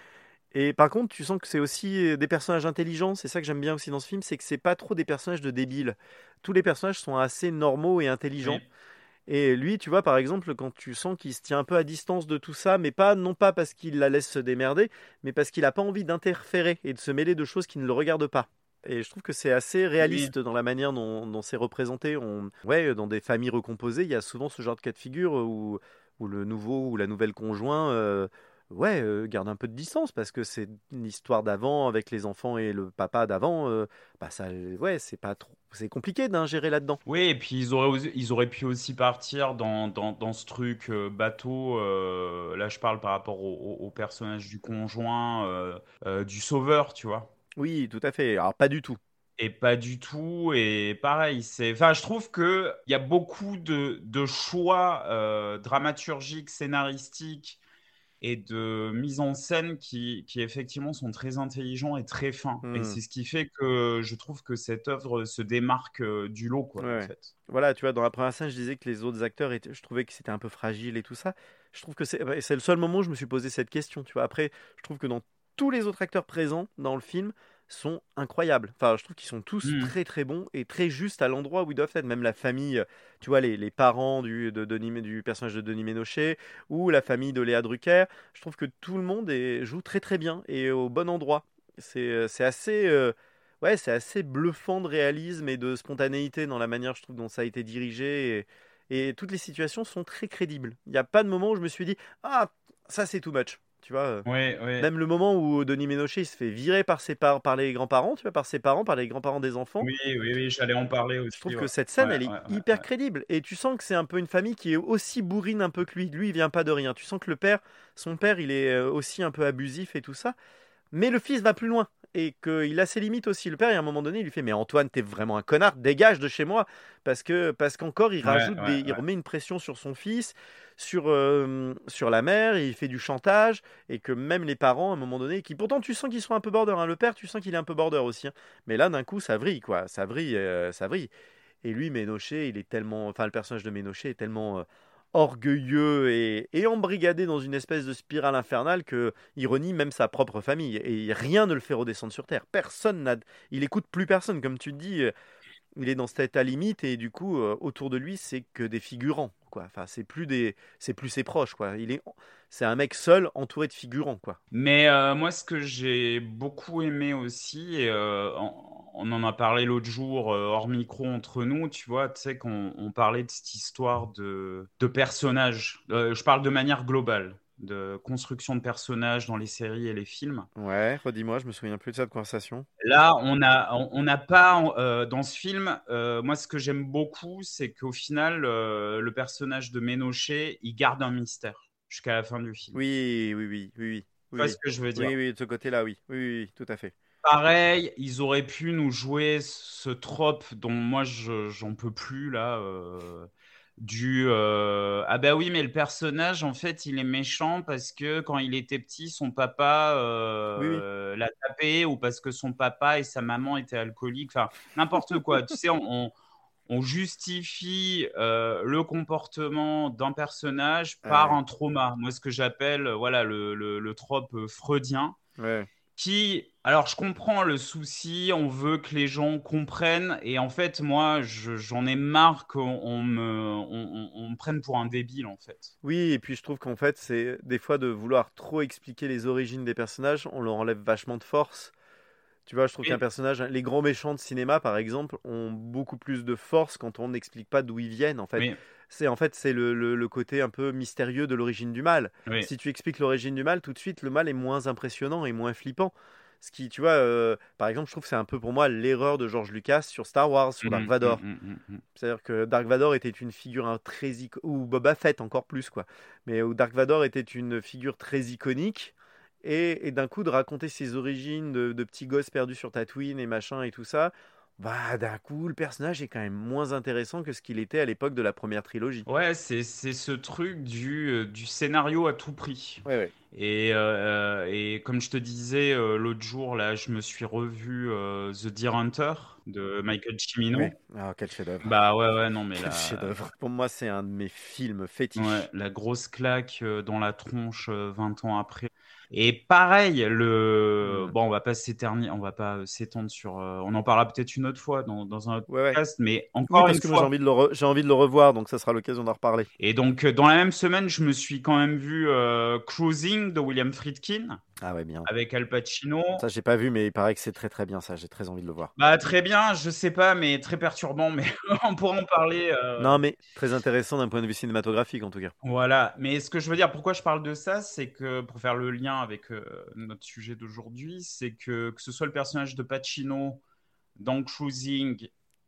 Speaker 1: Et par contre, tu sens que c'est aussi des personnages intelligents. C'est ça que j'aime bien aussi dans ce film, c'est que c'est pas trop des personnages de débiles. Tous les personnages sont assez normaux et intelligents.
Speaker 2: Oui.
Speaker 1: Et lui, tu vois, par exemple, quand tu sens qu'il se tient un peu à distance de tout ça, mais pas non pas parce qu'il la laisse se démerder, mais parce qu'il a pas envie d'interférer et de se mêler de choses qui ne le regardent pas. Et je trouve que c'est assez
Speaker 2: Oui.
Speaker 1: réaliste dans la manière dont, dont c'est représenté. On... Ouais, dans des familles recomposées, il y a souvent ce genre de cas de figure où, où le nouveau ou la nouvelle conjoint euh, ouais, euh, garde un peu de distance parce que c'est une histoire d'avant avec les enfants et le papa d'avant. Euh, bah ça, ouais, c'est pas trop, c'est compliqué d'ingérer là-dedans.
Speaker 2: Oui, et puis ils auraient, os- ils auraient pu aussi partir dans, dans, dans ce truc euh, bateau. Euh, là, je parle par rapport au, au- au personnage du conjoint, euh, euh, du sauveur, tu vois.
Speaker 1: Oui, tout à fait. Alors pas du tout.
Speaker 2: Et pas du tout. Et pareil, c'est. Enfin, je trouve que il y a beaucoup de, de choix euh, dramaturgiques, scénaristiques et de mise en scène qui, qui effectivement sont très intelligents et très fins. Et
Speaker 1: Hmm.
Speaker 2: c'est ce qui fait que je trouve que cette œuvre se démarque euh, du lot, quoi, en
Speaker 1: Ouais.
Speaker 2: fait.
Speaker 1: Voilà, tu vois, dans la première scène, je disais que les autres acteurs étaient, je trouvais que c'était un peu fragile et tout ça. Je trouve que c'est, ouais, c'est le seul moment où je me suis posé cette question, tu vois. Après, je trouve que dans tous les autres acteurs présents dans le film sont incroyables. Enfin, je trouve qu'ils sont tous
Speaker 2: Mhm.
Speaker 1: très très bons et très justes à l'endroit où ils doivent être. Même la famille, euh, tu vois, les, les parents du, de Denis, du personnage de Denis Ménochet ou la famille de Léa Drucker. Je trouve que tout le monde est- joue très très bien et au bon endroit. C'est, euh, c'est assez. euh, Ouais, c'est assez bluffant de réalisme et de spontanéité dans la manière, je trouve, dont ça a été dirigé. Et, et toutes les situations sont très crédibles. Il n'y a pas de moment où je me suis dit, ah, ça c'est too much. Tu vois, euh,
Speaker 2: Ouais, ouais.
Speaker 1: même le moment où Denis Ménochet il se fait virer par, ses par, par les grands-parents, tu vois, par ses parents, par les grands-parents des enfants.
Speaker 2: Oui, oui, oui, j'allais en parler
Speaker 1: Je trouve
Speaker 2: aussi.
Speaker 1: que
Speaker 2: Ouais,
Speaker 1: cette scène,
Speaker 2: ouais,
Speaker 1: elle est
Speaker 2: ouais, ouais,
Speaker 1: hyper
Speaker 2: ouais.
Speaker 1: crédible. Et tu sens que c'est un peu une famille qui est aussi bourrine un peu que lui. Lui, il vient pas de rien. Tu sens que le père, son père, il est euh, aussi un peu abusif et tout ça. Mais le fils va plus loin et qu'il a ses limites aussi. Le père, à un moment donné, il lui fait mais Antoine, t'es vraiment un connard, dégage de chez moi parce que parce qu'encore il
Speaker 2: Ouais,
Speaker 1: rajoute
Speaker 2: ouais,
Speaker 1: des, il
Speaker 2: ouais.
Speaker 1: remet une pression sur son fils, sur euh, sur la mère, et il fait du chantage et que même les parents, à un moment donné, qui pourtant tu sens qu'ils sont un peu border, hein. Le père, tu sens qu'il est un peu border aussi, hein. Mais là, d'un coup, ça vrille quoi, ça vrille, euh, ça vrille. Et lui, Ménochet, il est tellement, enfin le personnage de Ménochet est tellement euh, orgueilleux et, et embrigadé dans une espèce de spirale infernale que il renie même sa propre famille et rien ne le fait redescendre sur terre. Personne n'a, il écoute plus personne, comme tu te dis, euh, il est dans cet état limite et du coup euh, autour de lui c'est que des figurants quoi. Enfin c'est plus des, c'est plus ses proches quoi. Il est, c'est un mec seul entouré de figurants quoi.
Speaker 2: Mais euh, moi, ce que j'ai beaucoup aimé aussi, et, euh, on, on en a parlé l'autre jour euh, hors micro entre nous, tu vois, tu sais qu'on on parlait de cette histoire de, de personnages. Euh, je parle de manière globale, de construction de personnages dans les séries et les films.
Speaker 1: Ouais, redis-moi, je me souviens plus de cette conversation.
Speaker 2: Là, on a, on on n'a pas euh, dans ce film. Euh, moi, ce que j'aime beaucoup, c'est qu'au final, euh, le personnage de Ménochet, il garde un mystère jusqu'à la fin du film.
Speaker 1: Oui, oui, oui, oui, oui,
Speaker 2: Tu vois ce
Speaker 1: oui,
Speaker 2: que je veux dire?
Speaker 1: oui, oui, de ce côté-là, oui, oui, oui, oui, tout à fait.
Speaker 2: Pareil, ils auraient pu nous jouer ce trope dont moi je, j'en peux plus là, euh, du euh, ah bah oui mais le personnage en fait il est méchant parce que quand il était petit son papa
Speaker 1: Oui, oui.
Speaker 2: euh, l'a tapé ou parce que son papa et sa maman étaient alcooliques, enfin n'importe quoi. Tu sais, on, on justifie euh, le comportement d'un personnage par
Speaker 1: Ouais,
Speaker 2: un trauma. Moi ce que j'appelle euh, voilà le, le, le trope freudien
Speaker 1: ouais.
Speaker 2: qui Alors, je comprends le souci, on veut que les gens comprennent et en fait, moi, je j'en ai marre qu'on on me on on on me prenne pour un débile, en fait.
Speaker 1: Oui, et puis je trouve qu'en fait, c'est des fois de vouloir trop expliquer les origines des personnages, on leur enlève vachement de force. Tu vois, je trouve qu'un
Speaker 2: Oui,
Speaker 1: personnage, les grands méchants de cinéma, par exemple, ont beaucoup plus de force quand on n'explique pas d'où ils viennent, en fait.
Speaker 2: oui,
Speaker 1: C'est en fait, c'est le, le- le côté un peu mystérieux de l'origine du mal.
Speaker 2: oui.
Speaker 1: Si tu expliques l'origine du mal, tout de suite, le mal est moins impressionnant et moins flippant. Ce qui, tu vois, euh, par exemple, je trouve que c'est un peu pour moi l'erreur de George Lucas sur Star Wars, sur Dark
Speaker 2: Mmh, mmh,
Speaker 1: Vador.
Speaker 2: mmh, mmh, mmh.
Speaker 1: C'est-à-dire que Dark Vador était une figure hein, très ico- ou Boba Fett encore plus quoi. Mais où Dark Vador était une figure très iconique et, et d'un coup de raconter ses origines de, de petit gosse perdu sur Tatooine et machin et tout ça, bah d'un coup le personnage est quand même moins intéressant que ce qu'il était à l'époque de la première trilogie.
Speaker 2: Ouais, c'est c'est ce truc du, euh, du scénario à tout prix.
Speaker 1: Ouais ouais.
Speaker 2: Et, euh, et comme je te disais euh, l'autre jour, là, je me suis revu euh, The Deer Hunter de Michael
Speaker 1: Oui.
Speaker 2: Cimino.
Speaker 1: Ah quel chef-d'œuvre.
Speaker 2: Bah ouais, ouais, non, mais
Speaker 1: Quel
Speaker 2: là,
Speaker 1: chef-d'œuvre. Pour moi c'est un de mes films
Speaker 2: ouais,
Speaker 1: fétiches.
Speaker 2: la grosse claque euh, dans la tronche euh, vingt ans après. Et pareil, le
Speaker 1: Hmm.
Speaker 2: bon, on va pas s'éterniser, on va pas euh, s'étendre sur. euh, on en parlera peut-être une autre fois dans, dans un autre
Speaker 1: Ouais ouais.
Speaker 2: podcast, mais
Speaker 1: Oui
Speaker 2: encore
Speaker 1: parce
Speaker 2: une
Speaker 1: que moi j'ai
Speaker 2: fois.
Speaker 1: envie de le re- j'ai envie de le revoir donc ça sera l'occasion d'en reparler.
Speaker 2: Et donc, euh, dans la même semaine, je me suis quand même vu euh, Cruising de William Friedkin
Speaker 1: Ah ouais bien.
Speaker 2: avec Al Pacino.
Speaker 1: Ça j'ai pas vu mais il paraît que c'est très très bien ça. J'ai très envie de le voir.
Speaker 2: Bah très bien, je sais pas, mais très perturbant, mais on pourra en parler. euh,
Speaker 1: Non, mais très intéressant d'un point de vue cinématographique en tout cas.
Speaker 2: Voilà, mais ce que je veux dire, pourquoi je parle de ça, c'est que pour faire le lien avec euh, notre sujet d'aujourd'hui, c'est que que ce soit le personnage de Pacino dans Cruising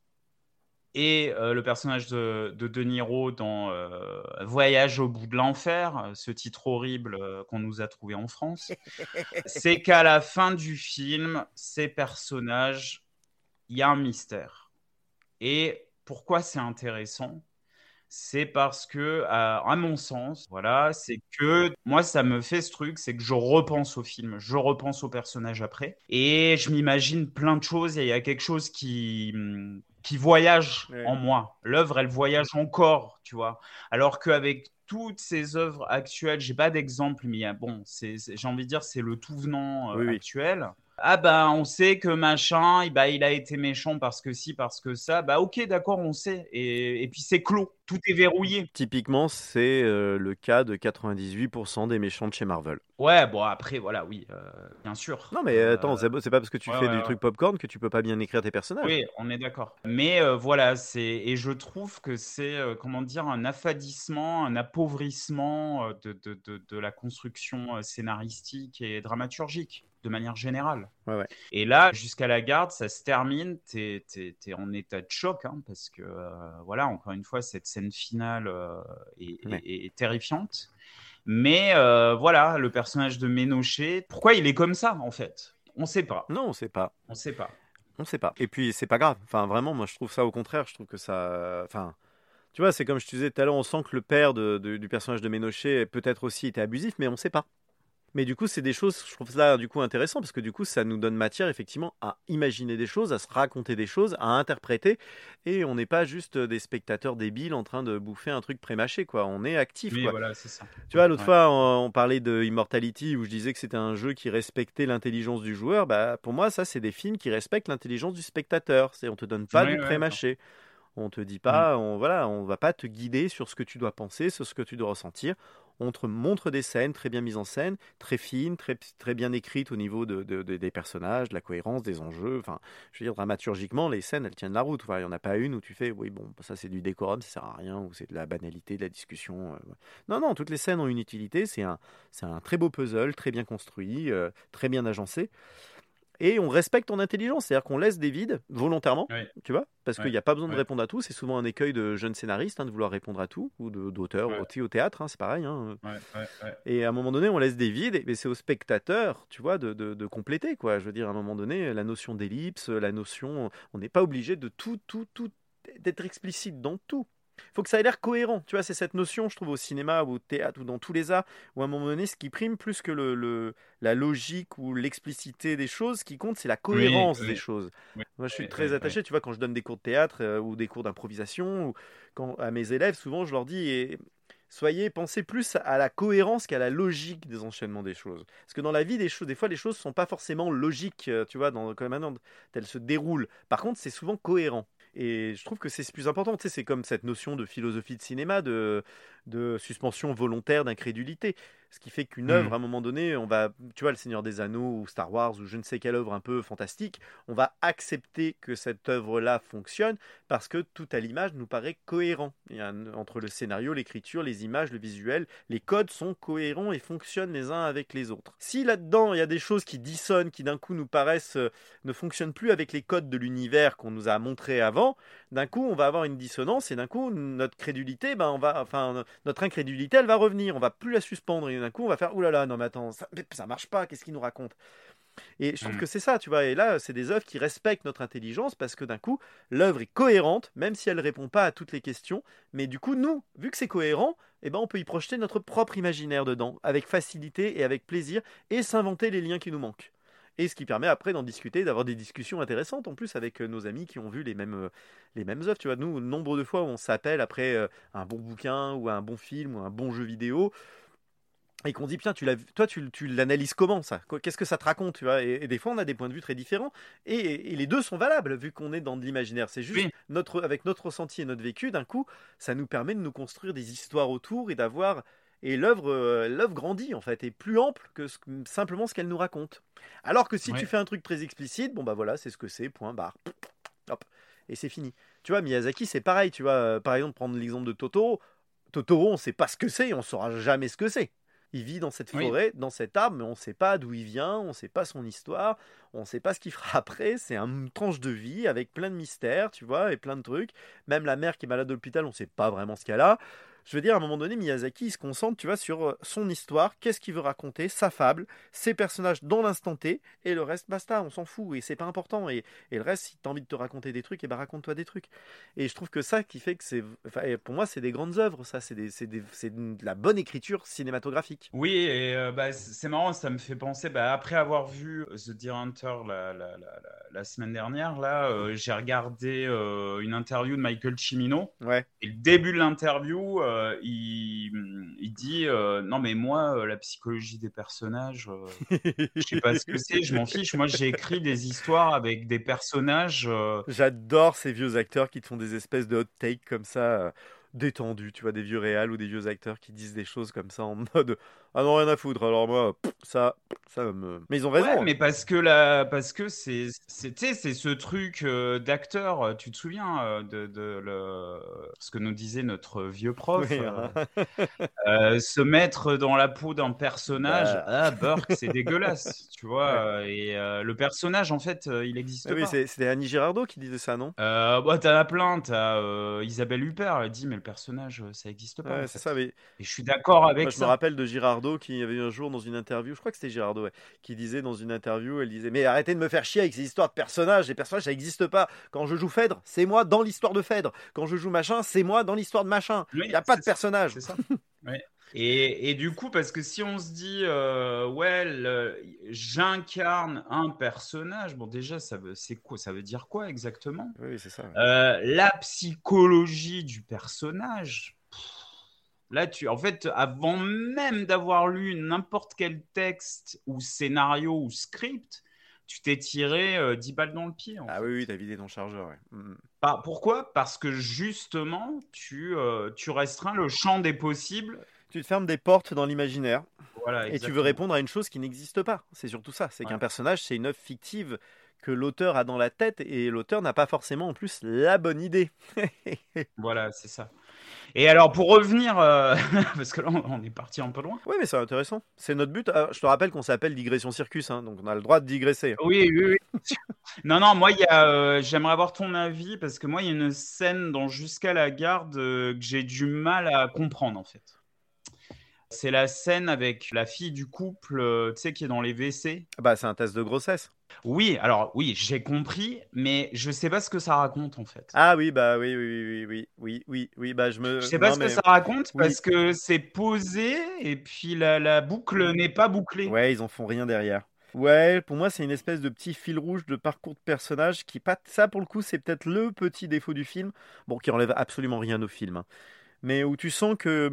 Speaker 2: et euh, le personnage de, de De Niro dans euh, Voyage au bout de l'enfer, ce titre horrible euh, qu'on nous a trouvé en France, c'est qu'à la fin du film, ces personnages, il y a un mystère. Et pourquoi c'est intéressant? C'est parce que, à, à mon sens, voilà, c'est que moi, ça me fait ce truc, c'est que je repense au film, je repense au personnage après, et je m'imagine plein de choses, et il y a quelque chose qui, hum, qui voyage
Speaker 1: Ouais.
Speaker 2: en moi. L'œuvre, elle voyage encore, tu vois. Alors qu'avec toutes ces œuvres actuelles, j'ai pas d'exemple, mais il y a, bon, c'est, c'est- j'ai envie de dire, c'est le tout venant euh,
Speaker 1: Oui, oui.
Speaker 2: actuel. Ah bah on sait que machin, eh bah, il a été méchant parce que si, parce que ça. Bah ok, d'accord, on sait. Et, et puis c'est clos, tout est verrouillé.
Speaker 1: Typiquement, c'est euh, le cas de quatre-vingt-dix-huit pour cent des méchants de chez Marvel.
Speaker 2: Ouais, bon après, voilà, oui, euh, bien sûr.
Speaker 1: Non, mais
Speaker 2: Euh,
Speaker 1: attends, c'est c'est pas parce que tu
Speaker 2: ouais,
Speaker 1: fais
Speaker 2: ouais,
Speaker 1: du
Speaker 2: ouais.
Speaker 1: truc popcorn que tu peux pas bien écrire tes personnages.
Speaker 2: Oui, on est d'accord. Mais euh, voilà, c'est et je trouve que c'est euh, comment dire un affadissement, un appauvrissement euh, de, de, de, de la construction euh, scénaristique et dramaturgique de manière générale.
Speaker 1: Ouais, ouais.
Speaker 2: Et là, jusqu'à la garde, ça se termine, t'es, t'es, t'es en état de choc, hein, parce que, euh, voilà, encore une fois, cette scène finale euh, est,
Speaker 1: Ouais.
Speaker 2: est- est terrifiante. Mais euh, voilà, le personnage de Ménochet, pourquoi il est comme ça, en fait? On sait pas.
Speaker 1: Non, on sait pas.
Speaker 2: On sait pas.
Speaker 1: On sait pas. Et puis, c'est pas grave. Enfin, vraiment, moi, je trouve ça au contraire. Je trouve que ça. Enfin. Tu vois, c'est comme je te disais tout à l'heure, on sent que le père de- de- du personnage de Ménochet peut-être aussi été abusif, mais on sait pas. Mais du coup, c'est des choses, je trouve ça du coup intéressant parce que du coup, ça nous donne matière effectivement à imaginer des choses, à se raconter des choses, à interpréter. Et on n'est pas juste des spectateurs débiles en train de bouffer un truc prémâché, quoi. On est actif,
Speaker 2: Oui,
Speaker 1: quoi.
Speaker 2: voilà, c'est ça.
Speaker 1: Tu vois, l'autre
Speaker 2: Ouais.
Speaker 1: fois, on, on parlait de Immortality où je disais que c'était un jeu qui respectait l'intelligence du joueur. Bah, pour moi, ça, c'est des films qui respectent l'intelligence du spectateur. C'est, on te donne pas
Speaker 2: Ouais,
Speaker 1: du
Speaker 2: ouais,
Speaker 1: prémâché. On te dit
Speaker 2: Mm.
Speaker 1: pas, on voilà, on va pas te guider sur ce que tu dois penser, sur ce que tu dois ressentir. On te montre des scènes très bien mises en scène, très fines, très, très bien écrites au niveau de, de- de- des personnages, de la cohérence, des enjeux. Enfin, je veux dire, dramaturgiquement, les scènes, elles tiennent la route. Enfin, il n'y en a pas une où tu fais, oui, bon, ça c'est du décorum, ça sert à rien, ou c'est de la banalité, de la discussion. euh, ouais. Non, non, toutes les scènes ont une utilité. C'est un, c'est un très beau puzzle, très bien construit, euh, très bien agencé. Et on respecte ton intelligence, c'est-à-dire qu'on laisse des vides volontairement,
Speaker 2: Ouais.
Speaker 1: tu vois, parce qu'il
Speaker 2: Ouais.
Speaker 1: n'y a pas besoin de
Speaker 2: Ouais.
Speaker 1: répondre à tout. C'est souvent un écueil de jeunes scénaristes hein, de vouloir répondre à tout, ou de- d'auteurs,
Speaker 2: Ouais.
Speaker 1: au, au théâtre, hein, c'est pareil. Hein.
Speaker 2: Ouais, ouais, ouais.
Speaker 1: Et à un moment donné, on laisse des vides, mais c'est au spectateur, tu vois, de, de- de compléter, quoi. Je veux dire, à un moment donné, la notion d'ellipse, la notion, on n'est pas obligé de tout, tout, tout, d'être explicite dans tout. Il faut que ça ait l'air cohérent, tu vois, c'est cette notion, je trouve, au cinéma ou au théâtre ou dans tous les arts, où à un moment donné, ce qui prime plus que le, le- la logique ou l'explicité des choses, ce qui compte, c'est la cohérence
Speaker 2: Oui,
Speaker 1: des
Speaker 2: oui.
Speaker 1: choses.
Speaker 2: Oui,
Speaker 1: Moi, je suis
Speaker 2: oui,
Speaker 1: très
Speaker 2: oui,
Speaker 1: attaché, tu vois, quand je donne des cours de théâtre euh, ou des cours d'improvisation, ou quand à mes élèves, souvent, je leur dis, et soyez, pensez plus à la cohérence qu'à la logique des enchaînements des choses. Parce que dans la vie, des choses, des fois, les choses sont pas forcément logiques, euh, tu vois, dans, comme maintenant, elles se déroulent. Par contre, c'est souvent cohérent. Et je trouve que c'est plus important. Tu sais, c'est comme cette notion de philosophie de cinéma, de, de suspension volontaire d'incrédulité. Ce qui fait qu'une œuvre,
Speaker 2: Mm.
Speaker 1: à un moment donné, on va, tu vois, Le Seigneur des Anneaux ou Star Wars ou je ne sais quelle œuvre un peu fantastique, on va accepter que cette œuvre-là fonctionne parce que tout à l'image nous paraît cohérent. Il y a un- entre le scénario, l'écriture, les images, le visuel, les codes sont cohérents et fonctionnent les uns avec les autres. Si là-dedans, il y a des choses qui dissonnent, qui d'un coup nous paraissent, euh, ne fonctionnent plus avec les codes de l'univers qu'on nous a montré avant, d'un coup, on va avoir une dissonance et d'un coup, notre crédulité, ben, on va, enfin, notre incrédulité, elle va revenir. On va plus la suspendre et d'un coup, on va faire, oulala, non mais attends, ça, ça marche pas. Qu'est-ce qu'il nous raconte? Et je trouve
Speaker 2: Mm.
Speaker 1: que c'est ça, tu vois. Et là, c'est des œuvres qui respectent notre intelligence parce que d'un coup, l'œuvre est cohérente, même si elle répond pas à toutes les questions. Mais du coup, nous, vu que c'est cohérent, eh ben, on peut y projeter notre propre imaginaire dedans, avec facilité et avec plaisir, et s'inventer les liens qui nous manquent. Et ce qui permet après d'en discuter, d'avoir des discussions intéressantes en plus avec euh, nos amis qui ont vu les mêmes, euh, les mêmes œuvres. Tu vois, nous, nombre de fois où on s'appelle après euh, un bon bouquin ou un bon film ou un bon jeu vidéo et qu'on dit, putain, tu l'as, vu- toi, tu, tu l'analyses comment ça? Quoi- Qu'est-ce que ça te raconte, tu vois? Et, et des fois, on a des points de vue très différents et, et les deux sont valables vu qu'on est dans de l'imaginaire. C'est juste
Speaker 2: Oui.
Speaker 1: notre, avec notre ressenti et notre vécu, d'un coup, ça nous permet de nous construire des histoires autour et d'avoir. Et l'œuvre, euh, l'œuvre grandit en fait, est plus ample que ce- simplement ce qu'elle nous raconte. Alors que si
Speaker 2: Ouais.
Speaker 1: tu fais un truc très explicite, bon bah voilà, c'est ce que c'est, point barre. Hop, et c'est fini. Tu vois, Miyazaki, c'est pareil, tu vois, euh, par exemple, prendre l'exemple de Totoro. Totoro, on ne sait pas ce que c'est, on ne saura jamais ce que c'est. Il vit dans cette
Speaker 2: Oui.
Speaker 1: forêt, dans cet arbre, mais on ne sait pas d'où il vient, on ne sait pas son histoire, on ne sait pas ce qu'il fera après. C'est une tranche de vie avec plein de mystères, tu vois, et plein de trucs. Même la mère qui est malade à l'hôpital, on ne sait pas vraiment ce qu'elle a. Je veux dire, à un moment donné, Miyazaki, il se concentre, tu vois, sur euh, son histoire, qu'est-ce qu'il veut raconter, sa fable, ses personnages dans l'instant T, et le reste, basta, on s'en fout, et c'est pas important. Et, et le reste, si tu as envie de te raconter des trucs, et ben raconte-toi des trucs. Et je trouve que ça qui fait que c'est... Enfin, et pour moi, c'est des grandes œuvres, ça, c'est des, c'est des- c'est de la bonne écriture cinématographique.
Speaker 2: Oui, et euh, bah, c- c'est marrant, ça me fait penser, bah, après avoir vu The Deer Hunter la, la, la, la, la semaine dernière, là, euh, j'ai regardé euh, une interview de Michael Cimino.
Speaker 1: Ouais.
Speaker 2: Et le début de l'interview, euh, il, il dit euh, non, mais moi, euh, la psychologie des personnages, euh, je sais pas ce que c'est, je m'en fiche. Moi, j'ai écrit des histoires avec des personnages. euh,
Speaker 1: J'adore ces vieux acteurs qui te font des espèces de hot takes comme ça, euh, détendus, tu vois, des vieux réals ou des vieux acteurs qui disent des choses comme ça en mode ah non, rien à foutre. Alors moi, pff, ça, ça me. Mais ils ont raison.
Speaker 2: Ouais,
Speaker 1: hein.
Speaker 2: mais parce que la, parce que c'est, c'est, tu sais, c'est ce truc euh, d'acteur. euh, Tu te souviens euh, de, de le, ce que nous disait notre vieux prof,
Speaker 1: Oui,
Speaker 2: euh,
Speaker 1: hein.
Speaker 2: euh, se mettre dans la peau d'un personnage.
Speaker 1: Bah.
Speaker 2: Ah, Burke, c'est dégueulasse, tu vois.
Speaker 1: Ouais.
Speaker 2: euh, Et euh, le personnage, en fait, euh, il
Speaker 1: Mais
Speaker 2: n'existe
Speaker 1: oui,
Speaker 2: pas.
Speaker 1: c'est- c'était Annie Girardot qui disait ça, non?
Speaker 2: Euh, bah, t'en as plein. T'as euh, Isabelle Huppert, elle dit, mais le personnage, euh, ça n'existe pas,
Speaker 1: Ouais,
Speaker 2: en
Speaker 1: c'est
Speaker 2: fait.
Speaker 1: ça. Mais
Speaker 2: Et je suis d'accord
Speaker 1: moi,
Speaker 2: avec
Speaker 1: je me
Speaker 2: ça.
Speaker 1: rappelle de Girardot qui avait un jour dans une interview, je crois que c'était Girardot, ouais, qui disait dans une interview, elle disait, mais arrêtez de me faire chier avec ces histoires de personnages. Les personnages, ça n'existe pas. Quand je joue Phèdre, c'est moi dans l'histoire de Phèdre. Quand je joue machin, c'est moi dans l'histoire de machin. Il
Speaker 2: Oui,
Speaker 1: n'y a pas
Speaker 2: c'est
Speaker 1: de
Speaker 2: ça.
Speaker 1: personnage.
Speaker 2: C'est ça. Ouais. Et, et du coup, parce que si on se dit, euh, ouais, le- j'incarne un personnage, bon, déjà, ça veut, c'est quoi, ça veut dire quoi exactement?
Speaker 1: Oui, oui, c'est ça. ouais.
Speaker 2: Euh, la psychologie du personnage. pff, Là, tu, en fait, avant même d'avoir lu n'importe quel texte ou scénario ou script, tu t'es tiré euh, dix balles dans le pied, en
Speaker 1: Ah
Speaker 2: fait.
Speaker 1: oui, oui, t'as vidé ton chargeur, ouais. Mm.
Speaker 2: Pas- pourquoi? Parce que justement, tu, euh, tu restreins le champ des possibles.
Speaker 1: Tu te fermes des portes dans l'imaginaire
Speaker 2: Voilà,
Speaker 1: et tu veux
Speaker 2: exactement.
Speaker 1: répondre à une chose qui n'existe pas. C'est surtout ça. C'est
Speaker 2: Ouais.
Speaker 1: qu'un personnage, c'est une œuvre fictive que l'auteur a dans la tête et l'auteur n'a pas forcément en plus la bonne idée.
Speaker 2: Voilà, c'est ça. Et alors, pour revenir, euh, parce que là, on on est parti un peu loin.
Speaker 1: Oui, mais c'est intéressant. C'est notre but. Alors, je te rappelle qu'on s'appelle Digression Circus, hein, donc on a le droit de digresser.
Speaker 2: Oui, oui, oui. Non, non, moi, il y a, euh, j'aimerais avoir ton avis, parce que moi, il y a une scène dans Jusqu'à la garde euh, que j'ai du mal à comprendre, en fait. C'est la scène avec la fille du couple, euh, tu sais, qui est dans les W C.
Speaker 1: Bah, c'est un test de grossesse.
Speaker 2: Oui, alors, oui, j'ai compris, mais je sais pas ce que ça raconte, en fait.
Speaker 1: Ah oui, bah oui, oui, oui, oui, oui, oui, oui, bah je me.
Speaker 2: Je sais pas
Speaker 1: non,
Speaker 2: ce que
Speaker 1: mais-
Speaker 2: ça raconte,
Speaker 1: oui.
Speaker 2: parce que c'est posé, et puis la, la boucle n'est pas bouclée.
Speaker 1: Ouais, ils en font rien derrière. Ouais, pour moi, c'est une espèce de petit fil rouge de parcours de personnage qui, pas ça pour le coup, c'est peut-être le petit défaut du film, bon, qui enlève absolument rien au film, hein. Mais où tu sens que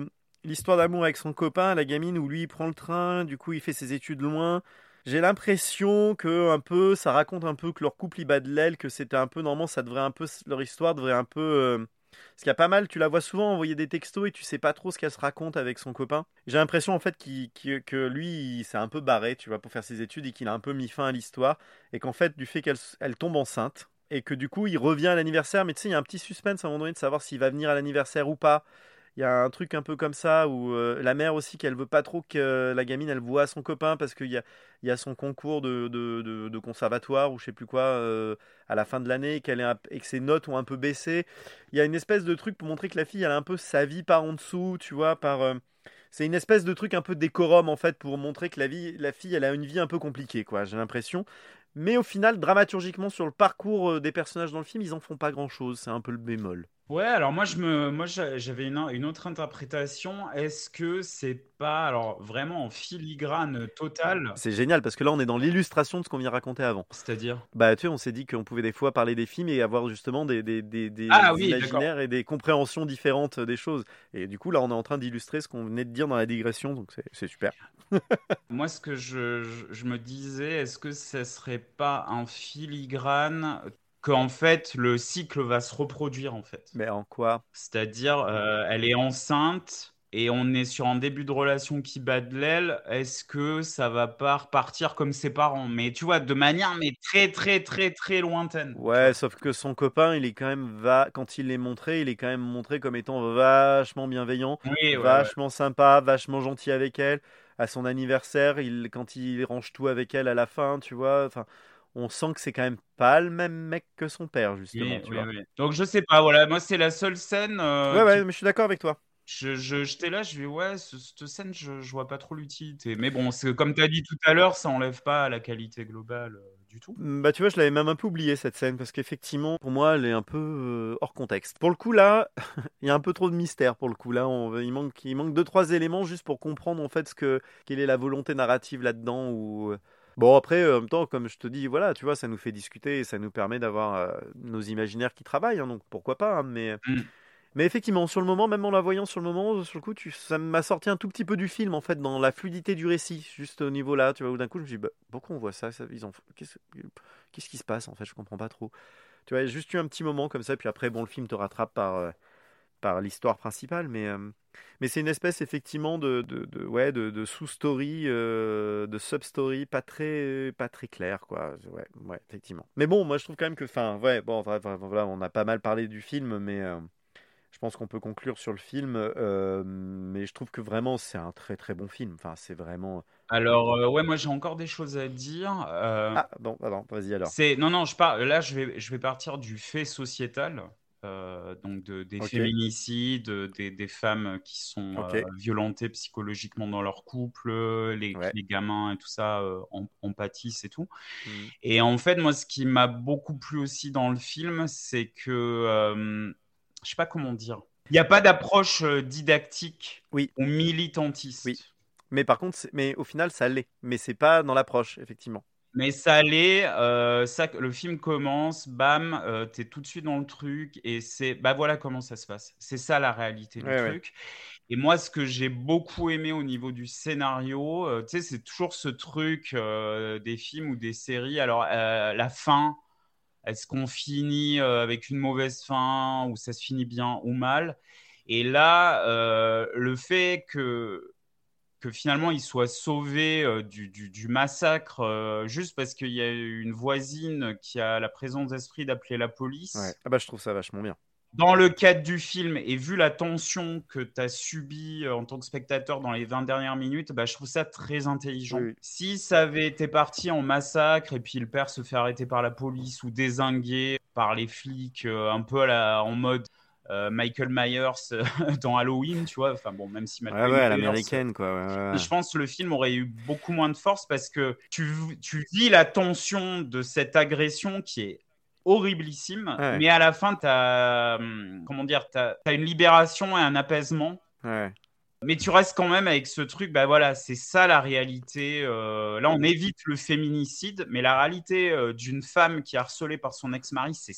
Speaker 1: l'histoire d'amour avec son copain, la gamine, où lui il prend le train, du coup il fait ses études loin. J'ai l'impression que un peu, ça raconte un peu que leur couple il bat de l'aile, que c'était un peu normalement, ça devrait un peu, leur histoire devrait un peu. Euh, parce qu'il y a pas mal, tu la vois souvent envoyer des textos et tu sais pas trop ce qu'elle se raconte avec son copain. J'ai l'impression en fait qu'il, qu'il- que lui il s'est un peu barré, tu vois, pour faire ses études et qu'il a un peu mis fin à l'histoire et qu'en fait du fait qu'elle elle tombe enceinte et que du coup il revient à l'anniversaire, mais tu sais il y a un petit suspense à un moment donné de savoir s'il va venir à l'anniversaire ou pas. Il y a un truc un peu comme ça où euh, la mère aussi qu'elle veut pas trop que euh, la gamine elle voit son copain parce qu'il y a, il y a son concours de, de, de- de conservatoire ou je sais plus quoi euh, à la fin de l'année qu'elle est un- et que ses notes ont un peu baissé. Il y a une espèce de truc pour montrer que la fille elle a un peu sa vie par en dessous, tu vois, par euh, c'est une espèce de truc un peu décorum en fait pour montrer que la vie, la fille elle a une vie un peu compliquée quoi, j'ai l'impression. Mais au final, dramaturgiquement, sur le parcours euh, des personnages dans le film, ils en font pas grand-chose. C'est un peu le bémol.
Speaker 2: Ouais, alors moi, je me, moi j'a- j'avais une, une autre interprétation. Est-ce que c'est pas, alors vraiment en filigrane totale,
Speaker 1: C'est génial parce que là, on est dans l'illustration de ce qu'on vient raconter avant.
Speaker 2: c'est-à-dire?
Speaker 1: Bah, tu sais, on s'est dit qu'on pouvait des fois parler des films et avoir justement des, des, des, des
Speaker 2: Ah oui, d'accord.
Speaker 1: imaginaires et des compréhensions différentes des choses. Et du coup, là, on est en train d'illustrer ce qu'on venait de dire dans la digression, donc c'est c'est super.
Speaker 2: Moi, ce que je, je- je me disais, est-ce que ça serait pas un filigrane qu'en fait le cycle va se reproduire en fait?
Speaker 1: Mais en quoi?
Speaker 2: C'est-à-dire, euh, elle est enceinte et on est sur un début de relation qui bat de l'aile. Est-ce que ça va pas repartir comme ses parents? Mais tu vois, de manière mais très très très très lointaine. Tu
Speaker 1: Ouais,
Speaker 2: vois?
Speaker 1: sauf que son copain, il est quand même va quand il est montré, il est quand même montré comme étant vachement bienveillant,
Speaker 2: Oui, ouais, ouais.
Speaker 1: vachement sympa, vachement gentil avec elle. À son anniversaire, il quand il range tout avec elle à la fin, tu vois. Enfin, on sent que c'est quand même pas le même mec que son père, justement,
Speaker 2: Oui,
Speaker 1: tu
Speaker 2: oui,
Speaker 1: vois.
Speaker 2: oui. Donc je sais pas, voilà, moi c'est la seule scène euh,
Speaker 1: Ouais, ouais,
Speaker 2: qui
Speaker 1: mais je suis d'accord avec toi.
Speaker 2: je, je- j'étais là, je vais ouais, ce- cette scène, je, je vois pas trop l'utilité. Mais bon, c'est comme tu as dit tout à l'heure, ça enlève pas la qualité globale euh, du tout.
Speaker 1: Mm, Bah, tu vois, je l'avais même un peu oublié cette scène parce qu'effectivement, pour moi, elle est un peu euh, hors contexte. Pour le coup, là, il y a un peu trop de mystère. Pour le coup, là, on- il manque, il manque deux, trois éléments juste pour comprendre en fait ce que, quelle est la volonté narrative là-dedans. Ou bon, après, euh, en même temps, comme je te dis, voilà, tu vois, ça nous fait discuter et ça nous permet d'avoir euh, nos imaginaires qui travaillent. Hein, donc pourquoi pas. Hein, mais
Speaker 2: Mm.
Speaker 1: mais effectivement, sur le moment, même en la voyant sur le moment, sur le coup, tu, ça m'a sorti un tout petit peu du film, en fait, dans la fluidité du récit, juste au niveau là, tu vois, où d'un coup, je me suis dit, bah, pourquoi on voit ça, ça ils ont, qu'est-ce, qu'est-ce qui se passe, en fait, je comprends pas trop. Tu vois, juste eu un petit moment comme ça, puis après, bon, le film te rattrape par, euh, par l'histoire principale, mais, euh, mais c'est une espèce, effectivement, de, de, de- ouais, de, de sous-story, euh, de sub-story, pas très, pas très clair, quoi. Ouais, ouais, effectivement. Mais bon, moi, je trouve quand même que, enfin, ouais, bon, vrai- vrai- voilà, on a pas mal parlé du film, mais... euh, je pense qu'on peut conclure sur le film, euh, mais je trouve que vraiment c'est un très très bon film. Enfin, c'est vraiment.
Speaker 2: Alors euh, ouais, moi j'ai encore des choses à dire. Euh,
Speaker 1: Ah, bon, alors, vas-y alors.
Speaker 2: c'est non non, je pars là, je vais je vais partir du fait sociétal. euh, donc de- des
Speaker 1: Ok,
Speaker 2: féminicides, des, des femmes qui sont
Speaker 1: ok,
Speaker 2: euh, violentées psychologiquement dans leur couple, les,
Speaker 1: ouais.
Speaker 2: les gamins et tout ça euh, en, en pâtissent et tout.
Speaker 1: Hmm.
Speaker 2: Et en fait, moi, ce qui m'a beaucoup plu aussi dans le film, c'est que, euh, je sais pas comment dire, il n'y a pas d'approche euh, didactique
Speaker 1: Oui,
Speaker 2: ou
Speaker 1: oui.
Speaker 2: militantiste.
Speaker 1: Mais par contre, c'est- mais au final, ça l'est. Mais c'est pas dans l'approche, effectivement.
Speaker 2: Mais ça allait, euh, ça, le film commence, bam, euh, t'es tout de suite dans le truc et c'est, bah voilà comment ça se passe. C'est ça la réalité du
Speaker 1: Ouais, ouais.
Speaker 2: truc. Et moi, ce que j'ai beaucoup aimé au niveau du scénario, euh, tu sais, c'est toujours ce truc euh, des films ou des séries. Alors, euh, la fin, est-ce qu'on finit euh, avec une mauvaise fin ou ça se finit bien ou mal? Et là, euh, le fait que que finalement il soit sauvé euh, du, du- du massacre euh, juste parce qu'il y a une voisine qui a la présence d'esprit d'appeler la
Speaker 1: Ouais.
Speaker 2: police.
Speaker 1: Ah bah je trouve ça vachement bien.
Speaker 2: Dans le cadre du film, et vu la tension que tu as subie euh, en tant que spectateur dans les vingt dernières minutes, bah, je trouve ça très
Speaker 1: Oui,
Speaker 2: intelligent.
Speaker 1: oui.
Speaker 2: Si ça avait été parti en massacre et puis le père se fait arrêter par la police ou dézinguer par les flics, euh, un peu à la- en mode euh, Michael Myers euh, dans Halloween, tu vois, enfin bon, même si
Speaker 1: Ouais,
Speaker 2: Michael
Speaker 1: ouais, à
Speaker 2: Myers,
Speaker 1: l'américaine, quoi. Ouais, ouais, ouais.
Speaker 2: je pense que le film aurait eu beaucoup moins de force parce que tu, tu vis la tension de cette agression qui est horriblissime,
Speaker 1: Ouais,
Speaker 2: mais à la fin, tu as, comment dire, t'as, t'as une libération et un apaisement.
Speaker 1: ouais.
Speaker 2: Mais tu restes quand même avec ce truc, bah voilà, c'est ça la réalité. euh, là, on évite le féminicide, mais la réalité euh, d'une femme qui est harcelée par son ex-mari, c'est ça.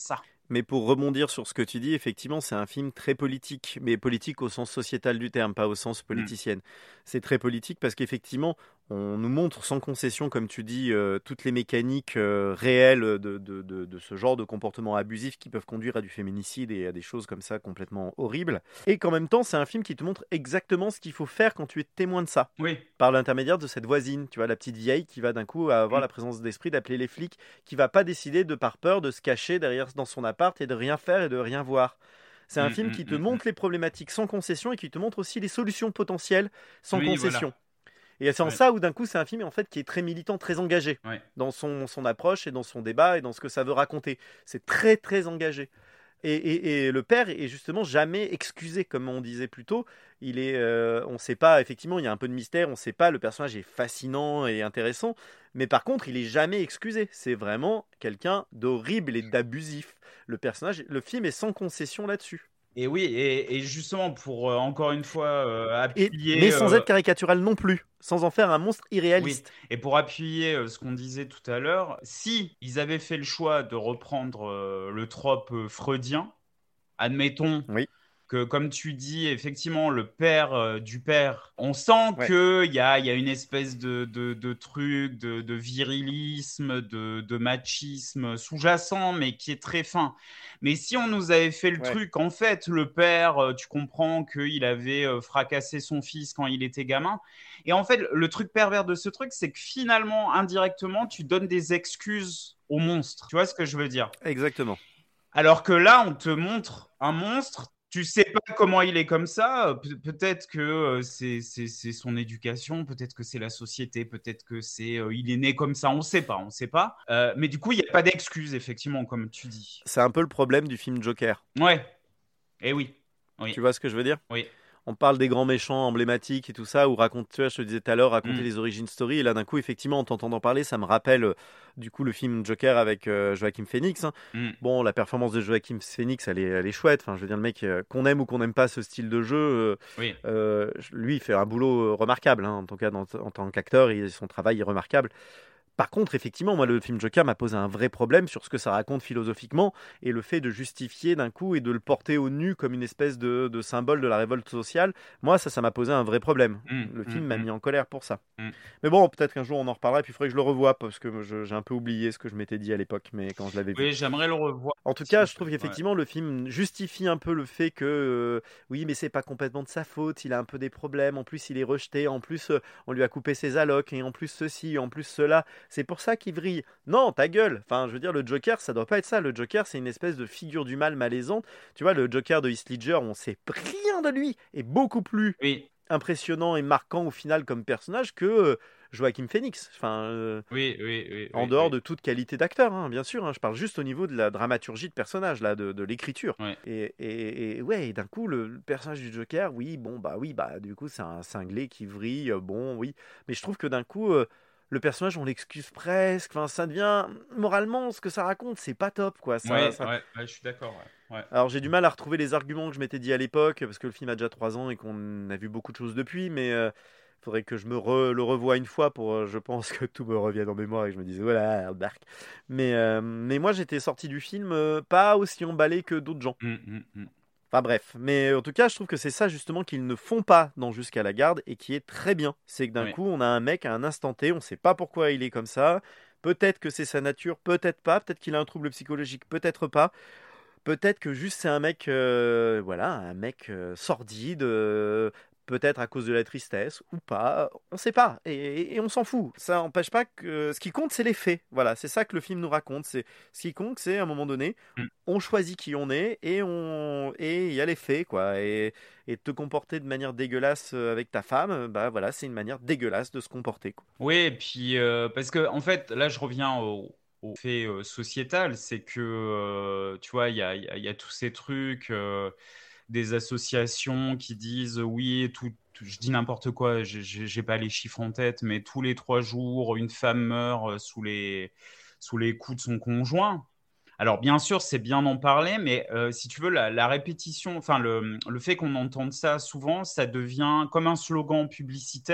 Speaker 1: Mais pour rebondir sur ce que tu dis, effectivement, c'est un film très politique, mais politique au sens sociétal du terme, pas au sens politicienne. Mmh. C'est très politique parce qu'effectivement, on nous montre sans concession, comme tu dis, euh, toutes les mécaniques euh, réelles de, de, de, de ce genre de comportements abusifs qui peuvent conduire à du féminicide et à des choses comme ça complètement horribles. Et qu'en même temps, c'est un film qui te montre exactement ce qu'il faut faire quand tu es témoin de ça.
Speaker 2: Oui.
Speaker 1: Par l'intermédiaire de cette voisine, tu vois, la petite vieille qui va d'un coup avoir mmh. la présence d'esprit d'appeler les flics, qui va pas décider de par peur de se cacher derrière dans son appart et de rien faire et de rien voir. C'est un mmh, film qui te mmh, montre mmh. les problématiques sans concession et qui te montre aussi les solutions potentielles sans oui, concession. Voilà. Et c'est en ouais. ça où d'un coup c'est un film en fait qui est très militant, très engagé ouais. dans son, son approche et dans son débat et dans ce que ça veut raconter. C'est très très engagé. Et, et, et le père est justement jamais excusé, comme on disait plus tôt. Il est, euh, on ne sait pas, effectivement, il y a un peu de mystère, on ne sait pas, le personnage est fascinant et intéressant, mais par contre, il est jamais excusé. C'est vraiment quelqu'un d'horrible et d'abusif. Le personnage, le film est sans concession là-dessus.
Speaker 2: Et oui, et, et justement, pour euh, encore une fois euh, appuyer...
Speaker 1: Et, mais sans
Speaker 2: euh...
Speaker 1: être caricatural non plus, sans en faire un monstre irréaliste.
Speaker 2: Oui. Et pour appuyer euh, ce qu'on disait tout à l'heure, si ils avaient fait le choix de reprendre euh, le trope euh, freudien, admettons
Speaker 1: oui.
Speaker 2: que, comme tu dis, effectivement, le père euh, du père, on sent ouais. qu'il y a, y a une espèce de, de, de truc, de, de virilisme, de, de machisme sous-jacent, mais qui est très fin. Mais si on nous avait fait le ouais. truc, en fait, le père, euh, tu comprends qu'il avait euh, fracassé son fils quand il était gamin. Et en fait, le truc pervers de ce truc, c'est que finalement, indirectement, tu donnes des excuses au monstre. Tu vois ce que je veux dire ?
Speaker 1: Exactement.
Speaker 2: Alors que là, on te montre un monstre. Tu sais pas comment il est comme ça. Pe- peut-être que euh, c'est, c'est, c'est son éducation, peut-être que c'est la société, peut-être que c'est euh, il est né comme ça. On sait pas, on sait pas. Euh, mais du coup, il y a pas d'excuse, effectivement, comme tu dis.
Speaker 1: C'est un peu le problème du film Joker.
Speaker 2: Ouais. Eh oui. oui.
Speaker 1: Tu vois ce que je veux dire ?
Speaker 2: Oui.
Speaker 1: On parle des grands méchants emblématiques et tout ça, ou raconte, tu vois, je te disais tout à l'heure, raconter mm. les origin story. Et là, d'un coup, effectivement, en t'entendant parler, ça me rappelle, euh, du coup, le film Joker avec euh, Joaquin Phoenix. Hein. Mm. Bon, la performance de Joaquin Phoenix, elle est, elle est chouette. Enfin, je veux dire, le mec, euh, qu'on aime ou qu'on n'aime pas ce style de jeu, euh,
Speaker 2: oui.
Speaker 1: euh, lui, il fait un boulot remarquable. Hein, en tout cas, dans, en tant qu'acteur, il, son travail est remarquable. Par contre, effectivement, moi, le film Joker m'a posé un vrai problème sur ce que ça raconte philosophiquement et le fait de justifier d'un coup et de le porter au nu comme une espèce de, de symbole de la révolte sociale. Moi, ça, ça m'a posé un vrai problème. Mmh, le film mmh, m'a mis en colère pour ça. Mmh. Mais bon, peut-être qu'un jour on en reparlera et puis il faudrait que je le revoie parce que je, j'ai un peu oublié ce que je m'étais dit à l'époque, mais quand je l'avais vu.
Speaker 2: Oui, j'aimerais le revoir.
Speaker 1: En tout cas, je trouve qu'effectivement, ouais. le film justifie un peu le fait que euh, oui, mais c'est pas complètement de sa faute. Il a un peu des problèmes. En plus, il est rejeté. En plus, euh, on lui a coupé ses allocs et en plus ceci, en plus cela. C'est pour ça qu'il vrille. Non, ta gueule. Enfin, je veux dire, le Joker, ça doit pas être ça. Le Joker, c'est une espèce de figure du mal malaisante. Tu vois, le Joker de Heath Ledger, on sait rien de lui, est beaucoup plus
Speaker 2: oui.
Speaker 1: impressionnant et marquant au final comme personnage que euh, Joaquin Phoenix. Enfin, euh,
Speaker 2: oui, oui, oui.
Speaker 1: En
Speaker 2: oui,
Speaker 1: dehors
Speaker 2: oui.
Speaker 1: de toute qualité d'acteur, hein, bien sûr. Hein, je parle juste au niveau de la dramaturgie de personnage, là, de, de l'écriture.
Speaker 2: Ouais.
Speaker 1: Et, et, et ouais, et d'un coup, le, le personnage du Joker, oui, bon, bah oui, bah du coup, c'est un cinglé qui vrille, euh, bon, oui. Mais je trouve que d'un coup. Euh, le personnage, on l'excuse presque. Enfin, ça devient moralement ce que ça raconte, c'est pas top, quoi. Ça,
Speaker 2: ouais,
Speaker 1: ça...
Speaker 2: ouais, ouais, je suis d'accord. Ouais. Ouais.
Speaker 1: Alors, j'ai du mal à retrouver les arguments que je m'étais dit à l'époque parce que le film a déjà trois ans et qu'on a vu beaucoup de choses depuis. Mais il euh, faudrait que je me re, le revoie une fois pour, euh, je pense, que tout me revienne en mémoire et que je me dise voilà, Dark. Mais euh, mais moi, j'étais sorti du film euh, pas aussi emballé que d'autres gens.
Speaker 2: Mmh, mmh, mmh.
Speaker 1: Enfin bref, mais en tout cas, je trouve que c'est ça justement qu'ils ne font pas dans Jusqu'à la garde et qui est très bien. C'est que d'un oui. coup, on a un mec à un instant T, on ne sait pas pourquoi il est comme ça. Peut-être que c'est sa nature, peut-être pas. Peut-être qu'il a un trouble psychologique, peut-être pas. Peut-être que juste c'est un mec, euh, voilà, un mec euh, sordide. Euh, peut-être à cause de la tristesse ou pas, on sait pas, et, et, et on s'en fout. Ça n'empêche pas que ce qui compte, c'est les faits. Voilà, c'est ça que le film nous raconte. C'est ce qui compte, c'est à un moment donné, mm. on choisit qui on est et on et il y a les faits, quoi. Et, et te comporter de manière dégueulasse avec ta femme, bah voilà, c'est une manière dégueulasse de se comporter, quoi.
Speaker 2: Oui, et puis euh, parce que en fait, là, je reviens au, au fait euh, sociétal, c'est que euh, tu vois, il y a, y, a, y a tous ces trucs. Euh, des associations qui disent oui, tout, tout, je dis n'importe quoi, j'ai pas les chiffres en tête, mais tous les trois jours, une femme meurt sous les, sous les coups de son conjoint. Alors bien sûr, c'est bien d'en parler, mais euh, si tu veux, la, la répétition, enfin le, le fait qu'on entende ça souvent, ça devient comme un slogan publicitaire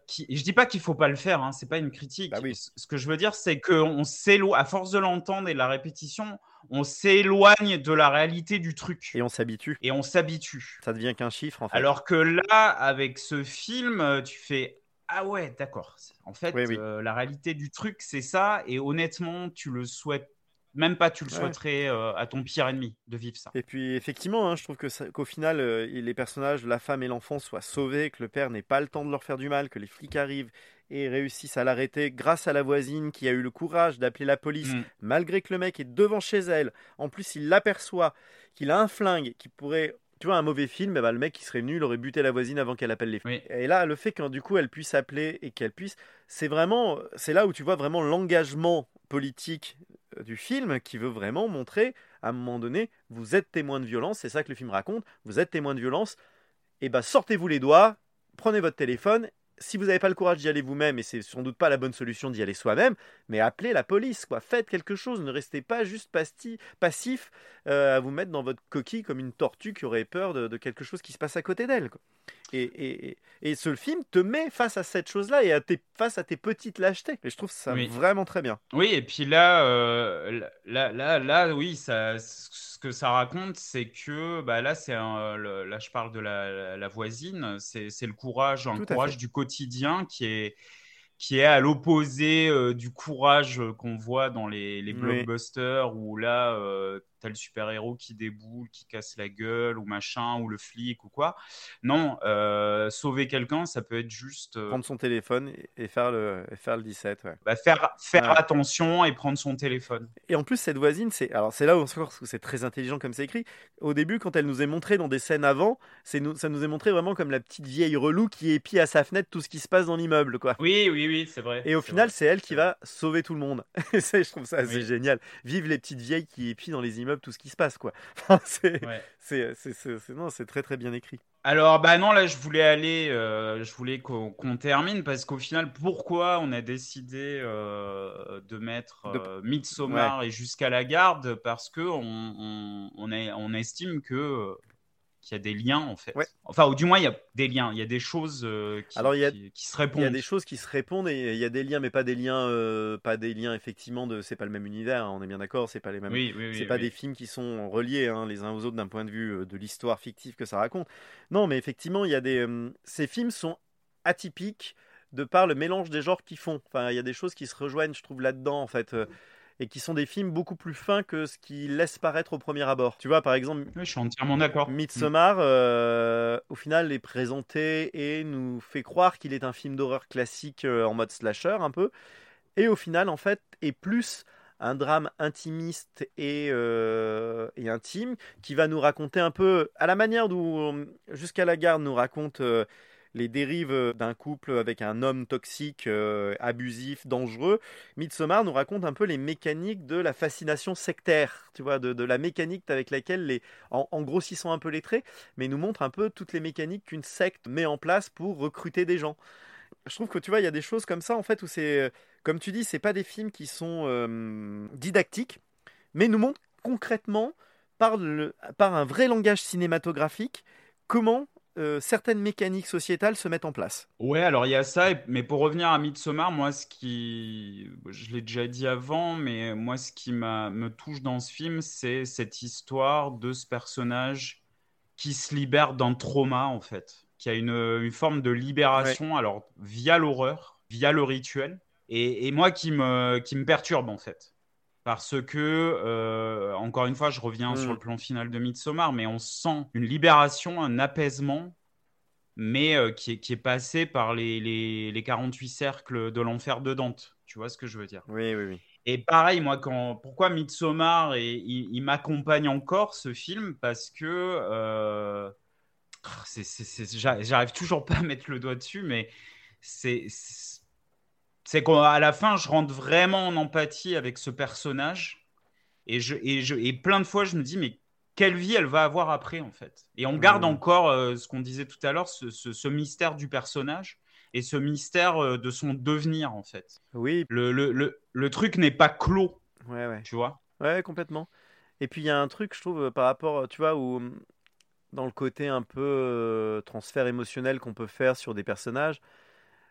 Speaker 2: qui, je dis pas qu'il faut pas le faire, hein, c'est pas une critique.
Speaker 1: Bah oui.
Speaker 2: Ce que je veux dire, c'est qu'on s'éloigne, à force de l'entendre et de la répétition, on s'éloigne de la réalité du truc.
Speaker 1: Et on s'habitue.
Speaker 2: Et on s'habitue.
Speaker 1: Ça devient qu'un chiffre, en fait.
Speaker 2: Alors que là, avec ce film, tu fais ah ouais, d'accord. En fait,
Speaker 1: Oui, oui.
Speaker 2: euh, la réalité du truc, c'est ça. Et honnêtement, tu le souhaites même pas, tu le
Speaker 1: Ouais.
Speaker 2: souhaiterais euh, à ton pire ennemi de vivre ça.
Speaker 1: Et puis effectivement, hein, je trouve que ça- qu'au final, euh, les personnages, la femme et l'enfant soient sauvés, que le père n'ait pas le temps de leur faire du mal, que les flics arrivent et réussissent à l'arrêter grâce à la voisine qui a eu le courage d'appeler la police,
Speaker 2: Mm.
Speaker 1: malgré que le mec est devant chez elle. En plus, il l'aperçoit, qu'il a un flingue, qui pourrait... Tu vois, un mauvais film, eh ben, le mec qui serait venu, il aurait buté la voisine avant qu'elle appelle les flics.
Speaker 2: Oui.
Speaker 1: Et là, le fait que du coup, elle puisse appeler et qu'elle puisse... C'est vraiment... C'est là où tu vois vraiment l'engagement politique euh, du film qui veut vraiment montrer, à un moment donné, vous êtes témoin de violence, c'est ça que le film raconte, vous êtes témoin de violence, et ben sortez-vous les doigts, prenez votre téléphone, si vous n'avez pas le courage d'y aller vous-même, et c'est sans doute pas la bonne solution d'y aller soi-même, mais appelez la police, quoi. Faites quelque chose, ne restez pas juste pasti- passif euh, à vous mettre dans votre coquille comme une tortue qui aurait peur de, de quelque chose qui se passe à côté d'elle, quoi. Et, et, et, et ce film te met face à cette chose-là et à tes, face à tes petites lâchetés. Et je trouve ça
Speaker 2: Oui.
Speaker 1: vraiment très bien.
Speaker 2: Oui, et puis là, euh, là, là, là, oui, ça, ce que ça raconte, c'est que bah, là, c'est un- le- là, je parle de la, la voisine, c'est, c'est le courage, un
Speaker 1: Tout à
Speaker 2: courage
Speaker 1: fait.
Speaker 2: du quotidien qui est, qui est à l'opposé euh, du courage qu'on voit dans les, les
Speaker 1: Oui.
Speaker 2: blockbusters où là, euh, t'as le super-héros qui déboule, qui casse la gueule ou machin, ou le flic ou quoi. Non, euh, sauver quelqu'un, ça peut être juste euh,
Speaker 1: Prendre son téléphone et- et faire le, et faire le dix-sept, ouais.
Speaker 2: bah, faire, faire
Speaker 1: Ouais.
Speaker 2: attention et prendre son téléphone.
Speaker 1: Et en plus, cette voisine, c'est alors c'est là où encore où c'est très intelligent comme c'est écrit. Au début, quand elle nous est montrée dans des scènes avant, c'est nous, ça nous est montré vraiment comme la petite vieille relou qui épie à sa fenêtre tout ce qui se passe dans l'immeuble, quoi.
Speaker 2: Oui, oui, oui, c'est vrai.
Speaker 1: Et au
Speaker 2: c'est
Speaker 1: final,
Speaker 2: vrai,
Speaker 1: c'est elle qui
Speaker 2: c'est
Speaker 1: va sauver tout le monde. Et ça, je trouve ça assez
Speaker 2: Oui.
Speaker 1: génial. Vive les petites vieilles qui épient dans les immeubles tout ce qui se passe, quoi. Enfin, c'est,
Speaker 2: Ouais.
Speaker 1: c'est, c'est, c'est- c'est- non, c'est très très bien écrit.
Speaker 2: Alors, bah non, là, je voulais aller, euh, je voulais qu'on qu'on termine parce qu'au final, pourquoi on a décidé euh, de mettre
Speaker 1: De-
Speaker 2: euh, Midsommar et Jusqu'à la garde? Parce que on, on, on, est- on estime que euh, qu'il y a des liens en fait.
Speaker 1: Ouais.
Speaker 2: Enfin, ou du moins, il y a des liens, il y a des choses euh, qui,
Speaker 1: Alors, il y a-
Speaker 2: qui, qui se
Speaker 1: Il y a
Speaker 2: répondent.
Speaker 1: des choses qui se répondent et il y a des liens, mais pas des liens, euh, pas des liens effectivement de. C'est pas le même univers, hein, on est bien d'accord. C'est pas les mêmes.
Speaker 2: Oui, oui, oui.
Speaker 1: C'est pas
Speaker 2: oui.
Speaker 1: des films qui sont reliés hein, les uns aux autres d'un point de vue euh, de l'histoire fictive que ça raconte. Non, mais effectivement, il y a des. euh, ces films sont atypiques de par le mélange des genres qu'ils font. Enfin, il y a des choses qui se rejoignent, je trouve, là-dedans, en fait, euh, et qui sont des films beaucoup plus fins que ce qu'ils laissent paraître au premier abord. Tu vois, par exemple,
Speaker 2: Oui, je suis entièrement d'accord.
Speaker 1: Midsommar, euh, au final, est présenté et nous fait croire qu'il est un film d'horreur classique euh, en mode slasher, un peu. Et au final, en fait, est plus un drame intimiste et, euh, et intime qui va nous raconter un peu, à la manière d'où euh, Jusqu'à la garde nous raconte euh, les dérives d'un couple avec un homme toxique, euh, abusif, dangereux. Midsommar nous raconte un peu les mécaniques de la fascination sectaire, tu vois, de, de la mécanique avec laquelle, les, en, en grossissant un peu les traits, mais nous montre un peu toutes les mécaniques qu'une secte met en place pour recruter des gens. Je trouve que tu vois, il y a des choses comme ça en fait où c'est, comme tu dis, c'est pas des films qui sont euh, didactiques, mais nous montrent concrètement par, le, par un vrai langage cinématographique comment euh, certaines mécaniques sociétales se mettent en place.
Speaker 2: Ouais, alors il y a ça, et- mais pour revenir à Midsommar, moi, ce qui, je l'ai déjà dit avant, mais moi, ce qui m'a, me touche dans ce film, c'est cette histoire de ce personnage qui se libère d'un trauma, en fait, qui a une, une forme de libération, alors via l'horreur, via le rituel, et, et moi qui me, qui me perturbe, en fait. Parce que, euh, encore une fois, je reviens
Speaker 1: Mm.
Speaker 2: sur le plan final de Midsommar, mais on sent une libération, un apaisement, mais euh, qui est, qui est passé par les, les, les quarante-huit cercles de l'enfer de Dante. Tu vois ce que je veux dire?
Speaker 1: Oui, oui, oui.
Speaker 2: Et pareil, moi, quand, pourquoi Midsommar, et, il, il m'accompagne encore, ce film? Parce que euh, c'est, c'est, c'est- j'a- j'arrive toujours pas à mettre le doigt dessus, mais c'est, c'est c'est qu'à la fin, je rentre vraiment en empathie avec ce personnage. Et, je, et, je, et plein de fois, je me dis, mais quelle vie elle va avoir après, en fait? Et on garde
Speaker 1: Mm.
Speaker 2: encore euh, ce qu'on disait tout à l'heure, ce, ce, ce mystère du personnage et ce mystère euh, de son devenir, en fait.
Speaker 1: Oui,
Speaker 2: Le, le, le, le truc n'est pas clos,
Speaker 1: ouais, ouais.
Speaker 2: tu vois?
Speaker 1: Ouais, complètement. Et puis il y a un truc, je trouve, euh, par rapport, tu vois, où hum, dans le côté un peu euh, transfert émotionnel qu'on peut faire sur des personnages,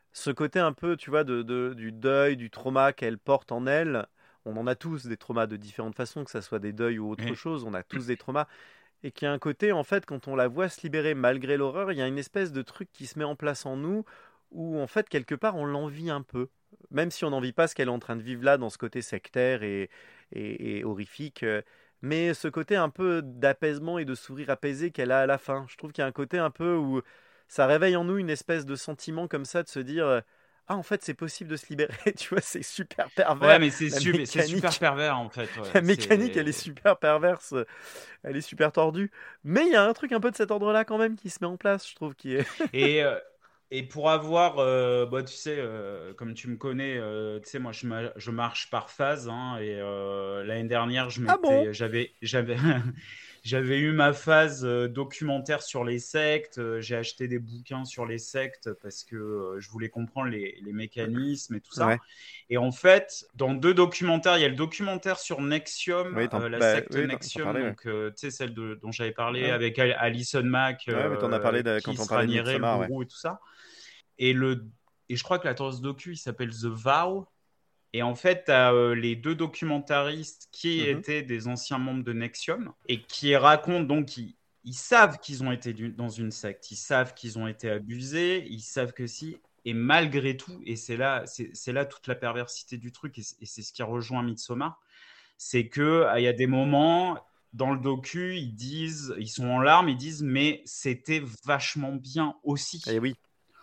Speaker 1: ce côté un peu, tu vois, de, de- du deuil, du trauma qu'elle porte en elle. On en a tous des traumas de différentes façons, que ça soit des deuils ou autre
Speaker 2: Oui.
Speaker 1: chose. On a tous des traumas. Et qu'il y a un côté, en fait, quand on la voit se libérer malgré l'horreur, il y a une espèce de truc qui se met en place en nous où, en fait, quelque part, on l'envie un peu. Même si on n'envie pas ce qu'elle est en train de vivre là, dans ce côté sectaire et, et, et horrifique. euh, Mais ce côté un peu d'apaisement et de sourire apaisé qu'elle a à la fin. Je trouve qu'il y a un côté un peu où ça réveille en nous une espèce de sentiment comme ça, de se dire euh, ah, en fait, c'est possible de se libérer. Tu vois, c'est super
Speaker 2: Ouais,
Speaker 1: pervers.
Speaker 2: mais c'est
Speaker 1: La
Speaker 2: su- c'est super
Speaker 1: mécanique,
Speaker 2: pervers en fait.
Speaker 1: la
Speaker 2: Ouais.
Speaker 1: mécanique, elle est
Speaker 2: C'est
Speaker 1: super perverse. Elle est super tordue. Mais il y a un truc un peu de cet ordre-là quand même qui se met en place, je trouve, qui est.
Speaker 2: et euh, et pour avoir, euh, bah, tu sais, euh, comme tu me connais, euh, tu sais, moi je, ma- je marche par phase, hein, et euh, l'année dernière, je
Speaker 1: Ah bon?
Speaker 2: m'étais, j'avais, j'avais, j'avais eu ma phase euh, documentaire sur les sectes. euh, J'ai acheté des bouquins sur les sectes parce que euh, je voulais comprendre les, les mécanismes et tout ça.
Speaker 1: Ouais.
Speaker 2: Et en fait, dans deux documentaires, il y a le documentaire sur Nexium,
Speaker 1: Oui, t'en
Speaker 2: euh, la
Speaker 1: bah,
Speaker 2: secte
Speaker 1: oui, t'en- t'en
Speaker 2: Nexium,
Speaker 1: parlais, ouais.
Speaker 2: donc euh, tu sais, celle de, dont j'avais parlé
Speaker 1: Ouais,
Speaker 2: avec Al- Alison Mack,
Speaker 1: ouais, mais t'en as parlé
Speaker 2: euh,
Speaker 1: de-
Speaker 2: qui
Speaker 1: quand on
Speaker 2: se
Speaker 1: parlait de
Speaker 2: renierait, le
Speaker 1: Midsommar, ouais.
Speaker 2: gourou et tout ça. Et, le, et je crois que la torse docu, il s'appelle The Vow. Et en fait, tu as euh, les deux documentaristes qui
Speaker 1: Mhm.
Speaker 2: étaient des anciens membres de Nexium et qui racontent donc, ils, ils savent qu'ils ont été du- dans une secte, ils savent qu'ils ont été abusés, ils savent que si. Et malgré tout, et c'est là, c'est, c'est là toute la perversité du truc, et c'est, et c'est ce qui rejoint Midsommar, c'est que ah, il y a des moments dans le docu, ils disent, ils sont en larmes, ils disent, mais c'était vachement bien aussi.
Speaker 1: Et oui,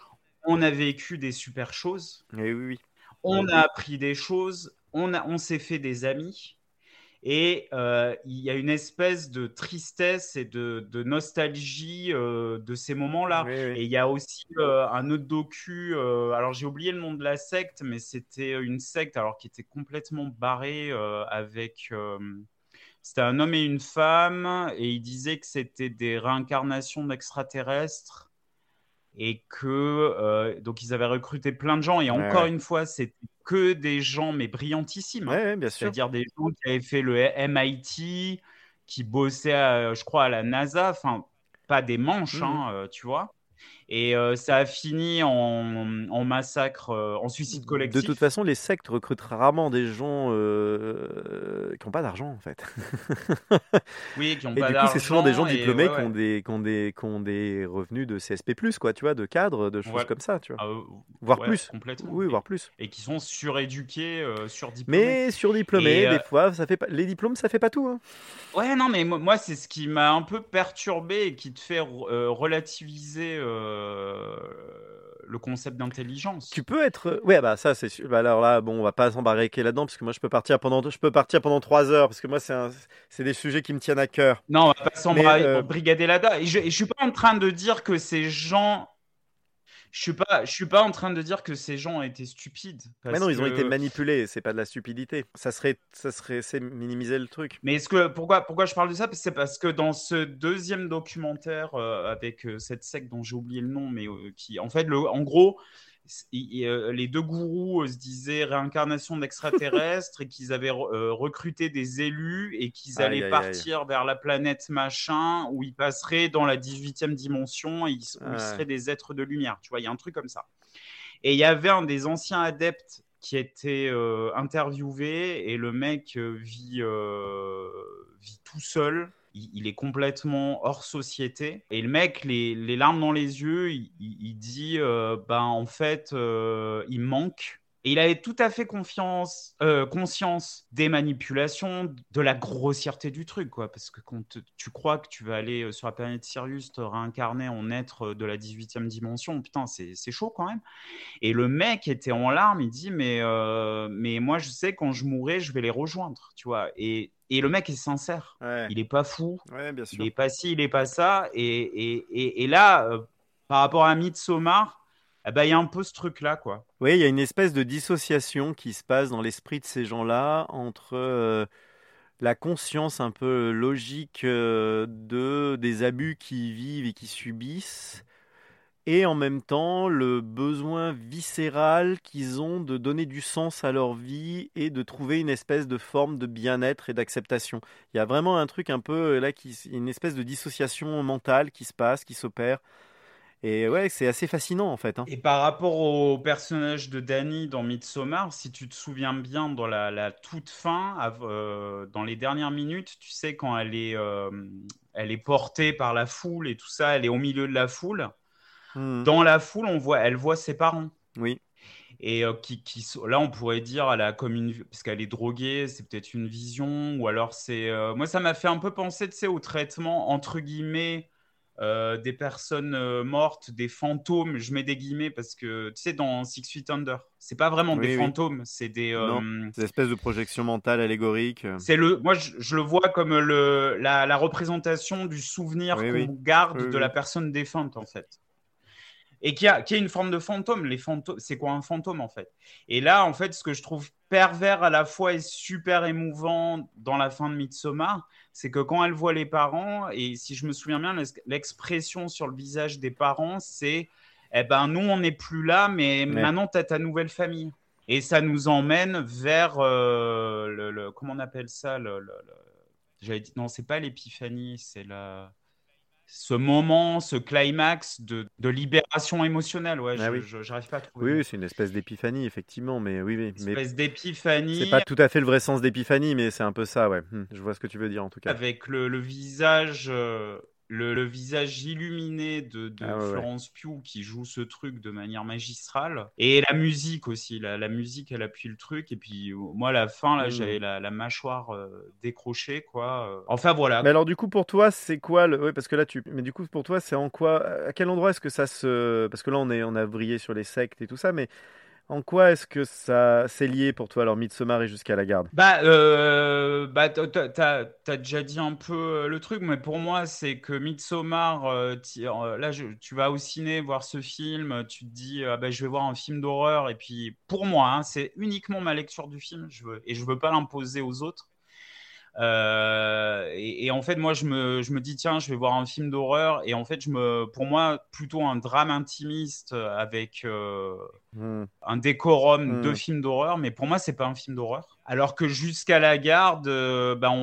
Speaker 2: On a vécu des super choses,
Speaker 1: et oui, oui.
Speaker 2: on a appris des choses, on, a, on s'est fait des amis. Et euh, il y a une espèce de tristesse et de, de nostalgie euh, de ces moments-là.
Speaker 1: Oui, oui.
Speaker 2: Et il y a aussi euh, un autre docu, euh, alors j'ai oublié le nom de la secte, mais c'était une secte alors qui était complètement barrée euh, avec... euh, c'était un homme et une femme, et ils disaient que c'était des réincarnations d'extraterrestres et que euh, donc ils avaient recruté plein de gens, et
Speaker 1: Ouais,
Speaker 2: encore
Speaker 1: ouais.
Speaker 2: une fois c'était que des gens mais brillantissimes, hein.
Speaker 1: Ouais, ouais, bien sûr.
Speaker 2: C'est-à-dire des gens qui avaient fait le M I T, qui bossaient à, je crois à la NASA, enfin pas des manches,
Speaker 1: Mhm.
Speaker 2: hein, euh, tu vois. Et euh, ça a fini en, en massacre, euh, en suicide
Speaker 1: De
Speaker 2: collectif.
Speaker 1: toute façon, les sectes recrutent rarement des gens euh, qui n'ont pas d'argent, en fait.
Speaker 2: Oui, qui n'ont
Speaker 1: Et
Speaker 2: pas
Speaker 1: du coup, c'est souvent des gens
Speaker 2: d'argent, et
Speaker 1: diplômés
Speaker 2: ouais,
Speaker 1: qui ont
Speaker 2: ouais.
Speaker 1: des, qui ont des, qui ont des revenus de C S P plus, quoi, tu vois, de cadres, de choses
Speaker 2: Ouais.
Speaker 1: comme ça, tu vois.
Speaker 2: Ah, euh,
Speaker 1: Voire
Speaker 2: ouais,
Speaker 1: plus.
Speaker 2: complètement.
Speaker 1: Oui,
Speaker 2: Et,
Speaker 1: voire plus.
Speaker 2: et qui sont suréduqués, euh, surdiplômés.
Speaker 1: Mais surdiplômés,
Speaker 2: Et,
Speaker 1: des
Speaker 2: euh,
Speaker 1: fois, ça fait pas... les diplômes, ça fait pas tout, hein.
Speaker 2: Ouais, non, mais mo- moi, c'est ce qui m'a un peu perturbé et qui te fait euh, relativiser euh, le concept d'intelligence.
Speaker 1: Tu peux être. Ouais, bah ça, c'est sûr. Bah, alors là, bon, on va pas s'embarraquer là-dedans parce que moi, je peux partir pendant, je peux partir pendant trois heures parce que moi, c'est un... c'est des sujets qui me tiennent à cœur.
Speaker 2: Non, on va pas
Speaker 1: Mais euh,
Speaker 2: s'embrigader là-dedans. Et je, et je suis pas en train de dire que ces gens. Je suis pas, je suis pas en train de dire que ces gens ont été stupides.
Speaker 1: mais
Speaker 2: Parce
Speaker 1: non, ils ont été
Speaker 2: que.
Speaker 1: manipulés. C'est pas de la stupidité. Ça serait, ça serait, c'est minimiser le truc.
Speaker 2: Mais est-ce que pourquoi pourquoi je parle de ça? C'est parce que dans ce deuxième documentaire euh, avec euh, cette secte dont j'ai oublié le nom, mais euh, qui en fait le, en gros c- il- euh, les deux gourous euh, se disaient réincarnation d'extraterrestres et qu'ils avaient euh, recruté des élus et qu'ils
Speaker 1: Aïe,
Speaker 2: allaient
Speaker 1: aïe, aïe.
Speaker 2: partir vers la planète machin où ils passeraient dans la dix-huitième dimension et ils, où ils
Speaker 1: Ouais.
Speaker 2: seraient des êtres de lumière. Tu vois, il y a un truc comme ça. Et il y avait un des anciens adeptes qui était euh, interviewé et le mec euh, vit, euh, vit tout seul. Il, il est complètement hors société. Et le mec, les, les larmes dans les yeux, il, il- il dit euh, ben, en fait, euh, il manque. Et il avait tout à fait confiance, euh, conscience des manipulations, de la grossièreté du truc, quoi. Parce que quand te- tu crois que tu vas aller euh, sur la planète Sirius, te réincarner en être euh, de la dix-huitième dimension, putain, c'est c'est chaud quand même. Et le mec était en larmes, il dit mais, euh, mais moi je sais quand je mourrai, je vais les rejoindre, tu vois. Et, et le mec est sincère,
Speaker 1: Ouais.
Speaker 2: il est pas fou,
Speaker 1: Ouais, bien
Speaker 2: il
Speaker 1: sûr.
Speaker 2: est pas ci, il est pas ça. Et, et, et, et là, euh, par rapport à Midsommar, eh ben, il y a un peu ce truc-là, quoi.
Speaker 1: Oui, il y a une espèce de dissociation qui se passe dans l'esprit de ces gens-là entre euh, la conscience un peu logique euh, de des abus qu'ils vivent et qu'ils subissent, et en même temps le besoin viscéral qu'ils ont de donner du sens à leur vie et de trouver une espèce de forme de bien-être et d'acceptation. Il y a vraiment un truc un peu euh, là, qui, une espèce de dissociation mentale qui se passe, qui s'opère. Et ouais, c'est assez fascinant en fait. Hein.
Speaker 2: Et par rapport au personnage de Dany dans Midsommar, si tu te souviens bien, dans la, la toute fin, euh, dans les dernières minutes, tu sais, quand elle est, euh, elle est portée par la foule et tout ça, elle est au milieu de la foule. Mmh. Dans la foule, on voit, elle voit ses parents.
Speaker 1: Oui.
Speaker 2: Et euh, qui, qui, là, on pourrait dire, elle a comme une, parce qu'elle est droguée, c'est peut-être une vision, ou alors c'est. Euh, moi, ça m'a fait un peu penser, tu sais, au traitement entre guillemets. Euh, des personnes euh, mortes, des fantômes, je mets des guillemets parce que tu sais, dans Six Feet Under, c'est pas vraiment oui, des oui. fantômes, c'est des. Euh,
Speaker 1: non, c'est des espèces de projections mentales allégoriques.
Speaker 2: C'est le, moi, je, je le vois comme le, la, la représentation du souvenir oui, qu'on oui. garde oui, de oui. la personne défunte, en fait. Et qui a, qui a une forme de fantôme. Les fantômes, c'est quoi un fantôme, en fait? Et là, en fait, ce que je trouve pervers à la fois et super émouvant dans la fin de Midsommar, c'est que quand elle voit les parents, et si je me souviens bien, l'expression sur le visage des parents, c'est eh ben, nous, on n'est plus là, mais, mais... maintenant, tu as ta nouvelle famille. Et ça nous emmène vers euh, le, le. Comment on appelle ça le, le, le... J'avais dit, non, c'est pas l'épiphanie, c'est la. Ce moment, ce climax de, de libération émotionnelle, ouais, ah je,
Speaker 1: oui.
Speaker 2: j'arrive pas à trouver.
Speaker 1: Oui, c'est une espèce d'épiphanie, effectivement, mais oui, oui.
Speaker 2: Une espèce
Speaker 1: mais...
Speaker 2: d'épiphanie.
Speaker 1: C'est pas tout à fait le vrai sens d'épiphanie, mais c'est un peu ça, ouais. Je vois ce que tu veux dire, en tout cas.
Speaker 2: Avec le, le visage, euh, le, le visage illuminé de, de ah, ouais, Florence ouais. Pugh qui joue ce truc de manière magistrale, et la musique aussi, la, la musique, elle appuie le truc, et puis moi, à la fin, là, mmh. j'avais la, la mâchoire euh, décrochée, quoi. Enfin, voilà.
Speaker 1: Mais alors, du coup, pour toi, c'est quoi le... Oui, parce que là, tu... Mais du coup, pour toi, c'est en quoi... À quel endroit est-ce que ça se... Parce que là, on, est... on a vrillé sur les sectes et tout ça, mais en quoi est-ce que ça c'est lié pour toi, alors, Midsommar et Jusqu'à la garde?
Speaker 2: Bah, euh, bah t'as, t'as, t'as déjà dit un peu le truc, mais pour moi, c'est que Midsommar, euh, là, je, tu vas au ciné voir ce film, tu te dis, ah bah, je vais voir un film d'horreur, et puis, pour moi, hein, c'est uniquement ma lecture du film, je veux, et je veux pas l'imposer aux autres. Euh, et, et en fait, moi, je me, je me dis, tiens, je vais voir un film d'horreur. Et en fait, je me, pour moi, plutôt un drame intimiste avec euh, mmh. un décorum mmh. de film d'horreur. Mais pour moi, c'est pas un film d'horreur. Alors que Jusqu'à la garde, euh, ben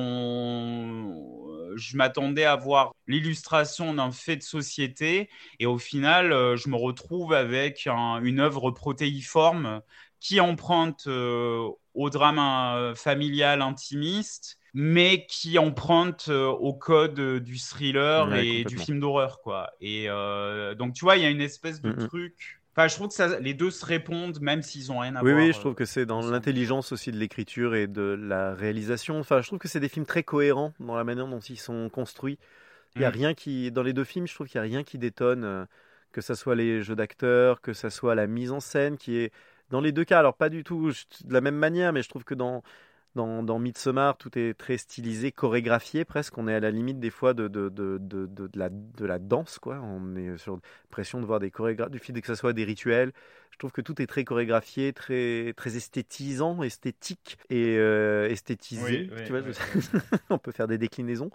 Speaker 2: on... je m'attendais à voir l'illustration d'un fait de société. Et au final, euh, je me retrouve avec un, une œuvre protéiforme qui emprunte euh, au drame euh, familial intimiste, mais qui emprunte euh, au code euh, du thriller ouais, et du film d'horreur, quoi. Et euh, donc, tu vois, il y a une espèce de mm-hmm. truc... Enfin, je trouve que ça, les deux se répondent, même s'ils n'ont rien à
Speaker 1: oui,
Speaker 2: voir.
Speaker 1: Oui, oui, je trouve que c'est dans ensemble. L'intelligence aussi de l'écriture et de la réalisation. Enfin, je trouve que c'est des films très cohérents dans la manière dont ils sont construits. Il y a mm. rien qui... Dans les deux films, je trouve qu'il n'y a rien qui détonne, euh, que ça soit les jeux d'acteurs, que ça soit la mise en scène, qui est... Dans les deux cas, alors pas du tout de la même manière, mais je trouve que dans, dans, dans Midsommar, tout est très stylisé, chorégraphié presque. On est à la limite des fois de, de, de, de, de, de, la, de la danse, quoi. On est sur l'impression de voir des chorégraphes, du fait que ce soit des rituels. Je trouve que tout est très chorégraphié, très, très esthétisant, esthétique et euh, esthétisé.
Speaker 2: Oui,
Speaker 1: tu
Speaker 2: oui,
Speaker 1: vois,
Speaker 2: oui,
Speaker 1: je...
Speaker 2: oui.
Speaker 1: On peut faire des déclinaisons.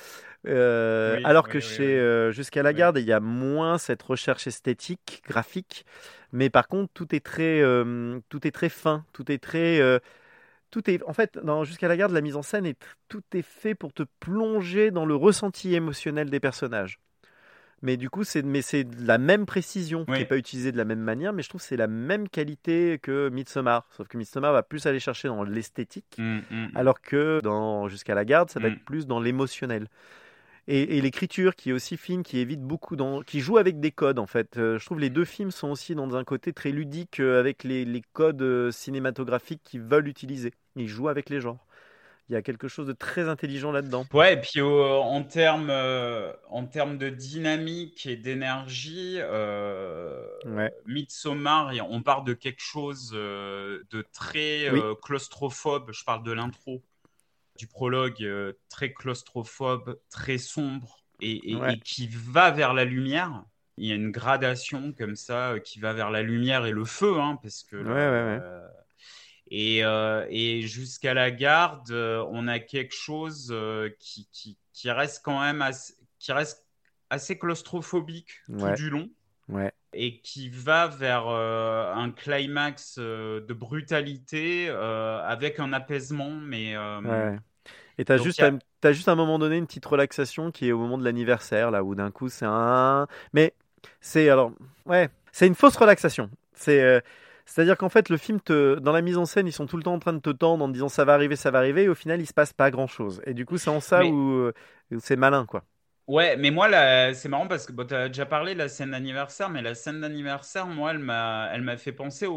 Speaker 1: Euh,
Speaker 2: oui,
Speaker 1: alors
Speaker 2: oui,
Speaker 1: que
Speaker 2: oui,
Speaker 1: chez
Speaker 2: oui.
Speaker 1: euh, Jusqu'à la
Speaker 2: oui.
Speaker 1: garde, il y a moins cette recherche esthétique, graphique, mais par contre tout est très, euh, tout est très fin, tout est très, euh, tout est, en fait, dans Jusqu'à la garde, la mise en scène est, tout est fait pour te plonger dans le ressenti émotionnel des personnages. Mais du coup, c'est, mais c'est de la même précision, oui. qui n'est pas utilisée de la même manière, mais je trouve que c'est la même qualité que Midsommar. Sauf que Midsommar va plus aller chercher dans l'esthétique,
Speaker 2: mm, mm.
Speaker 1: alors que dans Jusqu'à la garde, ça va
Speaker 2: mm.
Speaker 1: être plus dans l'émotionnel. Et, et l'écriture qui est aussi fine, qui évite beaucoup, dans, qui joue avec des codes en fait. Euh, je trouve les deux films sont aussi dans un côté très ludique euh, avec les, les codes euh, cinématographiques qu'ils veulent utiliser. Ils jouent avec les genres. Il y a quelque chose de très intelligent là-dedans.
Speaker 2: Ouais, et puis euh, en termes euh, en termes de dynamique et d'énergie, euh,
Speaker 1: ouais.
Speaker 2: Midsommar, on part de quelque chose euh, de très
Speaker 1: oui.
Speaker 2: euh, claustrophobe. Je parle de l'intro. Du prologue euh, très claustrophobe, très sombre et, et,
Speaker 1: ouais.
Speaker 2: et qui va vers la lumière. Il y a une gradation comme ça euh, qui va vers la lumière et le feu, hein, parce que
Speaker 1: ouais,
Speaker 2: là,
Speaker 1: ouais, ouais.
Speaker 2: Euh, et, euh, et Jusqu'à la garde, euh, on a quelque chose euh, qui, qui, qui reste quand même assez, qui reste assez claustrophobique
Speaker 1: ouais.
Speaker 2: tout du long.
Speaker 1: Ouais.
Speaker 2: Et qui va vers euh, un climax euh, de brutalité euh, avec un apaisement. Mais, euh,
Speaker 1: ouais. Et tu as juste, a... juste à un moment donné une petite relaxation qui est au moment de l'anniversaire, là où d'un coup c'est un... Mais C'est alors, ouais, c'est une fausse relaxation. C'est, euh, c'est-à-dire qu'en fait, le film, te, dans la mise en scène, ils sont tout le temps en train de te tendre en te disant ça va arriver, ça va arriver, et au final, il se passe pas grand-chose. Et du coup, c'est en ça
Speaker 2: Mais-
Speaker 1: où, euh, où c'est malin, quoi.
Speaker 2: Ouais, mais moi, là, c'est marrant parce que bon, tu as déjà parlé de la scène d'anniversaire, mais la scène d'anniversaire, moi, elle m'a, elle m'a fait penser au,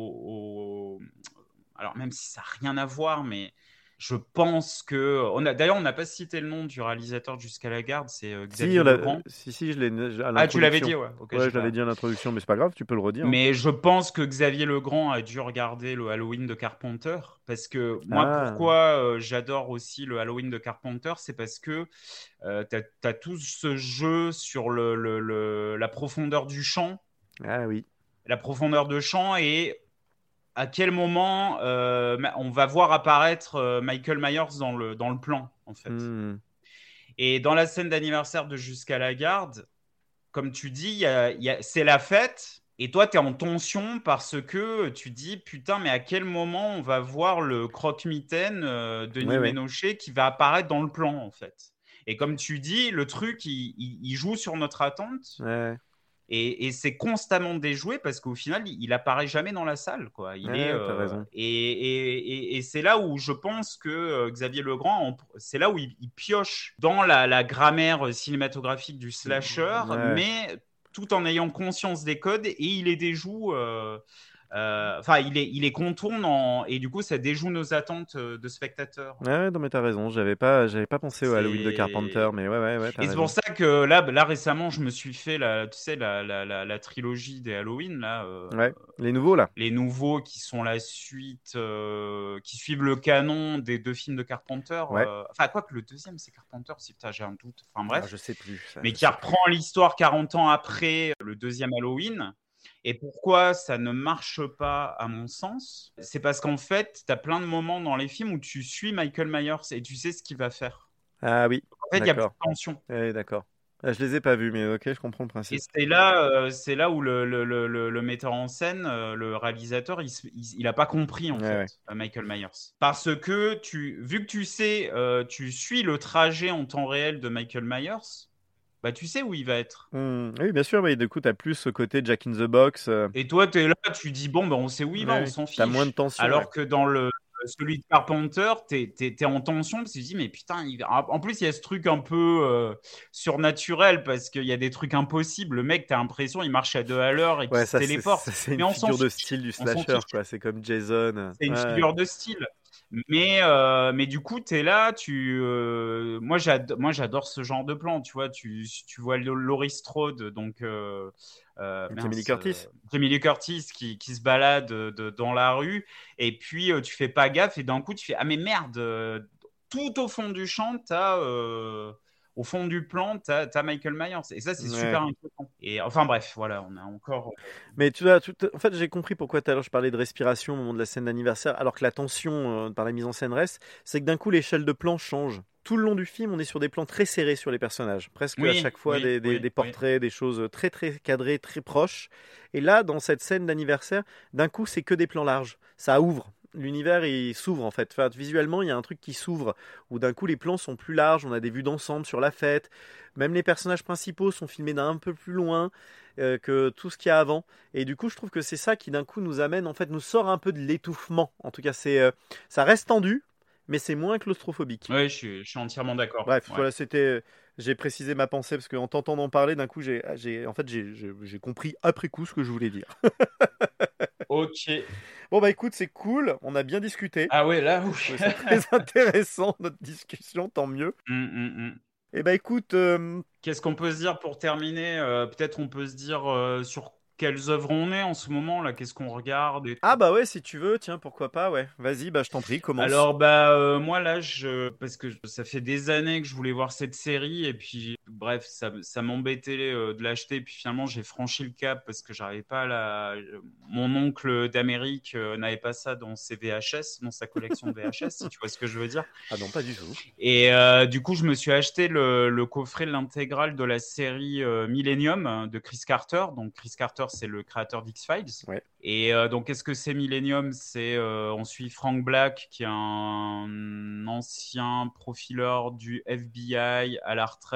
Speaker 2: au- Alors, même si ça n'a rien à voir, mais je pense que. On a... D'ailleurs, on n'a pas cité le nom du réalisateur de Jusqu'à la garde, c'est euh,
Speaker 1: Si,
Speaker 2: Xavier
Speaker 1: on l'a-
Speaker 2: Legrand.
Speaker 1: si, si, je l'ai à
Speaker 2: Ah, tu l'avais
Speaker 1: l'introduction.
Speaker 2: dit, ouais. Ok,
Speaker 1: Ouais,
Speaker 2: j'ai
Speaker 1: je l'avais
Speaker 2: pas-
Speaker 1: dit à l'introduction, mais c'est pas grave, tu peux le redire. hein.
Speaker 2: Mais je pense que Xavier Legrand a dû regarder le Halloween de Carpenter parce que moi,
Speaker 1: Ah.
Speaker 2: pourquoi euh, j'adore aussi le Halloween de Carpenter, c'est parce que euh, tu as tout ce jeu sur le, le- le- la profondeur du champ,
Speaker 1: Ah oui.
Speaker 2: la profondeur de champ et à quel moment euh, ma- on va voir apparaître euh, Michael Myers dans le, dans le plan, en fait.
Speaker 1: Hmm.
Speaker 2: Et dans la scène d'anniversaire de Jusqu'à la garde, comme tu dis, il y a- il y a- c'est la fête. Et toi, tu es en tension parce que tu dis, putain, mais à quel moment on va voir le croque-mitaine euh, Denis
Speaker 1: Ouais, ouais.
Speaker 2: Ménochet qui va apparaître dans le plan, en fait. Et comme tu dis, le truc, il, il- il joue sur notre attente.
Speaker 1: Ouais.
Speaker 2: Et, et c'est constamment déjoué parce qu'au final, il, il apparaît jamais dans la salle, quoi. Il
Speaker 1: Ouais,
Speaker 2: est,
Speaker 1: t'as
Speaker 2: euh,
Speaker 1: raison.
Speaker 2: Et, et- et- et c'est là où je pense que euh, Xavier Legrand, en- c'est là où il, il pioche dans la, la grammaire cinématographique du slasher,
Speaker 1: Ouais.
Speaker 2: mais tout en ayant conscience des codes et il les déjoue. euh, euh, Enfin, il les, il les contourne en- et du coup, ça déjoue nos attentes euh, de spectateurs.
Speaker 1: Ouais, ouais, non, mais t'as raison. J'avais pas, j'avais pas pensé au
Speaker 2: C'est-
Speaker 1: Halloween de Carpenter, mais ouais, ouais, ouais, t'as
Speaker 2: Et c'est
Speaker 1: raison.
Speaker 2: pour ça que là, là récemment, je me suis fait la, tu sais, la, la, la, la trilogie des Halloween là. euh,
Speaker 1: Ouais. Les nouveaux là.
Speaker 2: Les nouveaux qui sont la suite, euh, qui suivent le canon des deux films de Carpenter.
Speaker 1: Ouais.
Speaker 2: euh, Enfin, quoi que le deuxième, c'est Carpenter, si putain, j'ai un doute. Enfin, bref.
Speaker 1: Ah, je sais plus. ça,
Speaker 2: Mais
Speaker 1: je
Speaker 2: qui
Speaker 1: sais
Speaker 2: reprend l'histoire quarante ans après le deuxième Halloween. Et pourquoi ça ne marche pas, à mon sens? C'est parce qu'en fait, tu as plein de moments dans les films où tu suis Michael Myers et tu sais ce qu'il va faire.
Speaker 1: plus. Ah oui.
Speaker 2: En fait, il y a plus
Speaker 1: D'accord.
Speaker 2: de tension.
Speaker 1: Ouais, d'accord. Ah, je les ai pas vus, mais ok, je comprends le
Speaker 2: Et
Speaker 1: principe.
Speaker 2: c'est là, euh, c'est là où le, le, le, le- le metteur en scène, euh, le réalisateur, il, se- il, il a pas compris en
Speaker 1: Ouais,
Speaker 2: fait,
Speaker 1: ouais.
Speaker 2: euh, Michael Myers. Parce que tu, vu que tu sais, euh, tu suis le trajet en temps réel de Michael Myers, bah tu sais où il va être.
Speaker 1: Hmm, Oui, bien sûr, oui. Du coup, t'as plus ce côté Jack in the Box. euh,
Speaker 2: Et toi, tu es là, tu dis bon, bah on sait où il va,
Speaker 1: ouais,
Speaker 2: on s'en
Speaker 1: T'as
Speaker 2: fiche.
Speaker 1: moins de tension.
Speaker 2: Alors
Speaker 1: ouais.
Speaker 2: que dans le celui de Carpenter, t'es, t'es, t'es en tension parce que tu te dis mais putain, il va- en plus il y a ce truc un peu euh, surnaturel parce qu'il y a des trucs impossibles. Le mec, t'as l'impression il marche à deux à l'heure et qu'il
Speaker 1: Ouais,
Speaker 2: se
Speaker 1: ça, c'est,
Speaker 2: téléporte.
Speaker 1: ça, c'est
Speaker 2: Mais
Speaker 1: une
Speaker 2: on s'en
Speaker 1: figure de
Speaker 2: fiche.
Speaker 1: style du
Speaker 2: On s'en
Speaker 1: slasher,
Speaker 2: fiche.
Speaker 1: quoi. C'est comme Jason. euh,
Speaker 2: C'est une
Speaker 1: ouais.
Speaker 2: figure de style. Mais, euh, mais du coup, tu es là, tu, euh, moi, j'adore, moi j'adore ce genre de plan, tu vois, tu, tu vois Laurie Strode, donc euh, euh,
Speaker 1: Jamie
Speaker 2: mince,
Speaker 1: Lee Curtis.
Speaker 2: euh, Jamie Lee Curtis qui, qui se balade de, de- dans la rue, et puis euh, tu fais pas gaffe, et d'un coup tu fais, ah mais merde, euh, tout au fond du champ, t'as, euh, au fond du plan, t'as, t'as Michael Myers, et ça c'est
Speaker 1: Ouais.
Speaker 2: super inquiétant. Et enfin bref, voilà, on a encore...
Speaker 1: Mais tu vois, tout- en fait, j'ai compris pourquoi tout à l'heure je parlais de respiration au moment de la scène d'anniversaire, alors que la tension euh, par la mise en scène reste, c'est que d'un coup l'échelle de plan change. Tout le long du film, on est sur des plans très serrés sur les personnages, presque
Speaker 2: Oui,
Speaker 1: à chaque fois
Speaker 2: oui,
Speaker 1: des, des-
Speaker 2: oui,
Speaker 1: des
Speaker 2: oui.
Speaker 1: portraits, des choses très très cadrées, très proches. Et là, dans cette scène d'anniversaire, d'un coup, c'est que des plans larges. Ça ouvre. L'univers, il s'ouvre en fait. Enfin, visuellement, il y a un truc qui s'ouvre, où d'un coup les plans sont plus larges, on a des vues d'ensemble sur la fête. Même les personnages principaux sont filmés d'un peu plus loin euh, que tout ce qu'il y a avant. Et du coup, je trouve que c'est ça qui d'un coup nous amène, en fait, nous sort un peu de l'étouffement. En tout cas, c'est, euh, ça reste tendu, mais c'est moins claustrophobique.
Speaker 2: Oui, je suis, je suis entièrement d'accord.
Speaker 1: Bref,
Speaker 2: Ouais.
Speaker 1: voilà, c'était. J'ai précisé ma pensée parce qu'en t'entendant parler, d'un coup, j'ai, j'ai, en fait, j'ai, j'ai, j'ai compris après coup ce que je voulais dire.
Speaker 2: Ok.
Speaker 1: Bon bah écoute, c'est cool, on a bien discuté.
Speaker 2: Ah ouais, là, oui.
Speaker 1: Je trouvais ça très intéressant notre discussion, tant mieux.
Speaker 2: Hum, hum, hum.
Speaker 1: Et bah écoute, euh,
Speaker 2: Qu'est-ce qu'on peut se dire pour terminer? Euh, peut-être on peut se dire euh, sur quelles œuvres on est en ce moment là, qu'est-ce qu'on regarde et tout.
Speaker 1: ah bah ouais, si tu veux, tiens, pourquoi pas, ouais. Vas-y, bah je t'en prie, commence.
Speaker 2: Alors bah euh, moi là je parce que je- ça fait des années que je voulais voir cette série et puis bref ça, ça m'embêtait euh, de l'acheter puis finalement j'ai franchi le cap parce que j'arrivais pas à la mon oncle d'Amérique euh, n'avait pas ça dans ses V H S dans sa collection de V H S si tu vois ce que je veux dire.
Speaker 1: Ah non, pas du tout.
Speaker 2: Et euh, du coup, je me suis acheté le, le coffret de l'intégrale de la série euh, Millennium hein, de Chris Carter. Donc, Chris Carter, c'est le créateur d'X-Files.
Speaker 1: Ouais.
Speaker 2: Et euh, donc, qu'est-ce que c'est Millennium? C'est euh, on suit Frank Black, qui est un ancien profileur du F B I à la retraite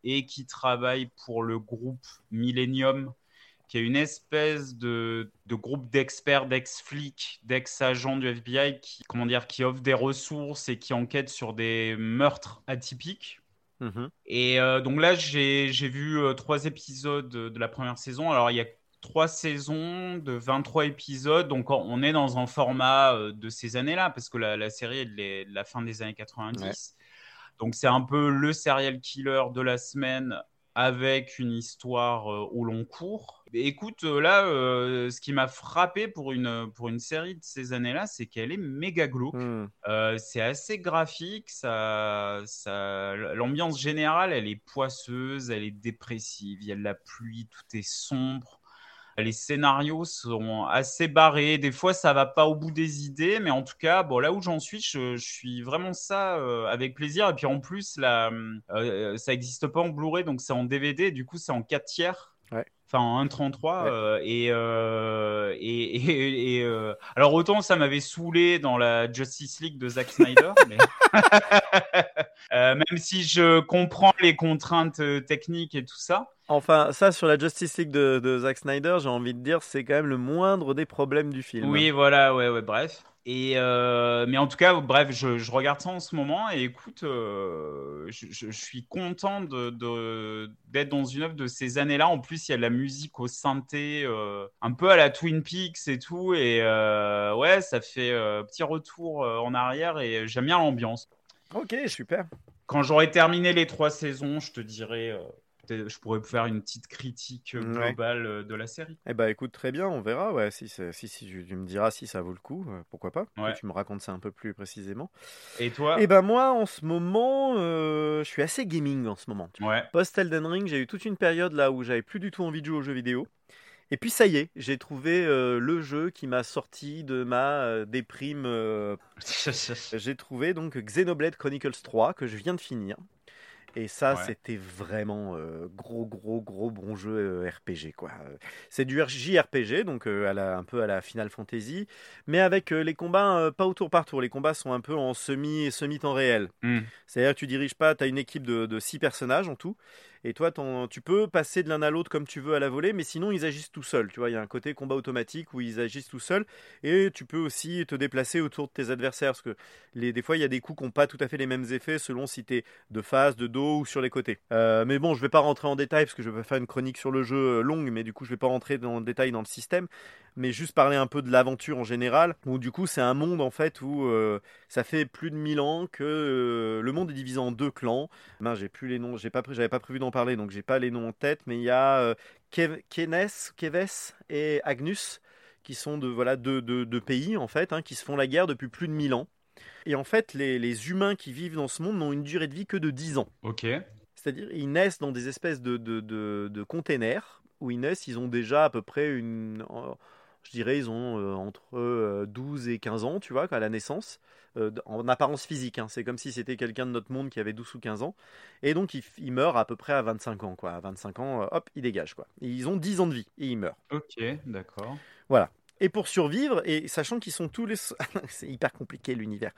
Speaker 2: et qui travaille pour le groupe Millennium, qui est une espèce de, de groupe d'experts, d'ex-flics, d'ex-agents du F B I qui, comment dire, qui offre des ressources et qui enquête sur des meurtres atypiques.
Speaker 1: Mmh.
Speaker 2: Et euh, donc là, j'ai, j'ai vu euh, trois épisodes de la première saison. Alors, il y a trois saisons de vingt-trois épisodes. Donc, on est dans un format euh, de ces années-là, parce que la, la série est de, les- de la fin des années quatre-vingt-dix.
Speaker 1: Ouais.
Speaker 2: Donc, c'est un peu le serial killer de la semaine avec une histoire euh, au long cours. Et écoute, euh, là, euh, ce qui m'a frappé pour une, pour une série de ces années-là, c'est qu'elle est méga glauque.
Speaker 1: Mmh.
Speaker 2: Euh, c'est assez graphique, ça, ça, l'ambiance générale, elle est poisseuse, elle est dépressive, il y a de la pluie, tout est sombre. Les scénarios sont assez barrés. Des fois, ça va pas au bout des idées, mais en tout cas, bon, là où j'en suis, je, je suis vraiment ça euh, avec plaisir. Et puis en plus, là, euh, ça n'existe pas en Blu-ray, donc c'est en D V D. Du coup, c'est en quatre tiers.
Speaker 1: Ouais.
Speaker 2: Enfin, en un virgule trente-trois.
Speaker 1: Ouais.
Speaker 2: euh, et, euh, et, et, et, euh, alors, autant ça m'avait saoulé dans la Justice League de Zack Snyder, mais euh, même si je comprends les contraintes euh, techniques et tout ça.
Speaker 1: Enfin, ça, sur la Justice League de, de Zack Snyder, j'ai envie de dire, c'est quand même le moindre des problèmes du film.
Speaker 2: Oui, voilà, ouais, ouais, bref. Et euh, mais en tout cas, bref, je, je regarde ça en ce moment et écoute, euh, je, je- je suis content de, de- d'être dans une œuvre de ces années-là. En plus, il y a de la musique au synthé, euh, un peu à la Twin Peaks et tout. Et euh, ouais, ça fait euh, petit retour euh, en arrière et j'aime bien l'ambiance.
Speaker 1: Ok, super.
Speaker 2: Quand j'aurai terminé les trois saisons, je te dirai, euh, peut-être, je pourrais faire une petite critique euh,
Speaker 1: Ouais.
Speaker 2: globale euh, de la série.
Speaker 1: Eh ben, écoute, très bien, on verra. Ouais, si, c'est- si, si tu tu me diras si ça vaut le coup, euh, pourquoi pas. Que
Speaker 2: Ouais.
Speaker 1: tu me racontes ça un peu plus précisément.
Speaker 2: Et toi?
Speaker 1: Eh ben, moi, en ce moment, euh, je suis assez gaming en ce moment. tu vois.
Speaker 2: Ouais.
Speaker 1: Post Elden Ring, j'ai eu toute une période là où j'avais plus du tout envie de jouer aux jeux vidéo. Et puis ça y est, j'ai trouvé euh, le jeu qui m'a sorti de ma euh, déprime. euh, J'ai trouvé donc Xenoblade Chronicles trois que je viens de finir. Et ça,
Speaker 2: Ouais.
Speaker 1: c'était vraiment euh, gros, gros, gros bon jeu euh, R P G, quoi. Euh, C'est du J R P G, donc euh, à la- un peu à la Final Fantasy, mais avec euh, les combats euh, pas au tour par tour. Les combats sont un peu en semi, semi-temps réel.
Speaker 2: Hmm.
Speaker 1: C'est-à-dire que tu diriges pas, tu as une équipe de, de six personnages en tout, et toi, t'en- tu peux passer de l'un à l'autre comme tu veux à la volée, mais sinon, ils agissent tout seuls. Tu vois, il y a un côté combat automatique où ils agissent tout seuls, et tu peux aussi te déplacer autour de tes adversaires, parce que les, des fois, il y a des coups qui n'ont pas tout à fait les mêmes effets selon si tu es de face, de dos ou sur les côtés. Euh, mais bon, je vais pas rentrer en détail, parce que je vais faire une chronique sur le jeu euh, longue, mais du coup, je vais pas rentrer dans le détail dans le système, mais juste parler un peu de l'aventure en général, où du coup, c'est un monde, en fait, où euh, ça fait plus de mille ans que euh, le monde est divisé en deux clans. Ben, j'ai plus les noms, j'ai pas, pré- j'avais pas prévu d'en parler, donc j'ai pas les noms en tête, mais il y a euh, Kev- Kenes, Keves et Agnus, qui sont de voilà deux, deux- deux pays en fait, hein, qui se font la guerre depuis plus de mille ans. Et en fait, les, les humains qui vivent dans ce monde n'ont une durée de vie que de dix ans.
Speaker 2: Ok.
Speaker 1: C'est-à-dire, ils naissent dans des espèces de, de, de, de containers où ils naissent, ils ont déjà à peu près une. euh, Je dirais, ils ont euh, entre euh, douze et quinze ans, tu vois, à la naissance, euh, en apparence physique. hein. C'est comme si c'était quelqu'un de notre monde qui avait douze ou quinze ans. Et donc, ils, ils meurent à peu près à vingt-cinq ans, quoi. À vingt-cinq ans, euh, hop, ils dégagent, quoi. Et ils ont dix ans de vie et ils meurent.
Speaker 2: Ok, d'accord.
Speaker 1: Voilà. Et pour survivre, et sachant qu'ils sont tous les... c'est hyper compliqué l'univers.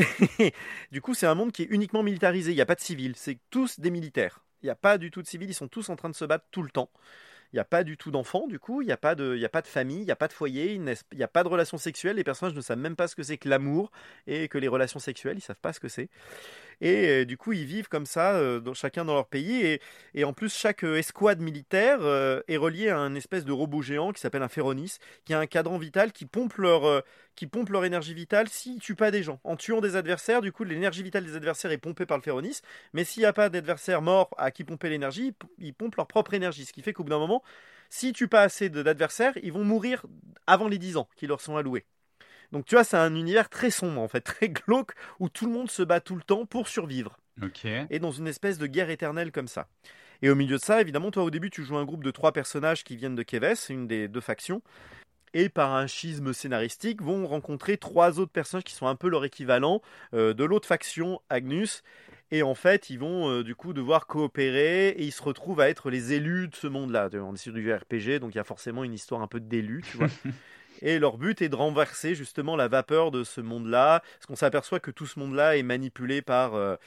Speaker 1: Du coup, c'est un monde qui est uniquement militarisé. Il n'y a pas de civils. C'est tous des militaires. Il n'y a pas du tout de civils. Ils sont tous en train de se battre tout le temps. Il n'y a pas du tout d'enfants, du coup. Il n'y a, pas de- il y a pas de famille. Il n'y a pas de foyer. Il n'y a pas de relations sexuelles. Les personnages ne savent même pas ce que c'est que l'amour et que les relations sexuelles. Ils ne savent pas ce que c'est. Et euh, du coup, ils vivent comme ça, euh, dans- chacun dans leur pays. Et, et en plus, chaque euh, escouade militaire euh, est reliée à un espèce de robot géant qui s'appelle un Féronis, qui a un cadran vital qui pompe leur, euh, qui pompe leur énergie vitale s'ils ne tuent pas des gens. En tuant des adversaires, du coup, l'énergie vitale des adversaires est pompée par le Féronis. Mais s'il n'y a pas d'adversaire mort à qui pomper l'énergie, ils p- ils pompent leur propre énergie. Ce qui fait qu'au bout d'un moment, s'ils ne tuent pas assez de- d'adversaires, ils vont mourir avant les dix ans qui leur sont alloués. Donc tu vois, c'est un univers très sombre en fait, très glauque, où tout le monde se bat tout le temps pour survivre.
Speaker 2: Ok.
Speaker 1: Et dans une espèce de guerre éternelle comme ça. Et au milieu de ça, évidemment, toi au début, tu joues un groupe de trois personnages qui viennent de Keves, une des deux factions, et par un schisme scénaristique, vont rencontrer trois autres personnages qui sont un peu leur équivalent euh, de l'autre faction, Agnus. Et en fait, ils vont euh, du coup devoir coopérer et ils se retrouvent à être les élus de ce monde-là. On est sur du R P G, donc il y a forcément une histoire un peu d'élus, tu vois. Et leur but est de renverser justement la vapeur de ce monde-là, parce qu'on s'aperçoit que tout ce monde-là est manipulé par, euh,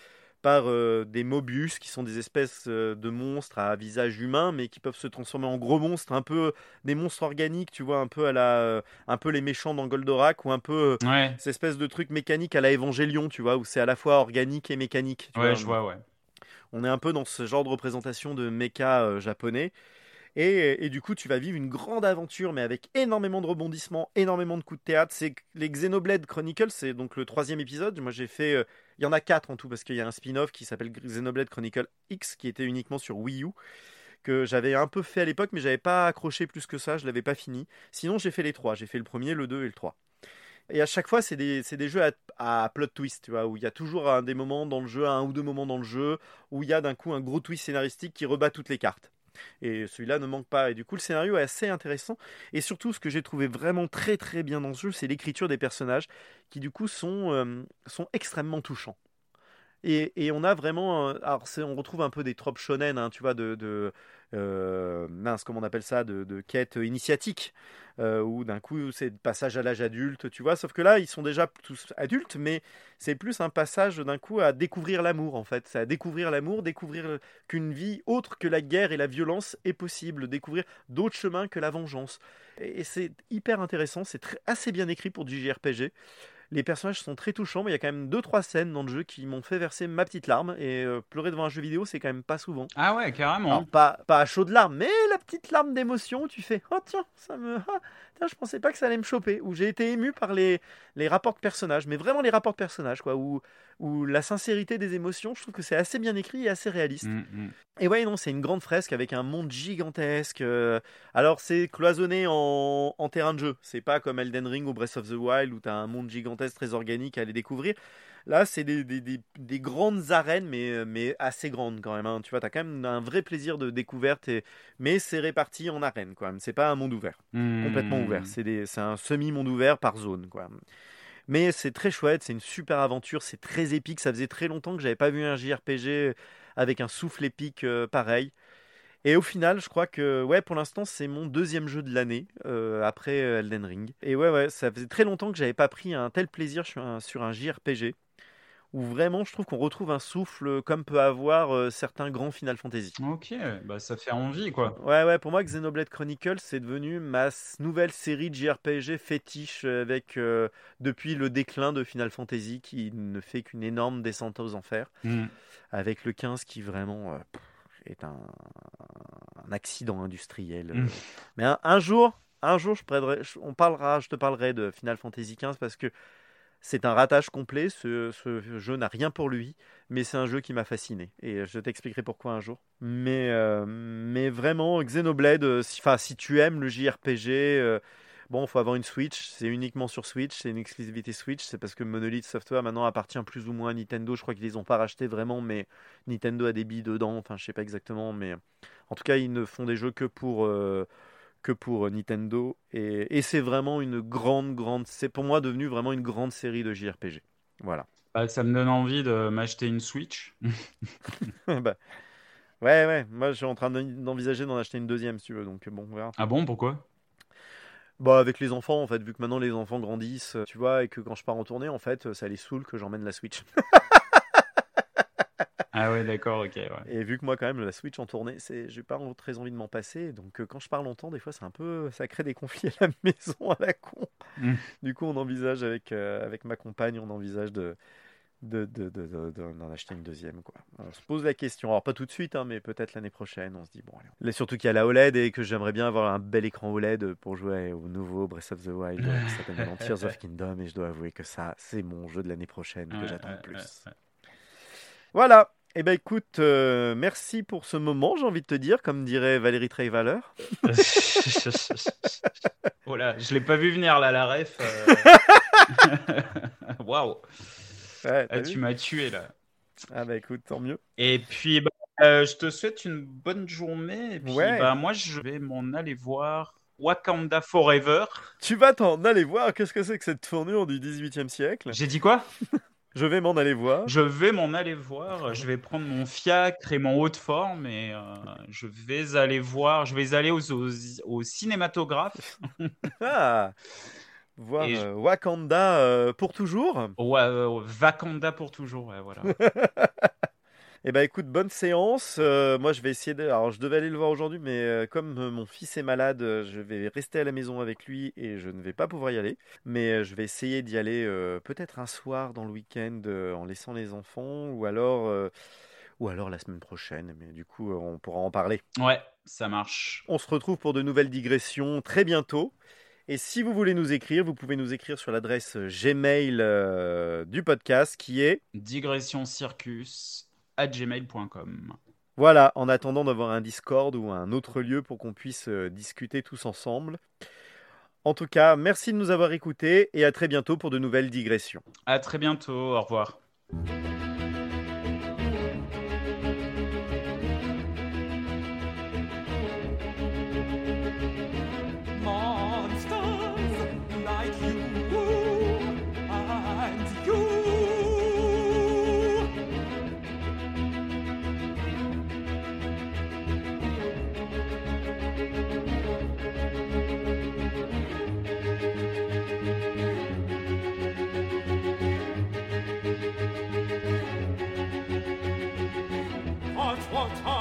Speaker 1: par euh, des Mobius, qui sont des espèces euh, de monstres à visage humain, mais qui peuvent se transformer en gros monstres, un peu des monstres organiques, tu vois, un peu à la, euh, un peu les méchants dans Goldorak, ou un peu euh,
Speaker 2: Ouais,
Speaker 1: ces espèces de trucs mécaniques à la Evangelion, tu vois, où c'est à la fois organique et mécanique. Tu
Speaker 2: ouais,
Speaker 1: vois.
Speaker 2: je vois, ouais.
Speaker 1: On est un peu dans ce genre de représentation de mecha euh, japonais. Et, et du coup, tu vas vivre une grande aventure, mais avec énormément de rebondissements, énormément de coups de théâtre. C'est les Xenoblade Chronicles, c'est donc le troisième épisode. Moi, j'ai fait. euh, Il y en a quatre en tout, parce qu'il y a un spin-off qui s'appelle Xenoblade Chronicle X, qui était uniquement sur Wii U, que j'avais un peu fait à l'époque, mais j'avais pas accroché plus que ça, je l'avais pas fini. Sinon, j'ai fait les trois. J'ai fait le premier, le deux et le trois. Et à chaque fois, c'est des, c'est des jeux à, à plot twist, tu vois, où il y a toujours un, des moments dans le jeu, un ou deux moments dans le jeu, où il y a d'un coup un gros twist scénaristique qui rebat toutes les cartes. Et celui-là ne manque pas. Et du coup, le scénario est assez intéressant. Et surtout, ce que j'ai trouvé vraiment très très bien dans ce jeu, c'est l'écriture des personnages, qui du coup sont, euh, sont extrêmement touchants. Et, et on a vraiment, euh, alors c'est, on retrouve un peu des tropes shonen, hein, tu vois, de, de euh, mince, comment on appelle ça, de, de quête initiatique, euh, où d'un coup c'est le passage à l'âge adulte, tu vois. Sauf que là, ils sont déjà tous adultes, mais c'est plus un passage d'un coup à découvrir l'amour, en fait. C'est à découvrir l'amour, découvrir qu'une vie autre que la guerre et la violence est possible, découvrir d'autres chemins que la vengeance. Et, et c'est hyper intéressant, c'est très, assez bien écrit pour du J R P G. Les personnages sont très touchants, mais il y a quand même deux trois scènes dans le jeu qui m'ont fait verser ma petite larme. Et euh, pleurer devant un jeu vidéo, c'est quand même pas souvent.
Speaker 2: Ah ouais, carrément.
Speaker 1: Alors, pas, pas à chaudes larmes, mais la petite larme d'émotion où tu fais oh tiens, ça me. Ah, tiens, je pensais pas que ça allait me choper. Où j'ai été ému par les, les rapports de personnages, mais vraiment les rapports de personnages, quoi. Où, où la sincérité des émotions, je trouve que c'est assez bien écrit et assez réaliste.
Speaker 2: Mm, mm.
Speaker 1: Et ouais, non, c'est une grande fresque avec un monde gigantesque. euh, Alors, c'est cloisonné en, en terrain de jeu. C'est pas comme Elden Ring ou Breath of the Wild où t'as un monde gigantesque très organique à aller découvrir. Là, c'est des, des, des, des grandes arènes, mais, mais assez grandes quand même. Hein. Tu vois, t'as quand même un vrai plaisir de découverte, et... mais c'est réparti en arènes, quoi. C'est pas un monde ouvert,
Speaker 2: Mm.
Speaker 1: complètement ouvert. C'est, des, c'est un semi-monde ouvert par zone, quoi. Mais c'est très chouette, c'est une super aventure, c'est très épique. Ça faisait très longtemps que j'avais pas vu un J R P G avec un souffle épique euh, pareil. Et au final, je crois que ouais, pour l'instant, c'est mon deuxième jeu de l'année euh, après euh, Elden Ring. Et ouais, ouais, ça faisait très longtemps que j'avais pas pris un tel plaisir sur un, sur un J R P G où vraiment, je trouve qu'on retrouve un souffle comme peut avoir euh, certains grands Final Fantasy.
Speaker 2: Ok, bah ça fait envie, quoi.
Speaker 1: Ouais, ouais, pour moi, Xenoblade Chronicles, c'est devenu ma s- nouvelle série de J R P G fétiche euh, avec, euh, depuis le déclin de Final Fantasy qui ne fait qu'une énorme descente aux enfers,
Speaker 2: Mm.
Speaker 1: avec le quinze qui vraiment euh, pff, est un, un accident industriel. euh.
Speaker 2: Mm.
Speaker 1: Mais un, un jour, un jour, je prendrai- je- on parlera, je te parlerai de Final Fantasy quinze parce que c'est un ratage complet. Ce, ce jeu n'a rien pour lui, mais c'est un jeu qui m'a fasciné. Et je t'expliquerai pourquoi un jour. Mais, euh, mais vraiment, Xenoblade, euh, si, 'fin, si tu aimes le J R P G, euh, bon, il faut avoir une Switch. C'est uniquement sur Switch, c'est une exclusivité Switch. C'est parce que Monolith Software maintenant appartient plus ou moins à Nintendo. Je crois qu'ils les ont pas rachetés vraiment, mais Nintendo a des billes dedans. Enfin, je sais pas exactement, mais en tout cas, ils ne font des jeux que pour. euh, que pour Nintendo. Et, et c'est vraiment une grande, grande... C'est pour moi devenu vraiment une grande série de J R P G. Voilà.
Speaker 2: Bah, ça me donne envie de m'acheter une Switch.
Speaker 1: Bah, ouais, ouais. Moi, je suis en train d'envisager d'en acheter une deuxième, si tu veux. Donc, bon, on verra.
Speaker 2: Ah bon, pourquoi?
Speaker 1: Bah, avec les enfants, en fait, vu que maintenant les enfants grandissent, tu vois, et que quand je pars en tournée, en fait, ça les saoule que j'emmène la Switch.
Speaker 2: Ah ouais, d'accord, ok, ouais.
Speaker 1: Et vu que moi, quand même, la Switch en tournée, c'est, j'ai pas très envie de m'en passer. Donc, euh, quand je pars longtemps, des fois, c'est un peu, ça crée des conflits à la maison à la con.
Speaker 2: Mm.
Speaker 1: Du coup, on envisage avec euh, avec ma compagne, on envisage de de, de, de, de- de- d'en acheter une deuxième, quoi. On se pose la question. Alors, pas tout de suite, hein, mais peut-être l'année prochaine. On se dit, bon, allez. Là, surtout qu'il y a la O L E D et que j'aimerais bien avoir un bel écran O L E D pour jouer au nouveau Breath of the Wild, euh, qui s'appelle maintenant Tears of Kingdom. Et je dois avouer que ça, c'est mon jeu de l'année prochaine que
Speaker 2: Ouais,
Speaker 1: j'attends
Speaker 2: ouais,
Speaker 1: le plus.
Speaker 2: ouais,
Speaker 1: Voilà. Eh ben écoute, euh, merci pour ce moment, j'ai envie de te dire, comme dirait Valérie Trierweiler.
Speaker 2: ouais. Oh là, je l'ai pas vu venir là, la ref. euh. Waouh,
Speaker 1: Ouais, t'as
Speaker 2: ah,
Speaker 1: vu
Speaker 2: tu m'as tué là.
Speaker 1: Ah bah écoute, tant mieux.
Speaker 2: Et puis, bah, euh, je te souhaite une bonne journée. Et puis,
Speaker 1: Ouais.
Speaker 2: bah, moi, je vais m'en aller voir Wakanda Forever.
Speaker 1: Tu vas t'en aller voir, qu'est-ce que c'est que cette tournure du dix-huitième siècle?
Speaker 2: J'ai dit quoi?
Speaker 1: Je vais m'en aller voir.
Speaker 2: Je vais m'en aller voir. Je vais prendre mon fiacre et mon haut de forme et euh, je vais aller voir. Je vais aller aux, aux, au cinématographe.
Speaker 1: Ah, voir
Speaker 2: Et je-
Speaker 1: euh, Wakanda euh, pour toujours.
Speaker 2: Ouais, euh, Wakanda pour toujours. Ouais, voilà.
Speaker 1: Eh ben écoute, bonne séance. Euh, moi, je vais essayer de. Alors, je devais aller le voir aujourd'hui, mais euh, comme euh, mon fils est malade, euh, je vais rester à la maison avec lui et je ne vais pas pouvoir y aller. Mais euh, je vais essayer d'y aller euh, peut-être un soir dans le week-end euh, en laissant les enfants, ou alors, euh, ou alors la semaine prochaine. Mais du coup, euh, on pourra en parler.
Speaker 2: Ouais, ça marche.
Speaker 1: On se retrouve pour de nouvelles digressions très bientôt. Et si vous voulez nous écrire, vous pouvez nous écrire sur l'adresse Gmail euh, du podcast qui est
Speaker 2: digressioncircus arobase gmail point com.
Speaker 1: Voilà, en attendant d'avoir un Discord ou un autre lieu pour qu'on puisse euh, discuter tous ensemble. En tout cas, merci de nous avoir écoutés et à très bientôt pour de nouvelles digressions.
Speaker 2: À très bientôt, au revoir.
Speaker 8: What